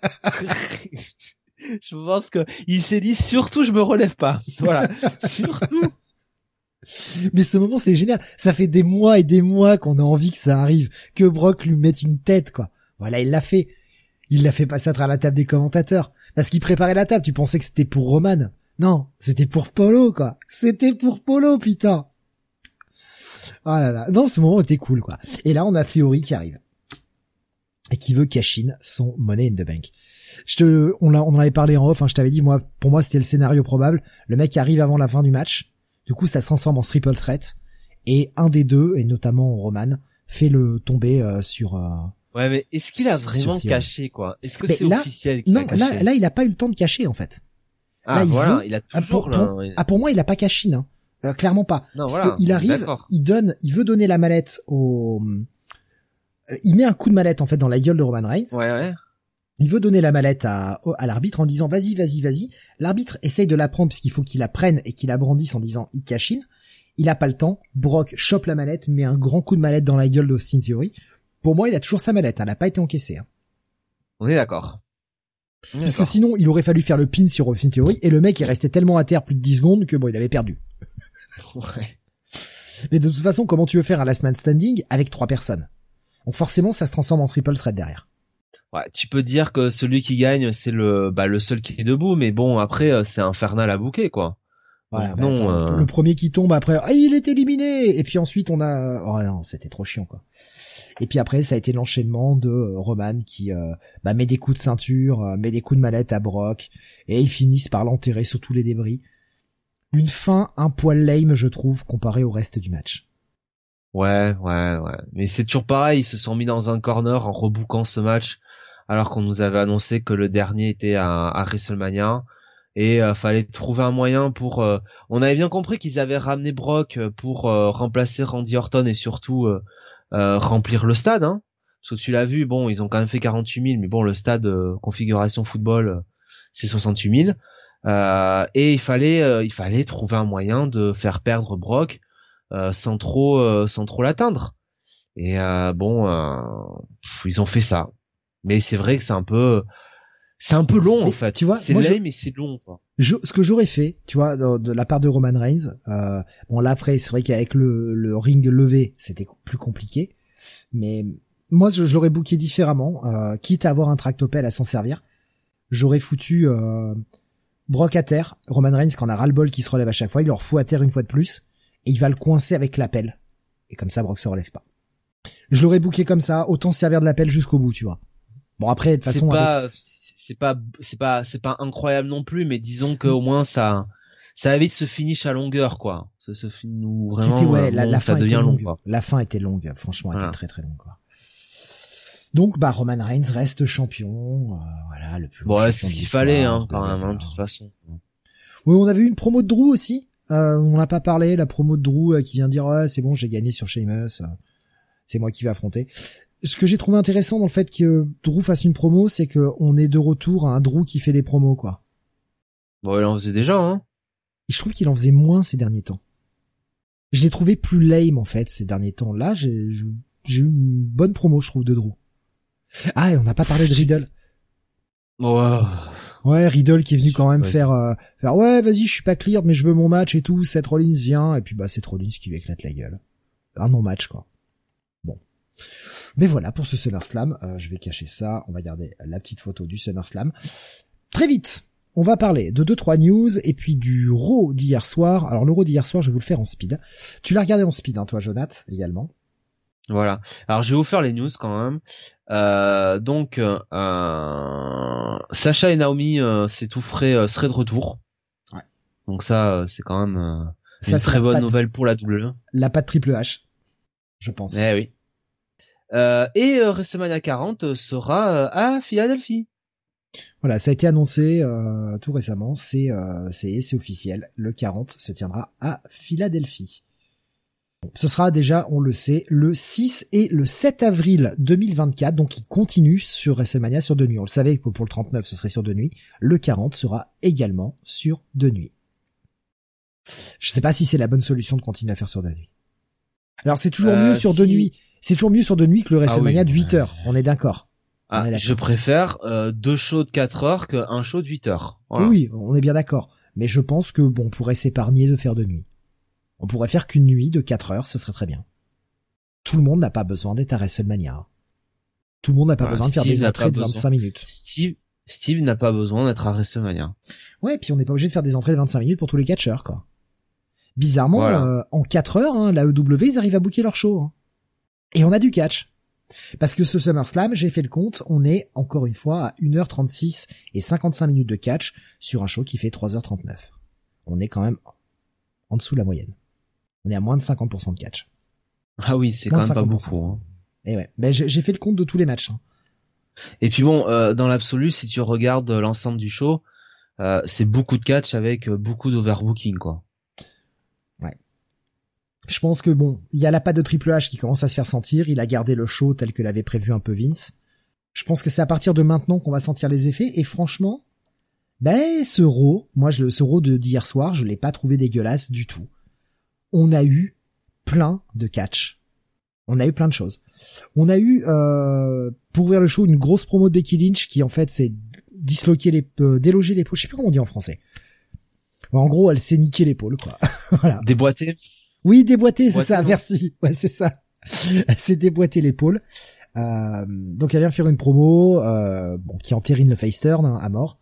Je pense que il s'est dit surtout je me relève pas. Voilà, surtout. Mais ce moment c'est génial. Ça fait des mois et des mois qu'on a envie que ça arrive, que Brock lui mette une tête quoi. Voilà, il l'a fait. Il l'a fait passer à travers la table des commentateurs. Parce qu'il préparait la table, tu pensais que c'était pour Roman. Non, c'était pour Polo, quoi. C'était pour Polo, putain. Oh là là. Non, ce moment était cool, quoi. Et là, on a Theory qui arrive. Et qui veut cash in son Money in the Bank. On en avait parlé en off, hein, je t'avais dit, pour moi, c'était le scénario probable. Le mec arrive avant la fin du match. Du coup, ça se transforme en triple threat. Et un des deux, et notamment Roman, fait le tomber sur... Ouais, mais est-ce qu'il a vraiment caché, quoi? Est-ce que c'est officiel qu'il a caché? Non, là, il a pas eu le temps de cacher, en fait. Ah, là, voilà, il a toujours, pour moi, il a pas caché, hein. Clairement pas. Non, parce qu'il arrive, il veut donner la mallette il met un coup de mallette, en fait, dans la gueule de Roman Reigns. Ouais. Il veut donner la mallette à l'arbitre en disant, vas-y. L'arbitre essaye de la prendre puisqu'il faut qu'il la prenne et qu'il la brandisse en disant, il cash in. Il a pas le temps. Brock chope la mallette, met un grand coup de mallette dans la gueule d'Austin Theory. Pour moi, il a toujours sa mallette, elle a pas été encaissée. Hein. On est d'accord. Parce que sinon, il aurait fallu faire le pin sur Austin Theory, et le mec est resté tellement à terre plus de 10 secondes que bon, il avait perdu. Ouais. Mais de toute façon, comment tu veux faire un last man standing avec 3 personnes? Donc forcément, ça se transforme en triple threat derrière. Ouais, tu peux dire que celui qui gagne, c'est le seul qui est debout, mais bon, après, c'est infernal à bouquer, quoi. Ouais, bah, non, le premier qui tombe après, il est éliminé! Et puis ensuite, on a, oh non, c'était trop chiant, quoi. Et puis après, ça a été l'enchaînement de Roman qui met des coups de ceinture, met des coups de mallette à Brock, et ils finissent par l'enterrer sous tous les débris. Une fin un poil lame, je trouve, comparé au reste du match. Ouais. Mais c'est toujours pareil, ils se sont mis dans un corner en rebooking ce match, alors qu'on nous avait annoncé que le dernier était à WrestleMania. Et fallait trouver un moyen pour... on avait bien compris qu'ils avaient ramené Brock pour remplacer Randy Orton et surtout remplir le stade. Hein. Parce que tu l'as vu, bon, ils ont quand même fait 48 000, mais bon, le stade configuration football, c'est 68 000. Et il fallait trouver un moyen de faire perdre Brock sans trop l'atteindre. Et ils ont fait ça. Mais c'est vrai que c'est un peu long en fait. Tu vois, c'est mais c'est long quoi. Ce que j'aurais fait, tu vois, de la part de Roman Reigns, bon là après c'est vrai qu'avec le ring levé, c'était plus compliqué, mais moi je l'aurais booké différemment, quitte à avoir un tractopelle à s'en servir. J'aurais foutu Brock à terre, Roman Reigns quand on a ras-le-bol qui se relève à chaque fois, il leur fout à terre une fois de plus et il va le coincer avec l'appel. Et comme ça Brock se relève pas. Je l'aurais booké comme ça, autant se servir de l'appel jusqu'au bout, tu vois. Bon après de toute façon c'est pas incroyable non plus, mais disons que au moins ça évite ce finish à longueur quoi. Ce film où vraiment c'était la fin devient était longue. Quoi. La fin était longue, franchement, elle était très très longue quoi. Donc Roman Reigns reste champion, voilà, le plus long champion c'est ce qu'il fallait quand même de toute façon. Oui, on a vu une promo de Drew aussi. On n'a pas parlé, la promo de Drew qui vient dire c'est bon, j'ai gagné sur Sheamus. C'est moi qui vais affronter. Ce que j'ai trouvé intéressant dans le fait que Drew fasse une promo, c'est que on est de retour à un Drew qui fait des promos, quoi. Bon, il en faisait déjà, hein. Et je trouve qu'il en faisait moins ces derniers temps. Je l'ai trouvé plus lame, en fait, ces derniers temps. Là, j'ai eu une bonne promo, je trouve, de Drew. Ah, et on n'a pas parlé de Riddle. Wow. Ouais, Riddle qui est venu quand même faire ouais, vas-y, je suis pas clear, mais je veux mon match et tout. Seth Rollins vient, et puis Seth Rollins qui lui éclate la gueule. Un non-match, quoi. Bon. Mais voilà pour ce SummerSlam, je vais cacher ça, on va garder la petite photo du SummerSlam. Très vite, on va parler de 2-3 news et puis du Raw d'hier soir. Alors le Raw d'hier soir, je vais vous le faire en speed. Tu l'as regardé en speed, toi Jonathan, également. Voilà. Alors je vais vous faire les news quand même. Sacha et Naomi, c'est tout frais, seraient de retour. Ouais. Donc ça, c'est quand même une très bonne nouvelle pour la WWE. La patte Triple H, je pense. Eh oui. Et WrestleMania 40 sera à Philadelphie. Voilà, ça a été annoncé tout récemment, c'est officiel. Le 40 se tiendra à Philadelphie. Ce sera déjà, on le sait, le 6 et le 7 avril 2024, donc il continue sur WrestleMania sur 2 nuits. On le savait que pour le 39 ce serait sur 2 nuits. Le 40 sera également sur 2 nuits. Je sais pas si c'est la bonne solution de continuer à faire sur 2 nuits. Alors c'est toujours mieux sur 2 nuits. C'est toujours mieux sur 2 nuits que le WrestleMania de 8 heures. On est d'accord. Je préfère 2 shows de 4 heures qu'un show de 8 heures. Voilà. Oui, on est bien d'accord. Mais je pense que on pourrait s'épargner de faire 2 nuits. On pourrait faire qu'une nuit de 4 heures, ce serait très bien. Tout le monde n'a pas besoin d'être à WrestleMania. Tout le monde n'a pas besoin de faire des entrées de 25 minutes. Steve n'a pas besoin d'être à WrestleMania. Ouais, puis on n'est pas obligé de faire des entrées de 25 minutes pour tous les catcheurs, quoi. Bizarrement, en 4 heures, la EW, ils arrivent à booker leur show. Hein. Et on a du catch. Parce que ce SummerSlam, j'ai fait le compte, on est encore une fois à 1h36 et 55 minutes de catch sur un show qui fait 3h39. On est quand même en dessous de la moyenne. On est à moins de 50% de catch. Ah oui, c'est quand même pas beaucoup. Hein. Et ouais, j'ai fait le compte de tous les matchs. Hein. Et puis bon, dans l'absolu, si tu regardes l'ensemble du show, c'est beaucoup de catch avec beaucoup d'overbooking, quoi. Ouais. Je pense que il y a la patte de Triple H qui commence à se faire sentir. Il a gardé le show tel que l'avait prévu un peu Vince. Je pense que c'est à partir de maintenant qu'on va sentir les effets. Et franchement, ce Raw, ce Raw d'hier soir, je l'ai pas trouvé dégueulasse du tout. On a eu plein de catch. On a eu plein de choses. On a eu, pour ouvrir le show, une grosse promo de Becky Lynch qui, en fait, s'est déloger l'épaule. Je sais plus comment on dit en français. En gros, elle s'est niqué l'épaule, quoi. Voilà. Déboîté. Oui, déboîté, c'est ça, merci. Ouais, c'est ça. Elle s'est déboîté l'épaule. Donc elle vient faire une promo, qui entérine le face turn, à mort.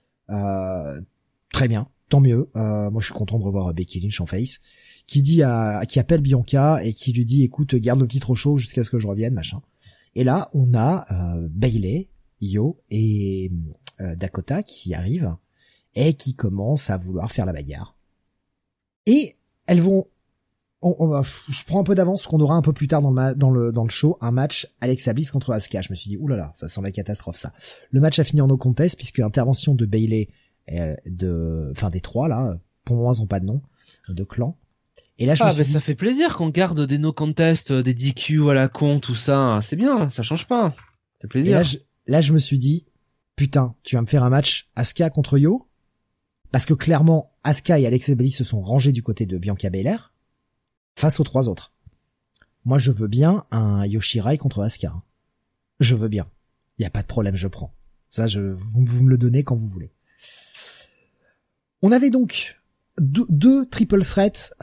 Très bien, tant mieux. Moi, je suis content de revoir Becky Lynch en face. Qui appelle Bianca et qui lui dit, écoute, garde le titre au chaud jusqu'à ce que je revienne, machin. Et là, on a Bayley, Io et Dakota qui arrivent et qui commencent à vouloir faire la bagarre. Et elles vont je prends un peu d'avance qu'on aura un peu plus tard dans le show un match Alexa Bliss contre Asuka. Je me suis dit oulala, ça sent la catastrophe ça. Le match a fini en no contest puisque intervention de Bayley des trois là, pour moi ils ont pas de nom, de clan. Et là je me suis dit, ça fait plaisir qu'on garde des no contest, des DQ à la con, tout ça, c'est bien, ça change pas. Ça fait plaisir. Et là je me suis dit putain, tu vas me faire un match Asuka contre Io? Parce que clairement Asuka et Alexa Bliss se sont rangés du côté de Bianca Belair face aux trois autres. Moi, je veux bien un Yoshirai contre Asuka. Je veux bien. Y a pas de problème, je prends. Ça, vous me le donnez quand vous voulez. On avait donc deux triple threats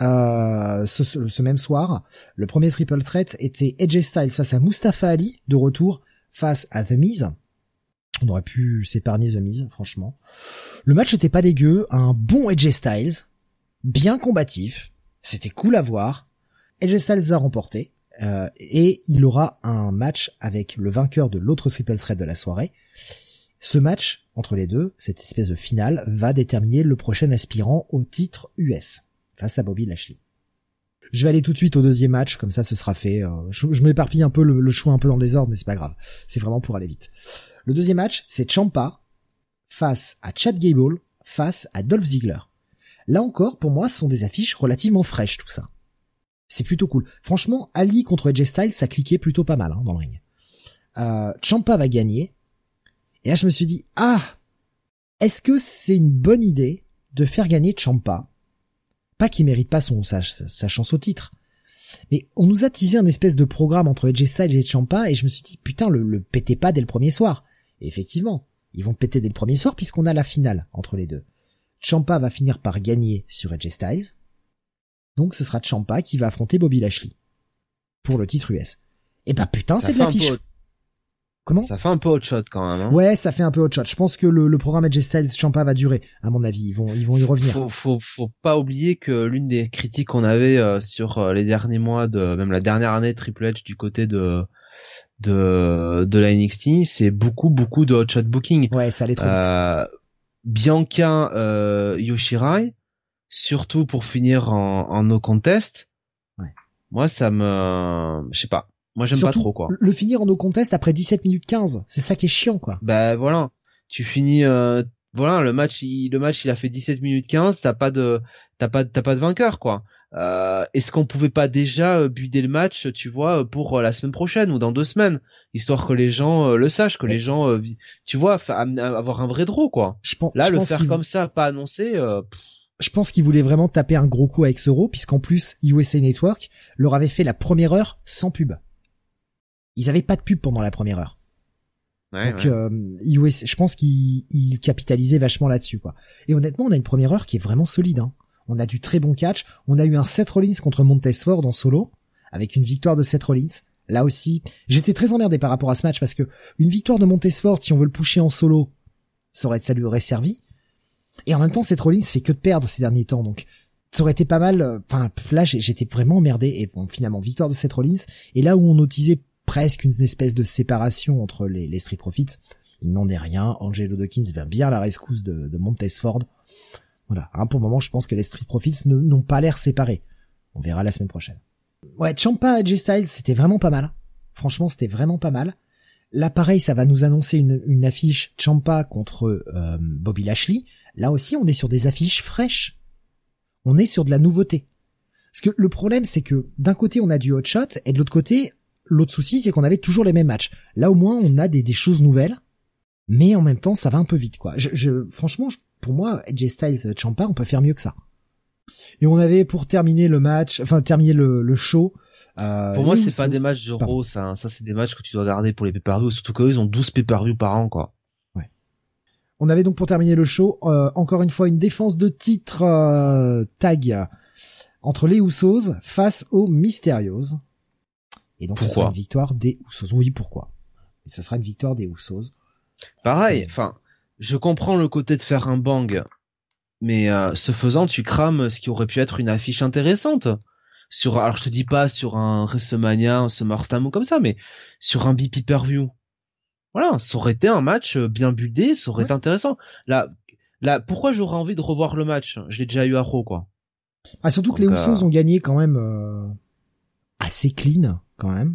ce même soir. Le premier triple threat était AJ Styles face à Mustafa Ali, de retour face à The Miz. On aurait pu s'épargner The Miz, franchement. Le match était pas dégueu, un bon AJ Styles, bien combatif. C'était cool à voir. AJ Styles a remporté et il aura un match avec le vainqueur de l'autre triple threat de la soirée. Ce match entre les deux, cette espèce de finale, va déterminer le prochain aspirant au titre US face à Bobby Lashley. Je vais aller tout de suite au deuxième match, comme ça ce sera fait. Je m'éparpille un peu le choix un peu dans le désordre, mais c'est pas grave. C'est vraiment pour aller vite. Le deuxième match, c'est Ciampa face à Chad Gable face à Dolph Ziggler. Là encore, pour moi, ce sont des affiches relativement fraîches, tout ça. C'est plutôt cool. Franchement, Ali contre AJ Styles, ça cliquait plutôt pas mal dans le ring. Ciampa va gagner. Et là, je me suis dit, est-ce que c'est une bonne idée de faire gagner Ciampa? Pas qu'il mérite pas sa chance au titre. Mais on nous a teasé un espèce de programme entre AJ Styles et Ciampa, et je me suis dit, putain, le pétez pas dès le premier soir. Et effectivement, ils vont péter dès le premier soir puisqu'on a la finale entre les deux. Ciampa va finir par gagner sur AJ Styles. Donc ce sera Ciampa qui va affronter Bobby Lashley pour le titre US. Et putain, c'est de l'affiche. Comment? Ça fait un peu hot shot quand même. Hein. Ouais, ça fait un peu hot shot. Je pense que le programme AJ Styles Ciampa va durer, à mon avis. Ils vont y revenir. Faut pas oublier que l'une des critiques qu'on avait sur les derniers mois même la dernière année de Triple H du côté de la NXT, c'est beaucoup de hot shot booking. Ouais, ça allait trop vite. Bianca Yoshirai, surtout pour finir en no contest. Ouais. Moi je sais pas. Moi j'aime surtout, pas trop quoi. Le finir en no contest après 17 minutes 15, c'est ça qui est chiant quoi. Voilà, tu finis le match il a fait 17 minutes 15, t'as pas de vainqueur quoi. Est-ce qu'on pouvait pas déjà builder le match, tu vois, pour la semaine prochaine ou dans 2 semaines, histoire que les gens le sachent, que les gens, tu vois, avoir un vrai draw quoi. Je pense faire comme ça, pas annoncé. Je pense qu'ils voulaient vraiment taper un gros coup avec ce Raw, puisqu'en plus USA Network leur avait fait la première heure sans pub. Ils avaient pas de pub pendant la première heure. Ouais, donc US, je pense qu'ils capitalisaient vachement là-dessus quoi. Et honnêtement, on a une première heure qui est vraiment solide. On a du très bon catch. On a eu un Seth Rollins contre Montez-Ford en solo, avec une victoire de Seth Rollins. Là aussi, j'étais très emmerdé par rapport à ce match parce que une victoire de Montez-Ford, si on veut le pusher en solo, ça lui aurait servi. Et en même temps, Seth Rollins fait que de perdre ces derniers temps, donc ça aurait été pas mal. Enfin, là, j'étais vraiment emmerdé. Et bon, finalement, victoire de Seth Rollins. Et là où on notisait presque une espèce de séparation entre les Street Profits, il n'en est rien. Angelo Dawkins vient bien à la rescousse de Montez-Ford. Voilà, pour le moment, je pense que les Street Profits n'ont pas l'air séparés. On verra la semaine prochaine. Ouais, Ciampa et AJ Styles, c'était vraiment pas mal. Franchement, c'était vraiment pas mal. Là, pareil, ça va nous annoncer une affiche Ciampa contre Bobby Lashley. Là aussi, on est sur des affiches fraîches. On est sur de la nouveauté. Parce que le problème, c'est que d'un côté, on a du hot shot, et de l'autre côté, l'autre souci, c'est qu'on avait toujours les mêmes matchs. Là, au moins, on a des choses nouvelles. Mais en même temps, ça va un peu vite, quoi. Franchement, pour moi, AJ Styles, Ciampa, on peut faire mieux que ça. Et on avait pour terminer le match, enfin terminer le show. Pour moi, c'est pas des matchs de Raw, ça c'est des matchs que tu dois garder pour les pay-per-view, surtout qu'eux, ils ont 12 pay-per-view par an, quoi. Ouais. On avait donc pour terminer le show, encore une fois, une défense de titre tag entre les Usos face aux Mysterios. Et donc, ce sera une victoire des Usos. Oui, pourquoi? Et ce sera une victoire des Usos. Pareil, enfin, je comprends le côté de faire un bang, mais ce faisant, tu crames ce qui aurait pu être une affiche intéressante. Alors je te dis pas sur un WrestleMania, un SummerSlam ou comme ça, mais sur un pay-per-view. Voilà, ça aurait été un match bien buildé, ça aurait été intéressant. Là, pourquoi j'aurais envie de revoir le match? Je l'ai déjà eu à Raw, quoi. Ah, surtout que les Usos ont gagné quand même assez clean quand même.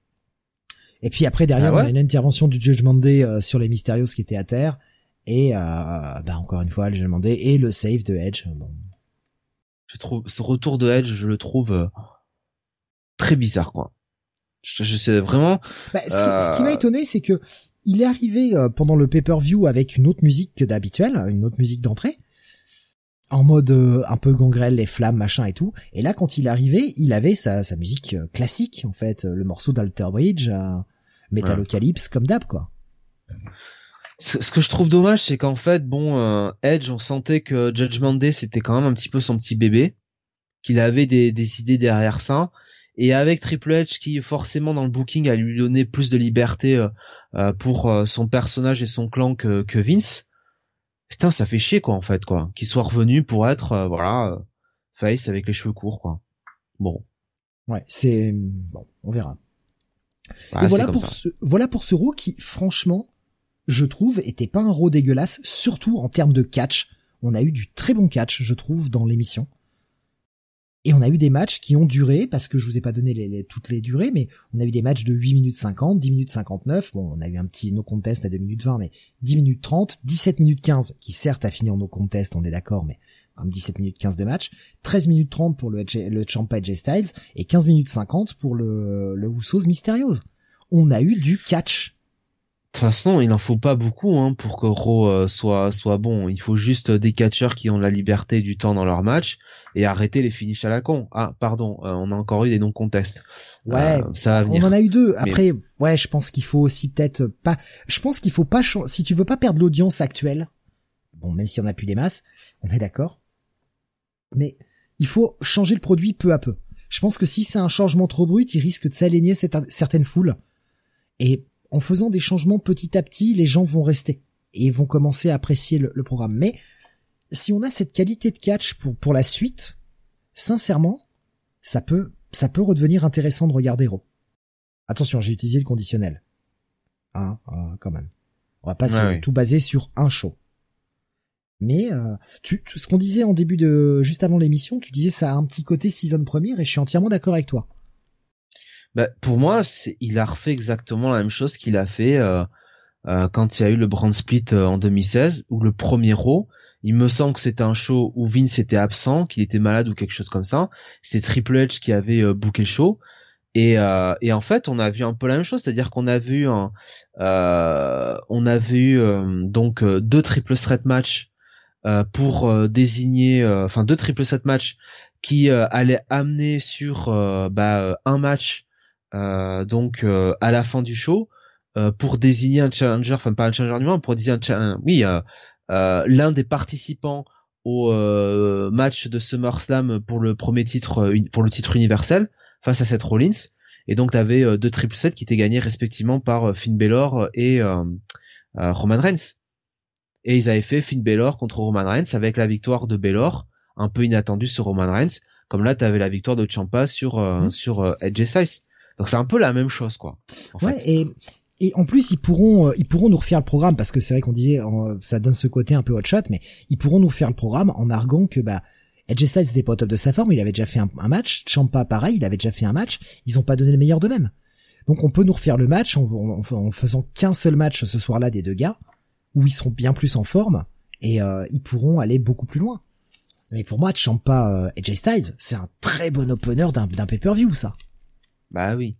Et puis après derrière on a une intervention du Judgment Day sur les Mysterios qui étaient à terre et encore une fois le Judgment Day et le save de Edge. Bon. Je trouve ce retour de Edge, je le trouve très bizarre quoi. Je sais vraiment. Ce qui m'a étonné, c'est que il est arrivé pendant le pay-per-view avec une autre musique que d'habituel, une autre musique d'entrée, en mode un peu gangrel, les flammes, machin et tout. Et là, quand il est arrivé, il avait sa musique classique, en fait, le morceau d'Alter Bridge, Metalocalypse, comme d'hab, quoi. Ce que je trouve dommage, c'est qu'en fait, Edge, on sentait que Judgment Day, c'était quand même un petit peu son petit bébé, qu'il avait des idées derrière ça. Et avec Triple H qui forcément dans le booking a lui donné plus de liberté pour son personnage et son clan que Vince. Putain, ça fait chier quoi en fait quoi, qu'il soit revenu pour être face avec les cheveux courts quoi. Bon. Ouais, c'est bon, on verra. Et voilà pour ce Raw qui franchement, je trouve était pas un Raw dégueulasse, surtout en termes de catch. On a eu du très bon catch, je trouve, dans l'émission. Et on a eu des matchs qui ont duré, parce que je vous ai pas donné toutes les durées, mais on a eu des matchs de 8 minutes 50, 10 minutes 59, bon, on a eu un petit no contest à 2 minutes 20, mais 10 minutes 30, 17 minutes 15, qui certes a fini en no contest, on est d'accord, mais comme 17 minutes 15 de match, 13 minutes 30 pour le Ciampa AJ Styles, et 15 minutes 50 pour le Usos Mysterios. On a eu du catch. De toute façon, il n'en faut pas beaucoup pour que Raw soit bon. Il faut juste des catcheurs qui ont la liberté et du temps dans leur match et arrêter les finishes à la con. Ah, pardon, on a encore eu des non-contests. Ouais, ça va venir. On en a eu deux. Après, ouais, je pense qu'il faut aussi peut-être pas... Je pense qu'il faut pas... Si tu veux pas perdre l'audience actuelle, bon, même si on a plus des masses, on est d'accord, mais il faut changer le produit peu à peu. Je pense que si c'est un changement trop brut, il risque de s'aligner certaines foules. Et en faisant des changements petit à petit, les gens vont rester et vont commencer à apprécier le programme. Mais si on a cette qualité de catch pour la suite, sincèrement, ça peut redevenir intéressant de regarder Raw. Attention, j'ai utilisé le conditionnel. Quand même. On va pas tout baser sur un show. Mais ce qu'on disait en début juste avant l'émission, tu disais ça a un petit côté season première et je suis entièrement d'accord avec toi. Pour moi, il a refait exactement la même chose qu'il a fait quand il y a eu le brand split en 2016, où le premier Raw, il me semble que c'était un show où Vince était absent, qu'il était malade ou quelque chose comme ça. C'est Triple H qui avait booké le show. Et en fait, on a vu un peu la même chose, c'est-à-dire qu'on a vu donc deux triple threat matchs pour désigner, deux triple threat matchs qui allaient amener sur un match. Donc à la fin du show pour désigner un challenger, enfin pas un challenger numéro, pour désigner l'un des participants au match de SummerSlam pour le premier titre, pour le titre universel face à Seth Rollins. Et donc t'avais deux triple sets qui étaient gagnés respectivement par Finn Balor et Roman Reigns. Et ils avaient fait Finn Balor contre Roman Reigns avec la victoire de Balor, un peu inattendue sur Roman Reigns. Comme là t'avais la victoire de Ciampa sur AJ Styles. Donc c'est un peu la même chose quoi. Ouais, et en plus ils pourront nous refaire le programme parce que c'est vrai qu'on disait ça donne ce côté un peu hot shot, mais ils pourront nous refaire le programme en arguant que AJ Styles n'était pas au top de sa forme, il avait déjà fait un match, Ciampa pareil, il avait déjà fait un match, ils ont pas donné le meilleur d'eux-mêmes. Donc on peut nous refaire le match en faisant qu'un seul match ce soir-là des deux gars où ils seront bien plus en forme et ils pourront aller beaucoup plus loin. Mais pour moi Ciampa AJ Styles, c'est un très bon opener d'un pay-per-view ça. Bah oui.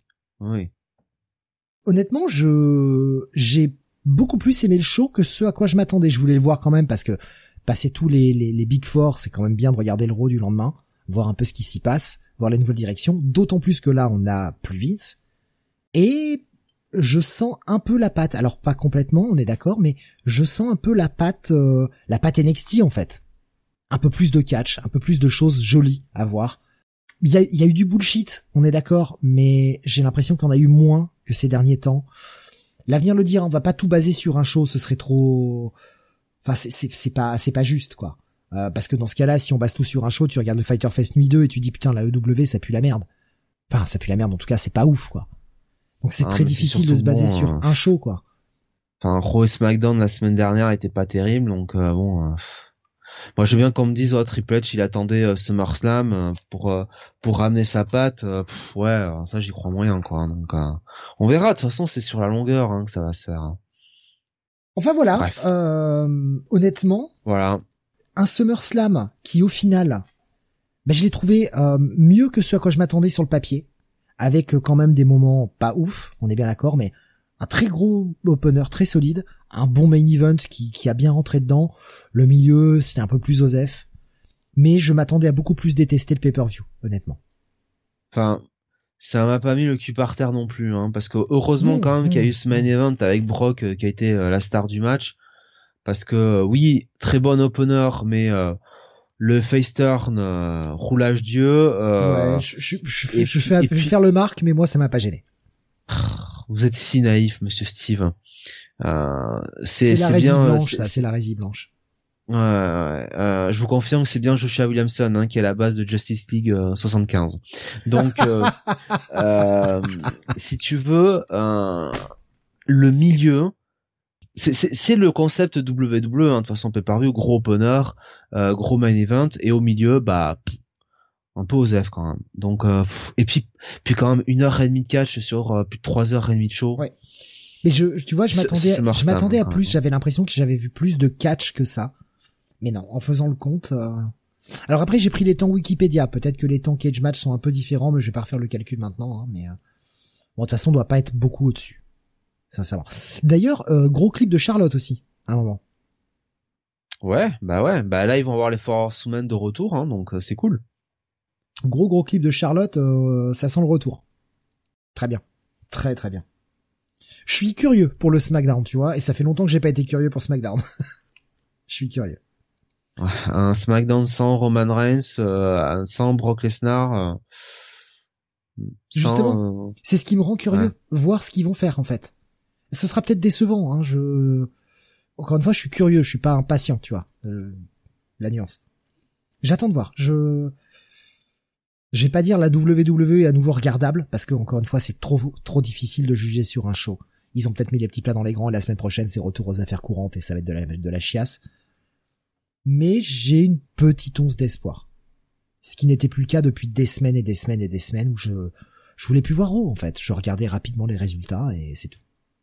Honnêtement, j'ai beaucoup plus aimé le show que ce à quoi je m'attendais. Je voulais le voir quand même parce que passer tous les Big Four, c'est quand même bien de regarder le Raw du lendemain, voir un peu ce qui s'y passe, voir la nouvelle direction. D'autant plus que là, on a plus Vince. Et je sens un peu la patte. Alors pas complètement, on est d'accord, mais je sens un peu la patte NXT en fait. Un peu plus de catch, un peu plus de choses jolies à voir. Il y a eu du bullshit, on est d'accord, mais j'ai l'impression qu'il y en a eu moins que ces derniers temps. L'avenir le dira, on va pas tout baser sur un show, ce serait trop... Enfin, c'est pas juste, quoi. Parce que dans ce cas-là, si on base tout sur un show, tu regardes le Fighter Fest Nuit 2 et tu dis putain, la EW, ça pue la merde. Enfin, ça pue la merde, en tout cas, c'est pas ouf, quoi. Donc c'est très difficile de se baser sur un show, quoi. Enfin, Raw et SmackDown la semaine dernière était pas terrible, donc moi je veux bien qu'on me dise Triple H il attendait SummerSlam pour ramener sa patte. Ouais, ça j'y crois moyen quoi. Donc on verra. De toute façon c'est sur la longueur que ça va se faire. Enfin voilà. Bref. Honnêtement. Voilà. Un SummerSlam qui au final, je l'ai trouvé mieux que ce à quoi je m'attendais sur le papier, avec quand même des moments pas ouf, on est bien d'accord, mais un très gros opener très solide, un bon main event qui a bien rentré dedans, le milieu c'était un peu plus osef, mais je m'attendais à beaucoup plus détester le pay-per-view, honnêtement. Enfin, ça m'a pas mis le cul par terre non plus, parce que heureusement quand même qu'il y a eu ce main event avec Brock qui a été la star du match, parce que oui, très bon opener, mais le face turn, roulage dieu. Ouais, je vais faire le marque, mais moi ça m'a pas gêné. Vous êtes si naïf, Monsieur Steve. C'est la résie blanche, ça. C'est la résie blanche. Ouais. Je vous confirme, c'est bien Joshua Williamson qui est à la base de Justice League 75. Donc, si tu veux, le milieu, c'est le concept WWE. De toute façon, pay-per-view, gros opener, gros main event, et au milieu, un peu osef quand même. Donc et puis quand même 1h30 de catch sur plus de 3h30 de show. Ouais. Mais tu vois, je m'attendais à plus, j'avais l'impression que j'avais vu plus de catch que ça. Mais non, en faisant le compte Alors après j'ai pris les temps Wikipédia, peut-être que les temps cage match sont un peu différents, mais je vais pas refaire le calcul maintenant mais bon de toute façon on doit pas être beaucoup au-dessus. Sincèrement. D'ailleurs, gros clip de Charlotte aussi, à un moment. Ouais, là ils vont avoir les Four Horsemen de retour donc c'est cool. Gros clip de Charlotte, ça sent le retour. Très bien. Très très bien. Je suis curieux pour le SmackDown, tu vois, et ça fait longtemps que j'ai pas été curieux pour SmackDown. Je suis curieux. Un SmackDown sans Roman Reigns, sans Brock Lesnar. Justement, c'est ce qui me rend curieux, voir ce qu'ils vont faire en fait. Ce sera peut-être décevant, Encore une fois, je suis curieux, je suis pas impatient, tu vois. La nuance. J'attends de voir. Je vais pas dire la WWE est à nouveau regardable, parce que encore une fois, c'est trop difficile de juger sur un show. Ils ont peut-être mis les petits plats dans les grands, et la semaine prochaine, c'est retour aux affaires courantes, et ça va être de la chiasse. Mais j'ai une petite once d'espoir. Ce qui n'était plus le cas depuis des semaines et des semaines et des semaines, où je voulais plus voir Raw, en fait. Je regardais rapidement les résultats, et c'est tout.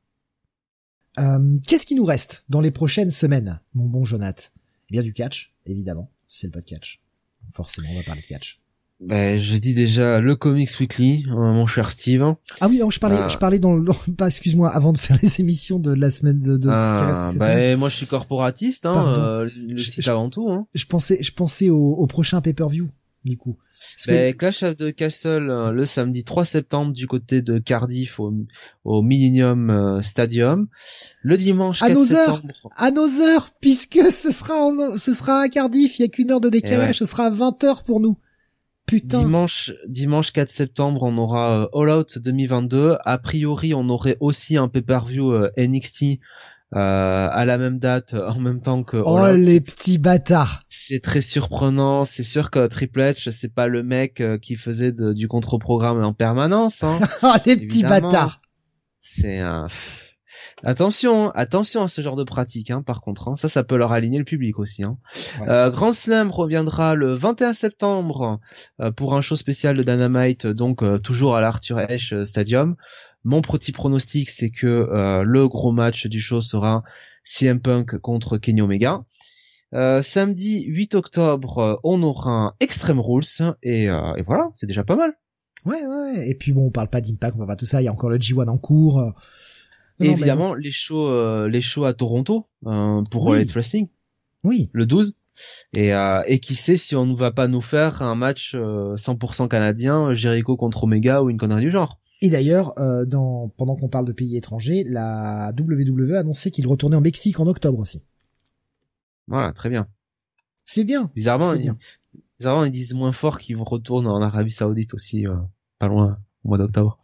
Qu'est-ce qui nous reste dans les prochaines semaines, mon bon Jonath? Eh bien, du catch, évidemment. C'est le pas de catch. Forcément, on va parler de catch. Je dis déjà le Comics Weekly, mon cher Steve. Ah oui, non, je parlais excuse-moi, avant de faire les émissions de la semaine de ce qui reste cette semaine. Moi je suis corporatiste, le site avant tout. Je pensais au prochain pay-per-view, du coup. Clash of the Castle le samedi 3 septembre du côté de Cardiff au Millennium Stadium. Le dimanche 4 septembre. À nos heures, puisque ce sera à Cardiff, il y a qu'une heure de décalage, ce sera à 20h pour nous. Putain. Dimanche 4 septembre, on aura All Out 2022. A priori, on aurait aussi un pay-per-view NXT à la même date, en même temps que All Out. Les petits bâtards. C'est très surprenant. C'est sûr que Triple H, c'est pas le mec qui faisait du contre-programme en permanence. Les petits bâtards. C'est Attention à ce genre de pratique, par contre, ça peut leur aligner le public aussi. Ouais. Grand Slam reviendra le 21 septembre pour un show spécial de Dynamite, donc toujours à l'Arthur Ashe Stadium. Mon petit pronostic, c'est que le gros match du show sera CM Punk contre Kenny Omega. Samedi 8 octobre, on aura un Extreme Rules et voilà, c'est déjà pas mal. Ouais. Et puis bon, on parle pas d'Impact, on parle pas de tout ça. Il y a encore le G1 en cours. Et évidemment, les shows à Toronto pour Elite Wrestling. Oui. Le 12. Et qui sait si on ne va pas nous faire un match 100% canadien, Jericho contre Omega ou une connerie du genre. Et d'ailleurs, pendant qu'on parle de pays étrangers, la WWE a annoncé qu'il retournait en Mexique en octobre aussi. Voilà, très bien. C'est bien. Bizarrement, ils disent moins fort qu'ils retournent en Arabie Saoudite aussi, pas loin, au mois d'octobre.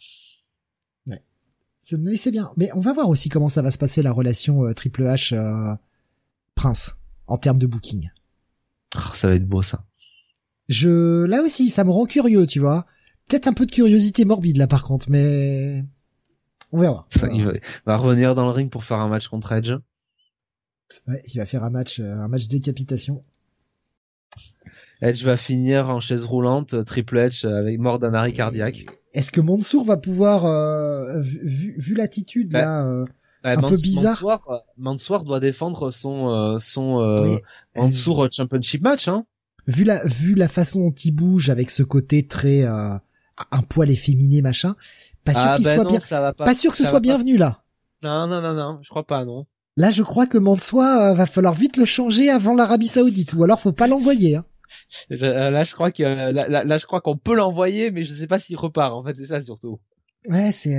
Mais c'est bien. Mais on va voir aussi comment ça va se passer la relation Triple H Prince en termes de booking. Ça va être beau ça. Là aussi, ça me rend curieux, tu vois. Peut-être un peu de curiosité morbide là par contre, mais on verra. Il va revenir dans le ring pour faire un match contre Edge. Ouais, il va faire un match décapitation. Edge va finir en chaise roulante, Triple H avec mort d'un arrêt cardiaque. Est-ce que Mansour va pouvoir, vu l'attitude là, un peu bizarre. Mansour doit défendre son Oui, Mansour Championship match, hein. Vu la façon dont il bouge avec ce côté très un poil efféminé machin, pas sûr qu'il soit bien, pas sûr que ce soit bienvenu là. Non, je crois pas, non. Là, je crois que Mansour va falloir vite le changer avant l'Arabie Saoudite, ou alors faut pas l'envoyer. Hein. Là, je crois que là, je crois qu'on peut l'envoyer, mais je sais pas s'il repart. En fait, c'est ça surtout. Ouais, c'est.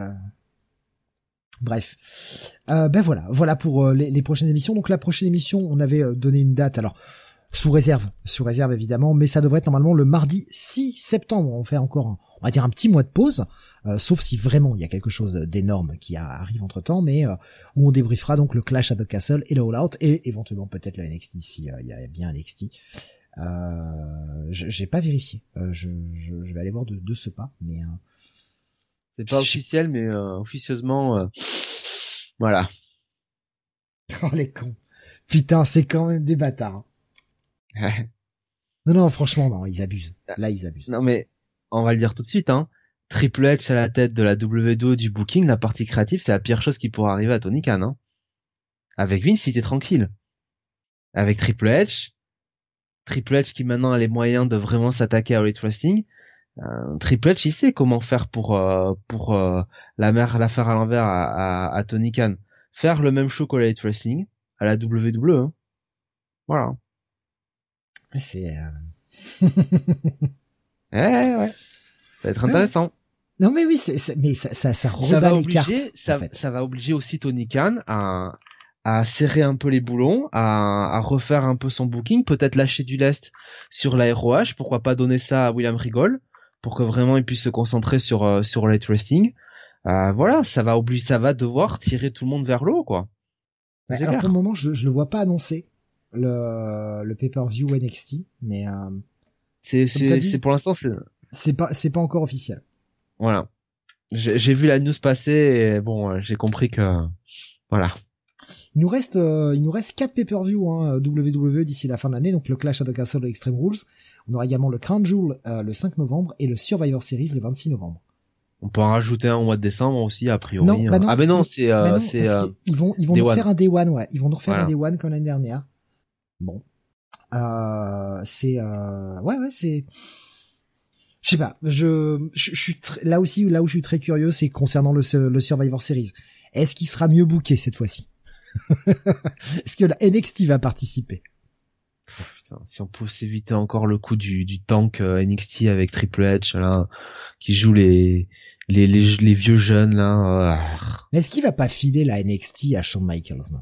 Bref, ben voilà pour les prochaines émissions. Donc la prochaine émission, on avait donné une date. Alors sous réserve évidemment, mais ça devrait être normalement le mardi 6 septembre. On fait encore, on va dire un petit mois de pause, sauf si vraiment il y a quelque chose d'énorme qui arrive entre temps, mais où on débriefera donc le Clash at the Castle et le All Out et éventuellement peut-être le NXT si il y a bien NXT. J'ai pas vérifié. Je vais aller voir de ce pas, mais c'est pas officiel, mais officieusement, voilà. Oh les cons. Putain, c'est quand même des bâtards. Non, franchement, non, ils abusent. Là, ils abusent. Non, mais on va le dire tout de suite, hein. Triple H à la tête de la WWE du booking, la partie créative, c'est la pire chose qui pourrait arriver à Tony Khan, hein. Avec Vince, il était tranquille. Avec Triple H qui maintenant a les moyens de vraiment s'attaquer à Elite Wrestling. Triple H, il sait comment faire pour la faire à l'envers à Tony Khan. Faire le même show qu'au Elite Wrestling à la WWE, hein. Voilà. C'est ouais. Ça va être intéressant. Non mais oui, mais ça rebat les cartes. Ça va obliger aussi Tony Khan à serrer un peu les boulons, à refaire un peu son booking, peut-être lâcher du lest sur la ROH, pourquoi pas donner ça à William Regal pour que vraiment il puisse se concentrer sur Elite Wrestling. Voilà, ça va devoir tirer tout le monde vers l'eau, quoi. Ouais, alors pour le moment, je le vois pas annoncer le pay-per-view NXT, mais c'est pour l'instant c'est pas encore officiel. Voilà. J'ai vu la news passer et bon, j'ai compris que voilà. Il nous reste 4 pay-per-view WWE d'ici la fin de l'année, donc le Clash at the Castle de Extreme Rules. On aura également le Crown Jewel le 5 novembre et le Survivor Series le 26 novembre. On peut en rajouter un au mois de décembre aussi, a priori. Non, bah non, ah ben non, ils vont nous refaire un Day One, ouais. Ils vont nous refaire un Day One comme l'année dernière. Bon. C'est je sais pas, je suis là où je suis très curieux, c'est concernant le Survivor Series. Est-ce qu'il sera mieux booké cette fois-ci? Est-ce que la NXT va participer? Putain, si on peut s'éviter encore le coup du tank NXT avec Triple H là, qui joue les vieux jeunes là. Est-ce qu'il va pas filer la NXT à Shawn Michaels maintenant?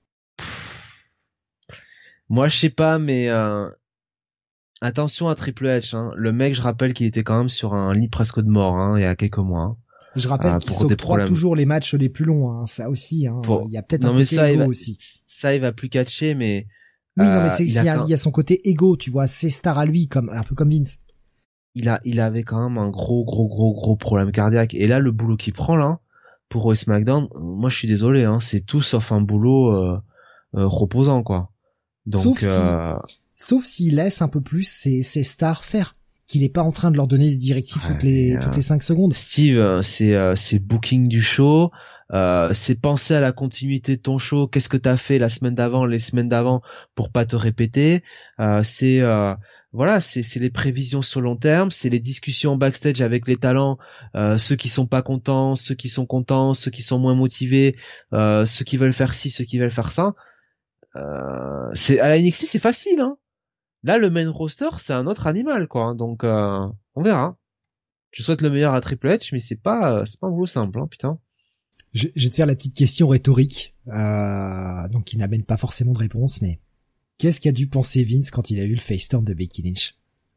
Moi, je sais pas, mais attention à Triple H. Hein. Le mec, je rappelle qu'il était quand même sur un lit presque de mort il y a quelques mois. Hein. Je rappelle qu'il s'octroie toujours les matchs les plus longs. Hein. Ça aussi, il y a peut-être un côté égo aussi. Ça, il va plus catcher, mais oui, non, mais il y a son côté égo, tu vois, c'est star à lui, un peu comme Vince. Il avait quand même un gros problème cardiaque. Et là, le boulot qu'il prend là pour Raw et SmackDown, moi, je suis désolé, hein, c'est tout sauf un boulot reposant, quoi. Donc, sauf s'il laisse un peu plus ses stars faire, qu'il est pas en train de leur donner des directives toutes les 5 secondes. Steve, c'est booking du show, c'est penser à la continuité de ton show, qu'est-ce que t'as fait la semaine d'avant, les semaines d'avant pour pas te répéter, c'est les prévisions sur long terme, c'est les discussions backstage avec les talents, ceux qui sont pas contents, ceux qui sont contents, ceux qui sont moins motivés, ceux qui veulent faire ci, ceux qui veulent faire ça. C'est à la NXT, c'est facile, hein. Là, le main roster, c'est un autre animal, quoi. Donc, on verra. Je souhaite le meilleur à Triple H, mais c'est pas un boulot simple, hein, putain. Je vais te faire la petite question rhétorique, donc qui n'amène pas forcément de réponse, mais qu'est-ce qu'a dû penser Vince quand il a vu le face turn de Becky Lynch?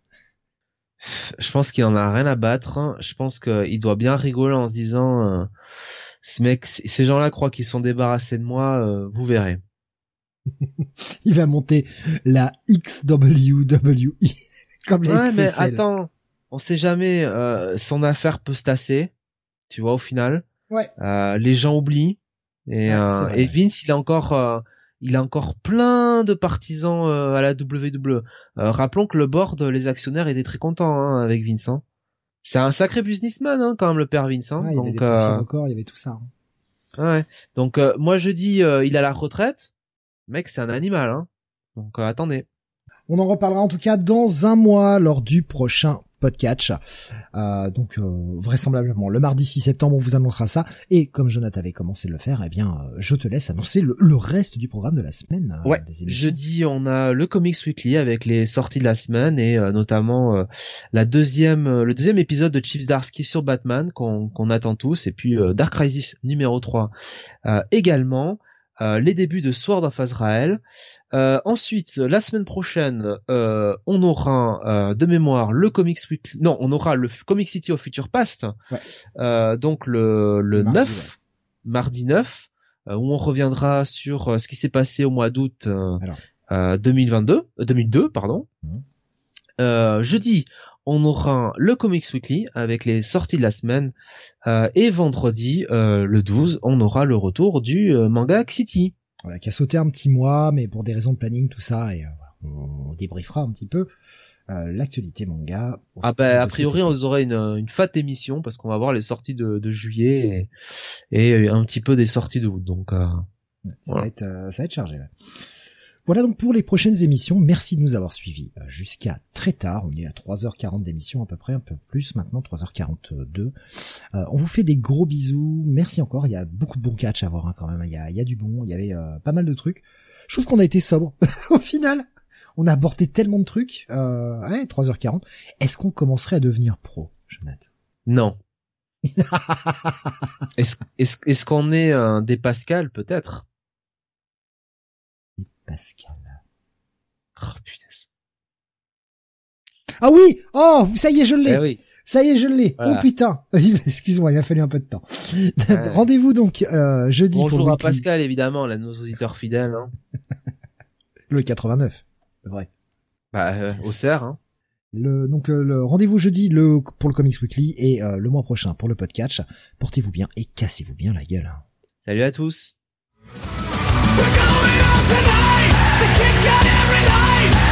Je pense qu'il en a rien à battre. Je pense qu'il doit bien rigoler en se disant, ce mec, ces gens-là croient qu'ils sont débarrassés de moi, vous verrez. Il va monter la XWWE comme la XFL. Mais attends, on sait jamais, son affaire peut se tasser, tu vois, au final. Ouais. Les gens oublient et Vince, il il a encore plein de partisans à la WWE. Rappelons que le board, les actionnaires étaient très contents hein, avec Vincent. C'est un sacré businessman hein, quand même le père Vincent. Ouais, il y avait des profils records, il y avait tout ça. Hein. Ouais. Donc moi je dis il a la retraite. Mec, c'est un animal hein. Donc attendez. On en reparlera en tout cas dans un mois lors du prochain Podcatch. Donc vraisemblablement le mardi 6 septembre on vous annoncera ça. Et comme Jonathan avait commencé de le faire, eh bien je te laisse annoncer le reste du programme de la semaine. Ouais. Jeudi on a le Comics Weekly avec les sorties de la semaine et notamment le deuxième épisode de Chief Zdarsky sur Batman qu'on attend tous et puis Dark Crisis numéro 3 également. Les débuts de Sword of Azrael. Ensuite, la semaine prochaine, on aura de mémoire le Comics Weekly. Non, on aura le Comic City of Future Past. Ouais. Donc le mardi 9, où on reviendra sur ce qui s'est passé au mois d'août 2002, pardon. Jeudi, on aura le Comics Weekly avec les sorties de la semaine et vendredi le 12 on aura le retour du Manga City. Voilà, qui a sauté un petit mois mais pour des raisons de planning tout ça et on débriefera un petit peu l'actualité manga. A priori on aura une fat émission parce qu'on va voir les sorties de juillet et un petit peu des sorties d'août donc ça va être chargé là. Voilà donc pour les prochaines émissions. Merci de nous avoir suivis jusqu'à très tard. On est à 3h40 d'émission à peu près, un peu plus maintenant, 3h42. On vous fait des gros bisous. Merci encore. Il y a beaucoup de bons catch à voir hein, quand même. Il y a du bon. Il y avait pas mal de trucs. Je trouve qu'on a été sobre au final. On a abordé tellement de trucs. 3h40. Est-ce qu'on commencerait à devenir pro, Jonathan? Non. Est-ce qu'on est des Pascal peut-être? Pascal. Oh punaise. Ah oui! Oh, ça y est, je l'ai! Oui. Ça y est, je l'ai! Voilà. Oh putain! Excuse-moi, il m'a fallu un peu de temps. Rendez-vous donc jeudi Bonjour pour le à Pascal, évidemment, là, nos auditeurs fidèles. Hein. Le 89, c'est vrai. Au cerf. Hein. Le rendez-vous jeudi pour le Comics Weekly et le mois prochain pour le Podcatch. Portez-vous bien et cassez-vous bien la gueule. Salut à tous! We're going out tonight to kick out every line.